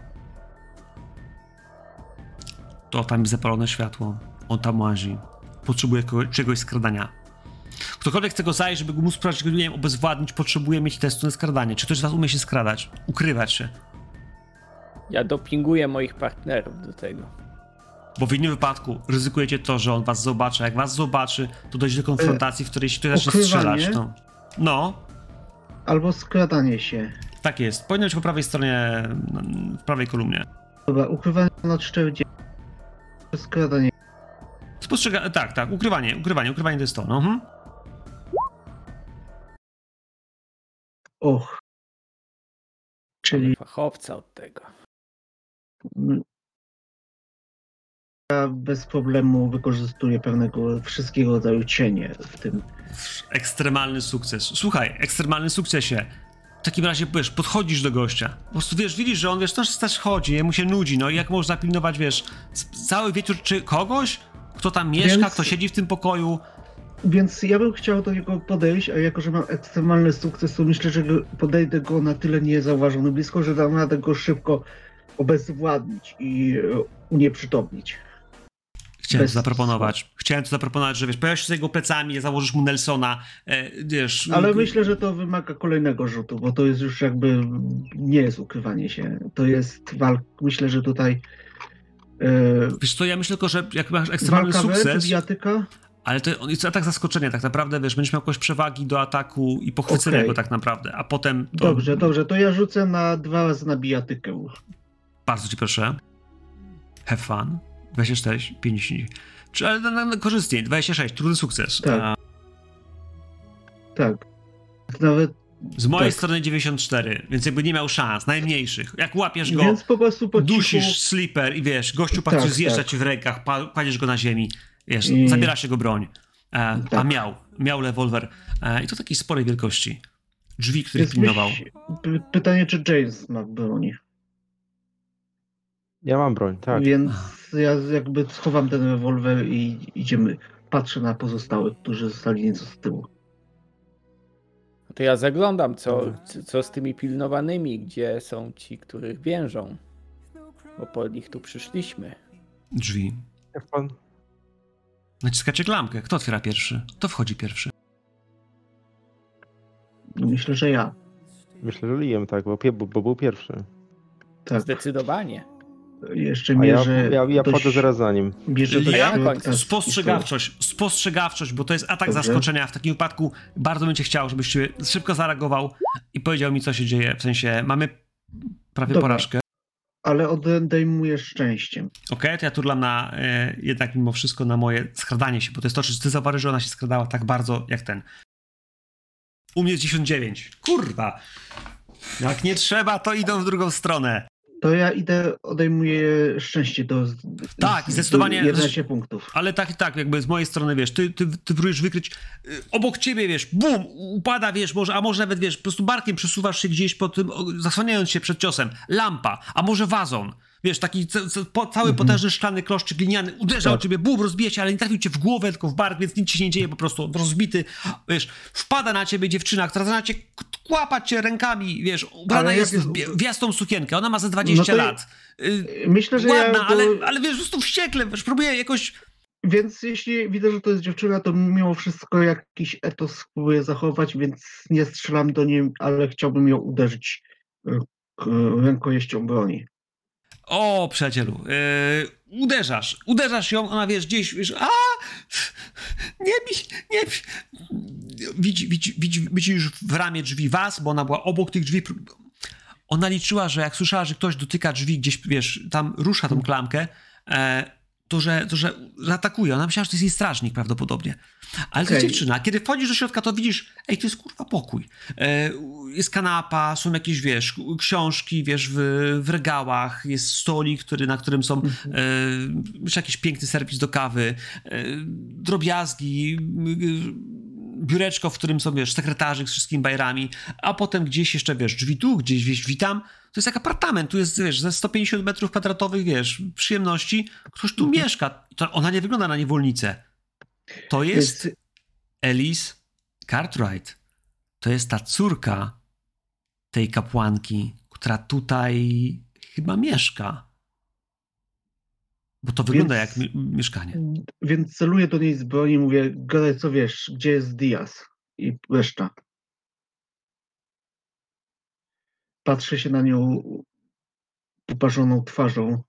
to tam jest zapalone światło. On tam łazi. Potrzebuje kogoś, czegoś skradania. Ktokolwiek chce go zajść, żeby go móc sprawdzić, go nie wiem, obezwładnić, potrzebuje mieć testu na skradanie. Czy ktoś z was umie się skradać? Ukrywać się. Ja dopinguję moich partnerów do tego. Bo w innym wypadku ryzykujecie to, że on was zobaczy. A jak was zobaczy, to dojdzie do konfrontacji, w której się ktoś zacznie ukrywanie? strzelać. No. no, Albo skradanie się. tak jest. Powinno być po prawej stronie, w prawej kolumnie. Dobra, ukrywanie na czterdzieści. Skradanie. Spostrzega... Tak, tak, ukrywanie, ukrywanie, ukrywanie to jest to. No, mhm. Och. Czyli Fachowca od tego. mm, ja bez problemu wykorzystuję pewnego wszystkiego rodzaju cienie w tym. Ekstremalny sukces. Słuchaj, ekstremalny sukcesie. W takim razie, wiesz, podchodzisz do gościa. Po prostu, wiesz, widzisz, że on, wiesz, też, też chodzi, jemu się nudzi, no i jak można pilnować, wiesz, c- cały wieczór, czy kogoś, kto tam mieszka, Więc- kto siedzi w tym pokoju. Więc ja bym chciał do niego podejść, a jako, że mam ekstremalny sukces, to myślę, że go- podejdę go na tyle niezauważony blisko, że dam radę go szybko obezwładnić i e, unieprzytomnić. Chciałem Bez to zaproponować. Chciałem to zaproponować, że wiesz, pojawisz się za jego plecami, założysz mu Nelsona, e, wiesz... Ale myślę, że to wymaga kolejnego rzutu, bo to jest już jakby nie jest ukrywanie się. To jest walka. Myślę, że tutaj e, Wiesz co, ja myślę tylko, że jak masz ekstremalny walka wręcz, sukces, bijatyka. ale to on jest atak zaskoczenia tak naprawdę, wiesz, będziesz miał jakąś przewagi do ataku i pochwycenia Okej. go tak naprawdę, a potem to... Dobrze, dobrze, to ja rzucę na dwa razy na bijatykę. Bardzo ci proszę. Have fun. dwadzieścia cztery, pięćdziesiąt. Czy, ale na, na, na korzystnie, dwadzieścia sześć, trudny sukces. Tak. A, Tak. Nawet, z mojej tak. strony dziewięćdziesiąt cztery, więc jakby nie miał szans, najmniejszych. Jak łapiesz go, Więc po prostu po cichu, dusisz sleeper i wiesz, gościu patrzy, Tak, zjeżdża tak. ci w rękach, pa, kładziesz go na ziemi, wiesz, I- zabiera się go broń. E, A Tak. miał, miał rewolwer. E, I to takiej sporej wielkości. Drzwi, których Jest pilnował. myśl, py- pytanie, czy James ma broń. Ja mam broń, tak. Więc ja jakby schowam ten rewolwer i idziemy. Patrzę na pozostałych, którzy zostali nieco z tyłu. To ja zaglądam, co, co z tymi pilnowanymi, gdzie są ci, których więżą. Bo po nich tu przyszliśmy. Drzwi. Jak pan? Naciskacie klamkę. Kto otwiera pierwszy? Kto wchodzi pierwszy? No myślę, że ja. Myślę, że Liam, tak, bo, pie- bo, bo był pierwszy. Tak. Zdecydowanie. Jeszcze A ja, mierzę. ja, ja dość- wchodzę zaraz za nim. Bierze do Ja środka z Spostrzegawczość, spostrzegawczość, bo to jest atak Dobrze. zaskoczenia. W takim wypadku bardzo bym cię chciał, żebyś się szybko zareagował i powiedział mi, co się dzieje. W sensie, mamy prawie Dobra. porażkę. Ale odejmujesz szczęściem. Okej, to ja turlam na, e, jednak mimo wszystko na moje skradanie się, bo to jest to, czy ty zauważysz, że ona się skradała tak bardzo jak ten. U mnie jest dziewięćdziesiąt dziewięć. Kurwa! Jak nie trzeba, to idą w drugą stronę. To ja idę, odejmuję szczęście do. Tak, do zdecydowanie- jedenaście punktów. Ale tak, tak, jakby z mojej strony, wiesz, ty, ty, ty próbujesz wykryć y, obok ciebie, wiesz, bum, upada, wiesz, może, a może nawet, wiesz, po prostu barkiem przesuwasz się gdzieś po tym, o, zasłaniając się przed ciosem, lampa, a może wazon, wiesz, taki ca, ca, po, cały potężny szklany kloszczyk gliniany uderza Tak. o ciebie, bum, rozbija się, ale nie trafił cię w głowę, tylko w bark, więc nic ci się nie dzieje, po prostu rozbity, wiesz, wpada na ciebie dziewczyna, która zaczyna cię k- kłapać cię rękami, wiesz, ubrana Ale jest jak w jest- bie- w jasną sukienkę, ona ma ze dwadzieścia No to- lat. Y, Myślę, że ładna, ja. ale, Bo... ale wiesz, po prostu wściekle, wiesz, próbuję jakoś. Więc jeśli widzę, że to jest dziewczyna, to mimo wszystko jakiś etos spróbuję zachować, więc nie strzelam do niej, ale chciałbym ją uderzyć y, k- rękojeścią broni. O, przyjacielu, yy, uderzasz, uderzasz ją, ona wiesz, gdzieś, wiesz, a nie bij, nie bij. Widzi, widzi, widzi, widzi już w ramię drzwi was, bo ona była obok tych drzwi. Ona liczyła, że jak słyszała, że ktoś dotyka drzwi, gdzieś, wiesz, tam rusza tą klamkę, e, to, że, to, że zaatakuje. Ona myślała, że to jest jej strażnik prawdopodobnie. Ale to jest Okej. dziewczyna. Kiedy wchodzisz do środka, to widzisz, ej, to jest kurwa pokój. E, jest kanapa, są jakieś, wiesz, książki, wiesz, w, w regałach, jest stolik, który, na którym są e, wiesz, jakiś piękny serwis do kawy, e, drobiazgi, m, biureczko, w którym są, wiesz, sekretarzyk z wszystkimi bajerami, a potem gdzieś jeszcze, wiesz, drzwi tu, gdzieś, wiesz, witam. To jest jak apartament, tu jest, wiesz, ze sto pięćdziesiąt metrów kwadratowych, wiesz, przyjemności. Ktoś tu mieszka. To ona nie wygląda na niewolnicę. To jest Więc Elise Cartwright. To jest ta córka tej kapłanki, która tutaj chyba mieszka. Bo to wygląda Więc- jak mi- mieszkanie. Więc celuję do niej z broni i mówię, gadaj co wiesz, gdzie jest Diaz i reszta. Patrzę się na nią uparzoną twarzą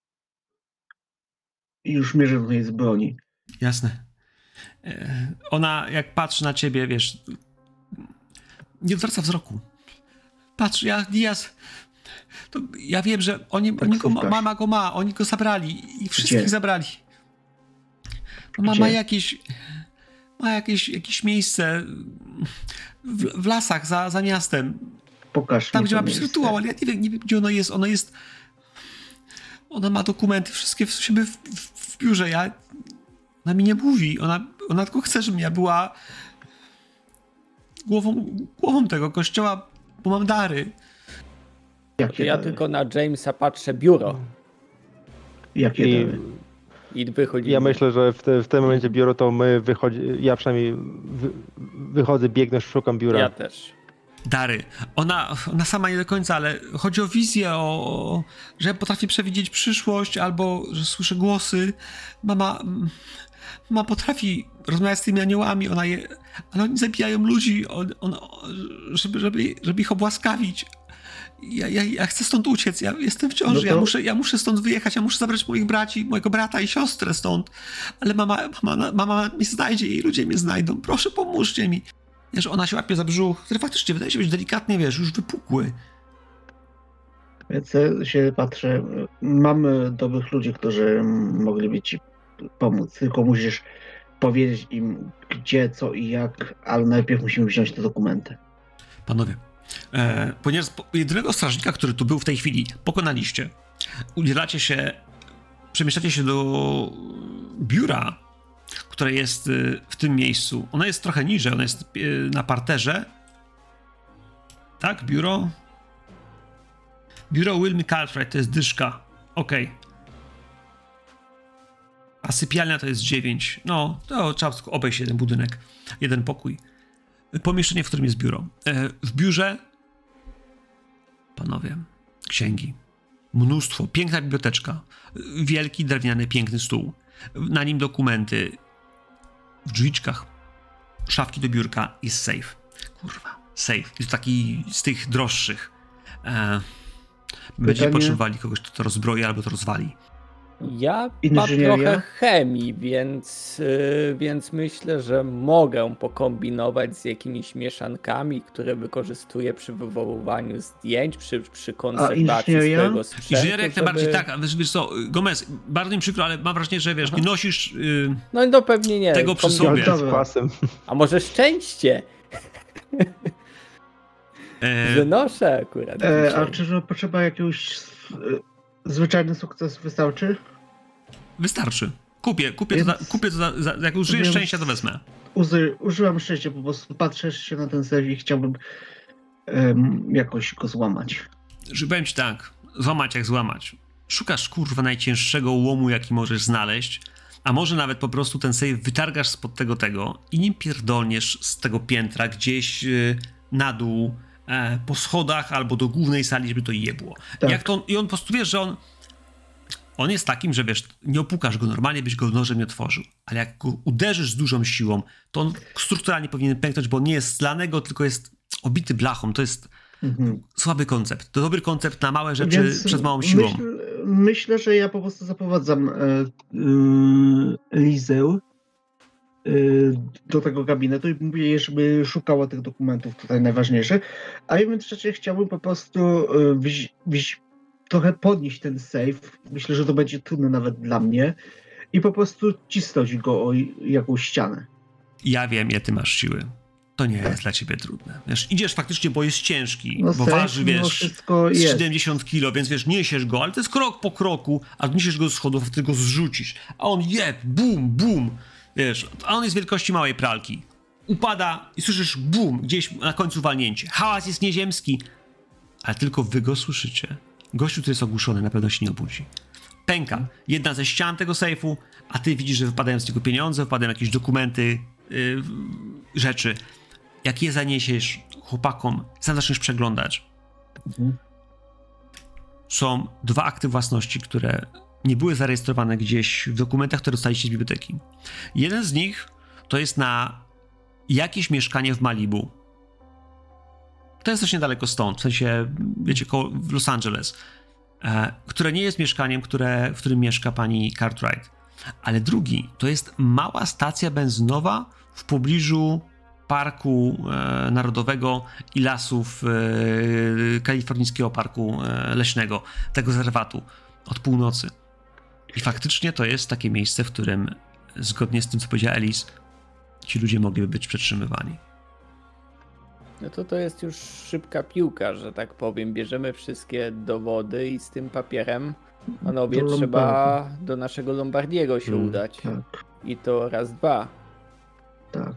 i już mierzę do niej z broni. Jasne. E, Ona jak patrzy na ciebie, wiesz, nie odwraca wzroku. Patrz, ja, Diaz, to ja wiem, że oni, oni go, ma- Taksówkarz. mama go ma, oni go zabrali i wszystkich Gdzie? zabrali. Mama Gdzie? ma jakieś, ma jakieś, jakieś miejsce w, w lasach za, za miastem, Pokaż tam mi gdzie to ma być miejsce. rytuał, ale ja nie wiem, nie wiem gdzie ono jest, ono jest, ona ma dokumenty wszystkie w siebie w, w, w biurze, ja, ona mi nie mówi, ona, ona tylko chce, żebym ja była głową, głową tego kościoła, bo mam dary. Jakie Ja dary? tylko na Jamesa patrzę biuro Jakie I dary? i wychodzi. ja myślę, że w, te, w tym momencie biuro to my wychodzi, ja przynajmniej wy, wychodzę, biegnę, szukam biura. Ja też. Dary. Ona, ona sama nie do końca, ale chodzi o wizję, o, o, że potrafi przewidzieć przyszłość, albo że słyszę głosy. Mama, mama potrafi rozmawiać z tymi aniołami, ona je, ale oni zabijają ludzi, on, on, żeby, żeby, żeby ich obłaskawić. Ja, ja, ja chcę stąd uciec, ja jestem w ciąży, No to- ja, muszę, ja muszę stąd wyjechać, ja muszę zabrać moich braci, mojego brata i siostrę stąd, ale mama, mama, mama mnie znajdzie i ludzie mnie znajdą, proszę pomóżcie mi. Wiesz, ona się łapie za brzuch, który faktycznie wydaje się być delikatnie, wiesz, już wypukły. Więc ja się patrzę, mamy dobrych ludzi, którzy mogliby ci pomóc, tylko musisz powiedzieć im gdzie, co i jak, ale najpierw musimy wziąć te dokumenty. Panowie, e, ponieważ po- jedynego strażnika, który tu był w tej chwili, pokonaliście, udzielacie się, przemieszczacie się do biura, które jest y, w tym miejscu. Ono jest trochę niżej, ono jest y, na parterze. Tak, biuro. Biuro Wilmy Cartwright, to jest dyszka. Okej. a sypialnia to jest dziewięć. No, to trzeba obejść jeden budynek, jeden pokój. Pomieszczenie, w którym jest biuro. E, w biurze, panowie, księgi. Mnóstwo, piękna biblioteczka. Wielki, drewniany, piękny stół. Na nim dokumenty. W drzwiczkach szafki do biurka jest safe. Kurwa, safe. Jest taki z tych droższych. E, Będziecie potrzebowali kogoś, kto to rozbroi albo to rozwali. Ja mam trochę chemii, więc, yy, więc myślę, że mogę pokombinować z jakimiś mieszankami, które wykorzystuję przy wywoływaniu zdjęć, przy, przy konserwacji swojego sprzętu. Inżynier jak żeby... najbardziej tak, a wiesz, wiesz co, Gomez, bardzo mi przykro, ale mam wrażenie, że wiesz, Aha. nie nosisz yy, no, no pewnie nie. tego przy sobie. A może szczęście? E... Że noszę akurat. E, a czy potrzeba jakiegoś zwyczajny sukces wystarczy? Wystarczy. Kupię, kupię Więc... to, za, kupię to za, za, jak użyję Więc... szczęścia, to wezmę. Uzy, używam szczęścia, po prostu patrzę się na ten serwis i chciałbym um, jakoś go złamać. Że powiem ci tak, złamać jak złamać. Szukasz kurwa najcięższego łomu, jaki możesz znaleźć, a może nawet po prostu ten save wytargasz spod tego tego i nim pierdolniesz z tego piętra gdzieś yy, na dół, e, po schodach albo do głównej sali, żeby to jebło. Tak. Jak to, i on po prostu wiesz, że on on jest takim, że wiesz, nie opukasz go normalnie, byś go nożem nie otworzył, ale jak go uderzysz z dużą siłą, to on strukturalnie powinien pęknąć, bo on nie jest z lanego, tylko jest obity blachą. To jest mhm. słaby koncept. To dobry koncept na małe rzeczy Więc przez małą siłą. Myśl, myślę, że ja po prostu zaprowadzam e, e, Lizę e, do tego gabinetu i mówię jej, żeby szukała tych dokumentów tutaj najważniejszych. A ja w międzyczasie chciałbym po prostu e, wzi, wzi, trochę podnieść ten save. Myślę, że to będzie trudne nawet dla mnie. I po prostu cisnąć go o jakąś ścianę. Ja wiem, ile ty masz siły. To nie jest dla ciebie trudne. Wiesz, idziesz faktycznie, bo jest ciężki, no bo save, waży, wiesz, no siedemdziesiąt kilo, więc wiesz, niesiesz go, ale to jest krok po kroku, a niesiesz go z schodów, a ty go zrzucisz. A on jeb, bum, bum, wiesz, a on jest wielkości małej pralki. Upada i słyszysz bum, gdzieś na końcu walnięcie. Hałas jest nieziemski, ale tylko wy go słyszycie. Gościu, który jest ogłuszony, na pewno się nie obudzi. Pęka jedna ze ścian tego sejfu, a ty widzisz, że wypadają z niego pieniądze, wypadają jakieś dokumenty, yy, rzeczy. Jak je zaniesiesz chłopakom, sam zaczniesz przeglądać. Mhm. Są dwa akty własności, które nie były zarejestrowane gdzieś w dokumentach, które dostaliście z biblioteki. Jeden z nich to jest na jakieś mieszkanie w Malibu. To jest też niedaleko stąd, w sensie, wiecie, koło, w Los Angeles, e, które nie jest mieszkaniem, które, w którym mieszka pani Cartwright. Ale drugi to jest mała stacja benzynowa w pobliżu Parku e, Narodowego i lasów e, Kalifornijskiego Parku e, Leśnego, tego rezerwatu, od północy. I faktycznie to jest takie miejsce, w którym, zgodnie z tym, co powiedziała Alice, ci ludzie mogliby być przetrzymywani. No to to jest już szybka piłka, że tak powiem. Bierzemy wszystkie dowody i z tym papierem, panowie, do trzeba Lombardi. do naszego Lombardiego się hmm, udać. Tak. I to raz, dwa. Tak.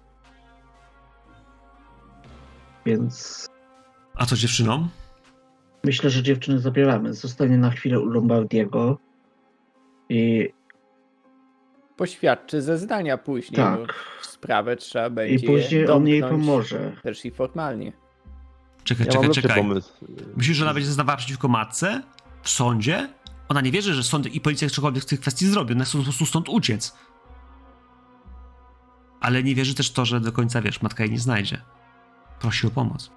Więc... A co z dziewczyną? Myślę, że dziewczynę zabieramy. Zostanie na chwilę u Lombardiego i... Poświadczy zeznania później. Tak. Sprawę trzeba będzie i później on jej pomoże. Też i formalnie. Czekaj, ja czekaj, czekaj. Pomysł. Myślisz, że ona będzie zeznawała przeciwko matce? W sądzie? Ona nie wierzy, że sąd i policja cokolwiek w tej kwestii zrobią. Ona chce po prostu stąd uciec. Ale nie wierzy też w to, że do końca, wiesz, matka jej nie znajdzie. Prosi o pomoc.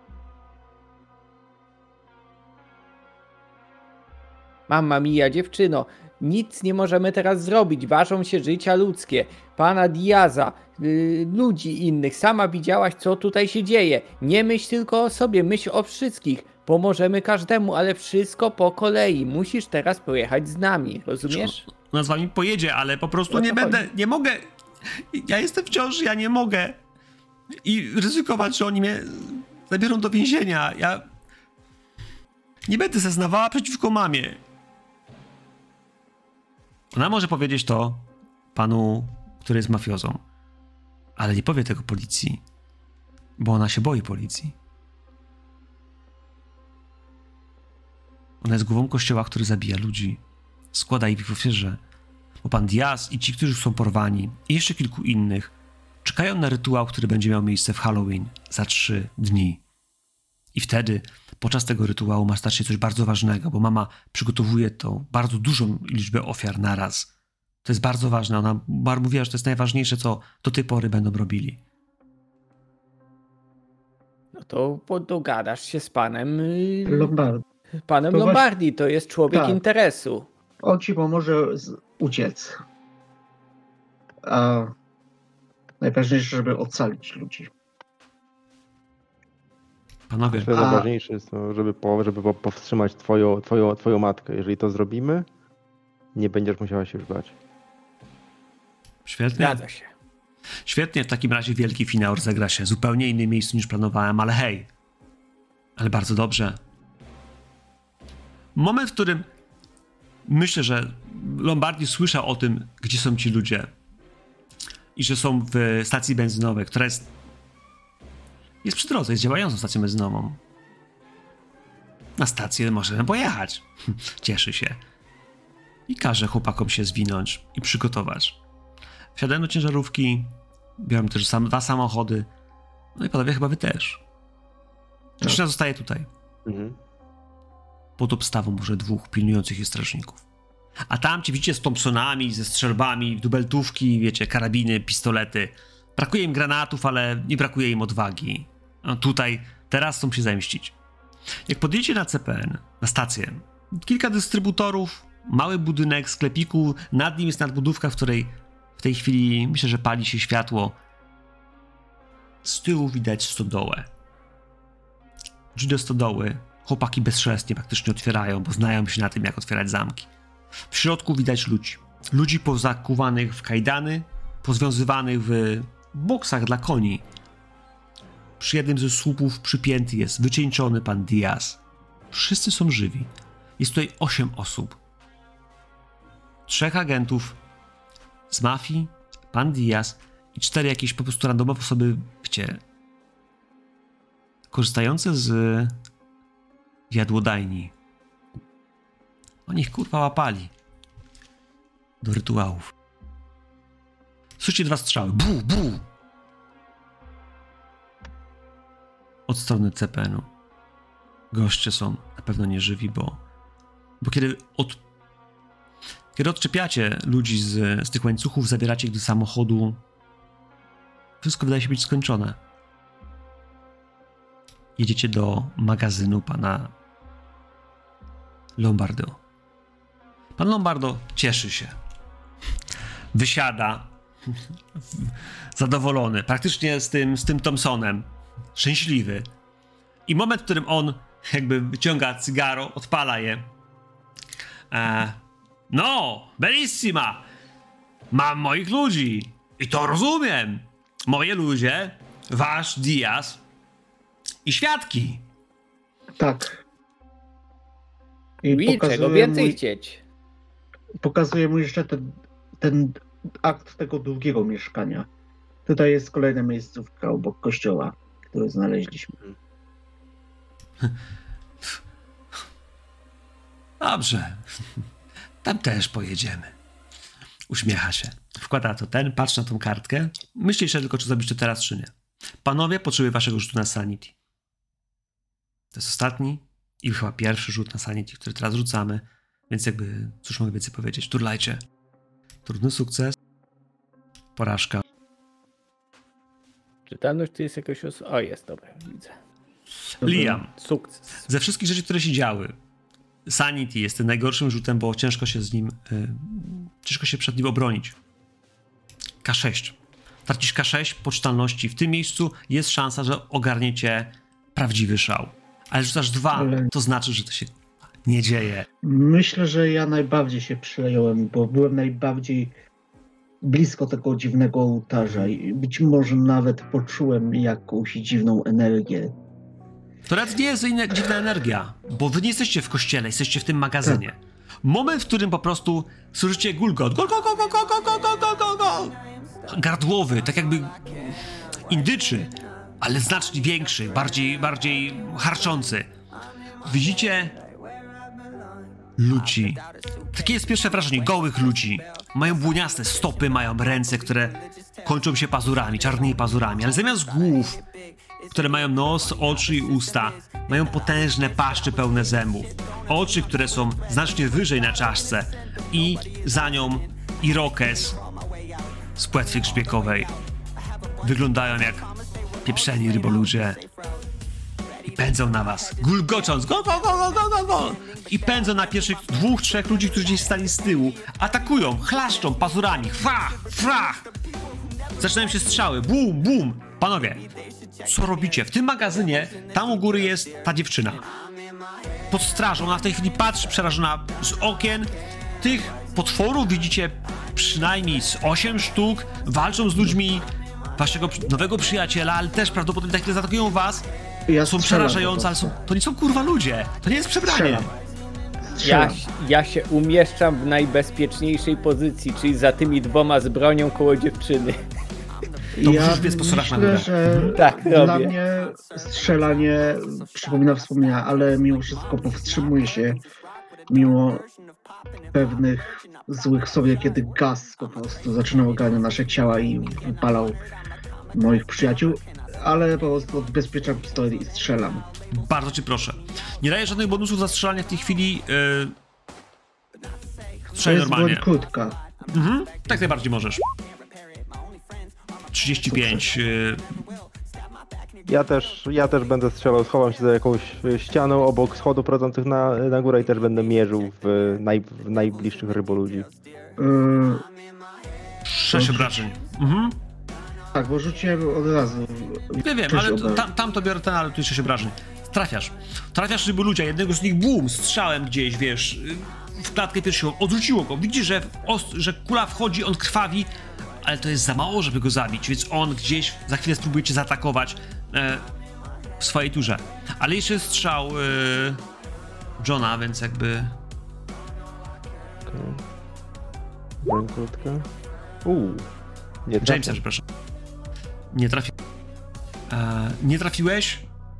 Mamma mia, dziewczyno, nic nie możemy teraz zrobić, ważą się życia ludzkie. Pana Diaza, yy, ludzi innych, sama widziałaś, co tutaj się dzieje. Nie myśl tylko o sobie, myśl o wszystkich. Pomożemy każdemu, ale wszystko po kolei. Musisz teraz pojechać z nami, rozumiesz? Ona z wami pojedzie, ale po prostu nie będę, chodzi? nie mogę. Ja jestem w ciąży, ja nie mogę. I ryzykować, że oni mnie zabiorą do więzienia. Ja nie będę zeznawała przeciwko mamie. Ona może powiedzieć to panu, który jest mafiozą, ale nie powie tego policji, bo ona się boi policji. Ona jest głową kościoła, który zabija ludzi, składa ich w ofierze. bo pan Diaz i ci, którzy są porwani, i jeszcze kilku innych, czekają na rytuał, który będzie miał miejsce w Halloween za trzy dni. I wtedy, podczas tego rytuału ma stać się coś bardzo ważnego, bo mama przygotowuje tą bardzo dużą liczbę ofiar naraz. To jest bardzo ważne. Ona mówiła, że to jest najważniejsze, co do tej pory będą robili. No to po- dogadasz się z panem, yy, Lombard. panem To Lombardi, to jest człowiek Tak. interesu. On ci pomoże z- uciec. A najważniejsze, żeby ocalić ludzi. Panowie, Myślę, że A- najważniejsze jest to, żeby, po, żeby po- powstrzymać twoją, twoją, twoją matkę. Jeżeli to zrobimy, nie będziesz musiała się już bać. świetnie. Zgadza się. Świetnie, w takim razie wielki finał rozegra się w zupełnie innym miejscu niż planowałem, ale hej. Ale bardzo dobrze. Moment, w którym myślę, że Lombardi słyszał o tym, gdzie są ci ludzie. I że są w stacji benzynowej, która jest jest przy drodze, jest działającą stacją benzynową. Na stację możemy pojechać. Cieszy się. I każe chłopakom się zwinąć i przygotować. Wsiadają do ciężarówki, biorą też sam, dwa samochody. No i panowie, chyba wy też. Dziewczyna zostaje tutaj. Mhm. Pod obstawą może dwóch pilnujących ich strażników. A tam ci widzicie z Thompsonami, ze strzelbami, dubeltówki, wiecie, karabiny, pistolety. Brakuje im granatów, ale nie brakuje im odwagi. No tutaj, teraz chcą się zemścić. Jak podjedziecie na C P N, na stację, kilka dystrybutorów, mały budynek, sklepiku, nad nim jest nadbudówka, w której w tej chwili myślę, że pali się światło. Z tyłu widać stodołę. Drzwi do stodoły chłopaki bezszelestnie praktycznie otwierają, bo znają się na tym, jak otwierać zamki. W środku widać ludzi. Ludzi pozakuwanych w kajdany, pozwiązywanych w boksach dla koni. Przy jednym ze słupów przypięty jest wycieńczony pan Diaz. Wszyscy są żywi. Jest tutaj osiem osób. Trzech agentów z mafii, pan Diaz i cztery jakieś po prostu randomowe osoby, wiecie, korzystające z jadłodajni. Oni ich kurwa łapali do rytuałów. Słyszycie dwa strzały. Bu, bu! Od strony C P N u. Goście są na pewno nieżywi, bo, bo kiedy, od, kiedy odczepiacie ludzi z, z tych łańcuchów, zabieracie ich do samochodu, wszystko wydaje się być skończone. Jedziecie do magazynu pana Lombardo. Pan Lombardo cieszy się. Wysiada zadowolony, praktycznie z tym, z tym Thompsonem. Szczęśliwy. I moment, w którym on jakby wyciąga cygaro, odpala je. E, no, bellissima! Mam moich ludzi. I to rozumiem. Moje ludzie, wasz Diaz i świadki. Tak. I I czego pokazuje więcej mu, chcieć? pokazuje mu jeszcze ten, ten akt tego drugiego mieszkania. Tutaj jest kolejna miejscówka obok kościoła, który znaleźliśmy. Dobrze. Tam też pojedziemy. Uśmiecha się. Wkłada to ten, patrzy na tą kartkę. Myśli jeszcze tylko, czy zrobić to teraz, czy nie. Panowie, potrzebuję waszego rzutu na sanity. To jest ostatni i chyba pierwszy rzut na sanity, który teraz rzucamy. Więc jakby, cóż mogę więcej powiedzieć? Turlajcie. Trudny sukces. Porażka. Czytalność to jest jakoś... Os- o, jest, dobra, widzę. Liam. Sukces. Ze wszystkich rzeczy, które się działy, sanity jest tym najgorszym rzutem, bo ciężko się z nim, y, ciężko się przed nim obronić. K sześć. Tracisz K sześć poczytalności. W tym miejscu jest szansa, że ogarniecie prawdziwy szał. Ale rzucasz dwa, Ale- to znaczy, że to się nie dzieje. Myślę, że ja najbardziej się przejąłem, bo byłem najbardziej blisko tego dziwnego ołtarza i być może nawet poczułem jakąś dziwną energię. To nawet nie jest inna, dziwna energia, bo wy nie jesteście w kościele, jesteście w tym magazynie. Moment, w którym po prostu słyszycie gulgot. Gol, gol, gol, gol, gol, gol, gol, gol, gol, gol. Gardłowy, tak jakby indyczy, ale znacznie większy, bardziej, bardziej harczący. Widzicie ludzi. Takie jest pierwsze wrażenie, gołych ludzi. Mają błoniaste stopy, mają ręce, które kończą się pazurami, czarnymi pazurami, ale zamiast głów, które mają nos, oczy i usta, mają potężne paszcze pełne zębów. Oczy, które są znacznie wyżej na czaszce i za nią irokez z płetwy grzbiekowej. Wyglądają jak pieprzeni ryboludzie i pędzą na was, gulgocząc, go, go, go, go, go, go, go. I pędzą na pierwszych dwóch, trzech ludzi, którzy gdzieś stali z tyłu. Atakują, chlaszczą pazurami, frach, frach. Zaczynają się strzały, bum, bum. Panowie, co robicie? W tym magazynie, tam u góry jest ta dziewczyna. Pod strażą, ona w tej chwili patrzy przerażona z okien. Tych potworów widzicie przynajmniej z osiem sztuk. Walczą z ludźmi waszego nowego przyjaciela, ale też prawdopodobnie tak chwilę zaatakują was. Ja Są strzelam przerażające, po ale są, prostu. to nie są kurwa ludzie. To nie jest przebranie. Strzelam. Ja, Strzelam. ja się umieszczam w najbezpieczniejszej pozycji, czyli za tymi dwoma z bronią koło dziewczyny. To ja musisz biec po schodach na myślę, górę. że Tak, dla robię. mnie strzelanie przypomina wspomnienia, ale mimo wszystko powstrzymuje się mimo pewnych złych sobie, kiedy gaz po prostu zaczynał ogarniać nasze ciała i wypalał moich przyjaciół, ale po prostu odbezpieczam pistolet i strzelam. Bardzo cię proszę. Nie daję żadnych bonusów za strzelanie w tej chwili. Yy... To Strzelaj jest broń normalnie. krótka. Mhm, tak najbardziej możesz. trzydzieści pięć. Yy... Ja też, ja też będę strzelał, schowam się za jakąś y, ścianą obok schodów prowadzących na, na górę i też będę mierzył w, naj, w najbliższych ryboludzi. Yy, sześć obrażeń. Mhm. tak, bo rzuciłem od razu. Nie wiem, Sześć ale obrażeń. tam, tam to biorę ten, ale tu jest sześć obrażeń. Trafiasz. Trafiasz ryby ludzia, jednego z nich bum, strzałem gdzieś, wiesz, yy, w klatkę piersiową. Odrzuciło go. Widzisz, że, ost- że kula wchodzi, on krwawi, ale to jest za mało, żeby go zabić, więc on gdzieś za chwilę spróbuje cię zaatakować e, w swojej turze. Ale jeszcze jest strzał e, Johna, więc jakby... Okay. Broń krótka. Uuu. Nie Jamesa, trafię. przepraszam. Nie trafi... E, nie trafiłeś?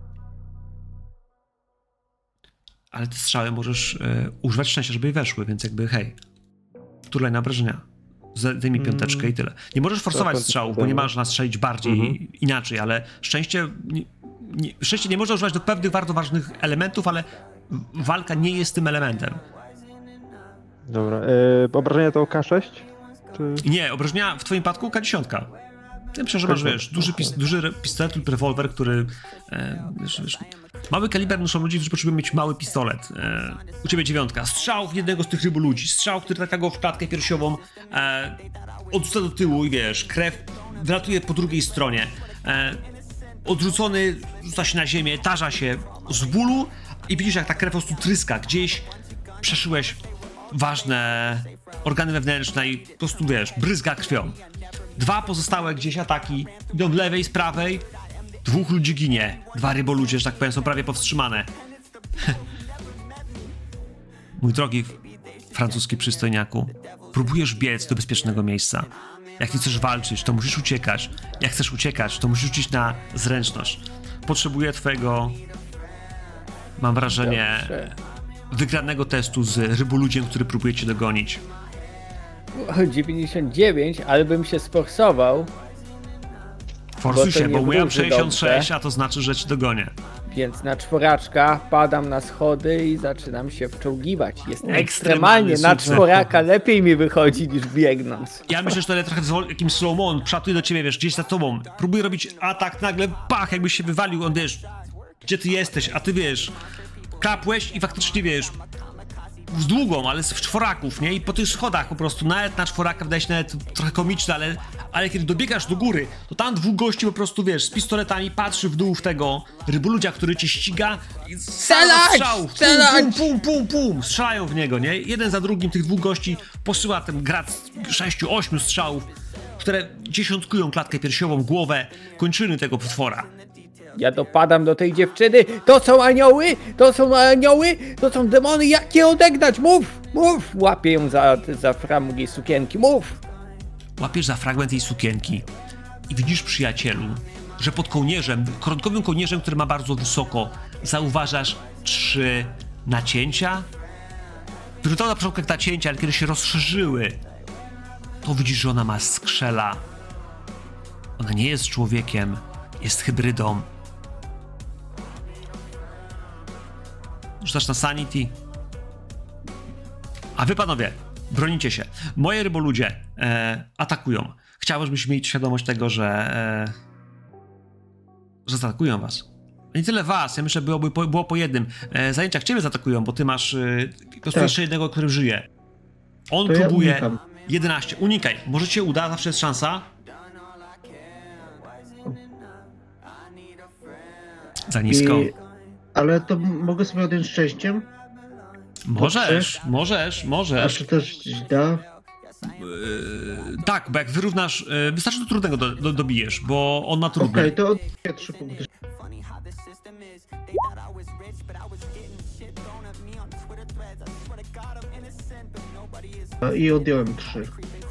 Ale te strzały możesz e, używać szczęścia, żeby weszły, więc jakby hej. Turlaj na obrażenia. Zdejmij piąteczkę i tyle. Nie możesz forsować to strzałów, bo ten- nie można strzelić bardziej Mhm. inaczej, ale szczęście nie, nie, szczęście nie można używać do pewnych bardzo ważnych elementów, ale w- walka nie jest tym elementem. Dobra. E, obrażenia to K sześć? Czy... Nie, obrażenia w twoim przypadku K dziesięć. Tym że masz, wiesz, duży, pis, duży re- pistolet lub rewolwer, który... E, wiesz, wiesz, mały kaliber noszą ludzie, którzy potrzebują mieć mały pistolet. E, u ciebie dziewiątka. Strzał w jednego z tych rybu ludzi. Strzał, który trafia go w klatkę piersiową, e, odrzuca do tyłu i wiesz, krew wylatuje po drugiej stronie. E, odrzucony rzuca się na ziemię, tarza się z bólu i widzisz, jak ta krew po prostu tryska. Gdzieś przeszyłeś ważne organy wewnętrzne i po prostu, wiesz, bryzga krwią. Dwa pozostałe gdzieś ataki idą w lewej, z prawej. Dwóch ludzi ginie. Dwa ryboludzie, że tak powiem, są prawie powstrzymane. Mój drogi francuski przystojniaku, próbujesz biec do bezpiecznego miejsca. Jak nie chcesz walczyć, to musisz uciekać. Jak chcesz uciekać, to musisz rzucić na zręczność. Potrzebuję twojego, mam wrażenie, Dobrze. wygranego testu z ryboludziem, który próbuje cię dogonić. O, dziewięćdziesiąt dziewięć, ale bym się sforsował, Forsuj Bo to się, nie bo miałem wróży sześćdziesiąt sześć, dobrze. a to znaczy, że ci dogonię. więc na czworaczka padam na schody i zaczynam się wczołgiwać. Jest Ekstremalny ekstremalnie na sukces. czworaka lepiej mi wychodzi niż biegnąc. Ja myślę, że to trochę w jakimś slow-mo, on przatuje do ciebie, wiesz, gdzieś za tobą. Próbuje robić atak, nagle pach, jakbyś się wywalił, on wiesz, gdzie ty jesteś, a ty wiesz, klapłeś i faktycznie wiesz, z długą, ale z czworaków, nie? I po tych schodach po prostu, nawet na czworaka wydaje się nawet trochę komiczne, ale, ale kiedy dobiegasz do góry, to tam dwóch gości po prostu, wiesz, z pistoletami patrzy w dół w tego ryboludzia, który cię ściga i Strzelać! strzał, Strzelać! pum, pum, pum, pum, strzelają w niego, nie? Jeden za drugim tych dwóch gości posyła ten grad sześciu, ośmiu strzałów, które dziesiątkują klatkę piersiową, głowę, kończyny tego potwora. Ja dopadam do tej dziewczyny. To są anioły? To są anioły? To są demony? Jak je odegnać? Mów! Mów! Łapię ją za, za framugę jej sukienki. Mów! Łapiesz za fragment jej sukienki i widzisz, przyjacielu, że pod kołnierzem, koronkowym kołnierzem, który ma bardzo wysoko, zauważasz trzy nacięcia wyglądało na początku jak nacięcia, ale kiedy się rozszerzyły, to widzisz, że ona ma skrzela. Ona nie jest człowiekiem, jest hybrydą. Rzucasz na sanity. A wy, panowie, bronicie się. Moje ryboludzie e, atakują. Chciałbym, żebyśmy mieli świadomość tego, że e, że zaatakują was. Nie tyle was, ja myślę, że byłoby po, było po jednym. E, zajęciach ciebie zaatakują, bo ty masz e, po prostu Tak. jeszcze jednego, który żyje. On To ja próbuje... unikam. jedenaście. Unikaj. Może ci się uda, zawsze jest szansa. Za nisko. I, ale to m- mogę sobie odjąć szczęściem? Możesz, możesz, A możesz. czy też da? Yy, tak, bo jak wyrównasz, yy, wystarczy do trudnego do, do, dobijesz, bo on ma trudny. Okej, to odbiję trzy punkty. I odjąłem trzy.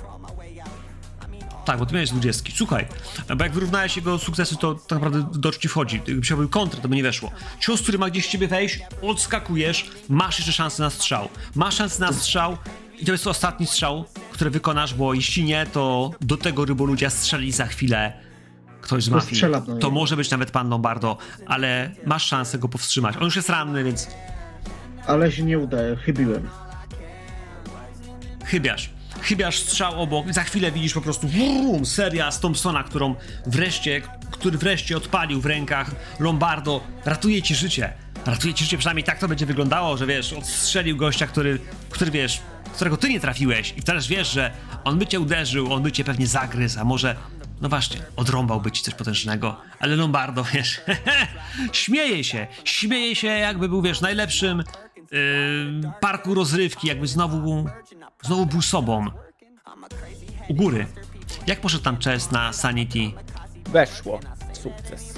Tak, bo ty miałeś dwudziestki. Słuchaj, bo jak wyrównałeś jego sukcesy, to tak naprawdę do ci wchodzi. Gdyby się robił kontrę, to by nie weszło. Cios, który ma gdzieś w ciebie wejść, odskakujesz, masz jeszcze szansę na strzał. Masz szansę na strzał i to jest to ostatni strzał, który wykonasz, bo jeśli nie, to do tego ryboludzia strzeli za chwilę ktoś z To mafii. strzelam do To niego. może być nawet pan Lombardo, ale masz szansę go powstrzymać. On już jest ranny, więc Ale się nie udaje, chybiłem. chybiasz. Chybiasz strzał obok i za chwilę widzisz po prostu wrum, seria z Thompsona, którą wreszcie, który wreszcie odpalił w rękach Lombardo. Ratuje ci życie. Ratuje ci życie, przynajmniej tak to będzie wyglądało, że wiesz, odstrzelił gościa, który, który wiesz, którego ty nie trafiłeś i teraz wiesz, że on by cię uderzył, on by cię pewnie zagryzł, a może, no właśnie, odrąbałby ci coś potężnego, ale Lombardo, wiesz, śmieje się, śmieje się jakby był, wiesz, najlepszym Yy, parku rozrywki, jakby znowu znowu był sobą. U góry. Jak poszedł tam chess na Sanity? Weszło. Sukces.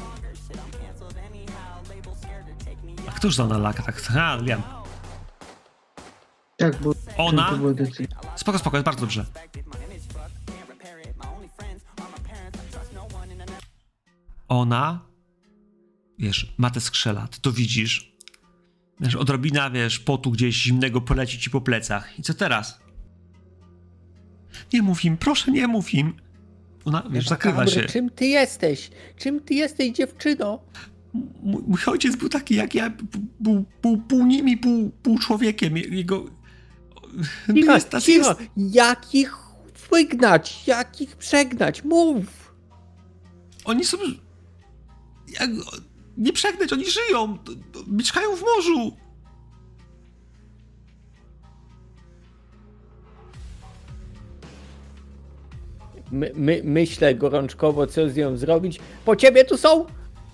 A któż dał na laka? Tak, ha, wiem. Tak, bo Ona? to były decyzje. Spoko, spoko, jest bardzo dobrze. Ona, wiesz, ma te skrzela, ty to widzisz. Wiesz, odrobina, wiesz, potu gdzieś zimnego poleci ci po plecach. I co teraz? Nie mów im, proszę, nie mów im. Ona, wiesz, zakrywa się. Czym ty jesteś? Czym ty jesteś, dziewczyno? Mój, mój ojciec był taki jak ja, był pół, pół nimi, pół, pół człowiekiem. Jego... Cicho, jest, jest, cicho. Jak ich wygnać? Jak ich przegnać? Mów! Oni są... Jak... Nie przegnać, oni żyją. Mieszkają w morzu. My, my, myślę gorączkowo, co z nią zrobić. Po ciebie tu są?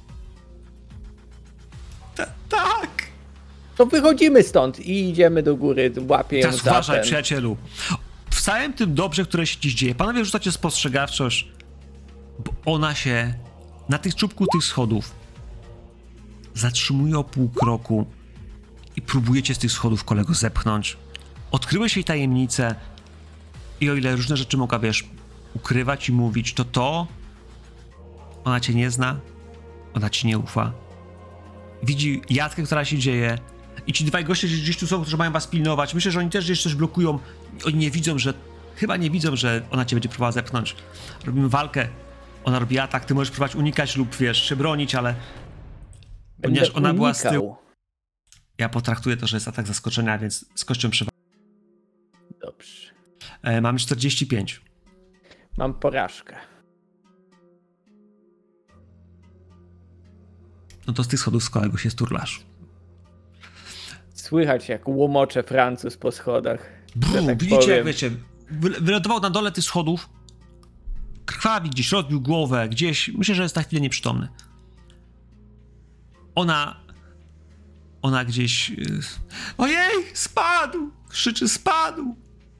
Ta, tak. To wychodzimy stąd i idziemy do góry, łapię ją Teraz za uważaj, ten. przyjacielu. W całym tym dobrze, które się dziś dzieje, panowie rzucacie spostrzegawczość, bo ona się na tych czubku tych schodów zatrzymuje o pół kroku i próbujecie z tych schodów kolego zepchnąć. Odkryły się jej tajemnice i o ile różne rzeczy mogła, wiesz, ukrywać i mówić, to to ona cię nie zna, ona ci nie ufa. Widzi jatkę, która się dzieje i ci dwaj goście gdzieś tu są, którzy mają was pilnować. Myślę, że oni też gdzieś coś blokują. Oni nie widzą, że... Chyba nie widzą, że ona cię będzie próbowała zepchnąć. Robimy walkę. Ona robi atak, ty możesz próbować unikać lub, wiesz, się bronić, ale... Będę Ponieważ ona była z unikał. tyłu. Ja potraktuję to, że jest atak zaskoczenia, więc z kością przewagę. Dobrze. E, mamy czterdzieści pięć. Mam porażkę. No to z tych schodów z kolego się sturlasz. Słychać jak łomocze Francuz po schodach. Brrr, że tak widzicie, jak powiem. wiecie, wy- wylądował na dole tych schodów, krwawi gdzieś, rozbił głowę, gdzieś, myślę, że jest na chwilę nieprzytomny. Ona, ona gdzieś, yy, ojej, spadł, krzyczy, spadł.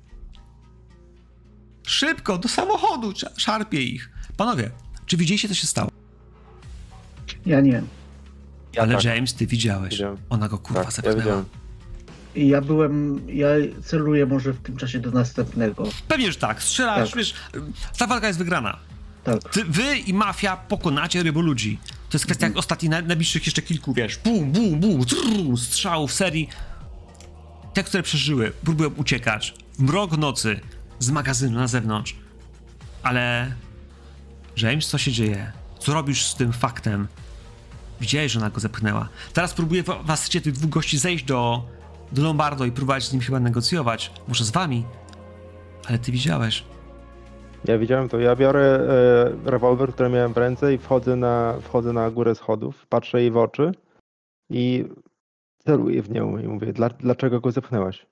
Szybko, do samochodu, cza- szarpie ich. Panowie, czy widzieliście, co się stało? Ja nie. Ja Ale tak. James, ty widziałeś. Widziałem. Ona go kurwa Tak, ja zepchnęła. widziałem. I ja byłem, ja celuję może w tym czasie do następnego. Pewnie, że tak, strzelasz, Tak. wiesz, ta walka jest wygrana. Tak. Ty, wy i mafia pokonacie ryboludzi. To jest kwestia jak ostatnich, naj- najbliższych jeszcze kilku, wiesz, bum, bum, bum, trrr, strzałów, serii. te, które przeżyły, próbują uciekać w mrok nocy z magazynu na zewnątrz. Ale James, co się dzieje? Co robisz z tym faktem? Widziałeś, że ona go zepchnęła. Teraz próbuje was, tych dwóch gości, zejść do, do Lombardo i próbować z nim chyba negocjować. Może z wami? Ale ty widziałeś. Ja widziałem to. Ja biorę e, rewolwer, który miałem w ręce i wchodzę na, wchodzę na górę schodów, patrzę jej w oczy i celuję w nią i mówię, Dla, dlaczego go zepchnęłaś?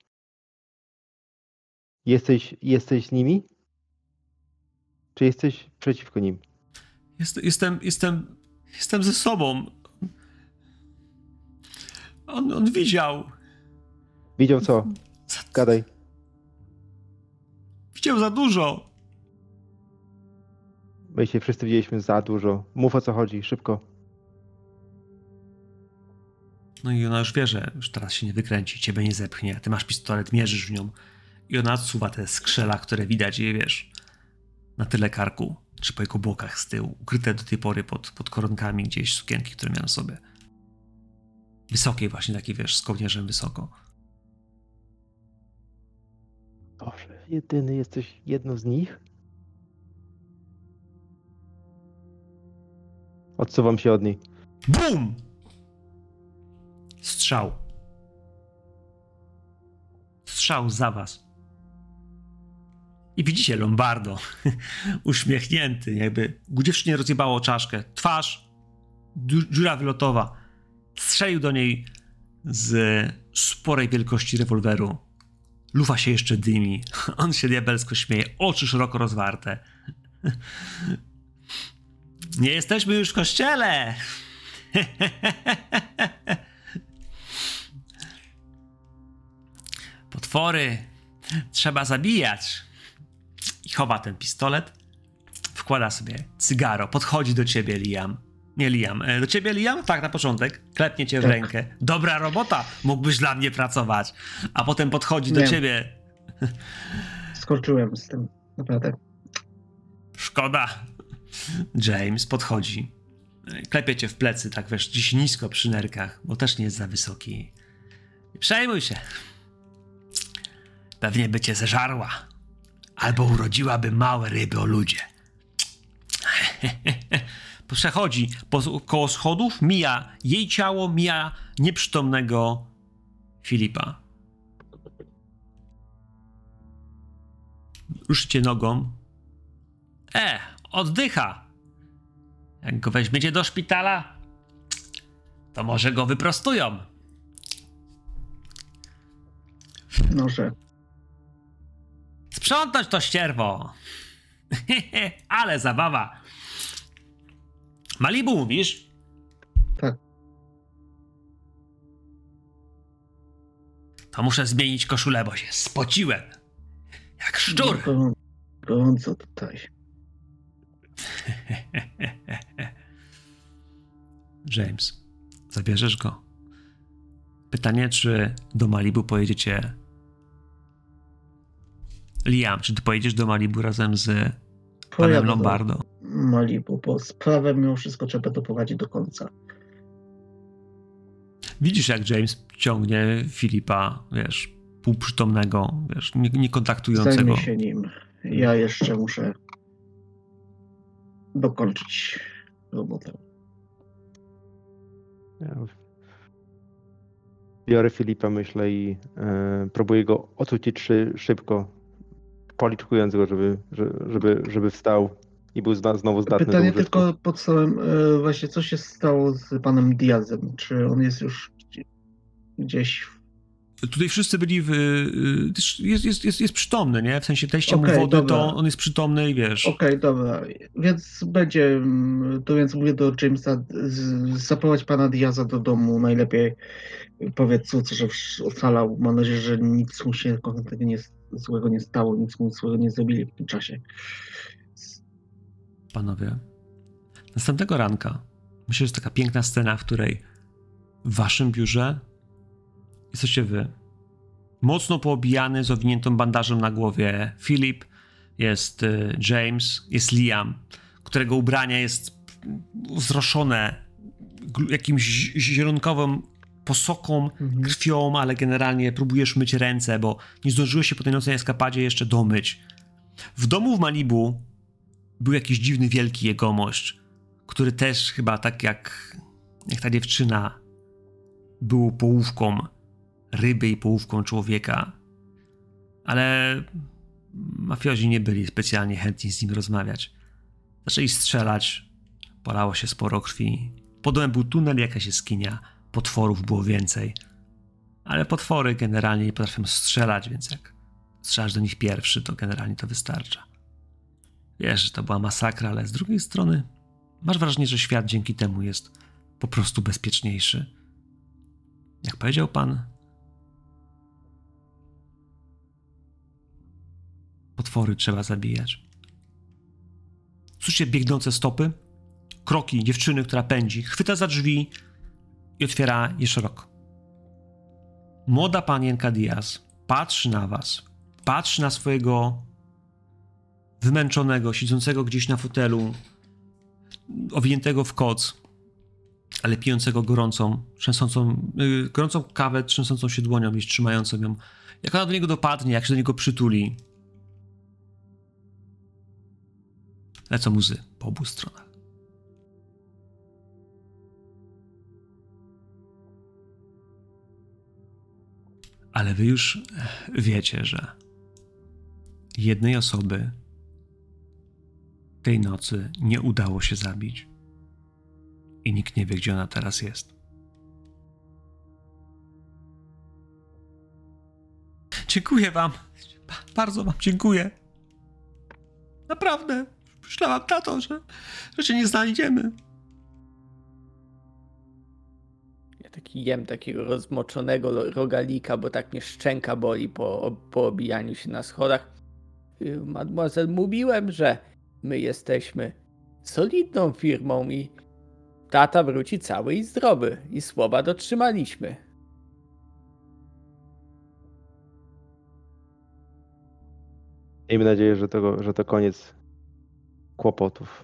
Jesteś, jesteś z nimi? Czy jesteś przeciwko nim? Jest, jestem, jestem, jestem ze sobą. On, on widział. Widział co? Gadaj. Widział za dużo. My się wszyscy widzieliśmy za dużo. Mów, o co chodzi, szybko. No i ona już wie, że już teraz się nie wykręci, ciebie nie zepchnie. Ty masz pistolet, mierzysz w nią. I ona odsuwa te skrzela, które widać jej, wiesz, na tyle karku, czy po jego bokach z tyłu, ukryte do tej pory pod, pod koronkami gdzieś sukienki, które miał na sobie. Wysokiej właśnie, takie, wiesz, z kołnierzem wysoko. Boże, jedyny jesteś jedną z nich? Odsuwam się od niej. BUM! Strzał. Strzał za was. I widzicie Lombardo, uśmiechnięty, jakby dziewczynie rozjebało czaszkę. Twarz, dziura wylotowa. Strzelił do niej z sporej wielkości rewolweru. Lufa się jeszcze dymi. On się diabelsko śmieje, oczy szeroko rozwarte. Nie jesteśmy już w kościele! Potwory trzeba zabijać. I chowa ten pistolet, wkłada sobie cygaro, podchodzi do ciebie, Liam. Nie Liam, do ciebie, Liam? Tak, na początek. Klepnie cię w Tak. rękę. Dobra robota, mógłbyś dla mnie pracować. A potem podchodzi do Nie. ciebie. Skończyłem z tym, naprawdę. Szkoda. James podchodzi. Klepie cię w plecy, tak wiesz, gdzieś nisko przy nerkach, bo też nie jest za wysoki. Nie przejmuj się. Pewnie by cię zeżarła. Albo urodziłaby małe ryby o ludzie. Przechodzi po, koło schodów, mija jej ciało, mija nieprzytomnego Filipa. Ruszycie nogą. E, oddycha. Jak go weźmiecie do szpitala, to może go wyprostują. Noże. Sprzątnąć to ścierwo. Ale zabawa. Malibu mówisz? Tak. To muszę zmienić koszulę, bo się spociłem. Jak szczur. Gorą- Gorąco tutaj. James, zabierzesz go? Pytanie, czy do Malibu pojedziecie... Liam, czy ty pojedziesz do Malibu razem z panem Pojadę do Lombardo? Malibu, bo sprawę mimo wszystko trzeba doprowadzić do końca. Widzisz, jak James ciągnie Filipa, wiesz, półprzytomnego, wiesz, nie, nie kontaktującego. Zajmie się nim. Ja jeszcze muszę dokończyć robotę. Ja biorę Filipa, myślę, i e, próbuję go ocucić szy, szybko, policzkując go, żeby, żeby, żeby wstał i był zna, znowu zdatny Pytanie do użytku. tylko podstałem e, właśnie, co się stało z panem Diazem? Czy on jest już gdzie- gdzieś... w- Tutaj wszyscy byli w... y, Jest, jest, jest, jest przytomny, nie? W sensie teścia mu Okej, wody, dobra. to on jest przytomny i wiesz... Okej, dobra. Więc będzie, mm, to więc mówię do Jamesa, z- zaprowadź pana Diaza do domu, najlepiej powiedz córce, że wsz- ocalał. Mam nadzieję, że nic mu się konkretnego nie, złego nie stało, nic mu złego nie zrobili w tym czasie. Panowie, następnego ranka myślę, że jest taka piękna scena, w której w waszym biurze jesteście wy. Mocno poobijany, z owiniętą bandażem na głowie Filip, jest y, James, jest Liam, którego ubranie jest wzroszone gl- jakimś zi- zielonkową posoką, Mhm. krwią, ale generalnie próbujesz myć ręce, bo nie zdążyłeś się po tej nocnej eskapadzie jeszcze domyć. W domu w Malibu był jakiś dziwny, wielki jegomość, który też chyba tak jak, jak ta dziewczyna był połówką ryby i połówką człowieka. Ale mafiozi nie byli specjalnie chętni z nim rozmawiać. Zaczęli strzelać, polało się sporo krwi. Pod domem był tunel, jakaś jaskinia. Potworów było więcej. Ale potwory generalnie nie potrafią strzelać, więc jak strzelasz do nich pierwszy, to generalnie to wystarcza. Wiesz, że to była masakra, ale z drugiej strony masz wrażenie, że świat dzięki temu jest po prostu bezpieczniejszy. Jak powiedział pan, potwory trzeba zabijać. Słyszycie biegnące stopy, kroki dziewczyny, która pędzi, chwyta za drzwi i otwiera je szeroko. Młoda panienka Diaz patrzy na was, patrzy na swojego wymęczonego, siedzącego gdzieś na fotelu, owiniętego w koc, ale pijącego gorącą, trzęsącą, yy, gorącą kawę, trzęsącą się dłonią i trzymającą ją. Jak ona do niego dopadnie, jak się do niego przytuli. Lecą łzy po obu stronach. Ale wy już wiecie, że jednej osoby tej nocy nie udało się zabić i nikt nie wie, gdzie ona teraz jest. Dziękuję wam. Bardzo wam dziękuję. Naprawdę. Myślałam, tato, że, że się nie znajdziemy. Ja taki jem takiego rozmoczonego lo- rogalika, bo tak mnie szczęka boli po, po obijaniu się na schodach. Y, Mademoiselle, mówiłem, że my jesteśmy solidną firmą i tata wróci cały i zdrowy. I słowa dotrzymaliśmy. Miejmy nadzieję, że to, że to koniec kłopotów.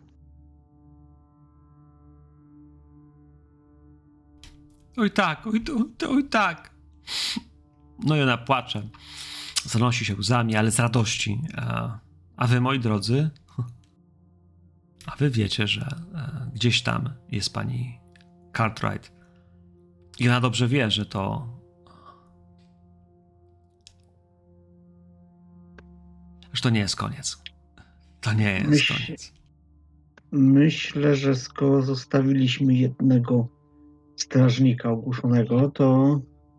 Oj tak, oj, oj, oj tak. No i ona płacze. Zanosi się łzami, ale z radości. A, a wy, moi drodzy, a wy wiecie, że e, gdzieś tam jest pani Cartwright. I ona dobrze wie, że to że to nie jest koniec. To nie jest Myśl- koniec. Myślę, że skoro zostawiliśmy jednego strażnika ogłuszonego, to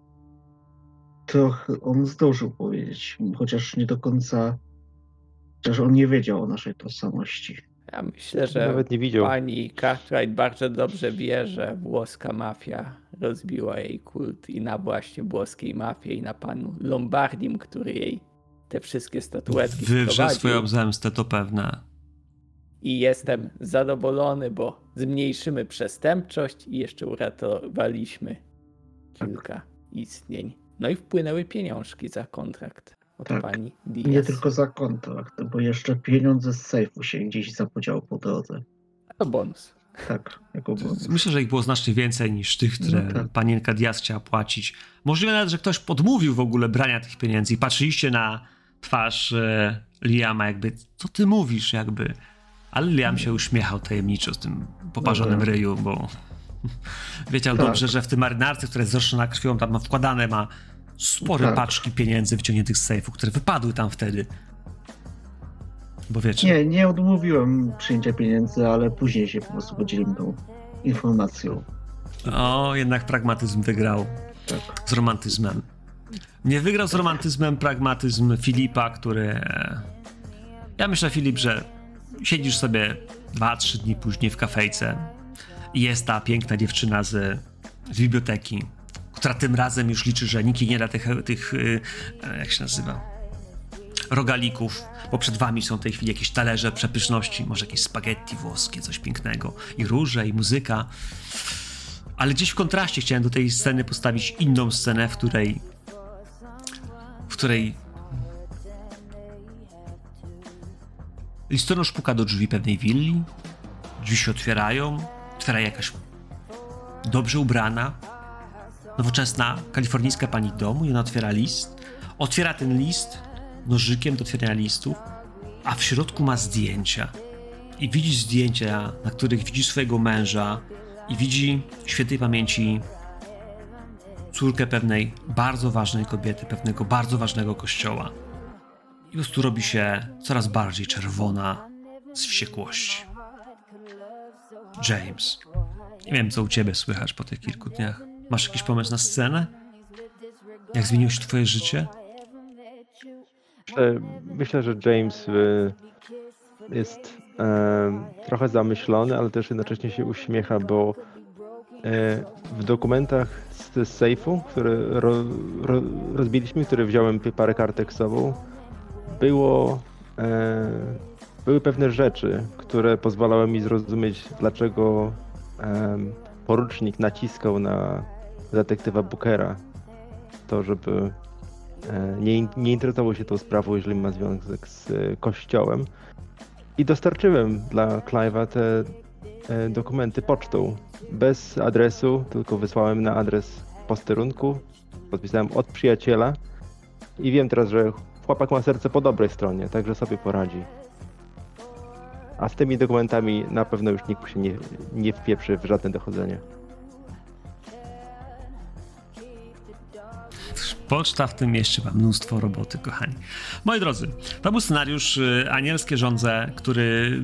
trochę on zdążył powiedzieć, chociaż nie do końca, chociaż on nie wiedział o naszej tożsamości. Ja myślę, że Nawet nie widział. pani Cartwright bardzo dobrze wie, że włoska mafia rozbiła jej kult i na właśnie włoskiej mafii i na panu Lombardim, który jej te wszystkie statuetki Wywrze wprowadził. swoją zemstę, to pewne. I jestem zadowolony, bo zmniejszymy przestępczość i jeszcze uratowaliśmy kilka istnień. No i wpłynęły pieniążki za kontrakt od Tak. pani Nie Diaz. tylko za kontrakt, bo jeszcze pieniądze z sejfu się gdzieś zapodziały po drodze. To bonus. Tak, jako bonus. Myślę, że ich było znacznie więcej niż tych, które No tak. panienka Diaz chciała płacić. Możliwe nawet, że ktoś podmówił w ogóle brania tych pieniędzy i patrzyliście na twarz e, Liama jakby, co ty mówisz jakby. Ale Liam się uśmiechał tajemniczo z tym poparzonym Dobra. ryju, bo wiedział Tak. dobrze, że w tym marynarce, która jest zroszczona krwią, tam ma wkładane ma spore Tak. paczki pieniędzy wyciągniętych z sejfu, które wypadły tam wtedy. Bo wiecie, Nie, nie odmówiłem przyjęcia pieniędzy, ale później się po prostu podzielimy tą informacją. o, jednak pragmatyzm wygrał Tak. z romantyzmem. Nie wygrał z romantyzmem pragmatyzm Filipa, który... e, Ja myślę, Filip, że siedzisz sobie dwa, trzy dni później w kafejce i jest ta piękna dziewczyna z, z biblioteki, która tym razem już liczy, że nikt jej nie da tych, tych e, jak się nazywa, rogalików, bo przed wami są w tej chwili jakieś talerze przepyszności, może jakieś spaghetti włoskie, coś pięknego, i róże, i muzyka. Ale gdzieś w kontraście chciałem do tej sceny postawić inną scenę, w której w której listonosz puka do drzwi pewnej willi, drzwi się otwierają, otwiera jakaś dobrze ubrana, nowoczesna, kalifornijska pani domu i ona otwiera list. Otwiera ten list nożykiem do otwierania listów, a w środku ma zdjęcia. I widzi zdjęcia, na których widzi swojego męża i widzi świętej pamięci córkę pewnej bardzo ważnej kobiety, pewnego bardzo ważnego kościoła. I po prostu robi się coraz bardziej czerwona z wściekłości. James, nie wiem, co u ciebie słychać po tych kilku dniach. Masz jakiś pomysł na scenę? Jak zmieniło się twoje życie? Myślę, myślę że James y, jest e, trochę zamyślony, ale też jednocześnie się uśmiecha, bo e, w dokumentach z, z sejfu, który ro, ro, rozbiliśmy, który wziąłem parę kartek z sobą, było, e, były pewne rzeczy, które pozwalały mi zrozumieć, dlaczego e, porucznik naciskał na detektywa Bookera, to żeby nie, nie interesował się tą sprawą, jeżeli ma związek z kościołem. I dostarczyłem dla Clive'a te e, dokumenty pocztą. Bez adresu, tylko wysłałem na adres posterunku. Podpisałem od przyjaciela. I wiem teraz, że chłopak ma serce po dobrej stronie, także sobie poradzi. A z tymi dokumentami na pewno już nikt się nie, nie wpieprzy w żadne dochodzenie. Poczta w tym mieście ma mnóstwo roboty, kochani. Moi drodzy, to był scenariusz Anielskie żądze, który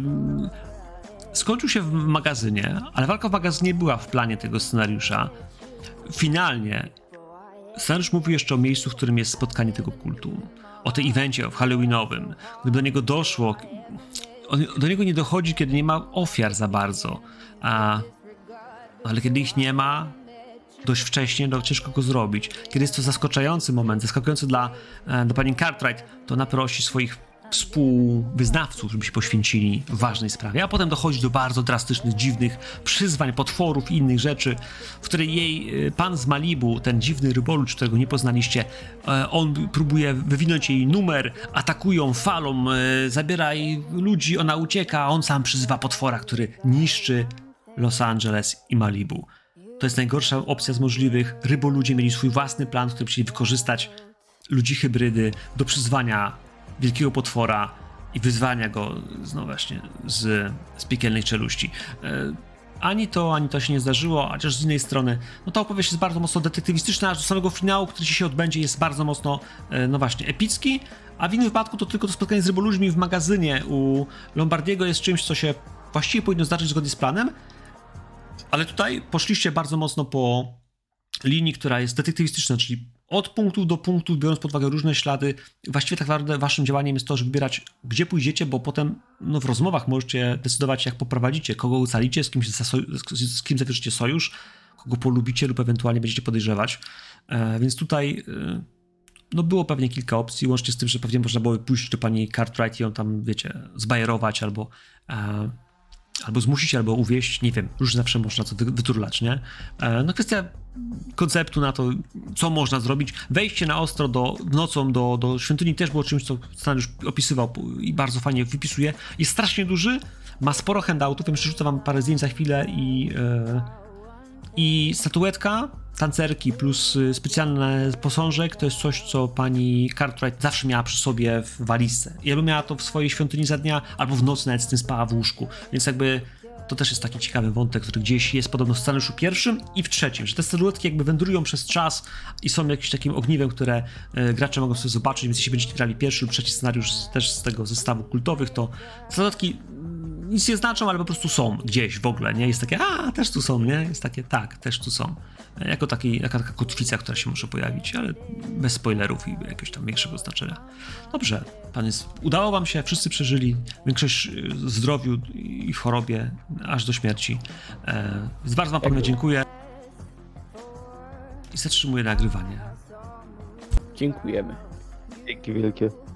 skończył się w magazynie, ale walka w magazynie była w planie tego scenariusza. Finalnie scenariusz mówił jeszcze o miejscu, w którym jest spotkanie tego kultu. O tej evencie halloweenowym. Gdyby do niego doszło, on, do niego nie dochodzi, kiedy nie ma ofiar za bardzo. A, ale kiedy ich nie ma, dość wcześnie, no ciężko go zrobić. Kiedy jest to zaskakujący moment, zaskakujący dla, dla pani Cartwright, to ona prosi swoich współwyznawców, żeby się poświęcili ważnej sprawie, a potem dochodzi do bardzo drastycznych, dziwnych przyzwań, potworów i innych rzeczy, w której jej pan z Malibu, ten dziwny rybolud, którego nie poznaliście, on próbuje wywinąć jej numer, atakują falą, zabiera jej ludzi, ona ucieka, a on sam przyzywa potwora, który niszczy Los Angeles i Malibu. To jest najgorsza opcja z możliwych. Ryboludzie mieli swój własny plan, w którym chcieli wykorzystać ludzi hybrydy do przyzwania wielkiego potwora i wyzwania go no właśnie z, z piekielnej czeluści. E, ani to, ani to się nie zdarzyło, chociaż z innej strony, no ta opowieść jest bardzo mocno detektywistyczna, aż do samego finału, który się odbędzie, jest bardzo mocno, e, no właśnie, epicki, a w innym wypadku to tylko to spotkanie z ryboludźmi w magazynie u Lombardiego jest czymś, co się właściwie powinno zdarzyć zgodnie z planem. Ale tutaj poszliście bardzo mocno po linii, która jest detektywistyczna, czyli od punktu do punktu, biorąc pod uwagę różne ślady. Właściwie tak naprawdę waszym działaniem jest to, żeby wybierać, gdzie pójdziecie, bo potem no, w rozmowach możecie decydować, jak poprowadzicie, kogo ocalicie, z kim, z kim zawierzycie sojusz, kogo polubicie lub ewentualnie będziecie podejrzewać. E, więc tutaj e, no, było pewnie kilka opcji, łącznie z tym, że pewnie można było pójść do pani Cartwright i ją tam, wiecie, zbajerować albo... E, albo zmusić, albo uwieść, nie wiem, już zawsze można to wyturlać, nie? No kwestia konceptu na to, co można zrobić. Wejście na ostro do, nocą do, do świątyni też było czymś, co scenariusz opisywał i bardzo fajnie wypisuje. Jest strasznie duży, ma sporo handoutów, ja przeczytam wam parę zdjęć za chwilę i, yy, i statuetka, tancerki plus specjalny posążek to jest coś, co pani Cartwright zawsze miała przy sobie w walizce. I albo miała to w swojej świątyni za dnia, albo w nocy nawet z tym spała w łóżku. Więc jakby to też jest taki ciekawy wątek, który gdzieś jest podobno w scenariuszu pierwszym i w trzecim, że te statuetki jakby wędrują przez czas i są jakimś takim ogniwem, które y, gracze mogą sobie zobaczyć, więc jeśli będziecie grali pierwszy lub trzeci scenariusz z, też z tego zestawu kultowych, to statuetki nic nie znaczą, ale po prostu są gdzieś w ogóle, nie? Jest takie, a też tu są, nie? Jest takie, tak, też tu są. Jako taki, jaka taka kotwica, która się może pojawić, ale bez spoilerów i jakiegoś tam większego znaczenia. Dobrze, pan jest, udało wam się, wszyscy przeżyli, większość w zdrowiu i w chorobie, aż do śmierci. E, więc bardzo wam panu dziękuję i zatrzymuję nagrywanie. Dziękujemy. Dzięki wielkie.